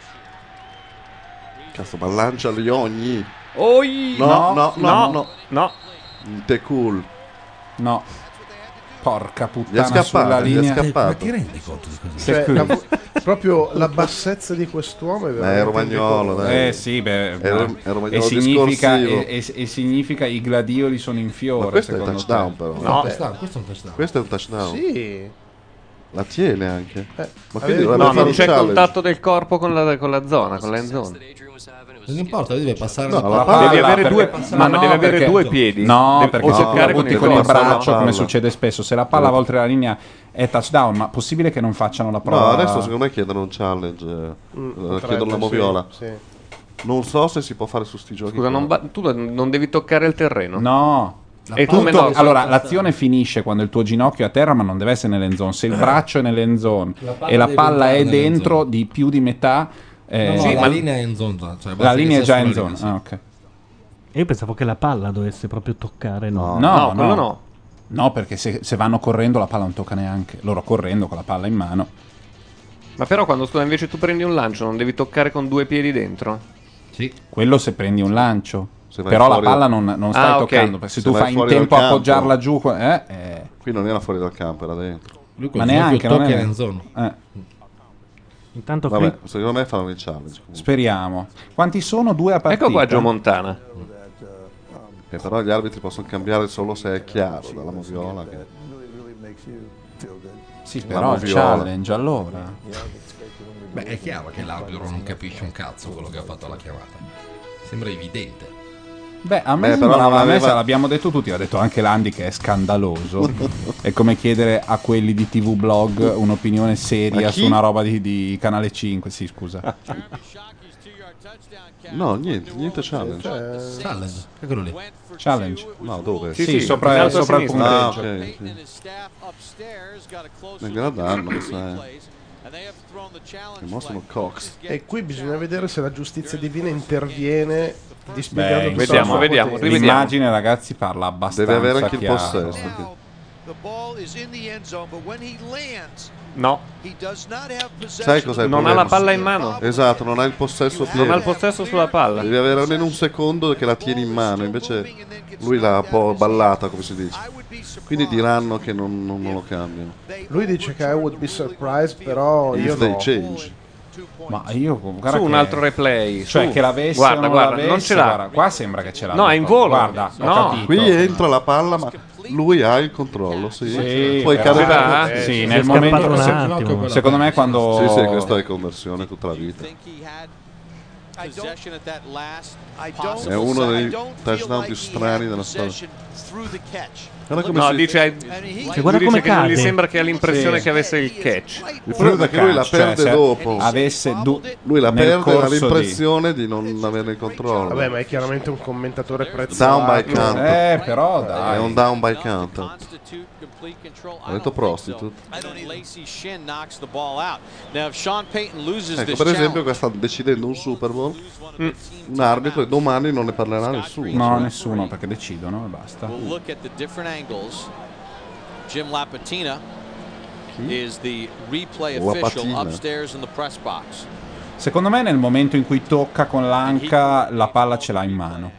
Cazzo, ma lanciali ogni. Oi! No, no, no, no, no. no. Te cool. No. Porca Gli è puttana scappato, sulla gli è linea. scappato. Ma ti rendi conto di cosa? Cioè, la- proprio la bassezza di quest'uomo è Ma veramente è romagnolo, dai. Eh sì, beh, È ma- rom- è romagnolo e, significa, discorsivo. e, e- e significa i gladioli sono in fiore. Ma questo è secondo touchdown, te. però. No, touchdown, questo è un touchdown. Questo è un touchdown. Sì. La tiene anche. Eh, Ma avevi- quindi dovrebbe No, fare non un c'è challenge. contatto del corpo con la, con la zona, con l'end zone. Non importa, lui deve passare No, la la palla. palla- Devi avere perché- due, passare- ma no, deve avere perché- due piedi. No, Deve- perché o se toccare la butti il con il corpo, braccio, no? come Palla. succede spesso. Se la palla va oltre la linea è touchdown, ma possibile che non facciano la prova? No, adesso secondo me chiedono un challenge. eh, Mm, eh, potrebbe, chiedono la moviola. sì, sì. Non so se si può fare su sti giochi. Scusa, non qua. ba- tu non devi toccare il terreno. No. E palla- come Tutto- no? allora, l'azione finisce quando il tuo ginocchio è a terra, ma non deve essere nell'end zone. Se il braccio è nell'end zone La palla e la deve palla è entrare nell'end dentro zone. di più di metà, eh, No, no, Sì, la ma- linea è in zone. Cioè la basta che linea è sia già in sulla zone. linea, sì. Ah, ok. Io pensavo che la palla dovesse proprio toccare, no? No, No, quello no. No, perché se, se vanno correndo la palla non tocca neanche. Loro correndo con la palla in mano. Ma però quando tu invece tu prendi un lancio non devi toccare con due piedi dentro? Sì. Quello se prendi un lancio. Se vai Però la fuori- palla non, non stai Ah, ok. toccando. Perché se, Se tu vai fai in fuori dal tempo a campo. appoggiarla giù, eh, eh, Qui non era fuori dal campo, era dentro. Lui col ma ginocchio neanche. Non tocca è, in zone. eh, Intanto Vabbè, qui secondo me fanno il challenge. comunque. speriamo. Quanti sono? Due a partita? Ecco qua Joe Montana. Che però gli arbitri possono cambiare solo se è chiaro dalla moviola. Che... Sì, La però il moviola. challenge allora. Beh, è chiaro che l'arbitro non capisce un cazzo quello che ha fatto alla chiamata. Sembra evidente. Beh, a me Beh, però sembrava, non a me aveva- se l'abbiamo detto tutti, ha detto anche Landi che è scandaloso. È come chiedere a quelli di T V Blog un'opinione seria A chi? su una roba di, di Canale cinque. Sì, scusa. No, niente, niente challenge. Cioè, Challenge, eccolo lì. Challenge. No, dove? Sì, sì, sopra, in alto a sopra il sinistra. Ah, punteggio. ok. Sì. Ne gradano, mi sa. Che mostrano Cox. e qui bisogna vedere se la giustizia divina interviene dispiegando Beh, tutta vediamo, la sua vediamo, potenza. rivediamo. L'immagine, ragazzi, parla abbastanza Deve avere anche il chiaro. possesso. The ball is in the end zone, but when he lands, No, he does not have possession. Sai cos'è il non ha problema? la palla in mano. Esatto, non ha il possesso pieno. Non ha il possesso sulla palla. Devi avere almeno un secondo che la tieni in mano, invece lui l'ha un po' ballata, come si dice. Quindi diranno che non, non- non lo cambiano. Lui dice che I would be surprised, però io If they no. change. Ma io guarda Su un che- altro replay. Cioè su. che l'avesse Guarda, o non guarda, l'avesse, non ce l'ha. guarda, qua sembra che ce l'ha. No, è in volo. Guarda, ho No. capito. Qui entra la palla, ma lui ha il controllo, sì. Sì, Poi però- cade Ce l'ha? per... Sì, Si è nel scappato momento un se- attimo. secondo me quando Sì, sì, questa è conversione tutta la vita. Possession at that last I don't, È uno I dei don't touchdown feel più like he strani had della storia. possession through the catch. Guarda come No, si... dice, And he- Cioè, guarda lui come dice che non gli cade. sembra che ha l'impressione Sì. che avesse il catch. Il problema è che lui la cioè, perde se dopo. avesse du- Lui la nel perde e ha corso di- l'impressione di... non averne il controllo. Vabbè, ma è chiaramente un commentatore Down prezzato. by count. Eh, però È dai. un down by count. Constitute complete control. Ha detto prostitute. And then Lacey Shin knocks the ball out. Now if Sean Payton loses Ecco, this per esempio, challenge, qua sta decidendo un Super Bowl, un arbitro, e domani non ne parlerà nessuno. No, nessuno, perché decidono e basta. we'll look at the different angles. Jim Lapatina is the replay official Lapatina. upstairs in the press box. Secondo me nel momento in cui tocca con l'anca la palla ce l'ha in mano.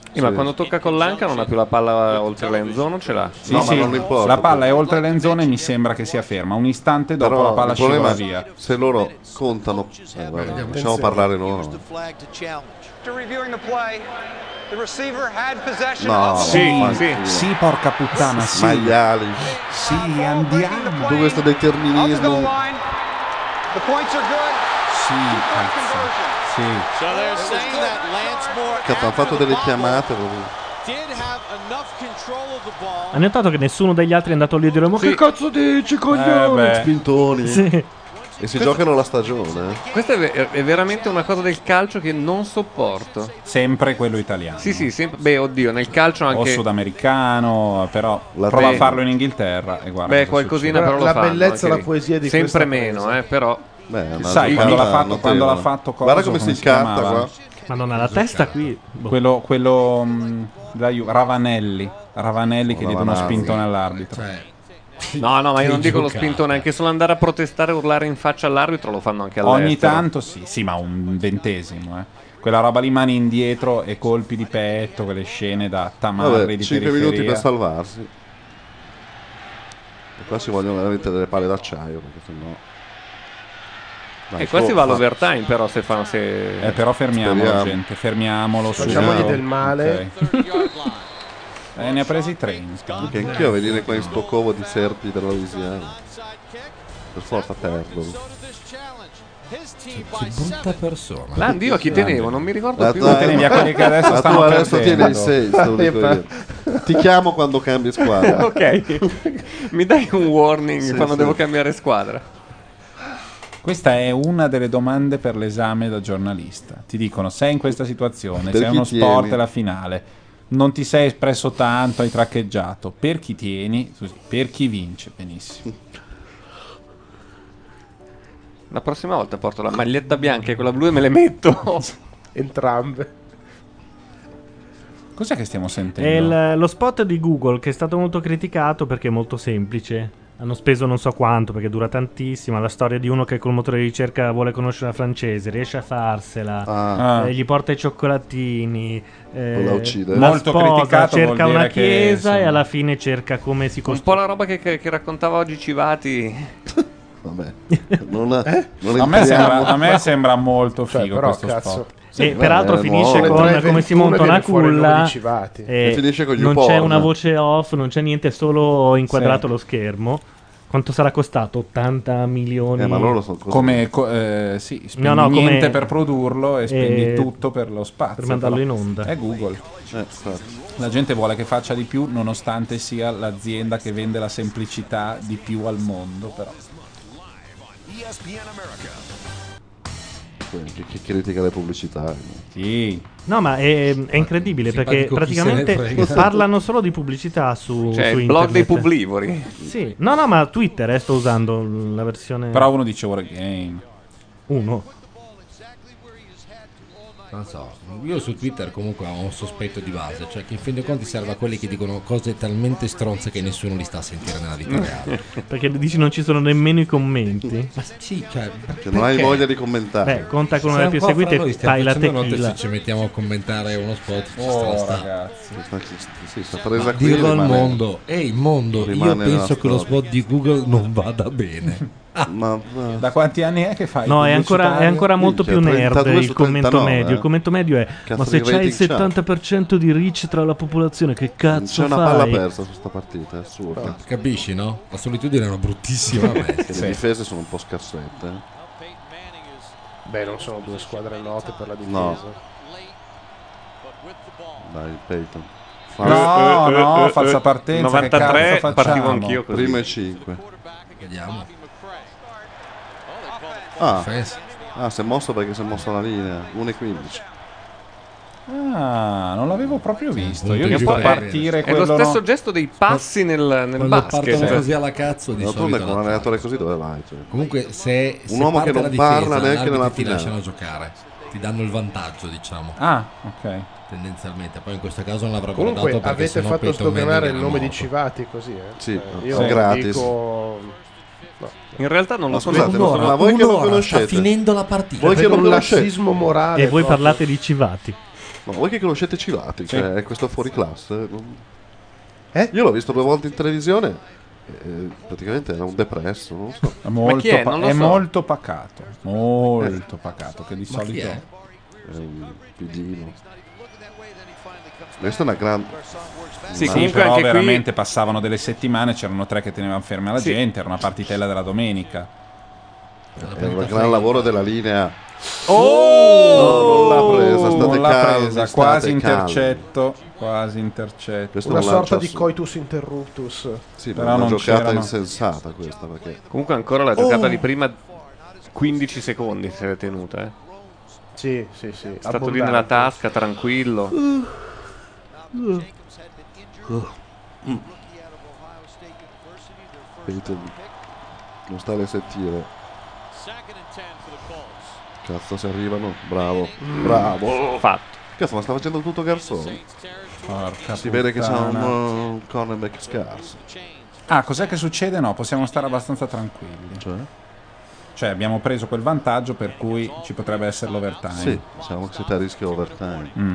Eh, ma quando tocca con l'anca non ha più la palla oltre l'end zone o ce l'ha? Sì, sì, la palla è oltre l'endzone e mi sembra che sia ferma. Un istante dopo Però la palla il problema scivola è via. se loro contano, eh, vabbè, lasciamo parlare loro. After reviewing the play, the receiver had possession No, of the Sì, ball. sì, sì, porca puttana, sì. Maiali. Sì, andiamo. Dove questo determinismo? The points are good. Sì, cazzo. Sì. So they're saying that Lance Moore Cazzo, hanno fatto delle chiamate proprio. did have enough control of the ball. Hai notato che nessuno degli altri è andato lì a dire ma Sì. che cazzo dici, coglione? Eh, beh. Spintoni. Sì. E si giocano la stagione. eh. Questa è, ve- è veramente una cosa del calcio che non sopporto. Sempre quello italiano. Sì, sì, sempre. Beh, oddio, nel calcio anche. O sudamericano, però La prova a Beh. farlo in Inghilterra e guarda. Beh, cosa qualcosina succede. però lo La fanno. bellezza e anche la lì. poesia di Sempre questa meno, presa. eh, però. Beh, è una Sai, quando l'ha giocata fatto, quando l'ha notevole. fatto Guarda coso, come si si incarta chiamava? qua. Madonna, la testa qui. boh. Quello, quello mh, della Ju- Ravanelli. Ravanelli che gli dà uno Ravanelli. spintone all'arbitro. Cioè, No, no, ma io che non dico lo giocata. spintone, anche solo andare a protestare e urlare in faccia all'arbitro lo fanno anche all'estero. Ogni tanto sì, sì, ma un ventesimo, eh. Quella roba lì, mani indietro e colpi di petto, quelle scene da tamarri Vabbè, di cinque periferia. minuti per salvarsi. E qua ci vogliono veramente delle palle d'acciaio, perché sennò. Dai, E qua si for- va fa- all'overtime, però se fanno se. Eh, però fermiamolo, Speriamo. gente, fermiamolo. Facciamogli subito. del male. Ok. Eh, ne ha presi tre. Anche anch'io a venire qua in sto covo di serpi della Louisiana. Per forza perdono. che brutta persona. Landi, io a chi tenevo? Non mi ricordo La più. tua- tenevi a quelli che adesso la stanno tua adesso perdendo. tieni il sei, te lo dico io. Ti chiamo quando cambi squadra. Ok, mi dai un warning Sì, quando sì. devo cambiare squadra. Questa è una delle domande per l'esame da giornalista. Ti dicono: sei in questa situazione, Per sei chi uno tieni? sport, è la finale. Non ti sei espresso tanto, hai traccheggiato. Per chi tieni? Scusi, per chi vince? Benissimo. La prossima volta porto la maglietta bianca e quella blu e me le metto. Entrambe. Cos'è che stiamo sentendo? È il- lo spot di Google che è stato molto criticato perché è molto semplice. Hanno speso non so quanto perché dura tantissimo. La storia di uno che col motore di ricerca vuole conoscere la francese, riesce a farsela, Ah. eh, gli porta i cioccolatini. eh, Poi la uccide. la Molto sposa, criticato, vuol cerca dire una che, chiesa insomma, e alla fine cerca come si Un costruisce. po' la roba che, che- che raccontava oggi Civati. Vabbè. Non, non a, me entriamo. sembra, a me sembra molto Cioè, figo però, questo cazzo. spot. E Sì, peraltro beh, è finisce nuovo. con Alle come si ventuno monta una viene fuori il nome culla di Civati. e E finisce con non YouPorn. c'è una voce off, non c'è niente, è solo inquadrato Sì. lo schermo. Quanto sarà costato? ottanta milioni. Eh, ma loro sono così. Come, co- eh, sì, spendi No, no, come- niente per produrlo e spendi eh, tutto per lo spazio. per mandarlo però. in onda. È Google. Eh, infatti. La gente vuole che faccia di più nonostante sia l'azienda che vende la semplicità di più al mondo, però. Che, che critica le pubblicità. Sì. No, ma è, è incredibile perché simpatico chi se ne praticamente frega. parlano solo di pubblicità su, Cioè, su il blog dei internet. publivori. Sì, no, no, ma Twitter eh, sto usando la versione Però uno dice Wargame. uno. Non so, io su Twitter comunque ho un sospetto di base, cioè che in fin dei conti serve a quelli che dicono cose talmente stronze che nessuno li sta a sentire nella vita reale. Perché dici non ci sono nemmeno i commenti. Ma sì, cioè, Che non hai perché? voglia di commentare. Beh, conta con Se una un più po' seguite fra noi stiamo fai la facendo notte, tequila. se ci mettiamo a commentare uno spot ci sta la Oh, sta. ragazzi. Sta- sì, sta presa Ma qui dirlo al rimane- mondo, ehi mondo, io rimane nella penso che lo storia. spot di Google non vada bene. Ma Da quanti anni è che fai? No, è ancora, è pubblicitario? ancora molto Minchia, più nerd trentadue il su commento trentanove, medio. eh. Il commento medio è: Cazzo ma se di c'hai il rating c'ha? settanta per cento di reach tra la popolazione, che Non cazzo c'è una fai? palla persa su sta partita, è assurdo. Capisci, no? La solitudine è una bruttissima bestia. Che le difese sono un po' scarsette. eh. Beh, non sono due squadre note per la difesa. No. Dai, Peyton. No, no, falsa partenza. novantatré, che cazzo partivo facciamo? anch'io così. Prima e cinque. Vediamo. Ah, Offense. ah, si è mosso perché si è mossa la linea. uno e quindici. Ah, non l'avevo proprio visto. Punto Io di ho visto parere. partire È lo quello. stesso no- gesto dei passi nel, nel Quando basket. partono così alla cazzo di No, tu solito con un la allenatore così dove vai? Cioè. Comunque se, se Un uomo parte che non la difesa, parla neanche l'arbitro nella ti finale. lasciano giocare, ti danno il vantaggio, diciamo. Ah, ok. Tendenzialmente, poi in questo caso non l'avrebbero Comunque dato perché avete sennò fatto Peyton Manning sdoganare il era nome di morto. Civati così, eh? Sì, Eh, io sì, gratis. dico... No. In realtà non lo Ma so. scusate, Un'ora, ma voi che lo un'ora, conoscete? sta finendo la partita. Voi che Per lo un conoscete? lassismo morale. E voi proprio. parlate di Civati. Ma voi che conoscete Cilati, Sì. che è questo fuori classe? Non- Eh? Io l'ho visto due volte in televisione. E praticamente era un depresso, non so. È molto, Ma chi è? pa- Non lo è so. molto pacato. Molto pacato. Che di Ma chi solito è? È un pidino. Questa è una grande. Sì, una- sì, però anche qui- veramente passavano delle settimane, c'erano tre che tenevano ferma la Sì. gente, era una partitella della domenica. È un gran lavoro della linea. Oh! No, non l'ha presa, state Non l'ha calmi, presa, state quasi calmi. intercetto, quasi intercetto. Questo Una è un sorta lancio di assurdo. coitus interruptus. Sì, Però però una non giocata c'erano. insensata questa perché Comunque ancora la giocata Oh. di prima quindici secondi se l'è tenuta, eh. Sì, sì, sì. È stato lì nella tasca, tranquillo. vedete, non sta a sentire. Cazzo, se arrivano, bravo, bravo. Fatto. Cazzo, ma sta facendo tutto Garzoni. Porca Si vede che c'ha un, puttana. uh, cornerback scarso. Ah, cos'è che succede? No, possiamo stare abbastanza tranquilli. Cioè? Cioè, abbiamo preso quel vantaggio per cui ci potrebbe essere l'overtime. Sì, diciamo che siete a rischio overtime. Mm.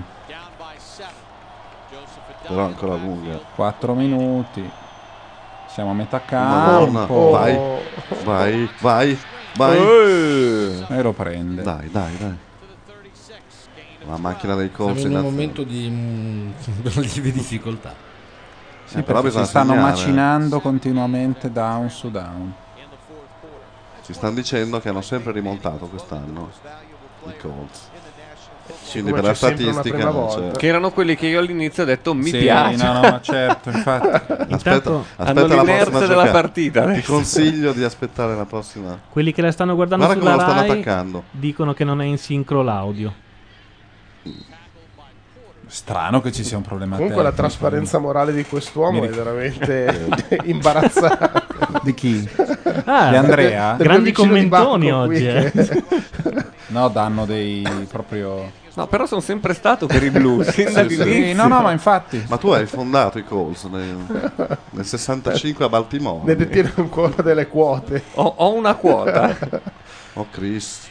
Però ancora lunga. quattro minuti. Siamo a metà Madonna, campo. vai, vai, vai, vai. E lo prende. Dai, dai, dai. La macchina dei Siamo Colts in un azione. momento di mm, lieve difficoltà. Sì, Eh, però perché si bisogna stanno segnare. macinando continuamente down su down. Ci stanno dicendo che hanno sempre rimontato quest'anno i Colts. Quindi come per la c'è sempre una statistica prima non volta. c'è. Che erano quelli che io all'inizio ho detto mi Sì, piace. no, no, ma certo, infatti. Aspetta, Intanto aspetta hanno la l'inerzia prossima della giocata. partita Ti adesso. consiglio di aspettare la prossima. Quelli che la stanno guardando Guarda come sulla lo stanno Rai attaccando. dicono che non è in sincro l'audio. Strano che ci sia un problema Comunque la tecnico. trasparenza morale di quest'uomo Mi è ric- veramente imbarazzante. Di chi? Ah, Di Andrea? del grandi mio vicino di commentoni banco qui oggi. eh. che- No, danno dei proprio... No, però sono sempre stato per i blues. Sin Sì, sì. dall'inizio. no, no, ma infatti. Ma tu hai fondato i Colts nel, nel sessantacinque a Baltimore. ne detiene ancora delle quote. Ho, ho una quota. Oh Chris.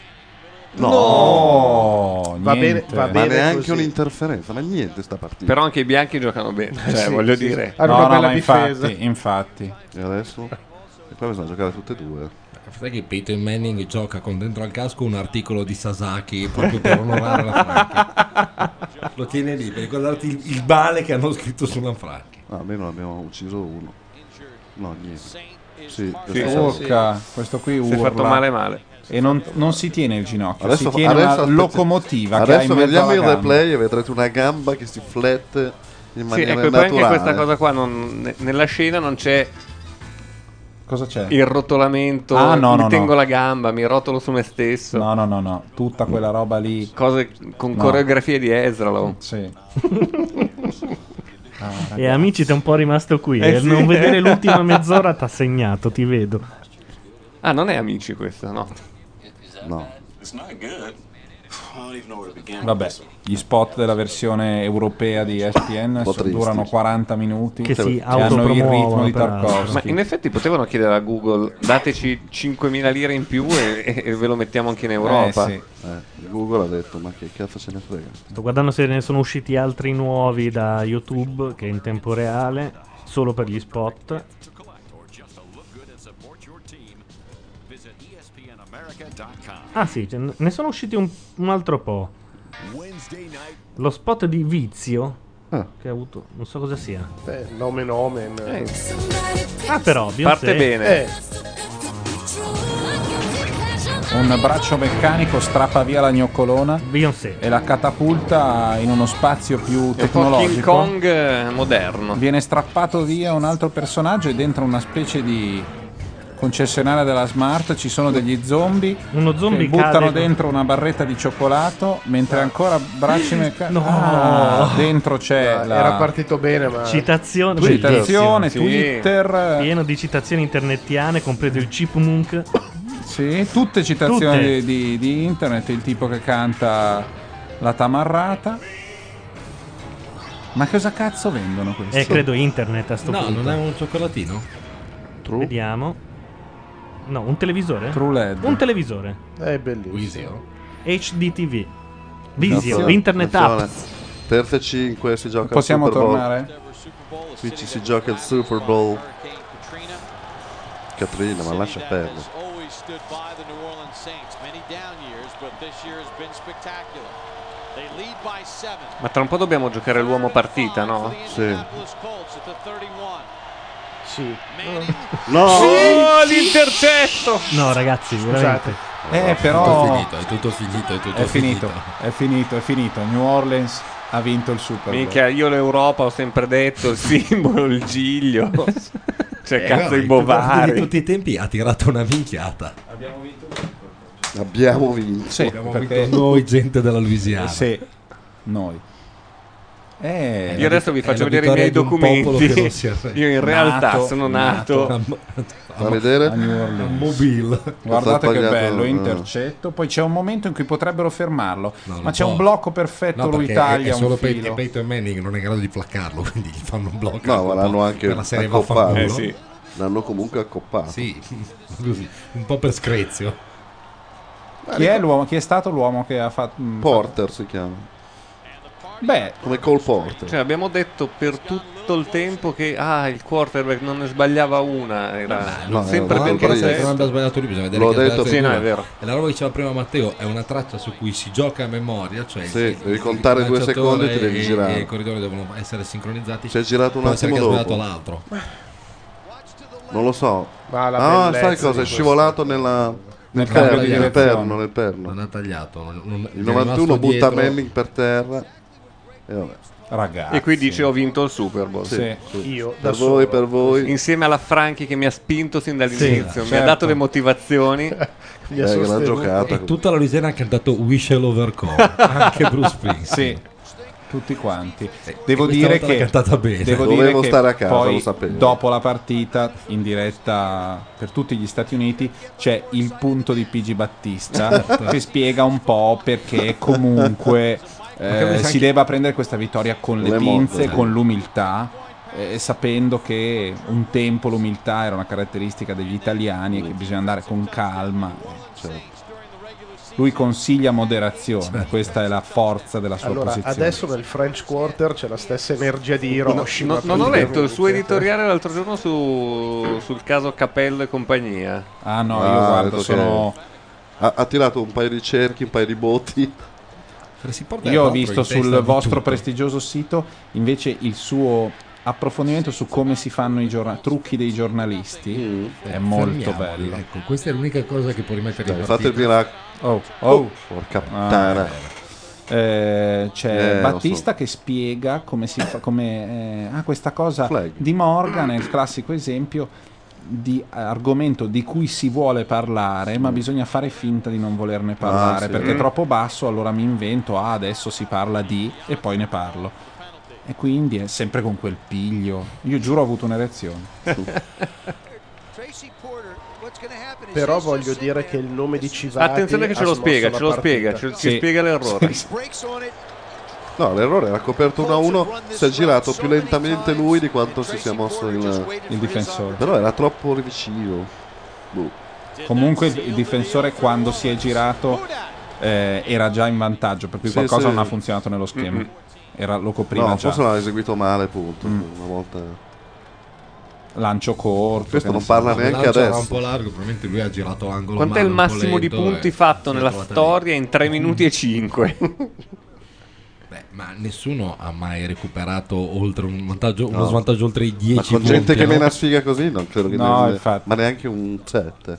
No, Va bene, niente. va Ma bene neanche così. un'interferenza, ma niente sta partita. Però anche i bianchi giocano bene. Cioè, Sì, voglio sì, dire. Hanno No, una no, bella ma difesa. infatti, infatti. E adesso? E poi bisogna giocare tutte e due. Sai che Peyton Manning gioca con dentro al casco un articolo di Sasaki proprio per onorare la Franchi. Lo tiene lì per ricordarti il, il male che hanno scritto sulla Franchi. Ah, almeno abbiamo ucciso uno. No, niente. Sì, Sì, questo- sì. Urca, questo qui Si urla. è fatto male male. E non, non si tiene il ginocchio, Adesso, si tiene adesso una aspetta- locomotiva che ha in Adesso mezzo vediamo alla il gamba. replay e vedrete una gamba che si flette in Sì, maniera ecco, e poi anche naturale. questa cosa qua. non- ne- nella scena non c'è Cosa c'è? il rotolamento. Ah, no, mi no, tengo no. la gamba, mi rotolo su me stesso. No, no, no, no, tutta quella roba lì. Cose con No. coreografie di Ezra. lo- Sì. Ah, E amici, ti è un po' rimasto qui. Eh e sì. Non vedere l'ultima mezz'ora t'ha segnato, ti vedo. Ah, non è amici questo, no. No. It's not good. I don't even know where to begin. Vabbè, gli spot della versione europea di E S P N po' so- tristi. durano quaranta minuti Che si e hanno il autopromuovono, ritmo di peraltro. Tarkovsky. Ma in effetti potevano chiedere a Google: dateci cinquemila lire in più e, e ve lo mettiamo anche in Europa. Eh, sì. Eh, Google ha detto, ma che cazzo ce ne frega? Sto guardando se ne sono usciti altri nuovi da YouTube che in tempo reale, solo per gli spot. Ah sì, ce ne ne sono usciti un, un altro po'. Lo spot di Vizio, Ah. che ha avuto, non so cosa sia. Eh, nome nomen. Eh, Ah però, Beyoncé. parte bene. Eh, Un braccio meccanico strappa via la gnoccolona Beyoncé. e la catapulta in uno spazio più È un po' King tecnologico. Kong eh, moderno. Viene strappato via un altro personaggio e dentro una specie di concessionaria della Smart ci sono degli zombie Uno zombie che buttano cade- dentro una barretta di cioccolato mentre ancora bracci meccanici. No. Ah, dentro c'è eh, la era partito bene, ma Citazione, citazione, Sì. Twitter, pieno di citazioni internetiane, compreso il chipmunk. sì, tutte citazioni Tutte. Di, di- di internet, il tipo che canta la tamarrata. Ma cosa cazzo vendono questi? Eh, credo internet a sto No, punto. non è un cioccolatino? True, Vediamo. No, un televisore? True L E D. Un televisore. è bellissimo. Visio. H D T V. Visio, Attenzione, Internet attenzione. Apps. Terza e cinque si gioca Possiamo il Super Bowl. tornare? Qui ci si gioca il Super Bowl. Katrina, ma lascia perdere. Always stood by the New Orleans Saints. Many down years, but this year has been spectacular. They lead by seven. Ma tra un po' dobbiamo giocare l'uomo partita, no? Sì. Sì. No! Oh, l'intercetto! No, ragazzi, veramente. Eh, È però tutto finito, è tutto finito, è tutto è finito, finito. è finito, è finito. New Orleans ha vinto il Super Bowl. Minchia, io l'Europa ho sempre detto il simbolo, il giglio. Cioè, Eh, cazzo, guarda, i il più grande bovari. di tutti i tempi ha tirato una minchiata. Abbiamo vinto Abbiamo vinto. Sì, Abbiamo perché vinto noi, gente della Louisiana. Sì, noi. Eh, Io adesso vi è faccio la vedere i miei vittoria di un popolo documenti. che non si arrende. Io in realtà Nato, sono nato. nato. Fa vedere? a New Orleans. Mobile. Guardate che sbagliato, bello, no. intercetto. Poi c'è un momento in cui potrebbero fermarlo, No, non ma c'è può. un blocco perfetto, No, lui perché taglia è, è solo un Pey- filo. Peyton Manning non è in grado di placcarlo, quindi gli fanno un blocco. No, ma l'hanno anche per la serie accoppato. vaffanculo. Eh, sì. L'hanno comunque accoppato. Sì, così, un po' per screzio. Chi è l'uomo? Chi è stato l'uomo che ha fatto mh, Porter si chiama. Beh, Come Cole Porter. Cioè, abbiamo detto per tutto il tempo che ah, il quarterback non ne sbagliava una. Era no, sempre no, ben no, Però se protetto. non abbia sbagliato lui, bisogna vedere L'ho che ha detto- sbagliato Sì, no, due. è vero. E la roba che diceva prima Matteo è una traccia su cui si gioca a memoria, cioè Sì, il- devi il contare due lanciatore secondi e ti devi e- girare. e i corridori devono essere sincronizzati. Si è girato un Può essere attimo che ha sbagliato dopo. l'altro. Non lo so. Ma la Ah, bellezza sai cosa? di È questo. scivolato nella... nel cambio perno, di nel direzione. perno, nel perno. Non ha tagliato. Non, non, Il gli è novantuno rimasto butta dietro. Manning per terra. E vabbè. ragazzi. E qui dice ho vinto il Super Bowl. Sì. Io da Per solo. voi, per voi. Insieme alla Franchi che mi ha spinto sin dall'inizio, mi certo. ha dato le motivazioni. Mi ha Eh, gran sostenuto. giocata. E tutta la Louisiana ha cantato We Shall Overcome. Anche Bruce Springsteen. Sì, tutti quanti. E Devo questa dire volta l'ha che cantata bene. devo Dovevo dire che stare a casa, poi lo sapevo. dopo la partita in diretta per tutti gli Stati Uniti c'è il punto di P G Battista che spiega un po' perché comunque eh, si debba prendere questa vittoria con le, Le pinze, mosse. con l'umiltà, eh, sapendo che un tempo l'umiltà era una caratteristica degli italiani e che bisogna andare con calma. Cioè, lui consiglia moderazione, questa è la forza della sua Allora, posizione. adesso nel French Quarter c'è la stessa energia di Hiroshi. No, ma non ho per letto il suo dire- editoriale l'altro giorno su, sul caso Capello e compagnia. Ah no, io Ah, guardo, detto sono... che ha, ha tirato un paio di cerchi, un paio di botti. Io ho visto sul vostro prestigioso sito invece il suo approfondimento su come si fanno i giorna- trucchi dei giornalisti. È molto Fermiamoli, bello. Ecco, questa è l'unica cosa che può rimettere in Dai, partita. fate il miracolo. Oh, oh. Porca Ah, puttana. eh, c'è Eh, lo Battista so. che spiega come si fa, come, eh, ah, questa cosa Flag. di Morgan è il classico esempio di argomento di cui si vuole parlare ma bisogna fare finta di non volerne parlare sì. perché è Mm. troppo basso, allora mi invento ah adesso si parla di e poi ne parlo e quindi è sempre con quel piglio. Io giuro ho avuto un'erezione. Però voglio dire che il nome di Civati Attenzione che ce ha lo smosso spiega, la ce lo partita. spiega, ce- ci Sì. spiega l'errore. No, l'errore era coperto uno a uno. Si è girato più lentamente lui di quanto si sia mosso il, Il difensore. Però era troppo vicino. Boh. Comunque il, il difensore quando si è girato eh, era già in vantaggio, per cui Sì, qualcosa sì. non ha funzionato nello schema. Mm-mm. Era, lo copriva No, già. forse l'ha eseguito male, punto. Mm. Una volta. Lancio corto. Questo che non ne parla so. neanche L'altro era adesso. un po' largo, probabilmente lui ha girato l'angolo. Quant'è il male, un po' massimo di lento punti e fatto si è nella trovata lì. storia in tre minuti e cinque? Beh, ma nessuno ha mai recuperato oltre un vantaggio, uno No. svantaggio oltre i dieci Ma con punti. gente che no? mena sfiga così non credo che No, ne- infatti. ma neanche un sette.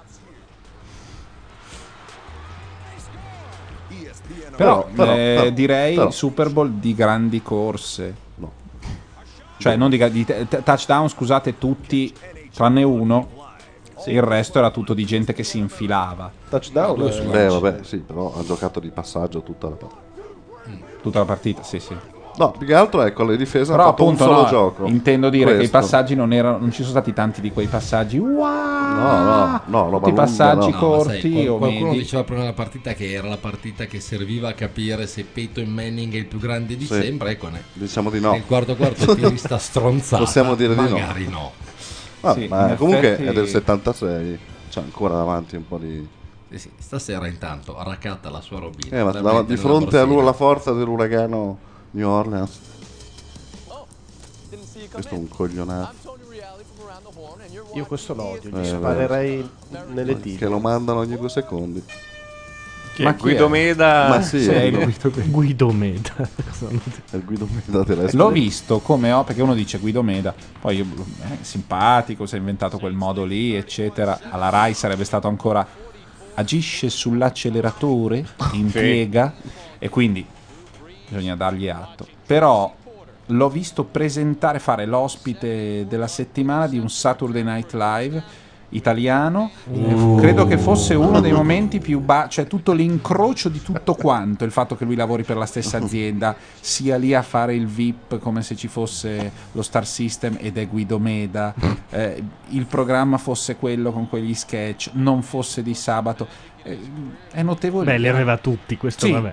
Però, Però, eh, però, direi però. Super Bowl di grandi corse. No. Cioè, non di, gra- di t- t- touchdown, scusate, tutti tranne uno. Il resto era tutto di gente che si infilava. Touchdown. Due eh, su- Beh, vabbè, sì, però ha giocato di passaggio tutta la partita. Tutta la partita, sì, sì. No, più che altro ecco, le difese Però hanno fatto appunto un solo no, gioco. intendo dire che i Questo. passaggi non erano, non ci sono stati tanti di quei passaggi. Wow! No, no, no, roba Tutti i lunga, passaggi no. No, ma sai, corti qual- o qualcuno medi. diceva prima della partita che era la partita che serviva a capire se Peyton Manning è il più grande di Sì. sempre. Ecco, ne- Diciamo di no. nel quarto quarto tiri sta stronzata. Possiamo dire di no. magari no. Ah, Sì, ma in comunque effetti- è del settantasei. C'è ancora davanti un po' di. Sì, sì, stasera intanto raccatta la sua robina. Eh, ma la dav- mette di nella fronte a lui borsina. la forza dell'uragano New Orleans. Questo è un coglionato. Io questo lo odio, gli Eh, sparerei nelle dita. Che lo mandano ogni due secondi. Chi è? Guido Meda? Ma sì, Sì, è Guido- il Guido Meda. È il Guido Meda della L'ho visto come ho, perché uno dice Guido Meda, poi io, eh, simpatico, si è inventato quel modo lì, eccetera. Alla Rai sarebbe stato ancora agisce sull'acceleratore, impiega, e quindi bisogna dargli atto. Però l'ho visto presentare, fare l'ospite della settimana di un Saturday Night Live italiano. Uh. Credo che fosse uno dei momenti più ba- cioè tutto l'incrocio di tutto quanto, il fatto che lui lavori per la stessa azienda, sia lì a fare il V I P come se ci fosse lo Star System ed è Guido Meda, eh, il programma fosse quello con quegli sketch, non fosse di sabato, eh, è notevole. Beh, li aveva tutti, questo Sì. vabbè.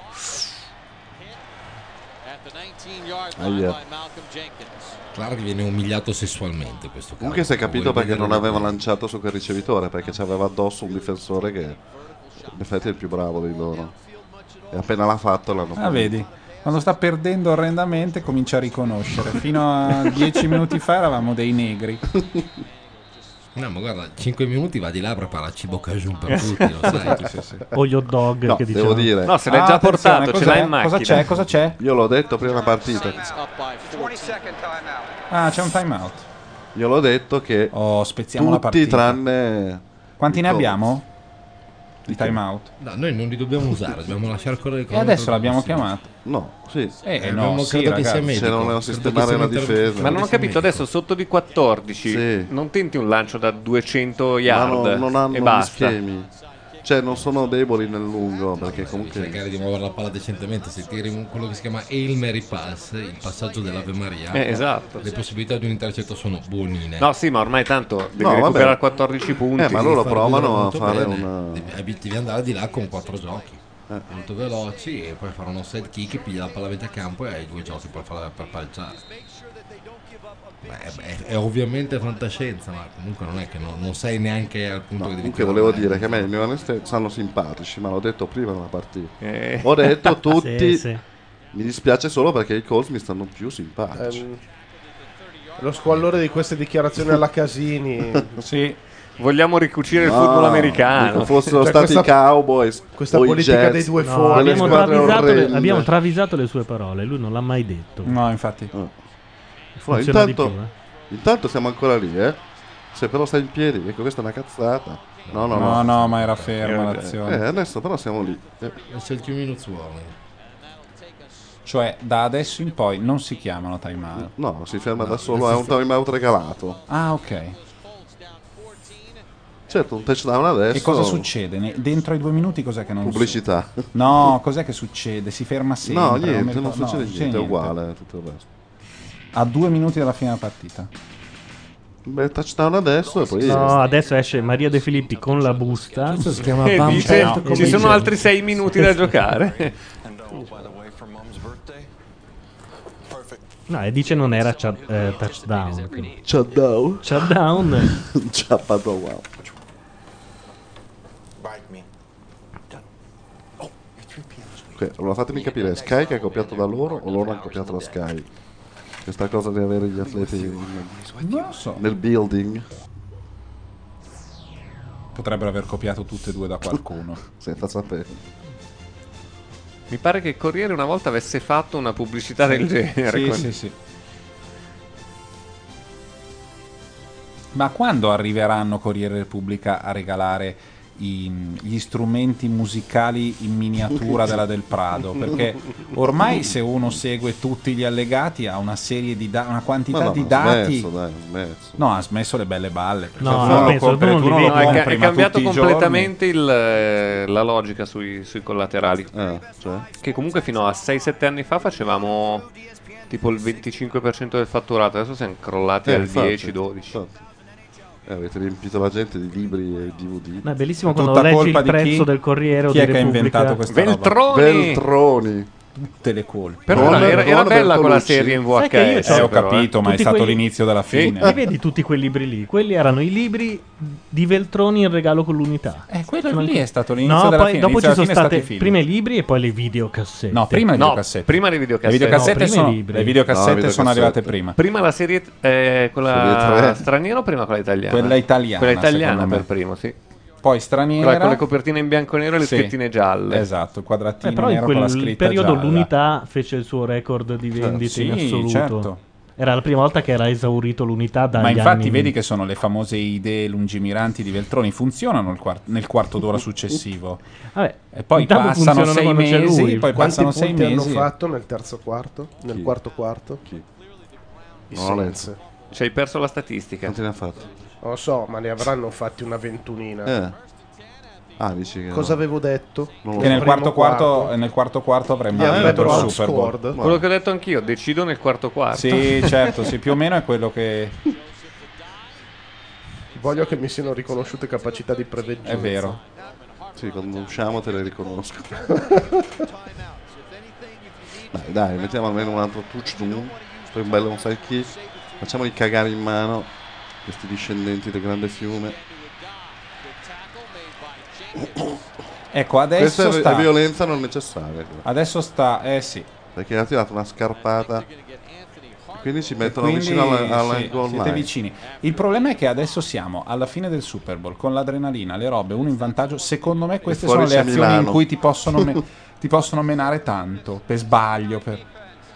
Aia. Claro che viene umiliato sessualmente questo Comunque si è caso. capito Vuoi perché non vedere- aveva lanciato su quel ricevitore, perché c'aveva addosso un difensore che in effetti è il più bravo di loro. E appena l'ha fatto l'hanno Ah, vedi? Quando sta perdendo orrendamente comincia a riconoscere. Fino a dieci minuti fa eravamo dei negri. No, ma guarda, cinque minuti va di là, prepara cibo cajun per tutti, lo sai. Sì, sì. O gli hot dog No, che devo dicevano. dire. No, se l'hai già portato, ce l'hai in macchina. Cosa c'è? Cosa c'è? Io l'ho detto prima della partita. twenty second timeout. Ah, c'è un time out. Io l'ho detto che Oh, spezziamo la tutti partita. tranne Quanti ne il Colts. abbiamo? Di time out. No, noi non li dobbiamo usare, dobbiamo lasciare correre il E adesso l'abbiamo possibile. chiamato. No, sì. Eh, Eh, no, abbiamo sì, credo che sia ragazzi. medico. Se non devono Credo sistemare che la sia difesa. Ma non ho sia capito, medico. adesso sotto di quattordici Sì. non tenti un lancio da duecento Ma yard no- non hanno e gli basta. schemi. Cioè non sono deboli nel lungo, perché comunque Cercare di muovere la palla decentemente, se tiri un- quello che si chiama Hail Mary Pass, il passaggio dell'Ave Maria, Eh, esatto. le possibilità di un intercetto sono buonine. No, sì, ma ormai tanto devi No, vabbè. recuperare quattordici punti. Eh, ma loro Fare provano due a molto fare bene. una- Devi, devi andare di là con quattro giochi Eh. molto veloci e poi fare uno side kick, piglia la palla a metà campo e hai due giochi per, fare, per palciare. Beh, è, è ovviamente fantascienza, ma comunque non è che non, non sei neanche al punto No, che devi comunque tirare. volevo dire che a me i miei onesti stanno simpatici, ma l'ho detto prima della partita. Eh. Ho detto tutti. Sì, sì. Mi dispiace solo perché i Colts mi stanno più simpatici. Ehm, lo squallore di queste dichiarazioni alla Casini. Sì. Vogliamo ricucire il No, football americano. dico, fossero Cioè, stati questa- i Cowboys questa o i politica Jets, dei due No, fuori. quelle abbiamo, squadre travisato le, orrende. abbiamo travisato le sue parole, lui non l'ha mai detto. No, infatti. No, Funziona di intanto, più, eh. intanto siamo ancora lì, eh. Se però stai in piedi, ecco, questa è una cazzata. No, no, No, no. no, ma era ferma Eh, l'azione. eh, adesso però siamo lì. Eh. C'è il two minutes warning. Cioè, da adesso in poi non si chiamano time out. No, si ferma da solo, è un timeout regalato. Ah, ok. Certo, un touchdown adesso. E cosa succede? Ne- Dentro i due minuti cos'è che non Pubblicità. No, cos'è che succede? Si ferma sempre. No, mi niente, ricordo- non succede no, niente, è uguale tutto il resto. A due minuti dalla fine della partita. Beh, touchdown adesso e poi... No, adesso esce Maria De Filippi con la busta. Questo si chiama E bump dice, out ci come sono dice. altri sei minuti da giocare. No, e dice non era cia- eh, touchdown. quindi. Shutdown. Shutdown. Ciappato, wow. Ok, allora fatemi capire, è Sky che ha copiato da loro o loro hanno copiato da Sky? Questa cosa di avere gli atleti in- Non lo so. nel building. Potrebbero aver copiato tutte e due da qualcuno. Senza sapere. Mi pare che il Corriere una volta avesse fatto una pubblicità del genere. Sì, con- sì, sì. Ma quando arriveranno Corriere Repubblica a regalare i- gli strumenti musicali in miniatura della Del Prado? Perché ormai se uno segue tutti gli allegati ha una serie di da- una quantità Ma no, di ha dati. smesso, dai, ha smesso. No, ha smesso le belle balle. perché No, se no, uno lo penso, compri, tu non tu li non lo vedi. No, è, ca- compri, è ma cambiato tutti i completamente il, eh, la logica sui, sui collaterali. Eh, cioè? Che comunque fino a sei sette anni fa facevamo tipo il venticinque per cento del fatturato, adesso siamo crollati Eh, al infatti, dieci dodici. infatti. Eh, avete riempito la gente di libri e D V D. No, è bellissimo Tutta quando leggi colpa il di prezzo chi? del Corriere o Chi di è che ha Repubblica. inventato questa roba? Veltroni! Veltroni. tutte le colpe. Però era, era- era bella quella serie in V Sai che io H S. c'ho- Eh, ho però, capito, eh. ma è Tutti stato quelli- l'inizio della fine. Li vedi tutti quei libri lì? Quelli erano i libri di Veltroni in regalo con l'unità. Eh, quello Sono lì anche- è stato l'inizio no, della poi fine. dopo ci L'inizio sono della fine è state stato i film. prima i libri e poi le videocassette. No, prima le No, videocassette. prima le videocassette. Le videocassette, No, prima i sono, libri. le videocassette No, le sono videocassette. arrivate prima. Prima la serie eh, quella Serie tre. straniera o prima quella italiana? Quella italiana, Quella italiana secondo per me. primo, sì. Poi straniera. Quella con le copertine in bianco e nero e le Sì. schettine gialle. Esatto, il quadratino Eh, però in nero quel con la scritta periodo gialla. l'unità fece il suo record di vendite Sì, in assoluto. certo. Era la prima volta che era esaurito l'unità dagli Ma infatti anni- vedi che sono le famose idee lungimiranti di Veltroni, funzionano il quart- nel quarto d'ora successivo. Vabbè, e poi intanto passano funzionano sei quando c'è mesi, lui. poi Quanti passano sei punti hanno mesi. fatto nel terzo quarto? Nel Chi? quarto quarto? Chi? I Non ho Saints. letto. Ci hai perso la statistica. Quanti ne ha fatti? Non lo so, ma ne avranno fatti una ventunina. Eh. Ah, dici che Cosa no. avevo detto? Non lo Che so. nel Primo quarto quarto, nel quarto quarto avremmo Li vinto avrebbero il Super Bowl. outscored. Quello che ho detto anch'io, decido nel quarto quarto. Sì, certo, sì, più o meno è quello che Voglio che mi siano riconosciute capacità di preveggenza. è vero. Sì, quando usciamo te le riconosco. Dai, dai, mettiamo almeno un altro touchdown. Poi un bello non sai chi. Facciamoli cagare in mano questi discendenti del grande fiume. Ecco, adesso Questa è, sta è violenza non necessaria. Adesso sta, eh sì. Perché ha tirato una scarpata. Quindi si mettono Quindi, vicino alla, alla sì, goal siete line. vicini. Il problema è che adesso siamo alla fine del Super Bowl con l'adrenalina, le robe, uno in vantaggio. Secondo me queste fuori sono le c'è azioni Milano. in cui ti possono, me- ti possono menare tanto per sbaglio. Per...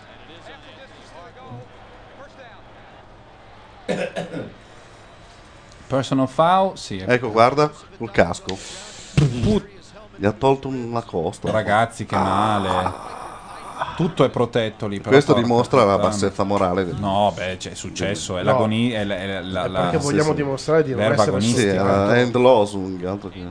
Personal foul, sì. Ecco, guarda, col casco. Gli ha tolto una costa. Ragazzi, che male. Tutto è protetto lì. Però Questo porca dimostra la puttana. bassezza morale. del- No, beh, c'è successo. È No. l'agonia. È la, è la, È la- perché sì, vogliamo sì. dimostrare di non L'erba essere Sì, agonistica. era hand losing, altro che...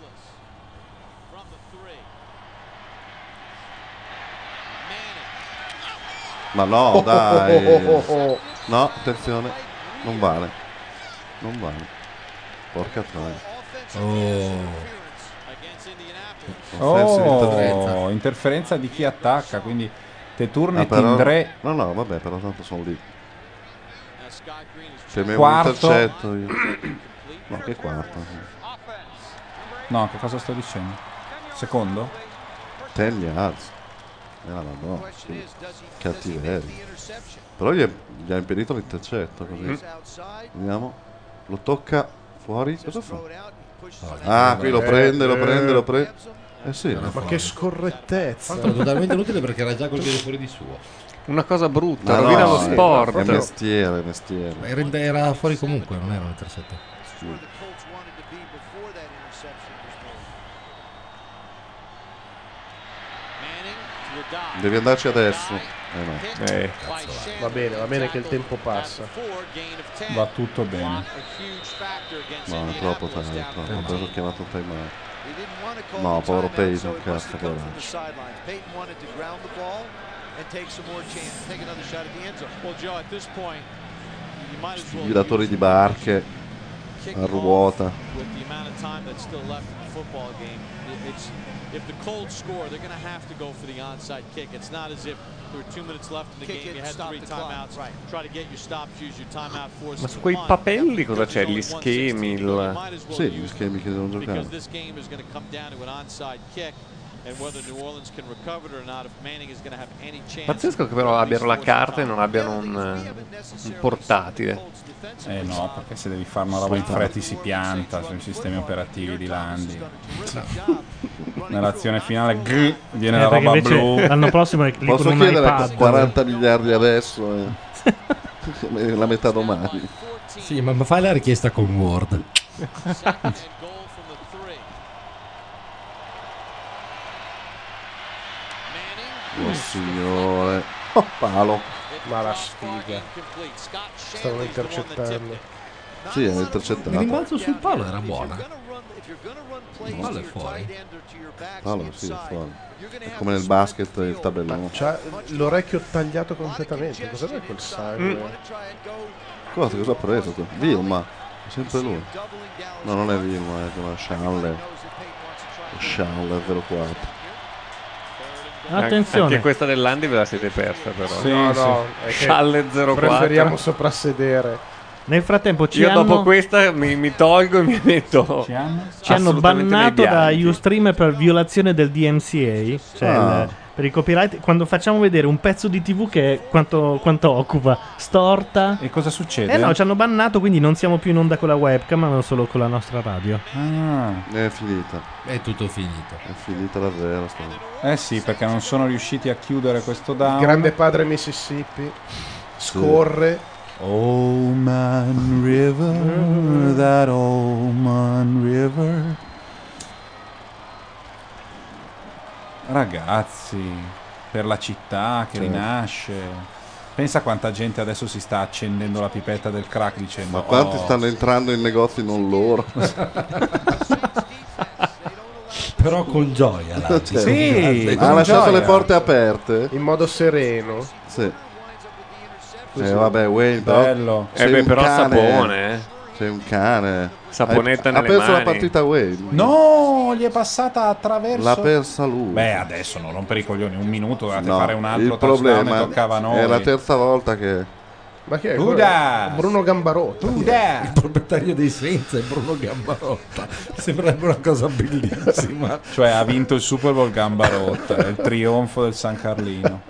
Ma no, dai. No, attenzione. Non vale. Non vale. Porca troia. Oh. Offensive interference. Oh, interferenza di chi attacca. Quindi te turni Ah, e però- Tindré. No, no, vabbè, però tanto sono lì. Temevo un Quarto. intercetto io. No, che quarto? No, che cosa sto dicendo? Secondo? ten yards. Eh, la madonna. Che cattiveria. Però gli, è- gli ha impedito l'intercetto così. Mm. Vediamo. Lo tocca fuori. Cosa fa? Ah, qui lo prende, lo prende, lo prende. Eh sì. Ma che scorrettezza. Tra l'altro totalmente inutile perché era già col piede fuori di suo. Una cosa brutta, Ma rovina no, lo è- sport. È mestiere, è mestiere. Ma era, era fuori comunque, non era un intercetto. Devi andarci adesso. Eh no. Eh, Va bene, va bene che il tempo passa. va tutto bene. No, è troppo tardi. troppo. Ho preso chiamato un time out. No, povero Peyton, cazzo, poraccio. Guidatori di barche a ruota. With the amount of time that's still left in the football game, it- it's if the Colts score, they're going to have to go for the onside kick. It's not as if there were two minutes left in the Kick game, it, you had stop three the clock, timeouts. right. Try to get your stops, use your timeout, force Ma them su to quei punt. papelli cosa c'è? Gli schemi? Il... Sì, gli schemi che devono giocare. Because this game is going to come down to an onside kick. And whether New Orleans can recover it or not, if Manning is going to have any chance. Pazzesco che però abbiano la carta e non abbiano un, eh, un portatile. Eh no, perché se devi fare una roba in fretta ti si pianta sui sistemi operativi di Landi. Nell'azione finale grr, viene Eh, la perché roba invece blu. l'anno prossimo è lì Posso con un chiedere iPad. quaranta miliardi adesso e la metà domani. Sì, ma ma fai la richiesta con Word. Oh signore. Oh, palo. Ma la sfiga. Stavano intercettando. Sì, è intercettato. Il rimbalzo sul palo era buona. Il palo è fuori. Palo, sì, è fuori. È come nel basket il tabellone. C'ha l'orecchio tagliato completamente. Cos'è quel sangue? Mm. Cosa, cosa ha preso? tu? Vilma. È sempre lui. No, non è Vilma, è quello Schaller. Schaller zero quattro. Attenzione. Anche questa dell'Andy ve la siete persa però. Sì, no, no, è che Scialle zero quattro. preferiamo soprassedere. Nel frattempo ci Io hanno, dopo questa mi, mi tolgo e mi metto. ci hanno assolutamente nei bannato da bianchi. Ustream per violazione del D M C A, cioè Ah. il- per i copyright. Quando facciamo vedere un pezzo di tivù che è quanto, quanto occupa, storta. E cosa succede? Eh no, ci hanno bannato, quindi non siamo più in onda con la webcam, ma solo con la nostra radio. Ah. È finita. È tutto finito. È finita davvero. sta- Eh sì, perché non sono riusciti a chiudere questo down. Il grande padre Mississippi scorre. Oh man river, that old man river. Ragazzi, per la città che Sì. rinasce. Pensa quanta gente adesso si sta accendendo la pipetta del crack dicendo Ma quanti "Oh, stanno entrando in negozi non loro? Però con gioia. là. Cioè, Sì, ha con lasciato gioia. le porte aperte. In modo sereno. Sì. Eh, vabbè, Wayne, però Bello. sei Eh beh, un però cane. sapone, eh. Sei un cane. Saponetta Hai- nelle Ha perso mani. la partita Wayne. No, gli è passata attraverso. L'ha persa lui. Beh, adesso non rompere i coglioni, un minuto dovete No, fare un altro il touchdown e problema toccava a noi. è la terza volta che Ma che è? Who quello? dat? Bruno Gambarotta. Who dat? Il proprietario dei Saints è Bruno Gambarotta. Sembrerebbe una cosa bellissima. Cioè ha vinto il Super Bowl Gambarotta, è il trionfo del San Carlino.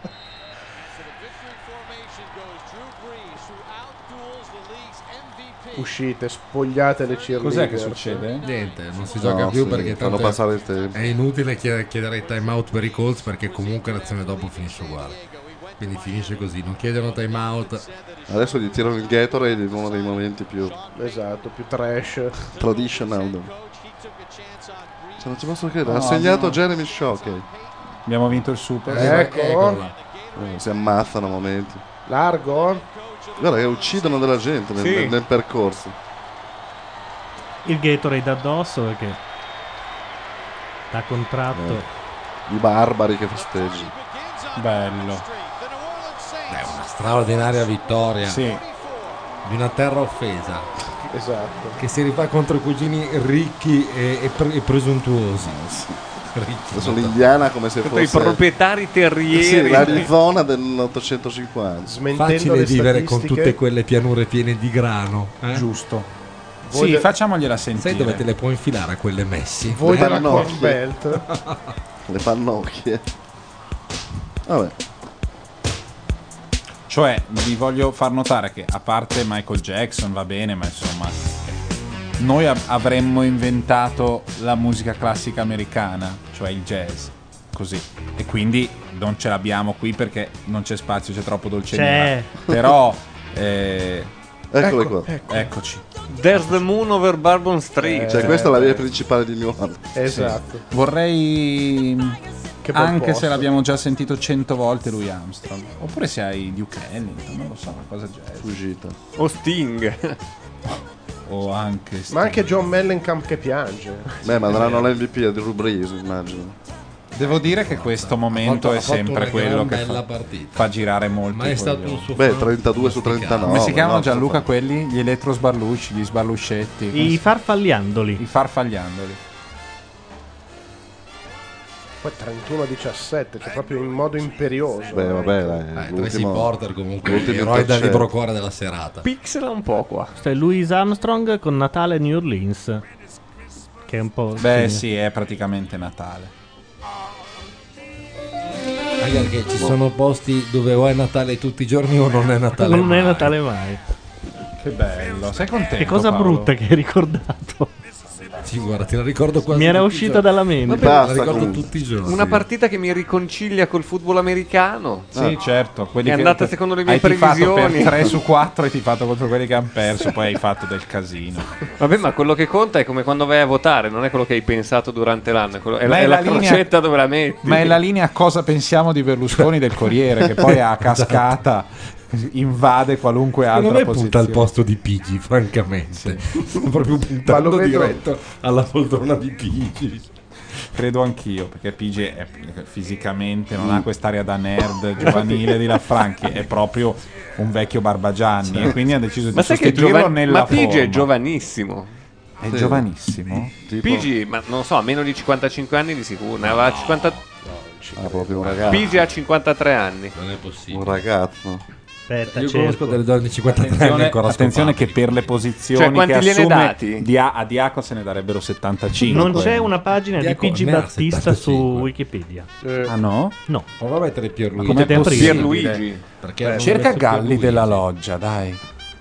Uscite, spogliate le cheerleader. Cos'è che succede? Niente, non si gioca No, più sì, perché fanno tanto passare il tempo. è inutile chied- chiedere i time out per i Colts perché comunque l'azione dopo finisce uguale. Quindi finisce così, non chiedono time out. Adesso gli tirano il Gatorade in uno dei momenti più Esatto, più trash. traditional. Cioè, non ci posso credere. Ha No, segnato no. Jeremy Shockey. Abbiamo vinto il Super. Ecco. Eccola. Eh, si ammazzano a momenti. Largo. Guarda che uccidono della gente nel, Sì. nel- nel percorso. Il Gatorade addosso perché da contratto. Eh. I barbari che festeggiano. Bello. È una straordinaria vittoria Sì. di una terra offesa Esatto. che si rifà contro i cugini ricchi e, e pre- e presuntuosi. Ricchi. Adesso l'Indiana come se Tutti i fosse proprietari terrieri. sì, l'Arizona dell'ottocentocinquanta. Smentendo Facile le vivere con statistiche. tutte quelle pianure piene di grano. eh? Giusto. Voi Sì, de- facciamogliela sentire. Sai dove te le puoi infilare a quelle messi? Voi Le della pannocchie. Corn Belt. Le pannocchie. Vabbè. Cioè, vi voglio far notare che a parte Michael Jackson va bene, ma insomma, noi av- avremmo inventato la musica classica americana, cioè il jazz, così. E quindi non ce l'abbiamo qui perché non c'è spazio, c'è troppo dolce C'è. nera. Però eh, Eccole Ecco, qua. ecco. eccoci. There's the moon over Bourbon Street. Cioè, questa è la via principale di New Orleans. Esatto. Vorrei, Che bel anche posto. se l'abbiamo già sentito cento volte lui Armstrong, oppure se hai Duke Ellington, non lo so, una cosa jazz. Fuggita. O Sting. O anche Ma anche John Mellencamp che piange. Beh, ma daranno l'M V P a Drew Brees, immagino. Devo dire che questo momento fatto- è ha fatto sempre una quello gran che bella fa, partita. fa girare molto. Ma è i stato coglioni. un suo Beh, fan trentadue su masticato. trentanove. Come si chiamano no, Gianluca sto quelli? Gli elettrosbarlucci, gli sbarluscetti. come I si- farfalliandoli. I farfagliandoli. Poi trentuno a diciassette, cioè proprio in modo imperioso. Beh, vabbè, Eh, dai. Tracy l'ultimo- Porter comunque l'ultimo eroe da intercetto. libro cuore della serata. Pixela un po' qua. Questo è Louis Armstrong con Natale New Orleans. Che è un po'. Beh, sì, è praticamente Natale. Anche perché ci sono posti dove o è Natale tutti i giorni o non è Natale Non mai. è Natale mai. Che bello. Sei contento? Che cosa Paolo? brutta che hai ricordato. Sì, guarda, te la ricordo quasi Mi era tutti i uscita giorni. dalla mente. Vabbè, la Basta, ricordo comunque. tutti i giorni. Una partita che mi riconcilia col football americano. Sì, certo. Quelli È che- andata secondo le mie hai tifato previsioni. per tre su quattro hai tifato contro quelli che hanno perso, poi hai fatto del casino. Vabbè, ma quello che conta è come quando vai a votare, non è quello che hai pensato durante l'anno, è, quello- è Ma la, è è la la linea- crocetta dove la metti. Ma è la linea cosa pensiamo di Berlusconi del Corriere, che poi a cascata invade qualunque altra non è posizione. punta al posto di Pigi, francamente. Sto proprio Ma puntando lo vedo- diretto alla poltrona di Pigi. Credo anch'io, perché P G è, fisicamente non ha quest'aria da nerd giovanile di Lanfranchi, è proprio un vecchio Barbagianni e quindi ha deciso Ma di sai che sostituirlo giova- nella ma Pigi è forma. giovanissimo. È Sì. giovanissimo? Tipo- Pigi, ma non so, a meno di cinquantacinque anni di sicuro, ne aveva cinquanta ci Ah, credo. proprio un ragazzo. Pisi ha cinquantatré anni. Non è possibile. Un ragazzo. Aspetta, Io cerco. conosco delle donne di cinquantatré anni Attenzione, ancora attenzione scopabili. che per le posizioni Cioè, quanti che gliene assume dati? di A a Diaco se ne darebbero settantacinque. Non c'è una pagina di Diaco P G ne ha Battista su settantacinque. Wikipedia. Ah no? No. Prova a mettere Ma Pierluigi. com'è Potete aprire. possibile? Pierluigi. Perché Eh, hanno cerca messo Galli Pierluigi. della Loggia, dai.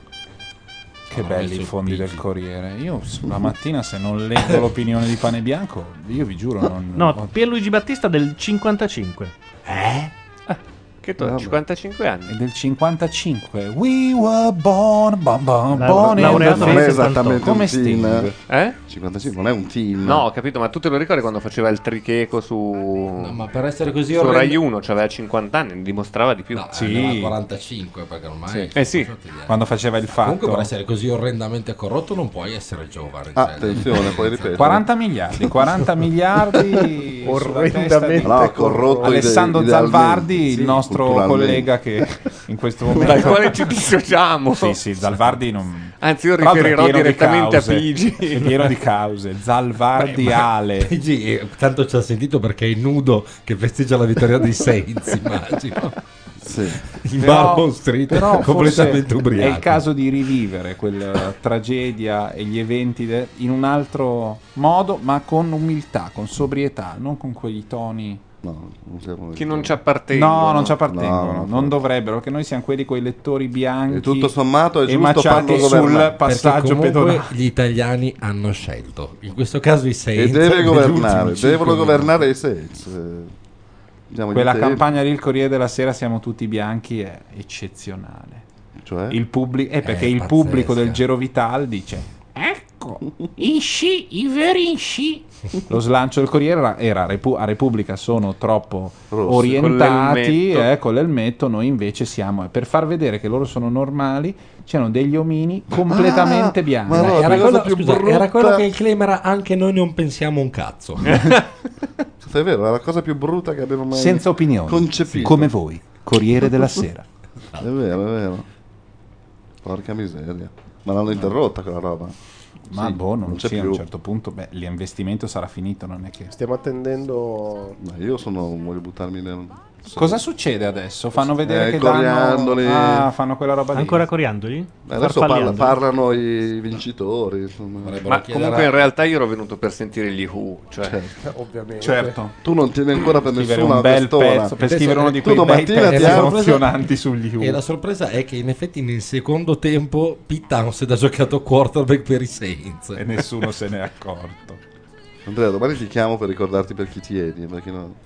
Che Hanno belli messo i fondi P G. del Corriere. Io la mattina se non leggo l'opinione di Pane Bianco, io vi giuro non... No, Pierluigi Battista del cinquantacinque. Eh? Che tu hai Vabbè. cinquantacinque anni. È del cinquantacinque. We were born, born, born, La- born in laureato the Non è nel esattamente Come un Sting. teen. Eh? cinquantacinque non è un teen. No, ho capito, ma tu te lo ricordi quando faceva il tricheco su. No, ma per essere così su orrendo- Rai uno, cioè aveva cinquanta anni, dimostrava di più. No, Sì. sì. quarantacinque perché ormai Sì. Eh sì. Quando faceva il fatto. Comunque per essere così orrendamente corrotto non puoi essere giovane. Ah, cioè, attenzione, poi ripeto. quaranta miliardi, quaranta miliardi sulla testa di No, corrotto Alessandro ide- Zalvardi, idealmente, il nostro culturalmente. collega che in questo momento Dal quale ci dissociamo. Sì, sì, Zalvardi non Anzi, io Tra l'altro è riferirò pieno di direttamente a cause. P G. È pieno di cause. Zalvardi Ale. P G, eh, tanto ci ha sentito perché è nudo che festeggia la vittoria dei Saints, immagino. Sì. In Però- Bourbon Street, però completamente forse ubriaco. È il caso di rivivere quella tragedia e gli eventi de- in un altro modo, ma con umiltà, con sobrietà, non con quegli toni. No, non siamo Chi non ci appartengono. No, non ci appartengono, No, no, non no. dovrebbero, perché noi siamo quelli con i lettori bianchi. E tutto sommato è e giusto maciati farlo sul governare. passaggio Perché comunque pedonale. gli italiani hanno scelto. In questo caso i Saints. E deve negli governare, ultimi cinque devono minuti. governare i Saints. Eh, diamogli Quella tempo. campagna lì, il Corriere della Sera, siamo tutti bianchi, è eccezionale. Cioè? Il pubblico, è perché È il pubblico pazzesca. del Gero Vital dice: ecco, i sci, i veri sci. Lo slancio del Corriere era, era Repu- a Repubblica sono troppo Rossi, orientati, con l'elmetto. eh, con l'elmetto, noi invece siamo, eh, per far vedere che loro sono normali, c'erano degli omini completamente Ah, bianchi. ma no, Era la quello, cosa più scusa, brutta- era quello che il claim era anche noi non pensiamo un cazzo. È vero, è la cosa più brutta che abbiamo mai Senza opinioni, concepito. come voi, Corriere della Sera. È vero, è vero. Porca miseria. Ma l'hanno interrotta quella roba. Ma Sì, boh, non, c'è sì, a più. un certo punto, beh, l'investimento sarà finito, non è che... Stiamo attendendo. Ma io sono, voglio buttarmi nel... Cosa succede adesso? Fanno vedere Eh, che coriandoli. danno... Ah, fanno quella roba lì. Ancora coriandoli? Eh, Adesso parla- parlano i vincitori. Insomma. Ma comunque in realtà io ero venuto per sentire gli Who. Cioè. Certo. Ovviamente. Certo. Tu non tieni ancora per Scrivere nessuno un bel quest'ora. pezzo, per scrivere uno di Tu quei bei domattina pezzi ti apri- emozionanti sugli Who. E la sorpresa è che in effetti nel secondo tempo Pete Townsend ha giocato quarterback per i Saints. E nessuno se n'è accorto. Andrea, domani ti chiamo per ricordarti per chi tieni. Perché no?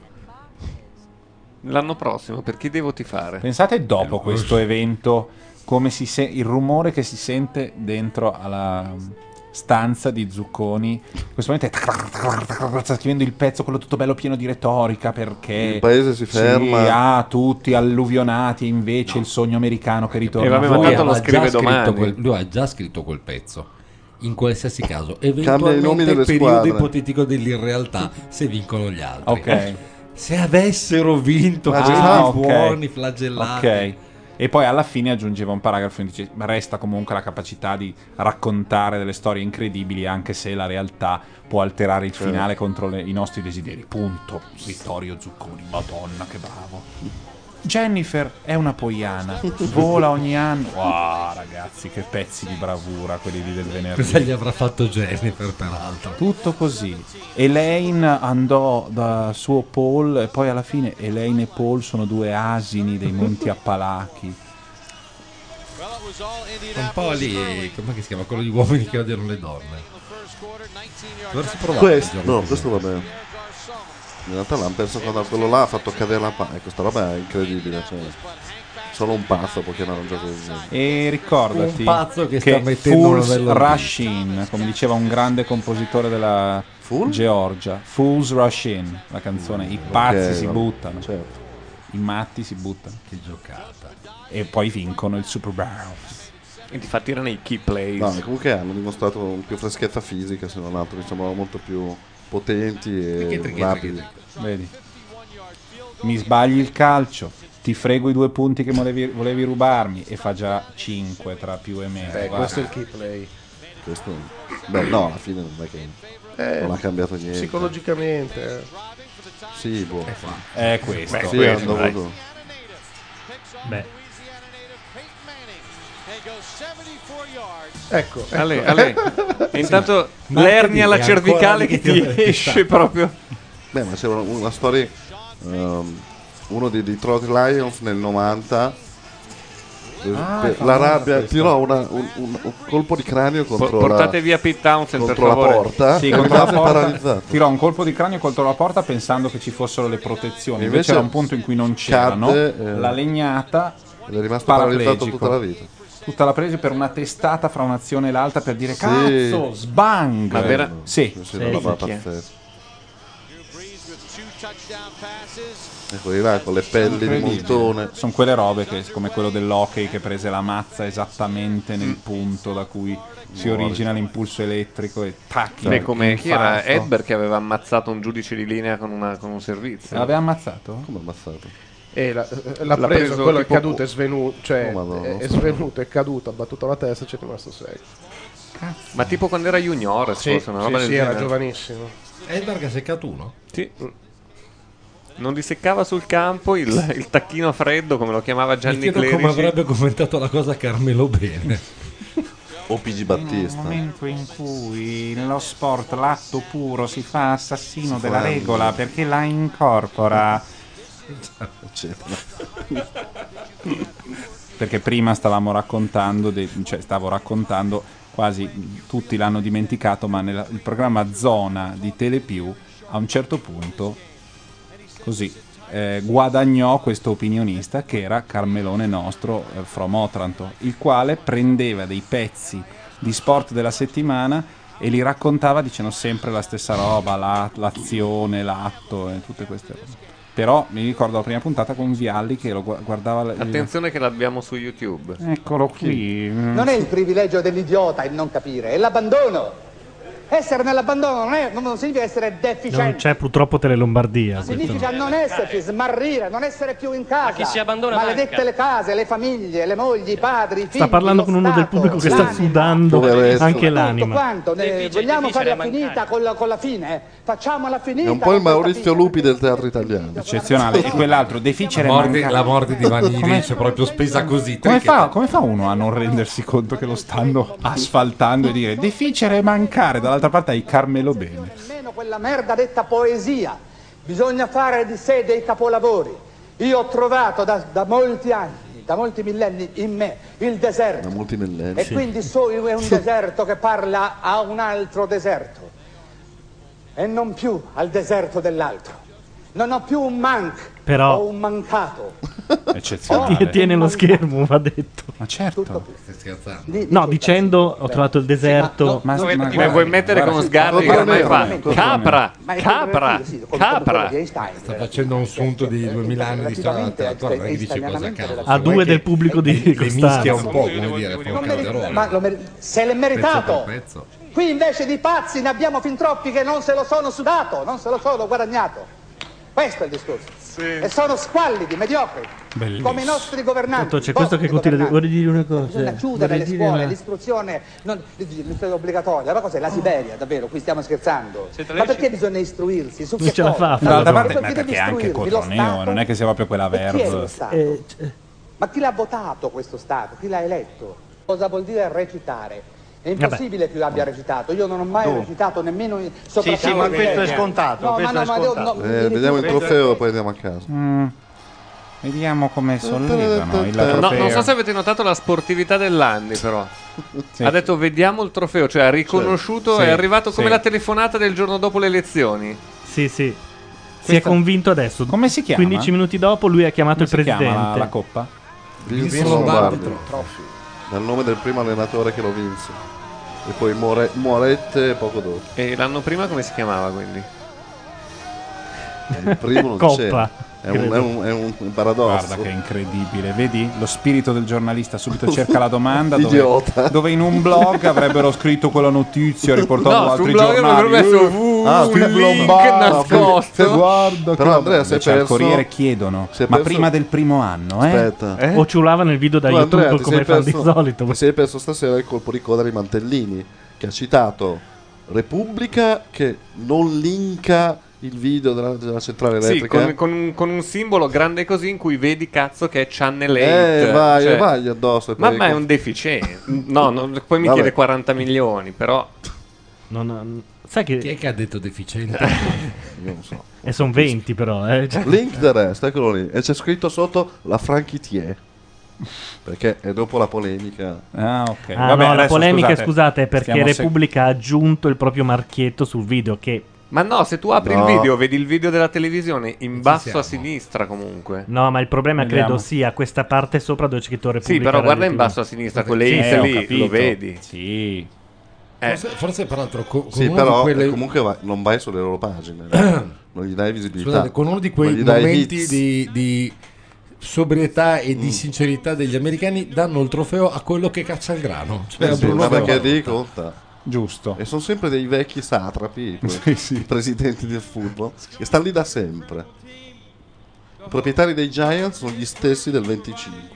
L'anno prossimo, per chi devo tifare? Pensate dopo questo evento come si se- il rumore che si sente dentro alla stanza di Zucconi. In questo momento è sta scrivendo il pezzo, quello tutto bello pieno di retorica, perché Il paese si ferma. Sì, ah, tutti alluvionati, e invece il sogno americano che ritorna. E vabbè, ma Voi- tanto lo Aveva scrive già scritto domani. quel- lui ha già scritto quel pezzo. In qualsiasi caso, Cambia i nomi eventualmente delle il periodo squadre. ipotetico dell'irrealtà se vincono gli altri. Ok. Se avessero vinto Ah, questi ok. buoni flagellati. Ok. E poi alla fine aggiungeva un paragrafo e dice: "Ma resta comunque la capacità di raccontare delle storie incredibili, anche se la realtà può alterare il finale contro le- i nostri desideri." Punto. Vittorio Zucconi, madonna che bravo. Jennifer è una poiana, vola ogni anno. Wow, ragazzi, che pezzi di bravura quelli lì del venerdì. Cosa gli avrà fatto Jennifer, peraltro? Tutto così. Elaine andò da suo Paul e poi alla fine Elaine e Paul sono due asini dei Monti Appalachi. Un po' lì, com'è che si chiama? Quello di uomini che odiano le donne. Dovresti provare. Questo, un gioco no, così. questo va bene. In realtà l'hanno perso quando quello là ha fatto cadere la palla. Questa roba è incredibile. Cioè, solo un pazzo può chiamare un gioco così. E ricordati Un pazzo che sta mettendo Fools una bella Rush In, come diceva un grande compositore della Georgia, Fools Rush In, la canzone, i pazzi Ok, si va- buttano, certo. i matti si buttano. Che giocata. E poi vincono il Super Bowl. E infatti erano i key plays. No, comunque hanno dimostrato più freschezza fisica, se non altro, diciamo molto più potenti e Tricky, tricky, rapidi. tricky. Vedi? Mi sbagli il calcio, ti frego i due punti che volevi, volevi rubarmi e fa già cinque tra più e meno. Beh, guarda. questo è il key play. Questo, beh, no, alla fine non è che Eh, non ha cambiato niente. Psicologicamente. eh. Sì, boh. È questo. Sì, Beh, hanno dai. dovuto. Beh. Ecco, Ale, ecco. Ale. E intanto l'ernia alla cervicale che ti esce proprio. Beh, ma c'era una, una storia. um, uno dei Detroit Lions nel novanta. Ah, per- è la famosa rabbia questa. tirò una- un, un- un colpo di cranio contro Po- portate la, via Pete Townsend, per contro la favore. porta Sì, e contro la rimase porta, paralizzato. tirò un colpo di cranio contro la porta pensando che ci fossero le protezioni. Invece, Invece era un punto in cui non c'erano. cadde, eh, la legnata. ed è rimasto paralizzato paraplegico. tutta la vita. Tutta la presa per una testata fra un'azione e l'altra per dire Sì. cazzo, sbang. Ma vera- Sì, Sì, una roba pazzesca. Ecco di là con le pelli di montone. Sono quelle robe che, come quello dell'hockey che prese la mazza esattamente nel punto da cui si Muori. origina l'impulso elettrico e tacchi. Beh, come chi era infarto. Edberg che aveva ammazzato un giudice di linea con, una- con un servizio. L'aveva ammazzato? Come ammazzato? E l'ha, l'ha L'ha preso, preso quello è tipo- caduto, è svenuto, cioè Oh, Madonna. è, è svenuto, è caduto, ha battuto la testa e ci è rimasto secco. Ma tipo quando era junior, Sì, forse, una roba sì, del sì, era genere. giovanissimo. Edberg ha seccato uno? Sì. Non disseccava sul campo il, il tacchino freddo, come lo chiamava Mi Gianni chiedo Clerici. come avrebbe commentato la cosa Carmelo Bene. O P G Nel Battista. momento in cui nello sport l'atto puro si fa assassino Si della fa- regola perché la incorpora. Eccetera. Perché prima stavamo raccontando, de- cioè stavo raccontando, quasi tutti l'hanno dimenticato, ma nel il programma Zona di Telepiù a un certo punto così eh, guadagnò questo opinionista che era Carmelone nostro, eh, from Otranto, il quale prendeva dei pezzi di sport della settimana e li raccontava dicendo sempre la stessa roba, la- l'azione, l'atto e tutte queste robe. Però mi ricordo la prima puntata con Vialli che lo gu- guardava. Attenzione che l'abbiamo su YouTube. Eccolo qui. Non è il privilegio dell'idiota il non capire, è l'abbandono. Essere nell'abbandono non, è, non significa essere Non deficienti. c'è purtroppo Telelombardia. questo Significa no. non esserci, smarrire, non essere più in casa. chi si abbandona Maledette manca. le case, le famiglie, le mogli, i padri, i figli. Sta parlando lo con uno del Stato, pubblico che sta l'anima. sudando Poveretto. anche Tutto l'anima. quanto, ne- Difficile- vogliamo difficile farla mancare. finita con la, con la fine? Facciamola finita. È un po' con il questa Maurizio fine. Lupi del teatro italiano. Eccezionale. E quell'altro La deficere morte, manca- la morte di Vanni Come- Vince è proprio spesa così. Come trichetta. fa, come fa uno a non rendersi conto che lo stanno asfaltando e dire deficere mancare? Dall'altra parte hai Carmelo Bene. Nemmeno quella merda detta poesia. Bisogna fare di sé dei capolavori. Io ho trovato da, da molti anni, da molti millenni in me il deserto. Da molti millenni. E quindi so, è un deserto che parla a un altro deserto. E non più al deserto dell'altro. Non ho più un manc Però- o un mancato. Eccezionale. Ti- Tiene lo schermo, va detto. Ma certo. Stai scherzando? Di- No, dicendo ho trovato il deserto. Ma, Dove ma ti guarda- vuoi mettere guarda- con Sgarbi Contro che ormai me, fa contro me. capra, Ma è capra, come- sì, come- come capra. quello di Einstein. Sta facendo un sunto di duemila anni di storia Relativamente letteratura, non è che dice cosa istantaneamente cazzo. A due del pubblico di Le mischia Costanzo. un po', come dire, fa un Non meri- calderone. ma lo mer- se l'è Pezzo meritato. per pezzo. Qui invece di pazzi ne abbiamo fin troppi che non se lo sono sudato, non se lo sono guadagnato. Questo è il discorso. E sono squallidi, mediocri, Bellissimo. come i nostri governanti. Tanto c'è questo che vostri continua a dire, governanti. vorrei dire una cosa. Bisogna chiudere vorrei le dire scuole, una- l'istruzione, non, l'istruzione obbligatoria. Ma cos'è? La Siberia, davvero? Qui stiamo scherzando. Ma perché bisogna istruirsi? Su Non che ce la cosa? fa a D'altra farlo. parte, Ma ma chi perché deve anche istruirvi? Lo Cotroneo, Stato? non è che sia proprio quella E chi è lo verve. Stato? Eh, c- Ma chi l'ha votato questo Stato? Chi l'ha eletto? Cosa vuol dire recitare? È impossibile che io abbia recitato, io non ho mai recitato nemmeno in- soprattutto sì, ma in questo è Italia. scontato, No, questo ma è no, ma devo- scontato. no, Eh, mi vediamo il rifiuto. trofeo e poi andiamo a casa. Mm. Vediamo come sollevano il No, trofeo. non so se avete notato la sportività dell'Andy, però. Sì. Ha detto vediamo il trofeo, cioè ha riconosciuto, Sì, è arrivato come sì. la telefonata del giorno dopo le elezioni. Sì, sì. Si Questa- è convinto adesso. Come si chiama? quindici minuti dopo lui ha chiamato Come il si chiama presidente. la, la coppa? Vince Vince Lombardi. Lombardi. Dal nome del primo allenatore che lo vinse. E poi muore, muorette poco dopo. E l'anno prima come si chiamava quindi? Il primo non Coppa, c'era. È un, credo. è, un, è un paradosso. Guarda che incredibile, vedi? Lo spirito del giornalista subito cerca la domanda dove, Idiota. dove in un blog avrebbero scritto quella notizia, riportato No, da sul altri blog giornali. avrebbero messo Eh, uh, ah, il Steve link Lombardi, nascosto. guarda Però che- Andrea, sei Invece al perso- Corriere chiedono, sei ma perso- prima del primo anno, eh? Aspetta. Eh? O ciulava nel video da Tu, YouTube Andrea, ti come sei fa di perso- solito. ti sei perso stasera il colpo di coda di Mantellini, che ha citato Repubblica che non linka il video della, della centrale Sì, elettrica. con, con un, con un simbolo grande così in cui vedi cazzo che è Channel otto. Eh, vai, cioè- vai addosso. e Ma, poi- ma è un deficiente. No, no, poi mi Vabbè. chiede quaranta milioni, però. Non, sai che... Chi è che ha detto deficiente? Non lo so. E sono venti però. Eh. cioè- Link the rest, eccolo lì. E c'è scritto sotto la Franchitier. Perché è dopo la polemica. Ah, ok. Ah, Vabbè, no, la adesso, polemica, scusate, scusate, è perché stiamo sec- Repubblica ha aggiunto il proprio marchietto sul video che... Ma no, se tu apri No. il video, vedi il video della televisione in basso siamo. a sinistra comunque. No, ma il problema Vediamo. credo sia questa parte sopra dove c'è scritto Sì, Repubblica. però guarda Radio in T V. basso a sinistra, quelle Sì, hit sì, ho lì, capito. lo vedi. Sì. Forse, forse peraltro co- con Sì, uno però di quelle... comunque vai- non vai sulle loro pagine. Non gli dai visibilità. Scusate, con uno di quei Non gli dai momenti hits. di, di sobrietà e Mm. di sincerità degli americani danno il trofeo a quello che caccia il grano. Cioè, Eh a sì, Bruno ma perché Perrotta. lì conta. Giusto. E sono sempre dei vecchi satrapi, i presidenti del football, che stanno lì da sempre. I proprietari dei Giants sono gli stessi del venticinque.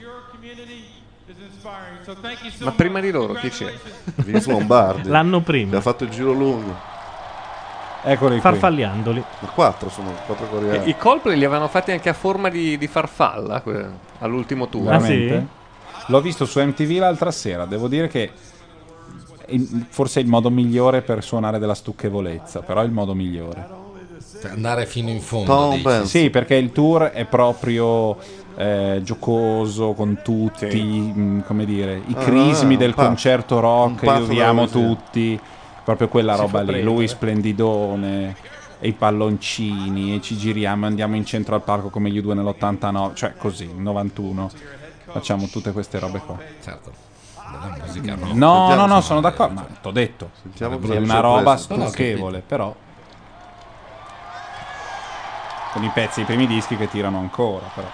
Ma prima di loro chi c'è? Vince Lombardi. L'anno prima. Che ha fatto il giro lungo. Eccoli qui. Farfalliandoli. Ma quattro sono, quattro coreani. I Coldplay li avevano fatti anche a forma di, di farfalla que- all'ultimo tour. Veramente? L'ho visto su M T V l'altra sera. Devo dire che il- forse è il modo migliore per suonare della stucchevolezza, però è il modo migliore. Cioè, andare fino in fondo. dici. Sì, perché il tour è proprio eh, giocoso con tutti, mh, come dire, i Ah, crismi un del pazzo. concerto rock, Un pazzo aiutiamo della poesia. tutti, proprio quella Si roba fa lì, prendere. lui splendidone e i palloncini e ci giriamo, andiamo in centro al parco come gli U due nell'ottantanove, cioè così, novantuno, facciamo tutte queste robe qua. Certo. Della musica no. No, no, Sentiamo, no, insomma, sono d'accordo, ma t'ho detto, Sentiamo è cosa una dice roba questo. No, no, stucchevole, però con i pezzi, i primi dischi che tirano ancora, però.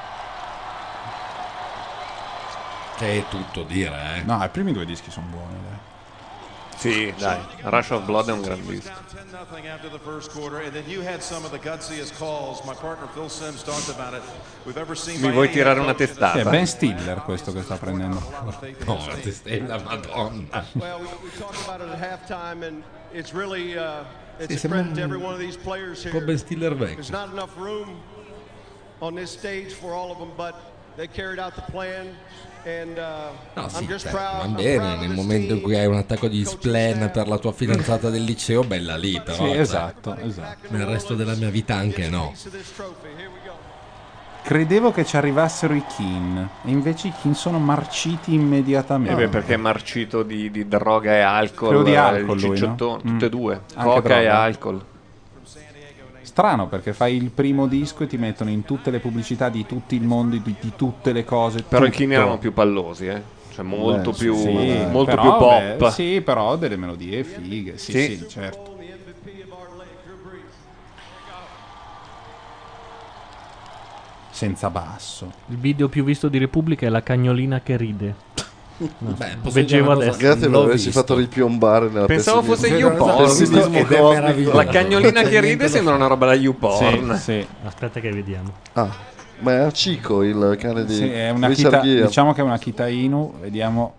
Che è tutto dire, eh. No, i primi due dischi sono buoni, dai. Sì, dai, Rush of Blood è un gran disco. Nothing after the first quarter, and then you had some of the gutsiest calls. My partner Phil Simms talked about it. We've ever seen. Mi vuoi tirare una testata? Sì, è Ben Stiller questo che sta prendendo. No, la testella, madonna. Well, we, we talked about it at halftime, and it's really uh, it's Sì, a sembra credit to un- every one of these players un here. po' Ben Stiller vecchio. There's not enough room on this stage for all of them, but they carried out the plan. And uh, No, sì, I'm just cioè, proud. va I'm bene, proud of nel this momento in team. cui hai un attacco di spleen per la tua fidanzata del liceo, bella lì, però. Sì, cioè, esatto, esatto. Nel resto della mia vita anche no. Credevo che ci arrivassero i Kin, e invece i Kin sono marciti Eh immediatamente. beh, perché è marcito di, di droga e alcol. Credo di eh, alcol il lui, no? cicciottone, Mm. tutte e due, Anche coca e droga. alcol. Strano perché fai il primo disco e ti mettono in tutte le pubblicità di tutto il mondo, di, di tutte le cose. Però i tutto. Kin erano più pallosi, eh. Cioè molto Beh, più, sì, molto però, più pop. beh, sì, però delle melodie fighe. Sì, Sì. sì, certo. Senza basso. Il video più visto di Repubblica è la cagnolina che ride. No. Beh, posso Leggevo dire una cosa? adesso. Grazie per L'ho averci visto. fatto ripiombare nella Pensavo pessimismo- fosse YouPorn. pessimismo Ed è cosmico. meraviglioso. La cagnolina Non c'è che ride niente da sembra una roba da YouPorn. Sì, sì. Aspetta che vediamo. Ah, ma è Chico il cane di Sì, è una Richard Kita, Gere. diciamo che è una Kita Inu, vediamo.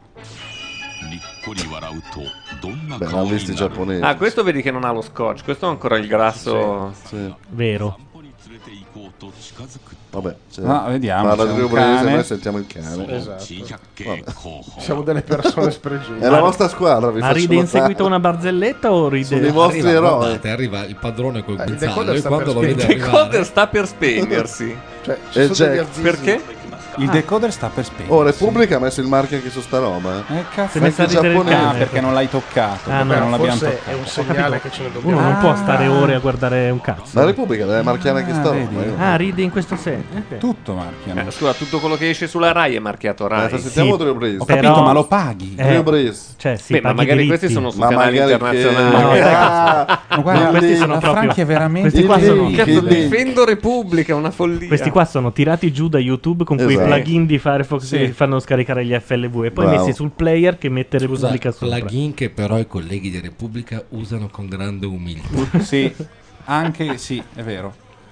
Beh, l'hanno visti i giapponesi. Ah, questo vedi che non ha lo scotch, questo ha ancora il grasso. Sì. Vero. Vabbè, cioè, Ah, vediamo, parla c'è di un Rio Brese, cane. noi sentiamo il cane. Esatto. Vabbè. Siamo delle persone spregiate. È la vostra squadra, vi Ma faccio ride in notare. seguito a una barzelletta o ride? Sono i vostri Arriva, eroi. guardate, arriva il padrone col Eh, il guinzaglio decoder e sta quando per lo vede spingere. Il arrivare decoder sta per spegnersi. Cioè, ci E sono degli Jack. azzizzi. Perché? Il decoder sta per spegnersi. Oh, Repubblica ha messo il marchio anche su sta roba. Eh. Eh, cazzo, Si è messo a anche ridere il giapponese, cane. perché non l'hai toccato. Ah, perché no, non l'abbiamo Forse toccato. è un Ho segnale capito. che ce ne Uno dobbiamo. non Ah. può stare ore a guardare un cazzo. La Repubblica deve marchiare anche Ah, sta vedi. roba. io- Ah, ride in questo senso. Ok. Tutto marchiano. Eh, scusa, tutto quello che esce sulla Rai è marchiato Eh, Rai. sentiamo Sì. Rio Brese. Ho Però- capito, ma lo paghi. Eh, Rio Brese. Cioè, sì, Beh, ma paghi i magari diritti. questi sono su Ma canali magari internazionali. No, che... dai, Ah, Ma guarda, No, questi lì, sono la proprio- Franchi è veramente... questi qua Il sono- link, Cazzo, il link. difendo Repubblica, una follia. Questi qua sono tirati giù da YouTube con quei Esatto. plugin di Firefox Sì. che fanno scaricare gli F L V e poi Bravo. messi sul player che mette Scusa, Repubblica sopra. plugin che però i colleghi di Repubblica usano con grande umiltà. Sì, anche sì, è vero.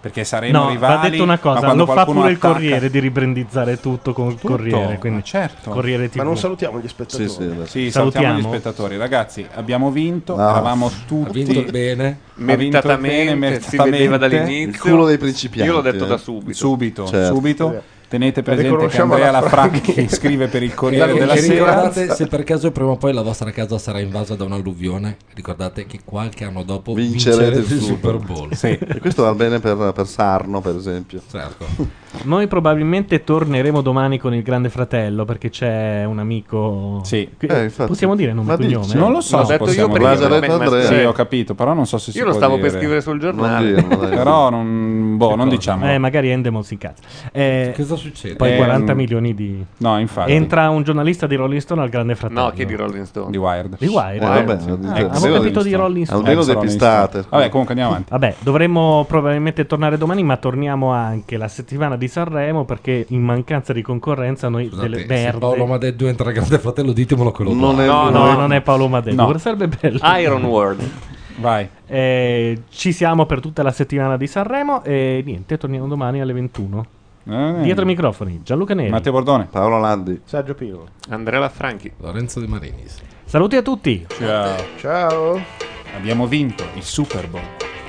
Perché saremo No, rivali. va detto una ma cosa, quando lo fa qualcuno pure il attacca- Corriere di ribrandizzare tutto con il Tutto? Corriere, quindi Ma certo. Corriere tivù. Ma non salutiamo gli spettatori. Sì, sì, adesso. Sì, Salutiamo. salutiamo gli spettatori. Ragazzi, abbiamo vinto, No. eravamo tutti Ha vinto bene. Ha vinto Meritatamente, bene, si vedeva meritatamente. dall'inizio. Il culo dei principianti, Io l'ho detto eh. da subito. Subito, Certo. subito. Tenete presente che Riconosciamo Andrea la Lafranchi scrive per il Corriere E- della e Sera. ricordate, se per caso prima o poi la vostra casa sarà invasa da un'alluvione, ricordate che qualche anno dopo Vincerete vincerete il il Super Super Bowl. Sì. E questo va bene per, per Sarno, per esempio. Certo. Noi probabilmente torneremo domani con il Grande Fratello perché c'è un amico. Sì. Qui- Eh, infatti. Possiamo dire nome Ma e cognome? dici? Non lo so L'ho se detto io possiamo prima, dire. ma- ma- Andrea. Sì, ho capito, però non so se si Io lo può stavo dire. per scrivere sul Non giornale. dirlo, dai. Però non, boh, non diciamo. Eh, magari Endemol si incazza. Eh, Cosa succede? Poi Ehm, quaranta milioni di. No, infatti. Entra un giornalista di Rolling Stone al Grande Fratello. No, che di Rolling Stone. Di Wired. Di Wired. Eh, vabbè, Ah, almeno avevo capito di Rolling Stone. Almeno Ex Rolling depistate. Stone. Vabbè, comunque andiamo avanti. Vabbè, dovremmo probabilmente tornare domani, ma torniamo anche la settimana di Sanremo perché in mancanza di concorrenza noi Scusate, delle se berde. Paolo Madeddu entra al Grande Fratello, ditemelo che lo Non do. è- No, no, No. non è Paolo Madeddu. No. Sarebbe bello. Iron World. Vai. Eh, ci siamo per tutta la settimana di Sanremo e niente, torniamo domani alle ventuno. Eh, Dietro i microfoni, Gianluca Neri. Matteo Bordone. Paolo Landi. Sergio Pino. Andrea Lafranchi. Lorenzo De Marinis. Saluti a tutti. Ciao. Ciao. Abbiamo vinto il Super Bowl.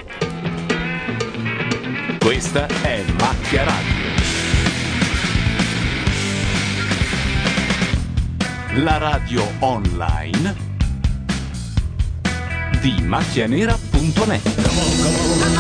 Questa è Macchia Radio. La radio online di macchianera punto net.